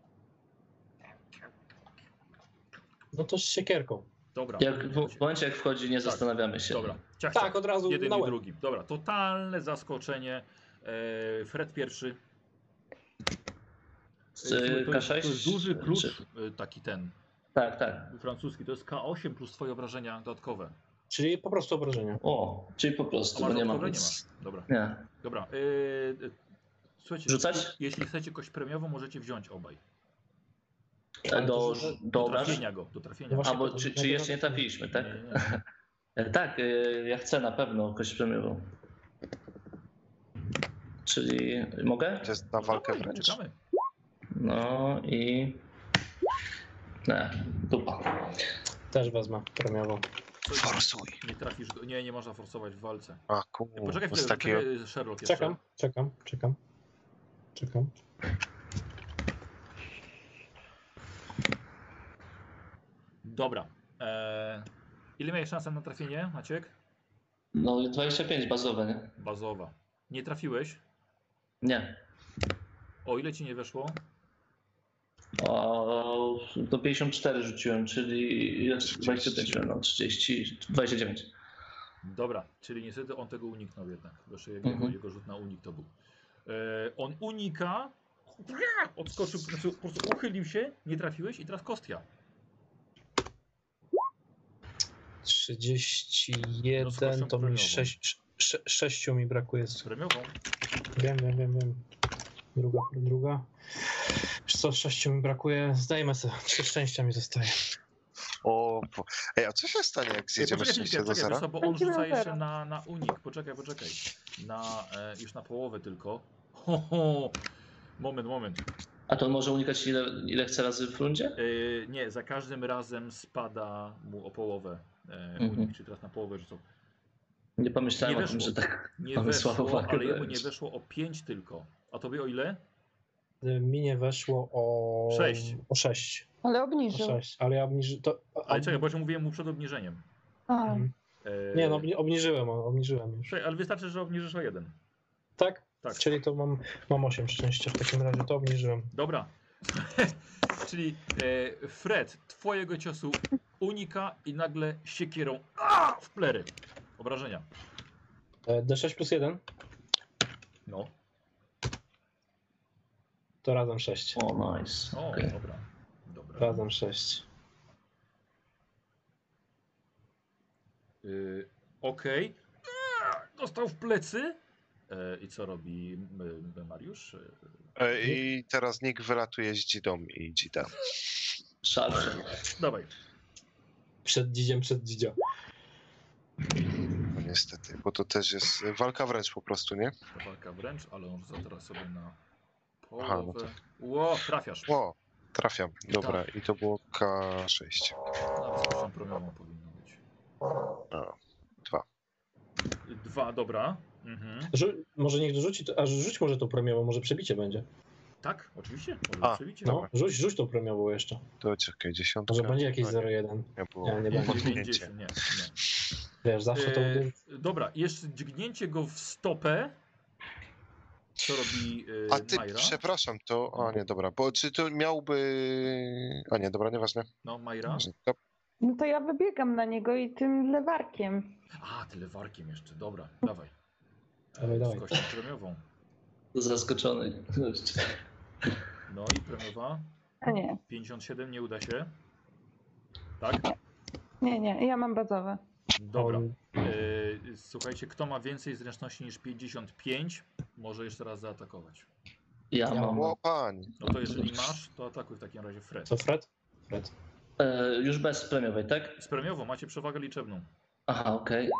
No to z siekierką. Dobra. W momencie jak wchodzi, nie zastanawiamy się. Dobra. Ciach, Tak, od razu jeden na i łeb. drugi. Dobra, totalne zaskoczenie. Fred pierwszy. Słuchaj, to K6? jest duży klucz, Czy- taki ten Tak. francuski. To jest K8 plus twoje obrażenia dodatkowe. Czyli po prostu obrażenia. O, czyli po A prostu, masz bo nie ma dodatkowe? Nie nic. masz. Dobra. Nie. Dobra. Słuchajcie, Rzucać? jeśli chcecie kość premiową, możecie wziąć obaj. Do Do obraż? trafienia go. Do trafienia. No właśnie, Albo czy jeszcze nie trafiliśmy, tak? Nie. Tak, ja chcę na pewno kość premiową. Czyli mogę? to jest na walkę Dawaj, wręcz. czekamy. No i... Nie, dupa. Też wezmę premiową. Forsuj. Nie trafisz go. Nie można forsować w walce. A Poczekaj z chwilę, takiego... poczekaj, Sherlock jeszcze. Czekam. Dobra. Ile miałeś szansę na trafienie, Maciek? No 25 bazowe, nie? Bazowa. Nie trafiłeś? Nie. O ile ci nie weszło? O, do 54 rzuciłem, czyli 25, no 30, 29. Dobra, czyli niestety on tego uniknął jednak. Zresztą jego rzut na unik to był. On unika, odskoczył, znaczy po prostu uchylił się, nie trafiłeś i teraz Kostia. 31 to mi 6 mi brakuje. Z premiową. Wiem. Druga. Wiesz co, 6 mi brakuje. Zdajmy sobie. 3 szczęścia mi zostaje. Ej, a co się stanie, jak zjedziemy szczęście do zera? Bo on rzuca jeszcze na unik. Poczekaj. Już na połowę tylko. Moment. A to on może unikać ile chce razy w rundzie? Nie, za każdym razem spada mu o połowę unik, czyli teraz na połowę rzucą. Nie pomyślałem Nie o tym, weszło. że tak Nie mamy słabą weszło, walkę ale jemu wręcz. nie weszło o 5 tylko. A tobie o ile? Mi nie weszło o 6. O 6. Ale O obniżył. 6. Ale ja obniżyłem. Ale czekaj, bo już mówiłem mu przed obniżeniem. A, Nie, no obniżyłem już. Czekaj, ale wystarczy, że obniżysz o 1. Tak? Tak. Czyli to mam 8 szczęścia w takim razie, to obniżyłem. Dobra. Czyli Fred twojego ciosu unika i nagle siekierą w plery. Obrażenia. D6 plus 1 No. to razem 6. O, nice. O, Okay. dobra. Razem 6. Okej. Dostał w plecy. I co robi Mariusz? I teraz Nick wylatuje z Dzidą i Dzida. Szalcze. Dawaj. Przed dzidzia. No niestety, bo to też jest walka wręcz po prostu, nie? Walka wręcz, ale on rzuca teraz sobie na połowę. Aha, no to- Ło, trafiasz. O, trafiam. Dobra, i to było K6. Nawet z kością promiową powinno być. A, 2. 2, dobra. Mhm. Może niech dorzuci, rzuć może tą premiową, może przebicie będzie. Tak, oczywiście. Może przebicie. No, rzuć tą premiową jeszcze. To czekaj, 10. Może będzie jakieś No, 0,1. Nie było. Nie, nie Nie, będzie. 50, nie. Wiesz, zawsze to... Dobra, jeszcze dźgnięcie go w stopę. Co robi A ty, Majra? przepraszam, to... A nie, dobra, bo czy to miałby... A nie, dobra, nieważne. No, Majra? To... no to ja wybiegam na niego i tym lewarkiem. A, tyle warkiem jeszcze. Dobra, dawaj. Dawaj. Z kością premiową. Zaskoczony. No i premiowa. A nie, 57 nie uda się. Tak? nie, ja mam bazowe. Dobra. Słuchajcie, kto ma więcej zręczności niż 55, może jeszcze raz zaatakować. Ja mam. O, pań. No to jeżeli masz, to atakuj w takim razie Fred. Co, Fred? Fred. Już bez premiowej, tak? Z premiową macie przewagę liczebną. Aha, okej.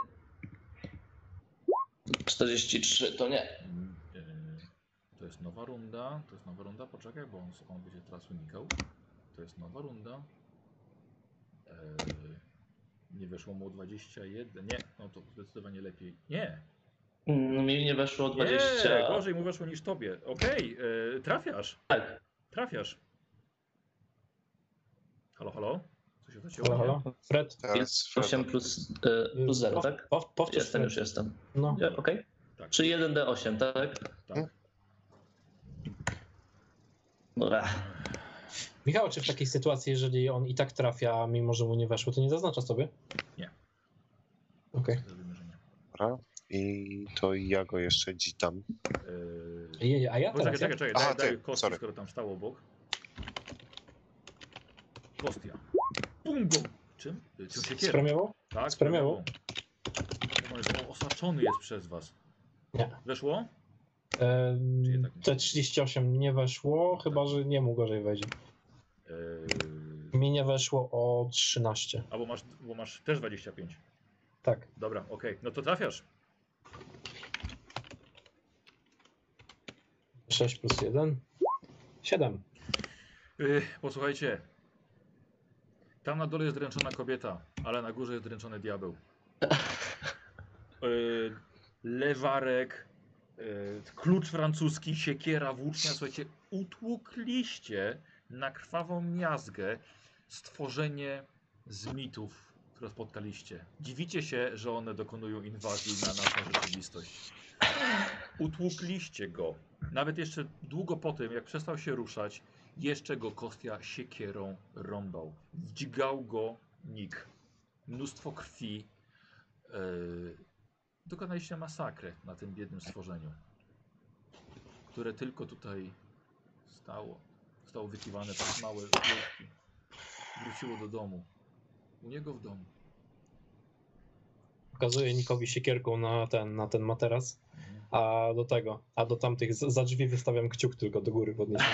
43 to nie. To jest nowa runda, poczekaj, bo on będzie teraz unikał. To jest nowa runda. Nie weszło mu 21, nie, no to zdecydowanie lepiej. Nie, Mi nie weszło 20. nie, gorzej mu weszło niż tobie. Okej, trafiasz, Tak. trafiasz. Halo, halo? Co się zacięło? Halo, halo? Fred? Teraz 8 plus 0, tak? Powtórz, Jestem, Fred. już jestem. No. Okej. Tak. Czy 1d8, tak? Tak. Dobra. Michał, czy w takiej sytuacji, jeżeli on i tak trafia, mimo że mu nie weszło, to nie zaznacza sobie? Nie. Okej. Zrobimy, że nie. Dobra. I to ja go jeszcze dzitam. A ja teraz, Czekaj, Aha, daj ty, kostki, sorry. skoro tam stał obok. Kostia. Bungo! Czym? Czym Z siekierą. premiową? Tak, z premiową? On jest osaczony jest przez was. Nie. Weszło? Czy jednak nie? Te 38 nie weszło, chyba że nie mu gorzej wejdzie. Mi nie weszło o 13. A bo masz też 25. Tak. Dobra, okej. No to trafiasz. 6 plus 1. 7. Posłuchajcie. Tam na dole jest dręczona kobieta, ale na górze jest dręczony diabeł. Lewarek, klucz francuski, siekiera, włócznia. Słuchajcie, utłukliście na krwawą miazgę stworzenie z mitów, które spotkaliście. Dziwicie się, że one dokonują inwazji na naszą rzeczywistość. Utłukliście go. Nawet jeszcze długo po tym, jak przestał się ruszać, jeszcze go Kostia siekierą rąbał. Dźgał go Nick. Mnóstwo krwi. Dokonaliście masakry na tym biednym stworzeniu, które tylko tutaj stało. Zostało wykiwane przez małe łódki. Wróciło do domu. U niego w domu. Pokazuję Nikowi siekierką na ten materac, a do tamtych za drzwi wystawiam kciuk tylko do góry podniesiony.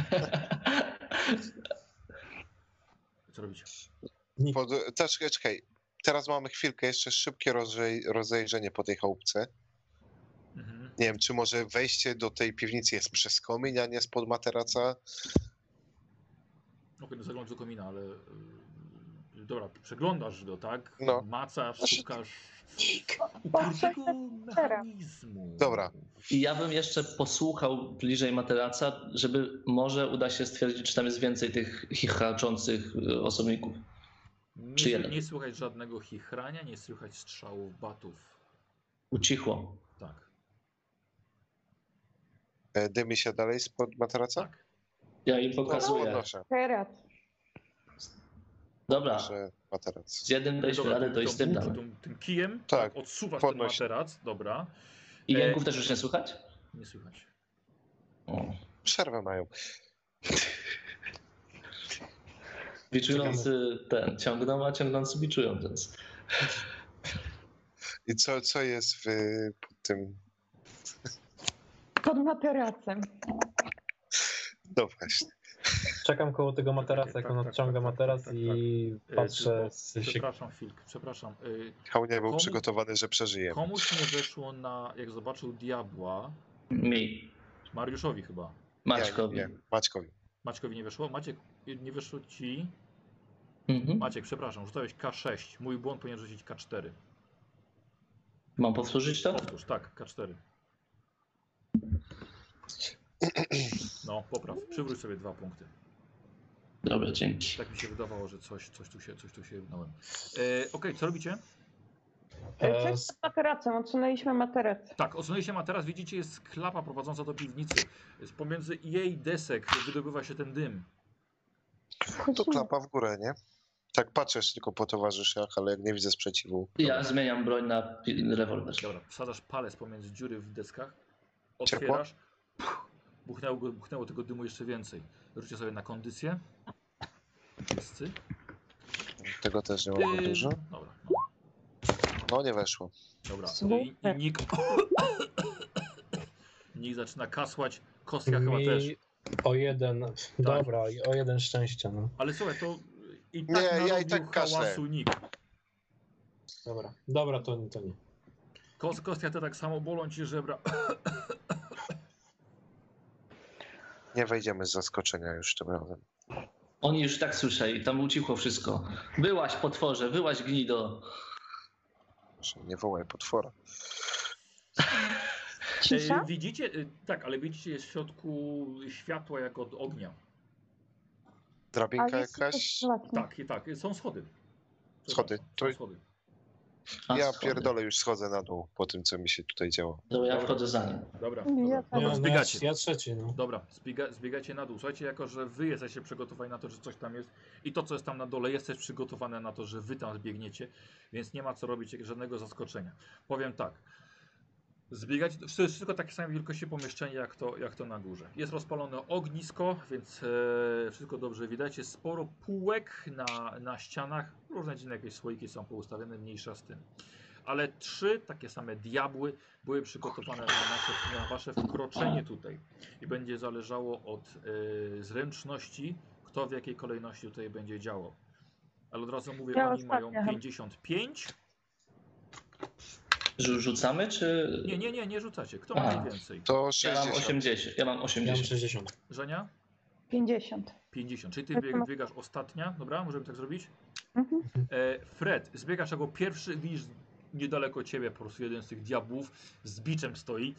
Co robicie? Czekaj. Teraz mamy chwilkę, jeszcze szybkie rozejrzenie po tej chałupce. Mhm. Nie wiem, czy może wejście do tej piwnicy jest przez komin, a nie spod materaca? Okej, no zaglądasz do komina, ale... dobra, przeglądasz go, tak? No. Macasz, szukasz... Patrzę Tego mechanizmu. Dobra. I ja bym jeszcze posłuchał bliżej materaca, żeby może uda się stwierdzić, czy tam jest więcej tych chichaczących osobników. Czy jeden? Nie słychać żadnego chichrania, nie słychać strzałów batów. Ucichło. Tak, Dymi się dalej spod materaca? tak. Ja im pokazuję. Podnoszę. Teraz. Dobra, Proszę, materac. z jednym daliśmy radę, to i z tym damy. Tym kijem Tak, odsuwasz podnoś. ten materac, dobra. I jęków też już nie słychać? Nie słychać. O. Przerwę mają. Biczujący ten ciągną, a ciągnący biczują, więc... I co jest pod tym? Pod materacem. No właśnie. Czekam koło tego materaca, Tak, jak on tak, odciąga tak, materac tak, i patrzę z Przepraszam chwilkę, przepraszam. Michał nie był Komu- przygotowany, że przeżyjemy. Komuś nie weszło na, jak zobaczył diabła, Mi. Mariuszowi chyba. Maćkowi. Nie, Maćkowi. Maćkowi nie weszło? Maciek, nie weszło ci? Mhm. Maciek, przepraszam, rzucałeś K6. Mój błąd, powinien rzucić K4. Mam powtórzyć to? Powtórz, tak, K4. No, popraw. Przywróć sobie 2 punkty. Dobra, dzięki. Tak mi się wydawało, że coś tu się jednałem. Okej, co robicie? E, Coś z materacem, odsunęliśmy materac. Tak, odsunęliście materac, widzicie, jest klapa prowadząca do piwnicy. Pomiędzy jej desek wydobywa się ten dym. To klapa w górę, nie? Tak patrzę tylko po towarzyszach, ale jak nie widzę sprzeciwu. Ja zmieniam broń na rewolwer. Dobra, wsadzasz palec pomiędzy dziury w deskach, Ciepło? otwierasz, buchnęło tego dymu jeszcze więcej. Rzućcie sobie na kondycję. Wszyscy. Tego też nie mam dużo. Dobra, No nie weszło. dobra. Super. I Nick zaczyna kasłać. Kostka chyba też. O jeden, dobra, o jeden szczęścia, no. Ale słuchaj, to i tak Nie, ja i narobił tak kaszlę. hałasu nikt. Dobra, to nie. Kostia, to tak samo bolą ci żebra. Nie wejdziemy z zaskoczenia już tym razem. Oni już tak słyszeli, tam ucichło wszystko. Byłaś potworze, byłaś gnido. Proszę, nie wołaj potwora. Cisza? Widzicie, tak, ale widzicie, jest w środku światła jak od ognia. Drabinka Ale jest jakaś? Tak, są schody. Schody. Są schody. Ja schody. pierdolę, już schodzę na dół po tym, co mi się tutaj działo. To ja wchodzę za nim. Dobra, Ja dobra, zbiegacie. Ja trzeci, no. Dobra, zbiegacie na dół. Słuchajcie, jako że wy jesteście przygotowani na to, że coś tam jest i to, co jest tam na dole, jest też przygotowane na to, że wy tam zbiegniecie, więc nie ma co robić żadnego zaskoczenia. Powiem tak. Zbiegać, to jest wszystko takie same wielkości pomieszczenia jak to na górze. Jest rozpalone ognisko, więc wszystko dobrze widać. Jest sporo półek na ścianach. Różne dziwne jakieś słoiki są poustawione, mniejsza z tym. Ale 3 takie same diabły były przygotowane na wasze wkroczenie tutaj. I będzie zależało od zręczności, kto w jakiej kolejności tutaj będzie działał. Ale od razu mówię, Ja oni mają ostatnia. 55. Rzucamy, czy... Nie rzucacie. Kto ma najwięcej? To Ja mam 60. 80. Ja mam Ja mam 80. 60. Żenia? 50. 50. Czyli ty Tak, biegasz ostatnia. Dobra, możemy tak zrobić? Mhm. Fred, zbiegasz jako pierwszy, widzisz niedaleko ciebie po prostu jeden z tych diabłów z biczem stoi.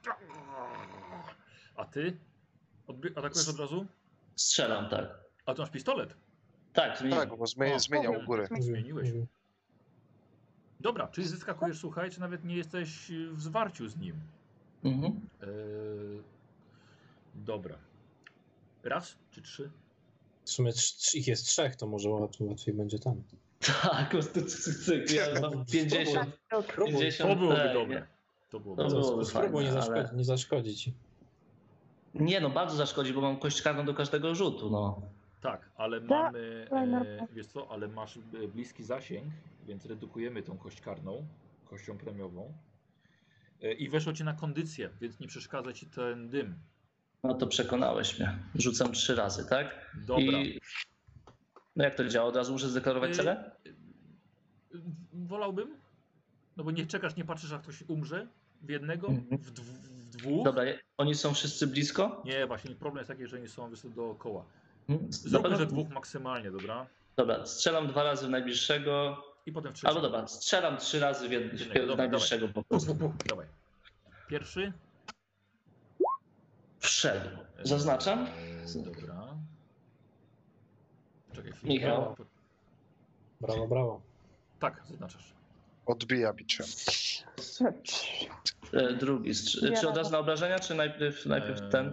A ty? Atakujesz od razu? Strzelam, tak. A ty masz pistolet? Tak, zmieniłem. Tak, bo zmieniał górę. Zmieniłeś. Dobra, czyli zyskakujesz, słuchaj, czy nawet nie jesteś w zwarciu z nim. Mhm. Dobra. Raz czy 3? W sumie ich jest 3, to może łatwiej będzie tam. Tak, ja mam 50. Próbuj. 50 To byłoby tak, dobre. nie. To byłoby To dobre. byłoby Spróbuj fajne, nie, ale... nie zaszkodzić. Nie no, bardzo zaszkodzi, bo mam kość karną do każdego rzutu, no. Tak, ale mamy, fajna. wiesz co, ale masz bliski zasięg, więc redukujemy tą kość karną, kością premiową. I weszło ci na kondycję, więc nie przeszkadza ci ten dym. No to przekonałeś mnie. Rzucam 3 razy, tak? Dobra. I... No jak to działa? Od razu muszę zdeklarować cele? Wolałbym, no bo nie czekasz, nie patrzysz, jak ktoś umrze w jednego, Mhm. w dwóch. Dobra, oni są wszyscy blisko? Nie, właśnie problem jest taki, że nie są wysoko dookoła. Mhm. Zróbmy, Dobra. że 2 maksymalnie, dobra? Dobra, strzelam 2 razy w najbliższego. I potem w trzecim. Albo dobra, strzelam 3 razy Dobra, w najbliższego po prostu. Dawaj. Pierwszy. Wszedł. Zaznaczam? Dobra. Czekaj chwilę. Michał. Brawo. Tak, zaznaczasz. Odbija biczem. Drugi. Czy od razu na obrażenia, czy najpierw ten?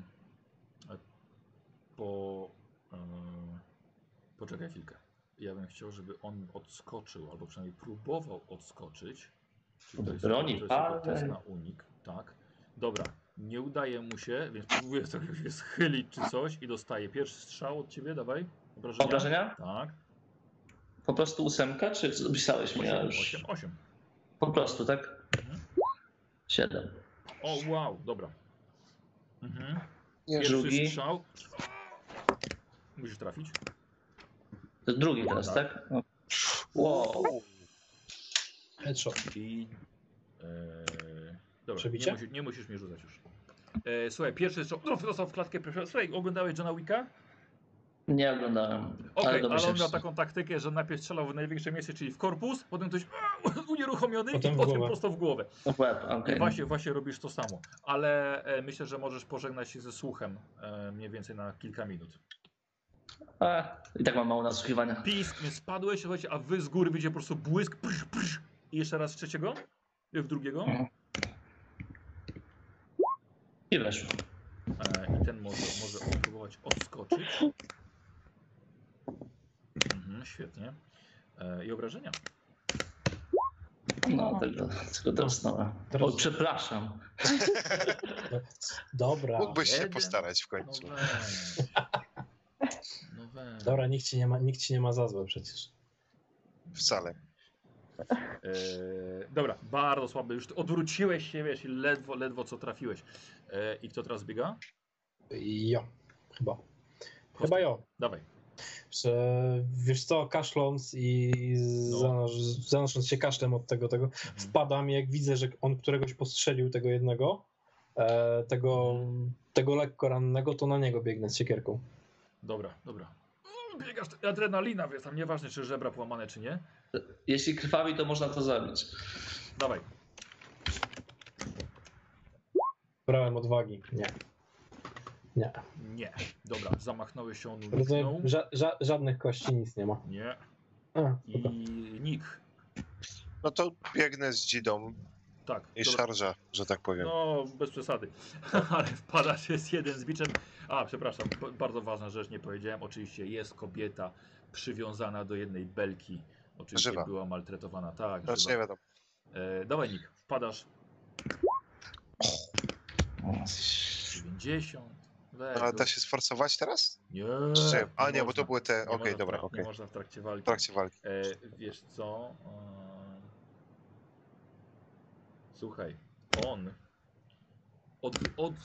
Poczekaj chwilkę. Ja bym chciał, żeby on odskoczył, albo przynajmniej próbował odskoczyć. Czyli to jest, Broni to jest na unik, tak. Dobra, nie udaje mu się, więc próbuję sobie się schylić czy coś i dostaje pierwszy strzał od ciebie, dawaj. Obrażenia? Tak. Po prostu 8, czy opisałeś mnie? Ja już... 8. Po prostu, tak? Mhm. 7. O, wow, dobra. Mhm. Nie, Pierwszy drugi. strzał. Musisz trafić. To jest drugi teraz, tak? No. Wow. Headshot. I... dobra, Przebicie? nie musisz mnie rzucać już. Słuchaj, pierwszy strzał. Dostał w klatkę. Słuchaj, oglądałeś Johna Wicka? Nie oglądałem. Okej, ale domyślam on miał się. taką taktykę, że najpierw strzelał w największe miejsce, czyli w korpus, potem ktoś unieruchomiony Potem i w potem głowę. prosto w głowę. W łeb, okej. I właśnie robisz to samo. Ale myślę, że możesz pożegnać się ze słuchem mniej więcej na kilka minut. I tak mam mało nasłuchiwania. Pisk, nie spadłeś, słuchajcie, a wy z góry widzicie po prostu błysk. Prsz. I jeszcze raz trzeciego? W drugiego? I weszło. I ten może próbować odskoczyć. Świetnie. I obrażenia. No, tego dostałem. Teraz- O, przepraszam. Dobra. Mógłbyś się jeden. postarać w No końcu. weź. No weź. Dobra, nikt ci nie ma za złe przecież. Wcale. Dobra, bardzo słaby. Już odwróciłeś się, wiesz, i ledwo co trafiłeś. I kto teraz biega? Jo, chyba. Kostek. Chyba jo. Dawaj. Że, wiesz co, kaszląc i zanosząc się kaszlem od tego, wpadam, jak widzę, że on któregoś postrzelił, tego jednego, tego lekko rannego, to na niego biegnę z siekierką. Dobra. Biegasz, adrenalina, wiesz, tam nieważne, czy żebra połamane, czy nie. Jeśli krwawi, to można to zabić. Dawaj. Brałem odwagi. Nie. Nie. Dobra, zamachnąłeś się, on uniknął. Żadnych kości, nic nie ma. Nie. I Dobra. Nick. No to biegnę z dzidą Tak. i dobra. szarża, że tak powiem. No, bez przesady. Ale wpadasz, jest jeden z biczem. A, przepraszam, bardzo ważna rzecz, nie powiedziałem. Oczywiście jest kobieta przywiązana do jednej belki. Oczywiście Żywa. była maltretowana. Tak, Znaczy żywa. nie wiadomo. Dawaj, Nick, wpadasz. 90. Ale da się sforcować teraz? Nie. Czy, a nie, bo można. to były te. Nie Okej, można dobra, Nie okej. można w trakcie walki. W trakcie walki. Wiesz co? Słuchaj, on od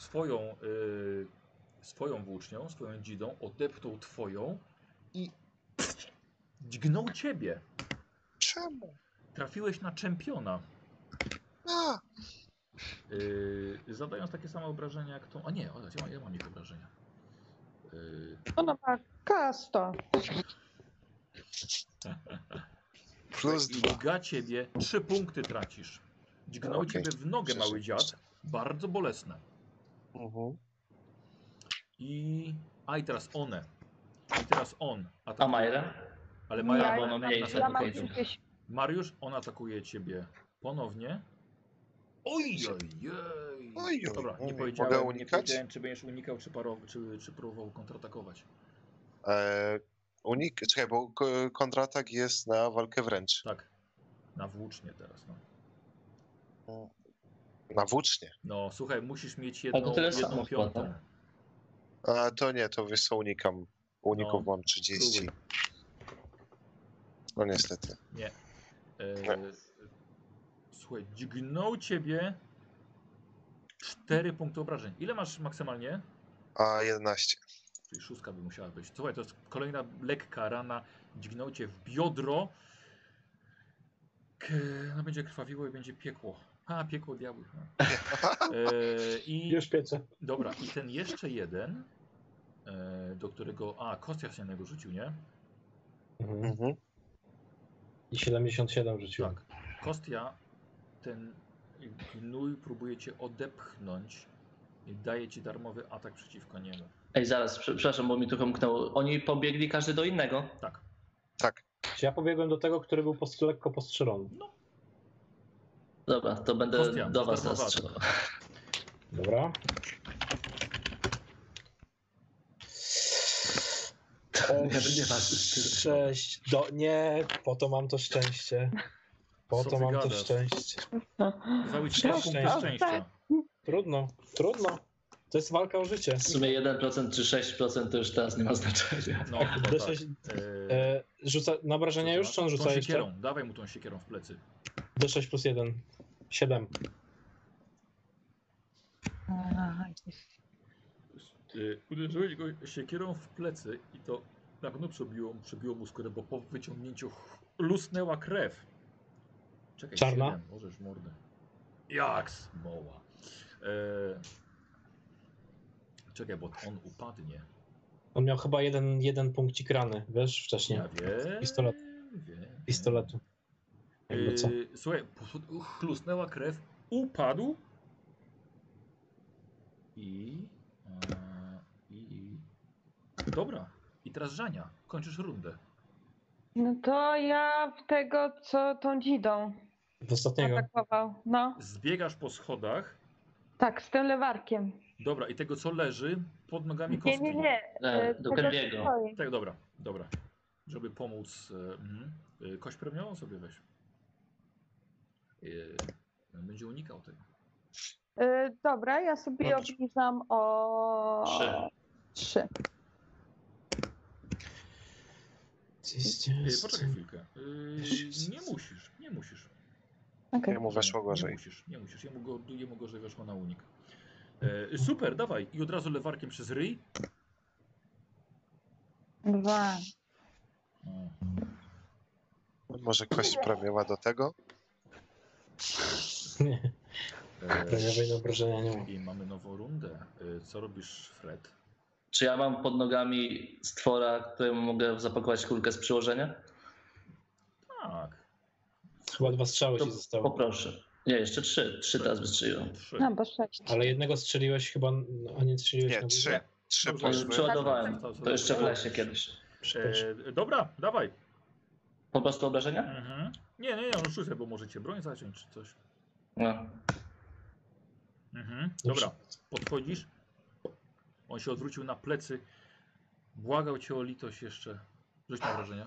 swoją włócznią, swoją dzidą odepchnął twoją i dźgnął ciebie. Czemu? Trafiłeś na czempiona. A, Zadając takie same obrażenia jak tą. A nie, ja mam ich obrażenia. Ona ma kasto. plus 2. Dźga ciebie, 3 punkty tracisz. Dźgnął Okej. ciebie w nogę, mały dziad. Bardzo bolesne. I teraz one. I teraz on A Majra? Ale Ja- Maja, bo ona mniej na się samym Ja mam Okej. końcu. jakieś... Mariusz, on atakuje ciebie ponownie. Oj. Dobra, nie Mogę powiedziałem, unikać? czy będziesz unikał, czy próbował kontratakować. Czekaj, bo kontratak jest na walkę wręcz. Tak. Na włócznie teraz. Na włócznie. No słuchaj, musisz mieć A to tyle jedną samo piątą. chyba, A to nie, to wiesz co, unikam. Uników No, mam 30. próbuj. No niestety. Nie. Słuchaj, dźgnął ciebie 4 punkty obrażeń. Ile masz maksymalnie? A 11. Czyli 6 by musiała być. Słuchaj, to jest kolejna lekka rana. Dźgnął cię w biodro. No będzie krwawiło i będzie piekło. A, piekło diabłów. No. I Już pieczę. dobra, i ten jeszcze jeden, do którego... A, Kostia się na niego rzucił, nie? Mhm. I 77 rzuciłem. Tak. Kostia, ten gnój próbuje cię odepchnąć i daje ci darmowy atak przeciwko niemu. Ej, zaraz, przepraszam, bo mi trochę umknęło. Oni pobiegli każdy do innego? Tak. Tak. Czy ja pobiegłem do tego, który był lekko postrzelony? Dobra, to będę Kostia, do was darmowa teraz strzelał. Dobra. Sześć. Nie, po to mam to szczęście. Po Co to ty mam to gadasz? szczęście. Dały ci 4 punkty Szczęście. szczęścia. Trudno. To jest walka o życie. W sumie 1% czy 6% to już teraz nie ma znaczenia. No, chyba tak. D6, rzuca na obrażenia już, czy on rzuca tą jeszcze? siekierą. Dawaj mu tą siekierą w plecy. D6 plus 1. 7. Uderzyłeś go siekierą w plecy i to na pewno przebiło mu skórę, bo po wyciągnięciu lusnęła krew. Czekaj, Czarna? 7, możesz mordę. Jak smoła. Czekaj, bo on upadnie. On miał chyba jeden punkcik rany, wiesz, wcześniej. Ja wiem. Pistolet. Wiem. Pistoletu. Jakby co? Słuchaj, chlusnęła krew, upadł i... Dobra. I teraz Żania. Kończysz rundę. No to ja w tego, co tą dzidą W ostatniego. atakował. No, Zbiegasz po schodach. tak, z tym lewarkiem. Dobra, i tego co leży pod nogami Nie, kostki. nie. Do tego, co Kelbiego. stoi. Tak, dobra. Żeby pomóc. Kość premiową sobie weź. Będzie unikał tego. Dobra, ja sobie Dobrze. obniżam o 3. Poczekaj chwilkę. Nie musisz. Okej. Jemu weszło gorzej. Nie musisz. Jemu gorzej weszło na unik. Super, dawaj. I od razu lewarkiem przez ryj. 2. O. Może kość premiowa do tego? Nie, premiowej obrażenia nie ma. I mamy nową rundę. Co robisz, Fred? Czy ja mam pod nogami stwora, któremu mogę zapakować kulkę z przyłożenia? Tak. Chyba 2 strzały To ci zostało. poproszę. Nie, jeszcze 3. 3 teraz wystrzeliłem. 3. No, bo 6. Ale jednego strzeliłeś chyba, a nie strzeliłeś Nie, na 3. górze? 3 Dobrze, poszły. Przeładowałem. To jeszcze w lesie kiedyś. Dobra, dawaj. Po prostu obrażenia? Mhm. Nie, no rzucę, bo możecie broń zaciąć czy coś. No. Dobra, podchodzisz. On się odwrócił na plecy. Błagał cię o litość jeszcze. Rzuć na wrażenia.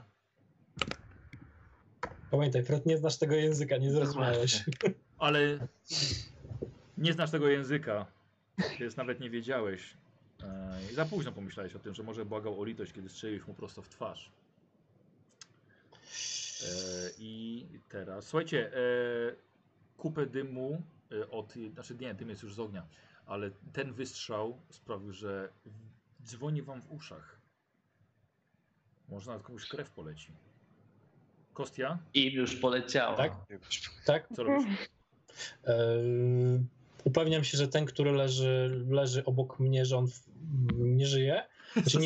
Pamiętaj, Fred, nie znasz tego języka, nie zrozumiałeś. Ale nie znasz tego języka. Więc nawet nie wiedziałeś. I za późno pomyślałeś o tym, że może błagał o litość, kiedy strzeliłeś mu prosto w twarz. I teraz, słuchajcie, kupę dymu znaczy nie, dym jest już z ognia, ale ten wystrzał sprawił, że dzwoni wam w uszach. Może nawet komuś krew poleci. Kostia, I już poleciała. Tak? Tak? co robisz? Upewniam się, że ten, który leży obok mnie, że on nie żyje. Znaczy,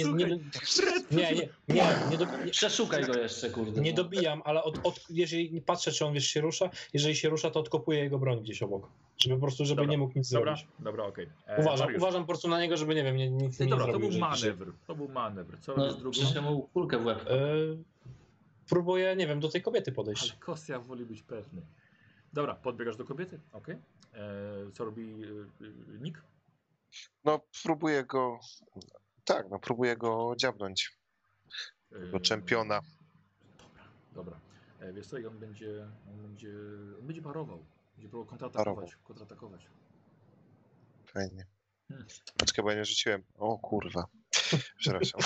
Przeszukaj go jeszcze, kurde. nie dobijam, ale jeżeli patrzę, czy on wiesz, się rusza, jeżeli się rusza, to odkopuję jego broń gdzieś obok. Żeby po prostu, żeby Dobra, nie mógł nic zrobić. Dobra, okej. Uważam po prostu na niego, żeby nie wiem, nic nie Dobra, to zrobił. był że- manewr. To był manewr. Co No, robisz drugą? przecież ja mu kulkę w łeb. Próbuję, nie wiem, do tej kobiety Ale podejść. Kostia woli być pewny. Dobra, podbiegasz do kobiety, okej. Co robi Nick? No próbuję go... Tak, no próbuję go dziabnąć. Do czempiona. Dobra. Wiesz co, i on będzie parował. Będzie próbował kontratakować. Fajnie. Hmm. Poczekaj, bo ja nie rzuciłem. O kurwa. Przepraszam.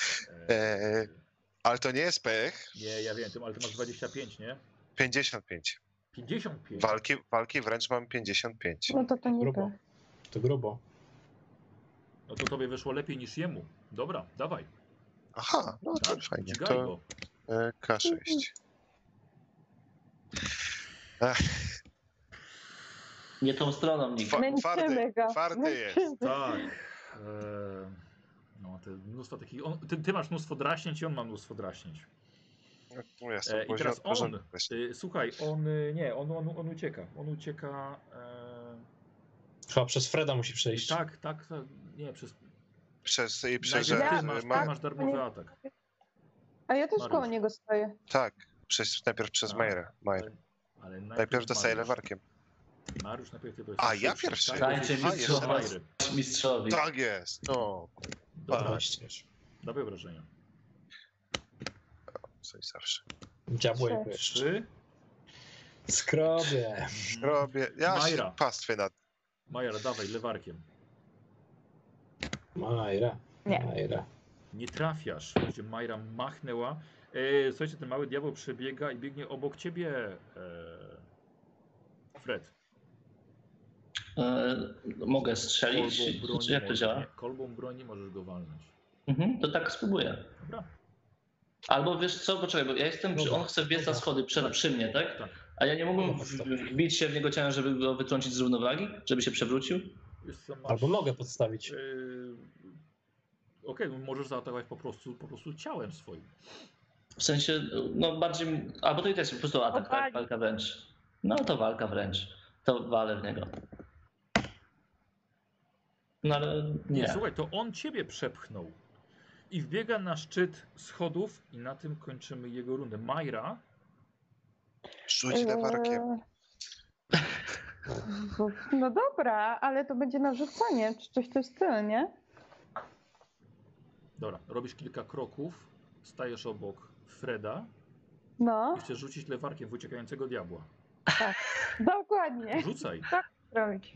Ale to nie jest pech. Nie, ja wiem, ale ty masz 25, nie? 55. 55. Walki wręcz mam 55. No to nie Grubo. to. To grubo. No to tobie wyszło lepiej niż jemu. Dobra, dawaj. Aha, no to Tak, fajnie. dźgaj To go. K6. Nie tą stroną, Nick. Męczymy go. Twardy jest. Tak. No, te mnóstwo takich. Ty masz mnóstwo draśnięć i on ma mnóstwo draśnięć. No, jestem I teraz porządny on. właśnie. Słuchaj, on ucieka. On ucieka. Chyba przez Freda musi przejść. Tak. Nie, przez. Przez Najpierw Ja- ty tak. masz darmowy atak. A ja też Mariusz. koło niego stoję. Tak, najpierw przez A, Majrę. Ale Najpierw dostaję Mariusz. lewarkiem. Mariusz najpierw ty A, ja pierwszy. Dajcie A, jeszcze mistrzować raz. mistrzowi. Tak jest. No, Dobra, 12. dawaj wrażenia. coś zawsze. Diabłego jeszcze. 3. Skrobie. Robię. Ja Majra. się pastwy nad. Majara, dawaj lewarkiem. Majra. Nie. Majra. Nie trafiasz. Gdzie Majra machnęła. Słuchajcie, ten mały diabeł przebiega i biegnie obok ciebie. Fred. Mogę strzelić? Czy jak to działa? Kolbą broni możesz go walnąć. To tak spróbuję. Dobra. Albo wiesz co, poczekaj, bo ja jestem, on chce wbiec na schody przy mnie, tak? Tak. A ja nie mogłem wbić się w niego ciałem, żeby go wytrącić z równowagi? Żeby się przewrócił? Wiesz co, masz, Albo nogę podstawić. Okej, możesz zaatakować po prostu ciałem swoim. W sensie, no bardziej, albo to i też po prostu atak, tak? Odwalić. Walka wręcz. No to walka wręcz. To walę w niego. No ale Nie, nie. słuchaj, to on ciebie przepchnął. I wbiega na szczyt schodów i na tym kończymy jego rundę. Majra. Rzuć lewarkiem. No dobra, ale to będzie narzucanie, czy coś w tym stylu, nie? Dobra, robisz kilka kroków, stajesz obok Freda No, i chcesz rzucić lewarkiem w uciekającego diabła. dokładnie. Rzucaj. Robić.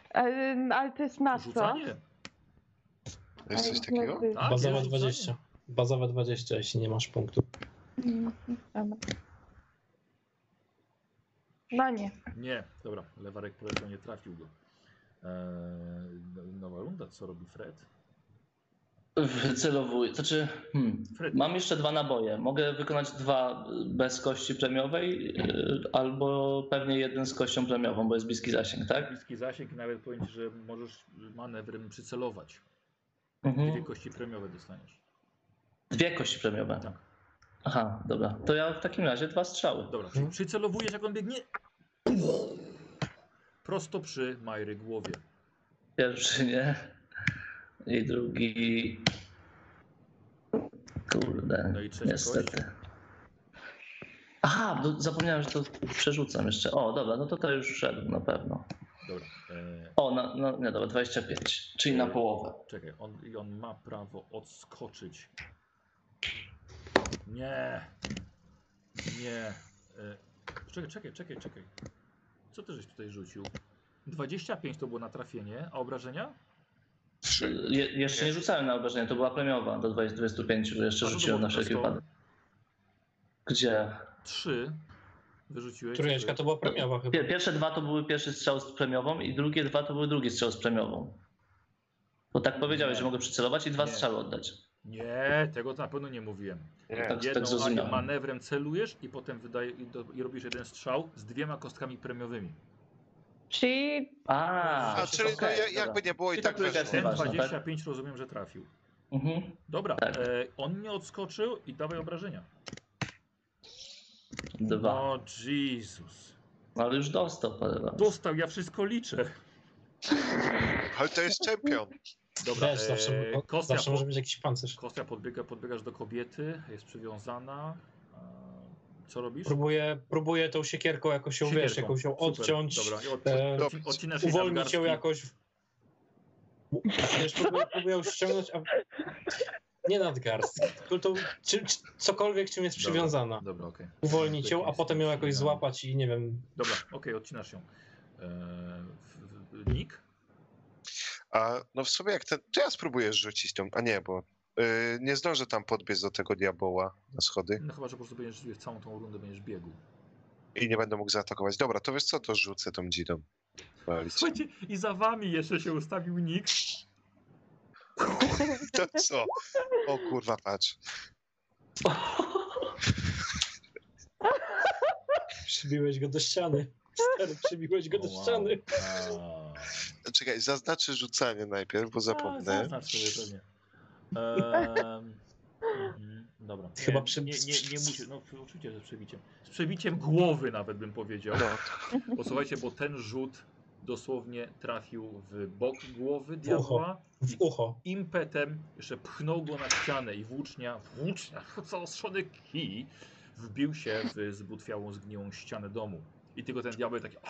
Ale to jest na co? Rzucanie. Jest coś takiego? Tak, Bazowa jest 20. Bazowe 20, jeśli nie masz punktów. Dobra. No nie. Nie, dobra, lewarek poleciał, nie trafił go. Nowa runda, co robi Fred? Wycelowuję. Znaczy, Fred. mam jeszcze 2 naboje. Mogę wykonać 2 bez kości premiowej, albo pewnie 1 z kością premiową, bo jest bliski zasięg, tak? Bliski zasięg i nawet powiem ci, że możesz manewrem przycelować. Mhm. 2 kości premiowe dostaniesz. 2 kości premiowe. Tak. Aha, dobra. To ja w takim razie 2 strzały. Dobra, czyli przycelowujesz, jak on biegnie prosto przy Majry głowie. Pierwszy nie. I drugi... Kurde, No i trzecia niestety. Aha, zapomniałem, że to przerzucam jeszcze. O, dobra, no to już wszedł na pewno. Dobra. O, nie, dobra, 25, czyli na połowę. Czekaj, on ma prawo odskoczyć. Nie. Nie. Czekaj. Co ty żeś tutaj rzucił? 25 to było na trafienie, a obrażenia? 3. Jeszcze nie rzucałem na obrażenia, to była premiowa do 25, bo jeszcze A to rzuciłem było na wszelki 100. wypadek. Gdzie? 3 wyrzuciłeś. Trójeczka to była premiowa chyba. Pierwsze 2 to były pierwszy strzał z premiową i drugie 2 to były drugi strzał z premiową. Bo tak powiedziałeś, Nie. że mogę przycelować i 2 Nie. strzały oddać. Nie, tego na pewno nie mówiłem. Nie. Tak Jedną zrozumiałem. manewrem celujesz i potem i robisz jeden strzał z 2 kostkami premiowymi. Czyli A, czyli okej, no, jakby dobra. nie było i Czyli tak ta trójka jest weszło. Ten Nieważne, 25 rozumiem, że trafił. Mhm. Dobra, Tak. on nie odskoczył i dawaj obrażenia. 2. No Jezus. No ale już dostał parę razy. Dostał, ja wszystko liczę. Ale to jest czempion. Dobra, Wiesz, Kostia, zawsze może być jakiś pancerz. Kostia podbiegasz do kobiety, jest przywiązana. Co robisz? Próbuję tą siekierką jakoś ją, wiesz, Siekierką. jakoś ją Super. odciąć, Dobra, odcinasz jej uwolnić nadgarstki. ją jakoś. Wiesz, próbuję ją ściągnąć, a nie nadgarstki, tylko to cokolwiek, czym jest przywiązana. Dobra, okej. Uwolnić ją, a potem ją jakoś złapać i nie wiem. Dobra, okej, odcinasz ją. Nick? A no w sumie jak ten. To ja spróbuję rzucić tą. A nie, bo nie zdążę tam podbiec do tego diaboła na schody No chyba, że po prostu będziesz całą tą rundę będziesz biegł. i nie będę mógł zaatakować. Dobra, to wiesz co, to rzucę tą dzidą. Walić. Słuchajcie, i za wami jeszcze się ustawił Nick. To co? O kurwa, patrz. Przybiłeś go do ściany. Stary, przybiłeś go do O, wow. ściany. Czekaj, zaznaczę rzucanie najpierw, bo zapomnę. Zaznacz sobie pewnie. Dobra. Chyba nie musisz. No oczywiście, że z przebiciem. Z przebiciem głowy nawet bym powiedział. No, Posłuchajcie, bo ten rzut dosłownie trafił w bok głowy diabła. W ucho. Impetem jeszcze pchnął go na ścianę i włócznia, zaostrzony kij wbił się w zbutwiałą, zgniłą ścianę domu. I tylko ten diabeł taki...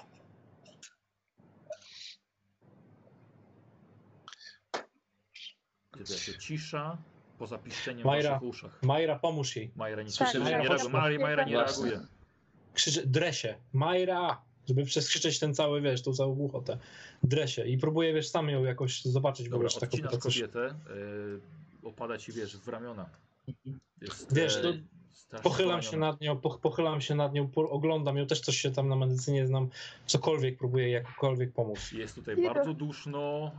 Kiedy się cisza, poza piszczeniem w Majra. waszych uszach. Majra, pomóż jej. Majra nie Tak, słyszy, tak, nie reaguje. właśnie. Majra nie Właśnie. reaguje. Krzyczy, dresie. Majra! Żeby przeskrzyczeć ten cały, wiesz, tą całą głuchotę. Dresie. I próbuję, wiesz, sam ją jakoś zobaczyć, bo Dobra, wiesz, ta odcinasz kobieta coś... kobietę, opada ci, wiesz, w ramiona. Jest, Wiesz, to strasznie Pochylam się poraniona. nad nią, pochylam się nad nią, oglądam ją, też coś się tam na medycynie znam, cokolwiek próbuję jakokolwiek pomóc. Jest tutaj Nie bardzo duszno.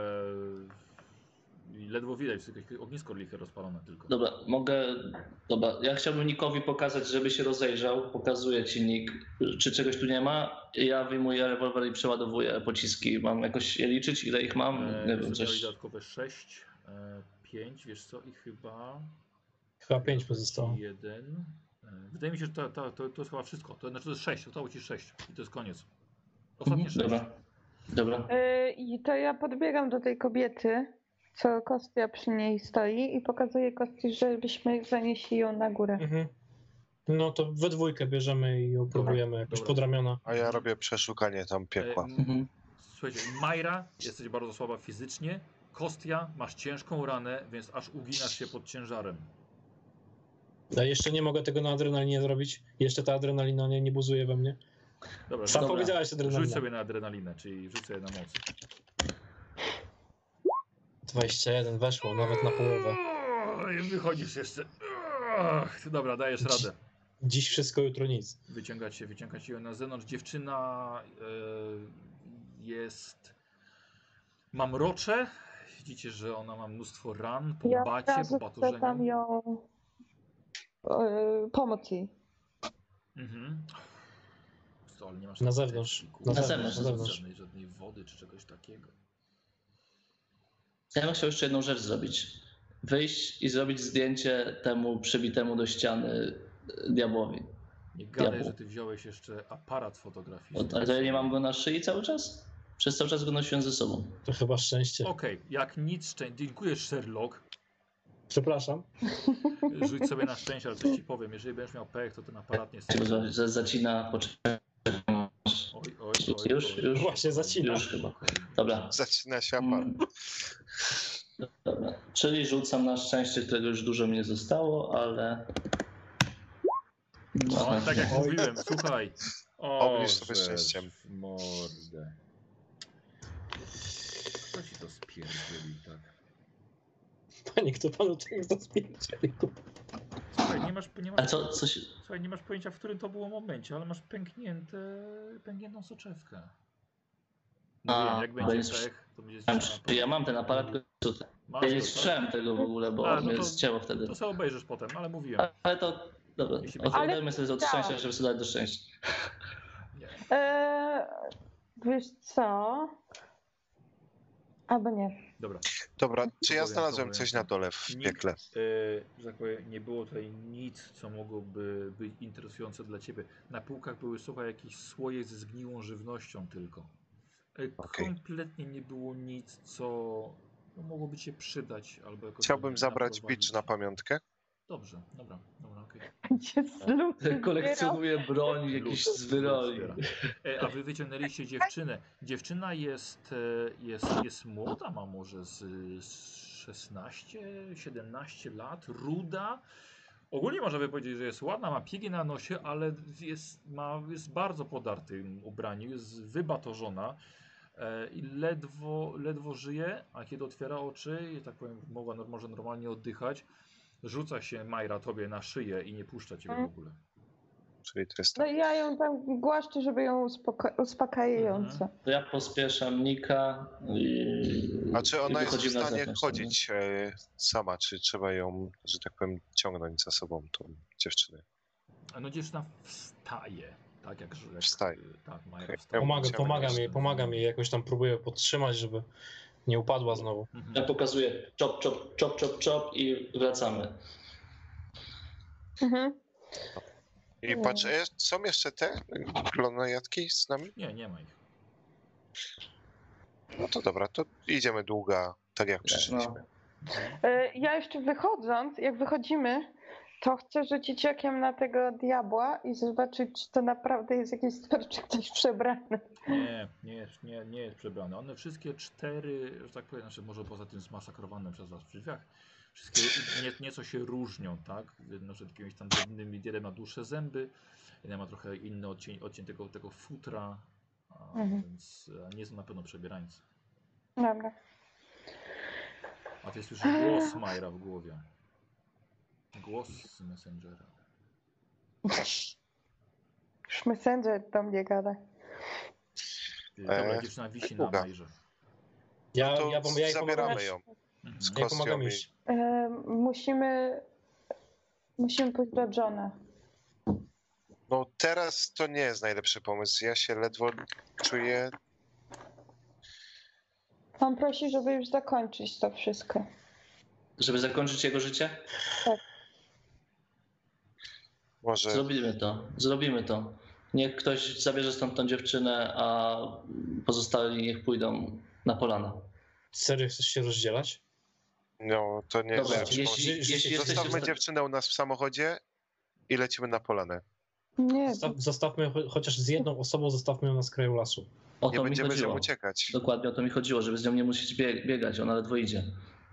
I ledwo widać, tylko jakieś ognisko liche rozpalone tylko. Dobra, Dobra, ja chciałbym Nickowi pokazać, żeby się rozejrzał. Pokazuję ci, Nick, czy czegoś tu nie ma. Ja wyjmuję rewolwer i przeładowuję pociski. Mam jakoś je liczyć, ile ich mam? Nie wiem, coś. Dodatkowe 6, 5, wiesz co, i chyba Chyba 5 pozostało. 1. Wydaje mi się, że to jest chyba wszystko. To znaczy to jest 6, zostało ci 6 i to jest koniec. Ostatnie 6. Dobra. I to ja podbiegam do tej kobiety, co Kostia przy niej stoi i pokazuję Kostii, żebyśmy zanieśli ją na górę. Mhm. No to we dwójkę bierzemy i ją próbujemy jakoś dobra. pod ramiona. a ja robię przeszukanie tam piekła. Mhm. Słuchajcie, Majra, jesteś bardzo słaba fizycznie. Kostia, masz ciężką ranę, więc aż uginasz się pod ciężarem. Ja jeszcze nie mogę tego na adrenalinie zrobić. Jeszcze ta adrenalina nie buzuje we mnie. Dobra, Sam Dobra. powiedziałeś rzuć adrenalina. sobie na adrenalinę, czyli rzuć sobie na moc. 21 weszło, nawet na połowę. No i wychodzisz jeszcze. Dobra, dajesz radę. Dziś wszystko, jutro nic. Wyciągać ją na zewnątrz. Dziewczyna jest mamrocze. Widzicie, że ona ma mnóstwo ran po Ja bacie, po chcę batorzeniu. tam ją pomóc jej. Mhm. Co, ale nie masz Na zewnątrz. apteczki, Na zewnątrz. Żadnej wody czy czegoś takiego. Ja bym chciał jeszcze jedną rzecz zrobić. Wyjść i zrobić zdjęcie temu przybitemu do ściany diabłowi. Nie gadaj, Diabłu. że ty wziąłeś jeszcze aparat fotograficzny. Ale to ja nie mam go na szyi cały czas? Przez cały czas go nosiłem ze sobą. To chyba szczęście. Okej, jak nic, dziękuję Sherlock. Przepraszam. Rzuć sobie na szczęście, ale coś ci powiem. Jeżeli będziesz miał pech, to ten aparat niestety... Zacina, poczekaj. Oj. Już? Właśnie zacina. Już chyba. Dobra. Zaczyna się aparat. Dobra. Czyli rzucam na szczęście, którego już dużo mi nie zostało, ale... No, tak jak Oj. mówiłem, słuchaj. Obniż sobie żeż szczęściem. w mordę. Kto ci to spierdzieli tak? Panie, kto panu tego zaspierdzieli? Słuchaj, A co się... Słuchaj, nie masz pojęcia, w którym to było momencie, ale masz pękniętą soczewkę. Mówiłem, jak będzie jest- pech, to będzie zniszczona. Ja mam ten aparat, Masz ja to, nie tak? słyszałem tego w ogóle, bo A, no mnie to- zcięło wtedy. To sobie obejrzysz potem, ale mówiłem. Ale to... Dobra, Jeśli będzie- odpowiadajmy sobie od szczęścia, żeby sobie dać do szczęścia. Nie. Wiesz co? Albo nie. Dobra. Dobra, To czy ja powiem, znalazłem to coś powiem. na dole w Nic, piekle? że tak powiem, nie było tutaj nic, co mogłoby być interesujące dla ciebie. Na półkach były słowa jakieś słoje ze zgniłą żywnością tylko. Okej. Kompletnie nie było nic, co mogłoby ci się przydać albo jakoś Chciałbym zabrać naprowadzić. bicz na pamiątkę. Dobrze, dobra, okej. Będzie z luty Kolekcjonuję broń, jakieś Lud zwyroli. zbiera. A wy wyciągnęliście dziewczynę. Dziewczyna jest młoda, ma może z 16-17 lat, ruda. Ogólnie można by powiedzieć, że jest ładna, ma piegi na nosie, ale jest bardzo podartym ubraniu, jest wybatorzona i ledwo żyje, a kiedy otwiera oczy, i tak powiem, może normalnie oddychać, rzuca się Majra tobie na szyję i nie puszcza ciebie w ogóle. Czyli to jest No tak. i ja ją tam głaszczę, żeby ją uspokajająco. To ja pospieszam Nika i A czy ona i jest w wychodzimy na stanie zewnątrz, chodzić sama, czy trzeba ją, że tak powiem, ciągnąć za sobą, tą dziewczynę? No dziewczyna wstaje, tak jak Wstaje. Tak, Majra Okej. wstaje. Pomagam jej, jakoś tam próbuję podtrzymać, żeby nie upadła znowu. Mhm. Ja pokazuję chop, chop, chop, chop, chop i wracamy. Mhm. I patrz, są jeszcze te glonojadki z nami? Nie ma ich. No to dobra, to idziemy długa, tak jak przyszliśmy. Ja jeszcze wychodząc, jak wychodzimy, to chcę rzucić okiem na tego diabła i zobaczyć, czy to naprawdę jest jakiś stwór, czy ktoś przebrany. Nie jest przebrany. One wszystkie cztery, że tak powiem, znaczy może poza tym zmasakrowanym przez was przy drzwiach, wszystkie nieco się różnią, tak? Jedno, że jakimiś tam drobnymi, jeden ma dłuższe zęby, jeden ma trochę inny odcień tego futra, więc nie są na pewno przebierańcy. Dobra. A ty słyszysz głos Majra w głowie. Głos z Messengera. Już Messenger do mnie gada. Dobra, dziewczyna wisi na długa. Majrze. Ja To jej zabieramy pomagam. ją Mhm. z Ja pomagam kostią. iść. Musimy pójść do Johna. No teraz to nie jest najlepszy pomysł. Ja się ledwo czuję. On prosi, żeby już zakończyć to wszystko. Żeby zakończyć jego życie? Może Zrobimy to. Niech ktoś zabierze stąd tą dziewczynę, a pozostali niech pójdą na polana. Serio chcesz się rozdzielać? no to nie jest Dobra, najlepszy pomysł. jeśli jesteście... Zostawmy dziewczynę u nas w samochodzie i lecimy na polanę. Nie, Zostawmy chociaż z jedną osobą, zostawmy ją na skraju lasu. O Nie to mi będziemy z nią chodziło. uciekać. Dokładnie o to mi chodziło, żeby z nią nie musieć biegać, ona ledwo idzie.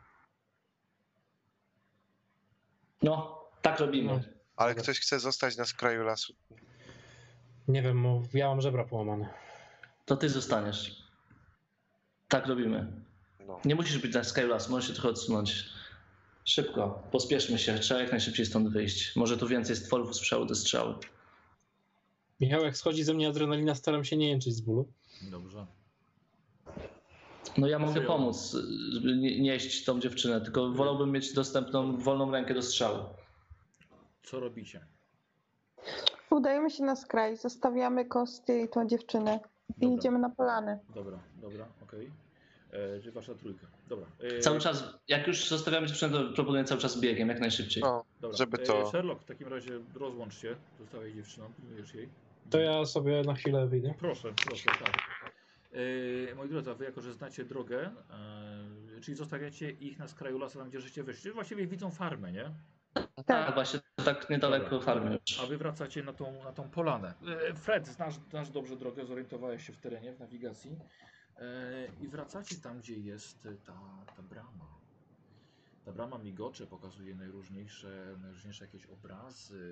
No, tak robimy. Ale ktoś chce zostać na skraju lasu. Nie wiem, ja mam żebra połamane. To ty zostaniesz. Tak robimy. No. Nie musisz być na Skylas, możesz się trochę odsunąć. Szybko, pospieszmy się, trzeba jak najszybciej stąd wyjść. Może tu więcej stworów strzały do strzały. Michał, jak schodzi ze mnie adrenalina, staram się nie jęczyć z bólu. Dobrze. No ja mogę pomóc, żeby nieść tą dziewczynę, tylko wolałbym mieć dostępną wolną rękę do strzały. Co robicie? Udajemy się na skraj, zostawiamy Kostię i tą dziewczynę i Dobra. idziemy na polanę. Dobra, okej. Czyli wasza trójka. Dobra. Cały czas, jak już zostawiamy dziewczynę, to proponuję cały czas biegiem, jak najszybciej. No, Dobra. żeby to... Sherlock, w takim razie rozłącz się. Zostawiaj dziewczyną, pilnujesz jej. To ja sobie na chwilę wyjdę. Proszę, tak. Moi drodzy, a wy jako, że znacie drogę, czyli zostawiacie ich na skraju lasu, tam gdzie żeście wyszli, właściwie widzą farmę, nie? Tak, właśnie tak niedaleko Dobra. farmy już. A wy wracacie na tą polanę. Fred, znasz dobrze drogę, zorientowałeś się w terenie, w nawigacji. I wracacie tam, gdzie jest ta brama. Ta brama migocze, pokazuje najróżniejsze jakieś obrazy,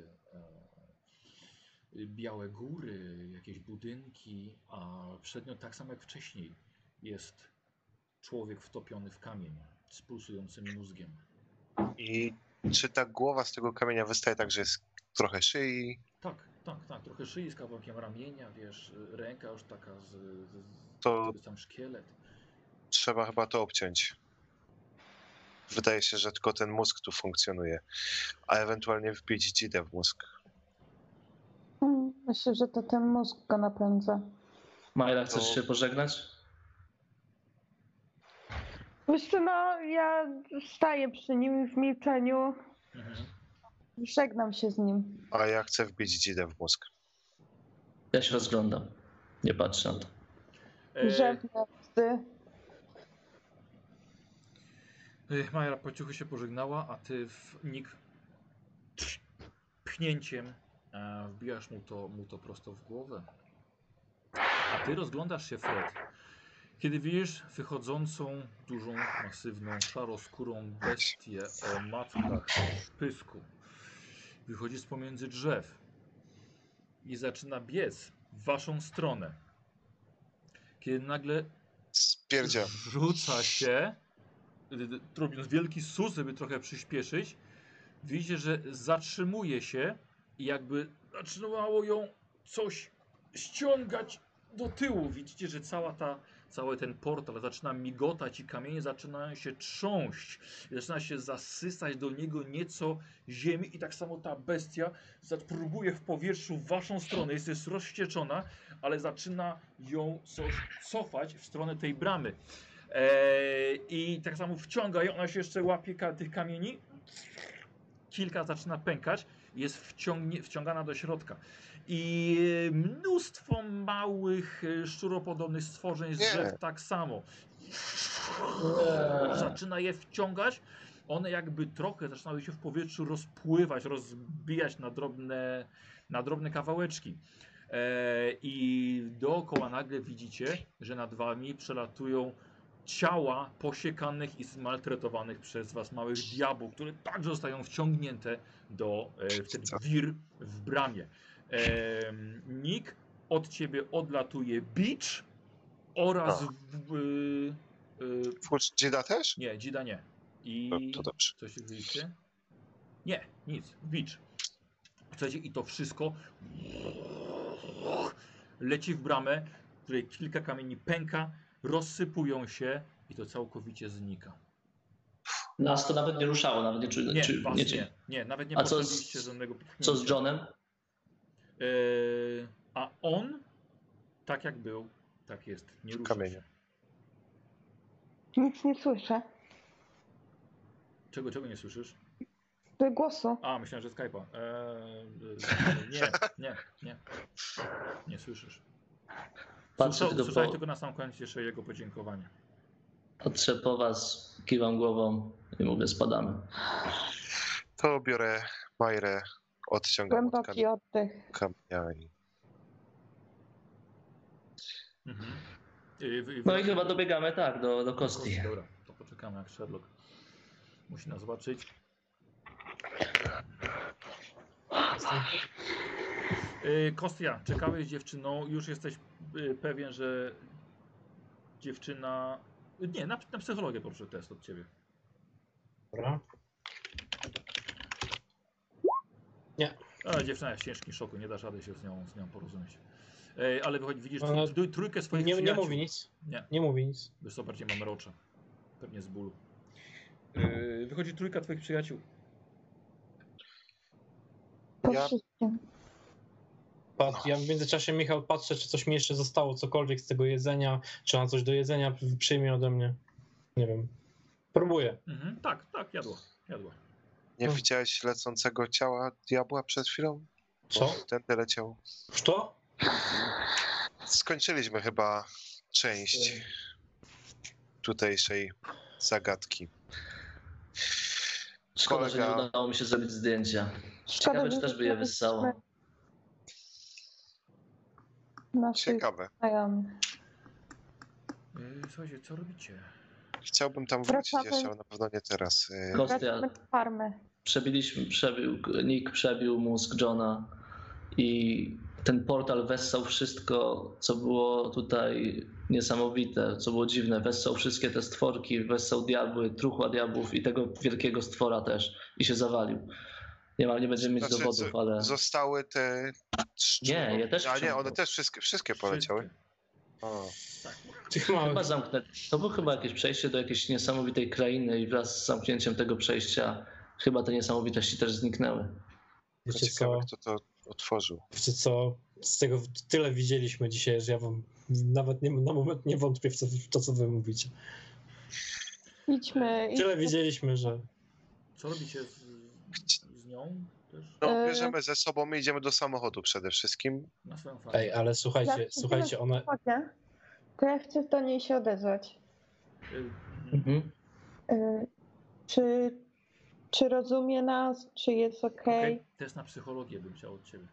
białe góry, jakieś budynki, a przed nią tak samo jak wcześniej jest człowiek wtopiony w kamień z pulsującym mózgiem. I czy ta głowa z tego kamienia wystaje tak, że jest trochę szyi? Tak. Trochę szyi z kawałkiem ramienia, wiesz, ręka już taka To sam szkielet. trzeba chyba to obciąć. Wydaje się, że tylko ten mózg tu funkcjonuje, a ewentualnie wbić dzidę w mózg. Myślę, że to ten mózg go napędza. Majra, chcesz się pożegnać? Wiesz co, no ja staję przy nim w milczeniu, żegnam się z nim. A ja chcę wbić dzidę w mózg. Ja się rozglądam. Nie patrzę na to. Żegnam łzy. Majra po cichu się pożegnała, a ty Nick pchnięciem wbijasz mu to prosto w głowę. A ty rozglądasz się, Fred, kiedy widzisz wychodzącą, dużą, masywną, szaroskórą bestię o matkach w pysku. Wychodzi z pomiędzy drzew i zaczyna biec w waszą stronę. Kiedy nagle Spierdzia. rzuca się, robiąc wielki sus, żeby trochę przyspieszyć, widzicie, że zatrzymuje się i jakby zaczynało ją coś ściągać do tyłu. Widzicie, że cały ten portal zaczyna migotać i kamienie zaczynają się trząść. I zaczyna się zasysać do niego nieco ziemi i tak samo ta bestia próbuje w powietrzu w waszą stronę. Jest rozwścieczona, ale zaczyna ją coś cofać w stronę tej bramy. I tak samo wciąga ją, ona się jeszcze łapie tych kamieni. Kilka zaczyna pękać, jest wciągana do środka. I mnóstwo małych, szczuropodobnych stworzeń z drzew tak samo. Zaczyna je wciągać. One jakby trochę zaczynały się w powietrzu rozpływać, rozbijać na drobne kawałeczki. I dookoła nagle widzicie, że nad wami przelatują ciała posiekanych i zmaltretowanych przez was małych diabłów, które także zostają wciągnięte do w ten wir w bramie. Nick, od ciebie odlatuje Beach oraz Dzida też? nie, Dzida nie. I To dobrze. co się wyjście? Nie, nic. Beach. Słuchajcie, i to wszystko leci w bramę, w której kilka kamieni pęka, rozsypują się i to całkowicie znika. Nas to nawet nie ruszało, nawet nie czułem. Nie, nawet nie A co poczęliście żadnego pchnięcia. Co z Johnem? A on, tak jak był, tak jest, nie rusza Kamienie. się. Nic nie słyszę. Czego nie słyszysz? Do głosu. A, myślałem, że Skype'a. Nie słyszysz. Patrzę Słyszałeś tylko na sam koniec jeszcze jego podziękowania. Patrzę po was, kiwam głową i mówię, spadamy. To biorę Majrę, odciągam od Głęboki oddech. kamienia i... No i chyba dobiegamy tak, do Kosti. Dobra, to poczekamy jak Sherlock musi nas zobaczyć. Kostia, czekałeś z dziewczyną, już jesteś pewien, że dziewczyna... Nie, na psychologię poproszę test od ciebie. Dobra. Nie. Ale dziewczyna jest w ciężkim szoku, nie dasz rady się z nią porozumieć. Ale wychodzi, widzisz Ona trójkę swoich Nie przyjaciół. mówi nic. Nie, Nie mówi nic. wiesz co, bardziej mam mrocze. Pewnie z bólu. Wychodzi trójka twoich przyjaciół. Po Ja- wszystkim. Ja w międzyczasie, Michał, patrzę, czy coś mi jeszcze zostało, cokolwiek z tego jedzenia, czy ona coś do jedzenia przyjmie ode mnie. Nie wiem. Próbuję. Mhm, tak, jadła. Nie No. widziałeś lecącego ciała diabła przed chwilą? Co? Tędy leciał. Co? Skończyliśmy chyba część tutejszej zagadki. Szkoda, że nie Kolega- udało mi się zrobić zdjęcia. Szkoda, Ciekawe, czy że też by je nie wyssało. Naszych Ciekawe. znajomych. Słuchajcie, co robicie? Chciałbym tam wrócić Wracamy. jeszcze, ale na pewno nie teraz. Kostia, Wracamy do farmy. Nick przebił mózg Johna i ten portal wessał wszystko, co było tutaj niesamowite, co było dziwne. Wessał wszystkie te stworki, wessał diabły, truchła diabłów i tego wielkiego stwora też i się zawalił. Nie będziemy mieć Znaczy, dowodów, ale Zostały te... Nie, je też A nie, wciągnął. one też wszystkie poleciały. O. Tych małych. chyba to było chyba jakieś przejście do jakiejś niesamowitej krainy i wraz z zamknięciem tego przejścia chyba te niesamowitości też zniknęły. Wiecie Ciekawe, co? kto to otworzył. Wiecie co? Z tego tyle widzieliśmy dzisiaj, że ja wam nawet na moment nie wątpię w to, co wy mówicie. Idźmy. Tyle widzieliśmy, że... Co robicie z nią też? No, bierzemy ze sobą i idziemy do samochodu przede wszystkim. Na swoją farmę. Ej, ale słuchajcie, Jak słuchajcie, one... Chodźcie, to ja chcę do niej się odezwać. Mhm. Czy rozumie nas, czy jest okej? Okej, test na psychologię bym chciał od ciebie.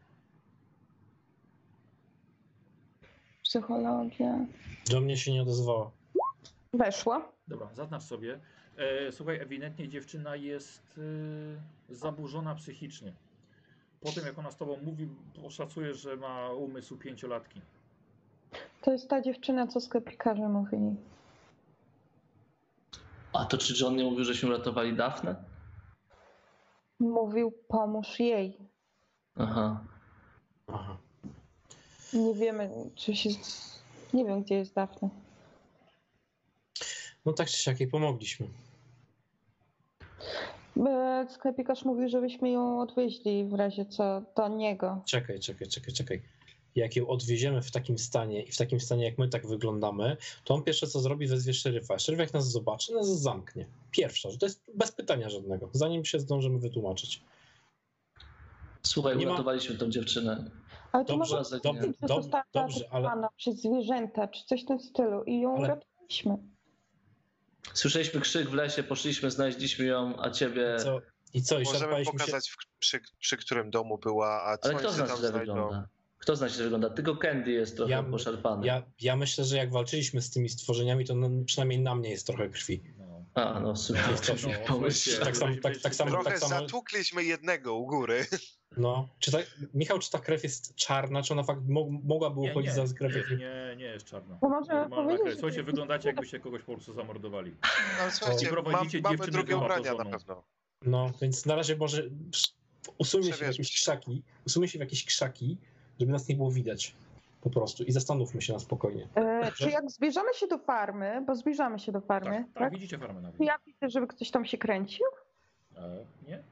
Psychologia. Do mnie się nie odezwała. Weszła. Dobra, zaznacz sobie. Słuchaj, ewidentnie dziewczyna jest zaburzona psychicznie. Po tym, jak ona z tobą mówi, oszacuję, że ma umysł 5-latki. To jest ta dziewczyna, co sklepikarze mówili. A to czy John nie mówił, żeśmy uratowali Dafnę? Mówił, pomóż jej. Aha. Aha. Nie wiemy, czy się... Nie wiem, gdzie jest Dafne. No tak czy siak jej pomogliśmy. Sklepikarz mówił, żebyśmy ją odwieźli w razie co do niego. Czekaj. Jak ją odwieziemy w takim stanie i w takim stanie, jak my tak wyglądamy, to on pierwsze co zrobi, wezwie szeryfa. Szeryf jak nas zobaczy, nas zamknie. Pierwsza, że to jest bez pytania żadnego, zanim się zdążymy wytłumaczyć. Słuchaj, Nie ma- uratowaliśmy tą dziewczynę. Ale to Dobrze, może dobrze, że została dobrze, ale- zaatakowana przez zwierzęta, czy coś w tym stylu i ją Ale- uratowaliśmy. Słyszeliśmy krzyk w lesie, poszliśmy, znaleźliśmy ją, a ciebie... I co? I Możemy szarpaliśmy się... pokazać, przy którym domu była, a co Ale oni kto z się nas tam źle znajdą. wygląda? Kto z nas źle wygląda? Tylko Candy jest trochę poszarpany. Ja myślę, że jak walczyliśmy z tymi stworzeniami, to przynajmniej na mnie jest trochę krwi. No. A, no super. słuchajcie, Tak samo- tak samo- Trochę tak samo- zatłukliśmy jednego u góry. No. Michał, czy ta krew jest czarna, czy ona fakt mogłaby uchodzić za krew? Nie jest czarna. To możemy Normalna powiedzieć, krew. Słuchajcie, że- wyglądacie jakbyście kogoś po prostu zamordowali. Ale słuchajcie, I prowadzicie mamy dziewczynę drugie ubrania na wypakowaną. pewno. No, więc na razie może usuńmy się w Przewieźmy jakieś się. krzaki, żeby nas nie było widać po prostu i zastanówmy się na spokojnie. Czy jak zbierzamy się do farmy, bo zbliżamy się do farmy, Tak, tak? widzicie farmę na Czy ja widzę, żeby ktoś tam się kręcił? Nie?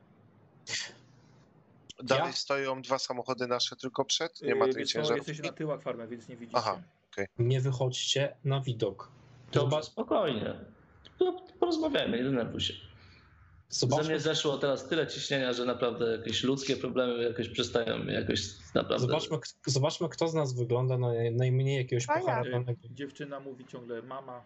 Dalej stoją dwa samochody nasze tylko przed? Nie ma tej Wiesz co, ciężarówki? jesteście na tyłach farmy, więc nie widzicie. Aha. Nie wychodźcie na widok. Dobrze, spokojnie. Porozmawiajmy, nie denerwuj się. Ze mnie Zobaczmy, zeszło teraz tyle ciśnienia, że naprawdę jakieś ludzkie problemy jakoś przestają mnie jakoś naprawdę... zobaczmy, kto z nas wygląda na najmniej jakiegoś A ja. poharatanego. Dziewczyna mówi ciągle mama.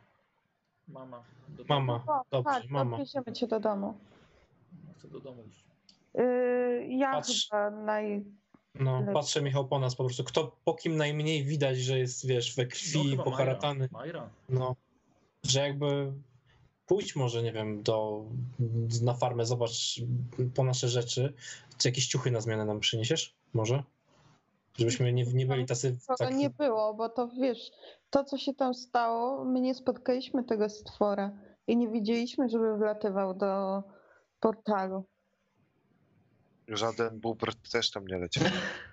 Mama, O, dobrze, tak, mama. odwieziemy cię do domu. Chcę do domu iść. Ja Patrz. chyba No, Lecz. patrzę Michał po nas po prostu. Kto po kim najmniej widać, że jest, wiesz, we krwi, chyba poharatany. Majra. No, że jakby pójdź może, nie wiem, na farmę, zobacz po nasze rzeczy. Czy jakieś ciuchy na zmianę nam przyniesiesz? Może? Żebyśmy nie byli tacy... Kogo Tak, nie było, bo to wiesz, to co się tam stało, my nie spotkaliśmy tego stwora i nie widzieliśmy, żeby wlatywał do portalu. Żaden bóbr też tam nie leciał.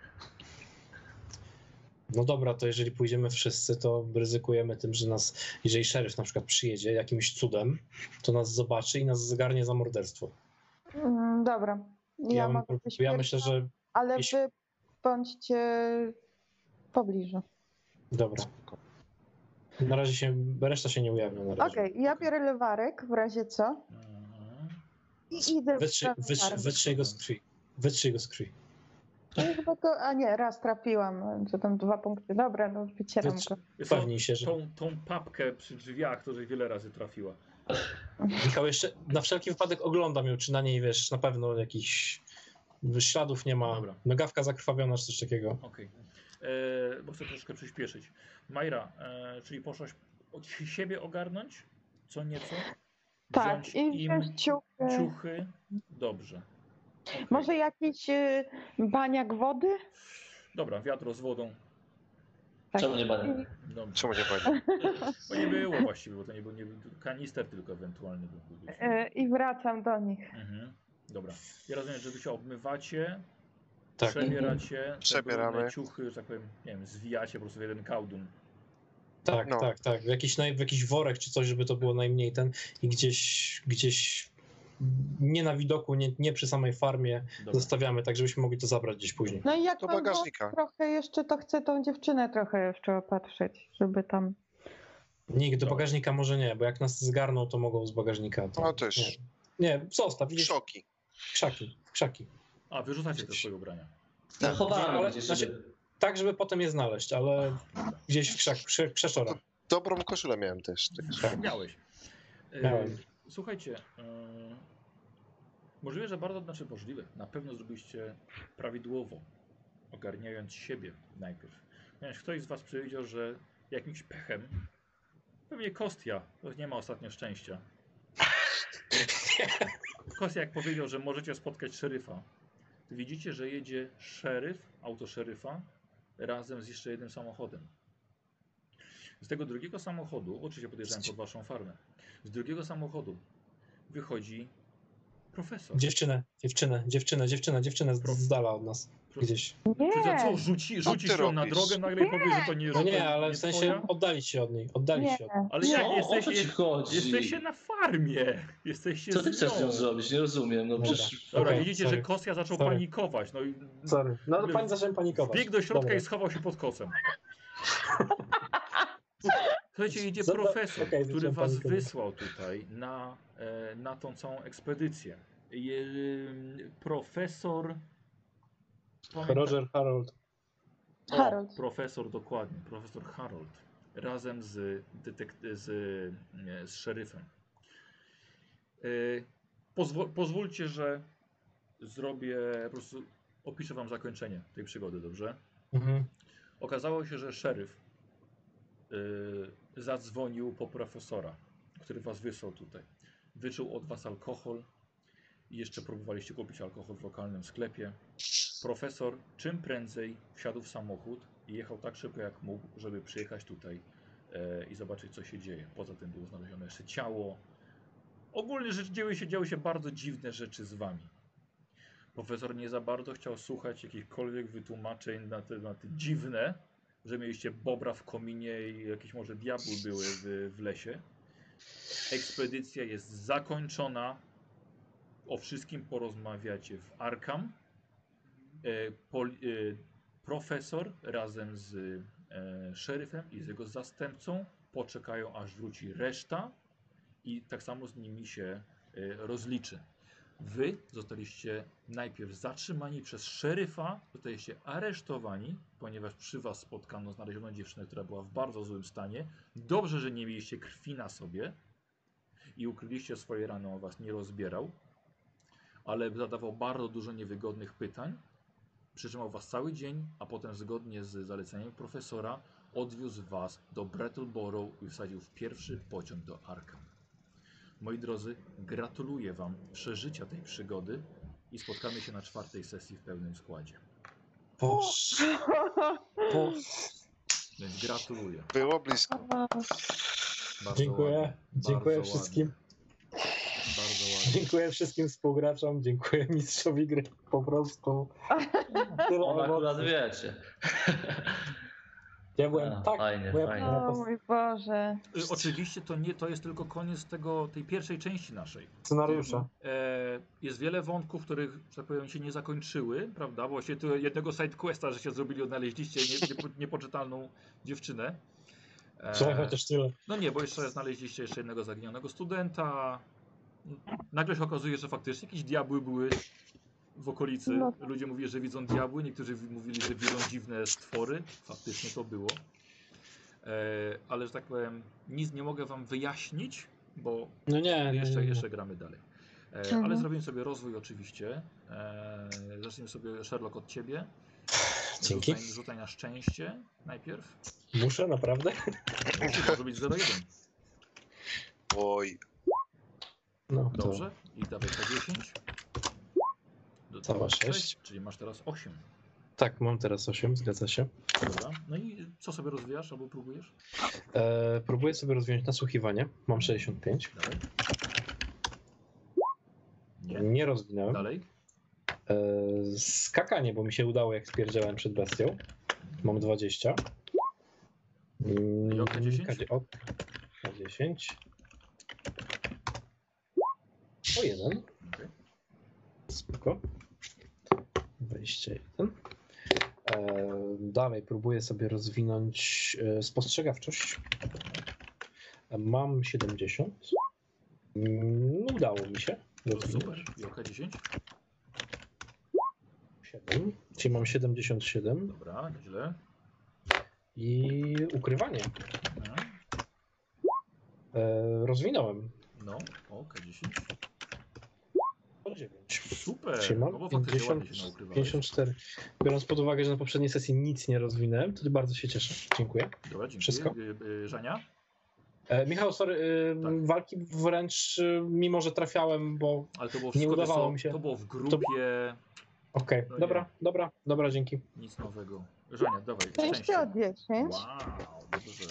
No dobra, to jeżeli pójdziemy wszyscy, to ryzykujemy tym, że jeżeli szeryf na przykład przyjedzie jakimś cudem, to nas zobaczy i nas zgarnie za morderstwo. Dobra. Ja myślę, że... Ale wy bądźcie w pobliżu. Dobra. Na razie reszta się nie ujawnia na razie. Okej, ja biorę lewarek w razie co i idę Wytrzyj go z krwi. Wytrzyj go z krwi. A nie, raz trafiłam, co tam 2 punkty. Dobra, no wycieram go. Upewnij się, że... Tą papkę przy drzwiach, to że wiele razy trafiła. Michał, jeszcze na wszelki wypadek oglądam ją, czy na niej, wiesz, na pewno jakichś śladów nie ma. Dobra. Nogawka zakrwawiona, czy coś takiego. Okej. Bo chcę troszkę przyspieszyć. Majra, czyli poszłaś od siebie ogarnąć? Co nieco? Tak, Wziąć i wziąć ciuchy? Dobrze. Okay. Może jakiś baniak wody? Dobra, wiadro z wodą. Tak. Czemu nie baniak? Dobrze. Czemu nie baniak? Bo nie było właściwie, bo to nie był kanister tylko ewentualny. I wracam do nich. Mhm. Dobra. Ja rozumiem, że wy się obmywacie, Tak. przebieracie, Przebieramy. te ciuchy, że tak powiem, nie wiem, zwijacie po prostu w jeden kałdun. Tak, No. tak. W jakiś worek czy coś, żeby to było najmniej i gdzieś nie na widoku, nie przy samej farmie Dobra. zostawiamy, tak żebyśmy mogli to zabrać gdzieś później. No i jak Do mam bagażnika. trochę jeszcze, to chcę tą dziewczynę trochę jeszcze opatrzyć, żeby tam... Nikt do Dobra. bagażnika może nie, bo jak nas zgarną, to mogą z bagażnika. To No też. Nie, zostaw, widzisz? Szoki. Krzaki. A, wyrzucacie te swoje ubrania. No, chowamy Ale, gdzieś znaczy, sobie. tak, żeby potem je znaleźć, ale Dobra. gdzieś w krzeszorach. Dobrą koszulę miałem też. Tak. Miałeś. Miałem. Słuchajcie, możliwe, że możliwe, na pewno zrobiliście prawidłowo, ogarniając siebie najpierw. Ponieważ ktoś z was przewidział, że jakimś pechem, pewnie Kostia, to nie ma ostatnio szczęścia. Kostia jak powiedział, że możecie spotkać szeryfa, to widzicie, że jedzie szeryf, auto szeryfa, razem z jeszcze jednym samochodem. Z tego drugiego samochodu, oczywiście podjeżdżałem pod waszą farmę, z drugiego samochodu wychodzi profesor. Dziewczynę z dala od nas. Gdzieś. Nie! Co, rzucisz ją na robisz? drogę, nagle i powiesz, że to nie jest No nie, to ale nie w sensie twoja? oddalić się od niej. Ale Nie. jak O co ci chodzi? jesteście na farmie. Jesteście Co ty z chcesz z nią nią. zrobić? Nie rozumiem. No Dobra. przecież... Dobra, Okej, widzicie, sorry. że Kostia zaczął Sorry. panikować. No i Sorry. No pani zacząłem panikować. wbiegł do środka Dobra. i schował się pod kosem. Słuchajcie, idzie Dobra, profesor, okej, który zacząłem was panikować. wysłał tutaj na tą całą ekspedycję. Profesor... Roger Harold. Harold. Profesor, dokładnie, profesor Harold. Razem z szeryfem. Pozwólcie, że zrobię, po prostu opiszę wam zakończenie tej przygody, dobrze? Mhm. Okazało się, że szeryf zadzwonił po profesora, który was wysłał tutaj. Wyczuł od was alkohol i jeszcze próbowaliście kupić alkohol w lokalnym sklepie. Profesor czym prędzej wsiadł w samochód i jechał tak szybko jak mógł, żeby przyjechać tutaj i zobaczyć, co się dzieje. Poza tym było znalezione jeszcze ciało. Ogólnie rzecz działy się bardzo dziwne rzeczy z wami. Profesor nie za bardzo chciał słuchać jakichkolwiek wytłumaczeń na te dziwne, że mieliście bobra w kominie i jakieś może diabły były w lesie. Ekspedycja jest zakończona. O wszystkim porozmawiacie w Arkham. Profesor razem z szeryfem i z jego zastępcą poczekają, aż wróci reszta i tak samo z nimi się rozliczy. Wy zostaliście najpierw zatrzymani przez szeryfa, zostaliście aresztowani, ponieważ przy was spotkano, znaleziono dziewczynę, która była w bardzo złym stanie. Dobrze, że nie mieliście krwi na sobie i ukryliście swoje rany, on was nie rozbierał, ale zadawał bardzo dużo niewygodnych pytań. Przytrzymał was cały dzień, a potem zgodnie z zaleceniem profesora odwiózł was do Brattleboro i wsadził w pierwszy pociąg do Arkham. Moi drodzy, gratuluję wam przeżycia tej przygody i spotkamy się na 4. sesji w pełnym składzie. Boże. Więc gratuluję. Było blisko. Bardzo Dziękuję. ładnie. Dziękuję Bardzo wszystkim. Ładnie. Bardzo ładnie. Dziękuję wszystkim współgraczom, dziękuję mistrzowi gry, po prostu. Tyle On akurat emocji. wiecie. Ja byłem A, tak... fajnie, bo ja- fajnie. ja O mój Boże. Oczywiście to jest tylko koniec tej pierwszej części naszej. Scenariusza. Jest wiele wątków, których, że tak powiem, się nie zakończyły, prawda? Właściwie tu jednego sidequesta, że się zrobili, odnaleźliście niepoczytalną dziewczynę. Przynajmniej chociaż tyle. No nie, bo jeszcze znaleźliście jeszcze jednego zaginionego studenta. Nagle się okazuje, że faktycznie jakieś diabły były w okolicy. No. Ludzie mówili, że widzą diabły, niektórzy mówili, że widzą dziwne stwory. Faktycznie to było. Ale, że tak powiem, nic nie mogę wam wyjaśnić, bo No nie, jeszcze gramy dalej. Ale zrobimy sobie rozwój oczywiście. Zacznijmy sobie Sherlock od ciebie. Dzięki. Rzucaj na szczęście najpierw. Muszę, naprawdę? Może być 0,1. Oj, No, to Dobrze. I dawaj K10. Cała 6. Czyli masz teraz 8. tak, mam teraz 8, zgadza się. Dobra. No i co sobie rozwijasz albo próbujesz? Próbuję sobie rozwinąć nasłuchiwanie, mam 65. Dalej. Nie. Nie rozwinąłem. Dalej. Skakanie, bo mi się udało, jak spierdziałem przed bestią. Mam 20. I o K10? K10. O 1. Okay. Spoko. 21. Dalej próbuję sobie rozwinąć spostrzegawczość. Mam 70. Udało mi się. To rozwinąć. super. I o K10? 7. Czyli mam 77. Dobra, nieźle. I ukrywanie. Mhm. Rozwinąłem. No, o K10. O 9. Super. Czyli mam No bo faktycznie 50, ładnie się naukrywałeś. 54. Biorąc pod uwagę, że na poprzedniej sesji nic nie rozwinąłem, to bardzo się cieszę. Dziękuję. Dobra, dziękuję. Wszystko? Żania? Michał, sorry, Tak. walki wręcz, mimo że trafiałem, bo... Ale to było Nie wszystko, udawało wiesz co, mi się. To było w grupie. Okej, No dobra, dzięki. Nic nowego. Żania, dawaj. Szczęście od 10. Wow, dobrze.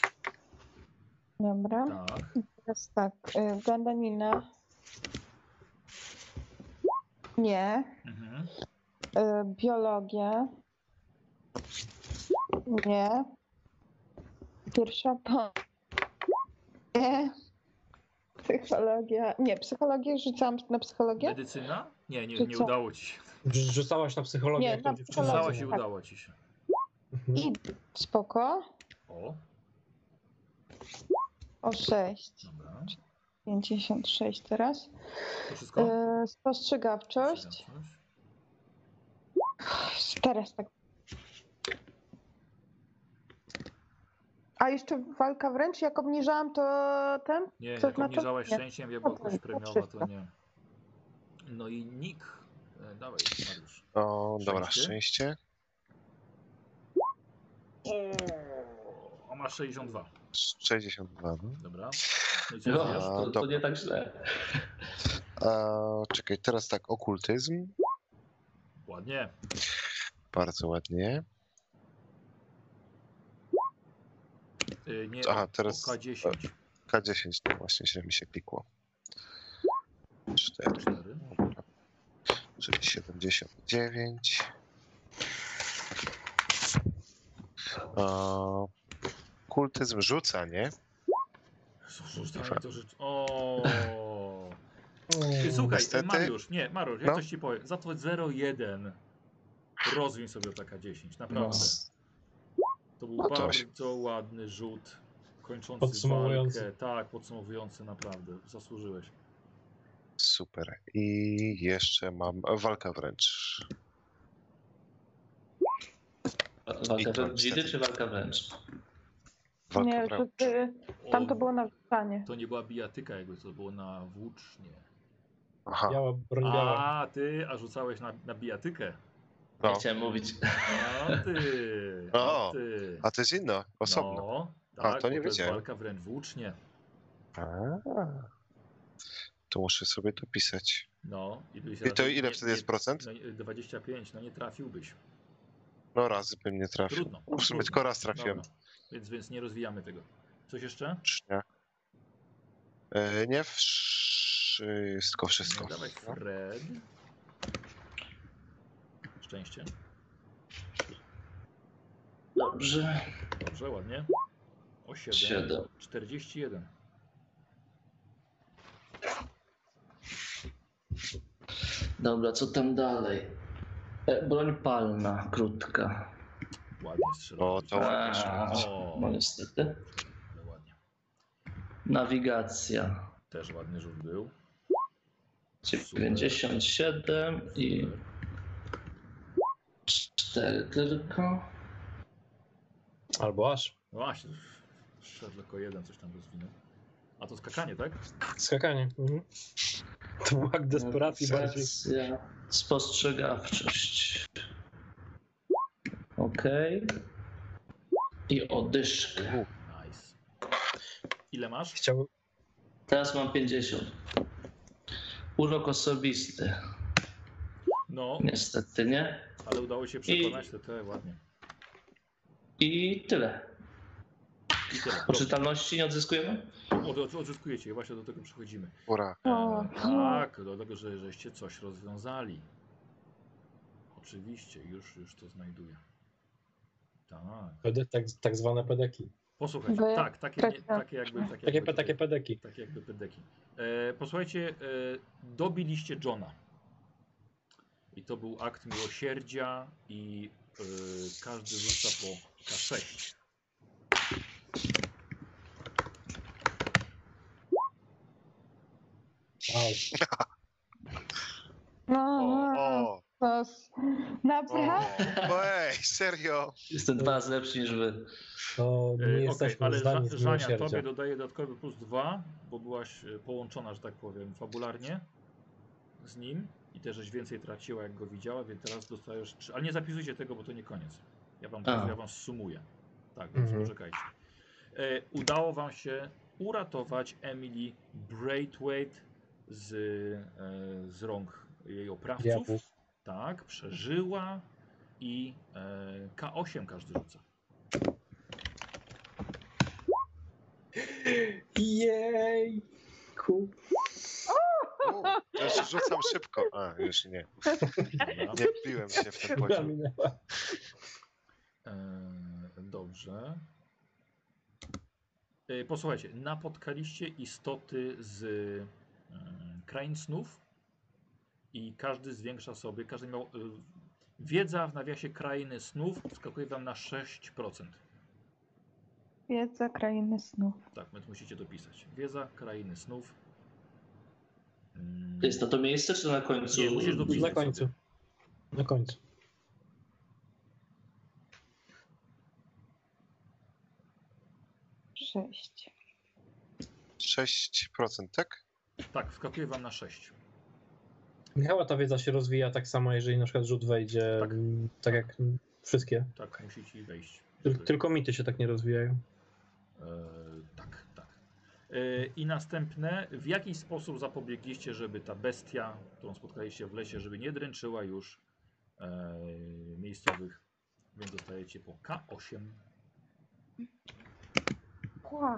Dobra. Tak. Teraz tak. Gandanina. Nie. Mhm. Biologia. Nie. Pierwsza Nie. Psychologia. Nie, psychologię rzucałam na psychologię. Medycyna? Nie Czy co? udało ci się. Rzucałaś na psychologię, Nie, jak tą na dziewczynę. psychologię. Rzucałaś i tak. udało ci się. Mhm. I spoko. O, O 6. dobra. 56 teraz. To wszystko? Spostrzegawczość. Teraz tak. A jeszcze walka wręcz? Jak obniżałam, to ten? Nie, Co jak znaczy? obniżałaś Nie. szczęściem, jak była To kość to premiowa, to wszystko. nie. No i Nick. Dawaj, Mariusz. o, dobra, Szczęście? szczęście. O, masz 62. 62, no. Dobra. No i co No, rozwijasz? to dobra. nie tak źle. Czekaj, teraz tak, okultyzm. Ładnie. Bardzo ładnie. Nie, Aha, teraz- K10. K10, to właśnie źle mi się klikło. 4, 4. czyli 79. Kultyzm rzuca, nie? Rzucamy to rzecz. O. Ty, słuchaj, Niestety. Mariusz, ja No. coś ci powiem. Za to 0,1 rozwiń sobie taka 10, naprawdę. To był No to bardzo ładny rzut kończący Podsumowujący. walkę. Tak, podsumowujący naprawdę. Zasłużyłeś. Super. I jeszcze mam walka wręcz. Walka I to wręcz dzidy niestety. czy walka wręcz? Walka Nie, wręcz. tam to było nawracanie. To nie była bijatyka, jakby to było na włócznie. Aha, Biała, broń biała. A rzucałeś na bijatykę. Nie no. chciałem mówić. A ty. O, ty. A to jest inna, osobno. No, A, tak, to nie bo jest wiedziałem. walka wręcz włócznie. To muszę sobie dopisać. No. I to ile wtedy jest procent? No, 25, no nie trafiłbyś. No raz bym nie trafił. Trudno. W sumie trudno. tylko raz trafiłem. Dobra. Więc nie rozwijamy tego. Coś jeszcze? Nie. Nie, w Wszystko. Dawaj Fred. Szczęście. Dobrze. Dobrze, ładnie. O 7. 7. 41. Dobra, co tam dalej? Broń palna, krótka. Ładnie strzelał. O, to ładnie szło. O, No niestety. ale ładnie. Nawigacja. Też ładny rzut był. 97 i Super. 4 tylko. Albo aż. No właśnie, szedł tylko jeden, coś tam rozwinął. A to skakanie, tak? Skakanie. Mhm. To był akt desperacji bardziej. Nawigacja, spostrzegawczość. Okej. I odyszkę. Nice. Ile masz? Chciałbym... Teraz mam 50. Urok osobisty. No, Niestety nie. ale udało się przekonać te ładnie. I tyle. I tyle. Poczytalności nie odzyskujemy? Odzyskujecie, właśnie do tego przechodzimy. Ura. Tak, do tego, żeście coś rozwiązali. Oczywiście, już to znajduję. Tak. Tak zwane pedeki. Posłuchajcie, Bo ja- tak, takie Takie pedeki. jakby pedeki. Posłuchajcie, dobiliście Johna. I to był akt miłosierdzia i każdy rzuca po K6. Wow. O, Naprawdę? ej, serio? Jestem 2 razy lepszy niż wy. To nie Okej, jesteśmy ale zdani z Żania, miłosierdzia. tobie dodaję dodatkowy +2, bo byłaś połączona, że tak powiem, fabularnie z nim i też żeś więcej traciła, jak go widziała, więc teraz dostajesz 3. Ale nie zapisujcie tego, bo to nie koniec. Ja wam sumuję. Tak, więc poczekajcie. Udało wam się uratować Emily Braithwaite z rąk jej oprawców. Diabłów. Tak, przeżyła i K8 każdy rzuca. Jej! Już rzucam szybko. A, już nie. Dobra. Nie wbiłem się w ten poziom. Dobrze. Posłuchajcie, napotkaliście istoty z krain snów i każdy zwiększa sobie, każdy miał wiedza w nawiasie krainy snów wskakuje wam na 6%. Wiedza krainy snów. Tak, więc musicie dopisać. Wiedza krainy snów. Jest to miejsce, czy na końcu? Nie, musisz dopisać. Na końcu. Sobie. Na końcu. Sześć. 6%, tak? Tak, wskakuje wam na 6. Michała ta wiedza się rozwija tak samo, jeżeli na przykład rzut wejdzie, Tak. tak jak wszystkie. Tak, musicie wejść. Tylko mity się tak nie rozwijają. Tak. I następne, w jaki sposób zapobiegliście, żeby ta bestia, którą spotkaliście w lesie, żeby nie dręczyła już miejscowych, więc dostajecie po K8. Wow.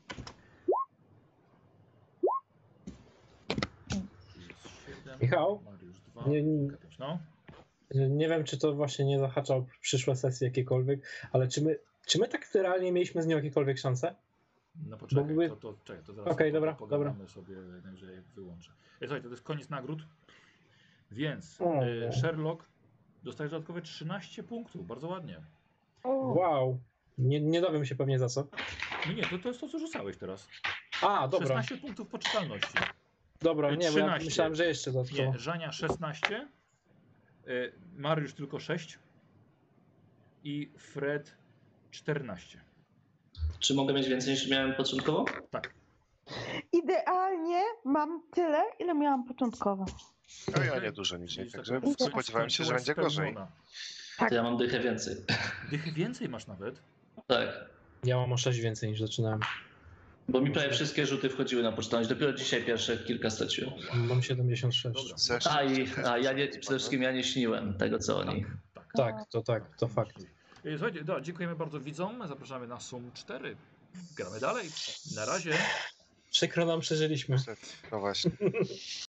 Jest 7, Michał? Mariusz 2, Nie- K5. No. Nie wiem, czy to właśnie nie zahacza o przyszłe sesje jakiekolwiek, ale czy my tak realnie mieliśmy z nią jakiekolwiek szanse? No poczekaj, były- czekaj, to zaraz Okej, dobra, pogadamy sobie, że jak wyłączę. Słuchaj, to jest koniec nagród, więc O. Sherlock dostajesz dodatkowe 13 punktów, bardzo ładnie. Wow. Nie dowiem się pewnie za co. Nie, to jest to, co rzucałeś teraz. A, dobra. 16 punktów poczytalności. Dobra, nie, bo ja 13. myślałem, że jeszcze dodatkowo. Nie, Żania 16, Mariusz tylko 6 i Fred 14. Czy mogę mieć więcej niż miałem początkowo? Tak. Idealnie mam tyle, ile miałam początkowo. No ja nie dużo niżej, także spodziewałem się, że będzie gorzej. Tak. To ja mam dychę więcej. Dychy więcej masz nawet. Tak. Ja mam o 6 więcej niż zaczynałem. Bo mi prawie wszystkie rzuty wchodziły na poczytalność. Dopiero dzisiaj pierwsze kilka straciłem. Mam 76. Dobra. Zeszło. Przede wszystkim ja nie śniłem tego, co oni. Tak, to fakt. Słuchajcie, dziękujemy bardzo widzom. Zapraszamy na Sum 4. Gramy dalej. Na razie. Przykro nam, przeżyliśmy. No właśnie.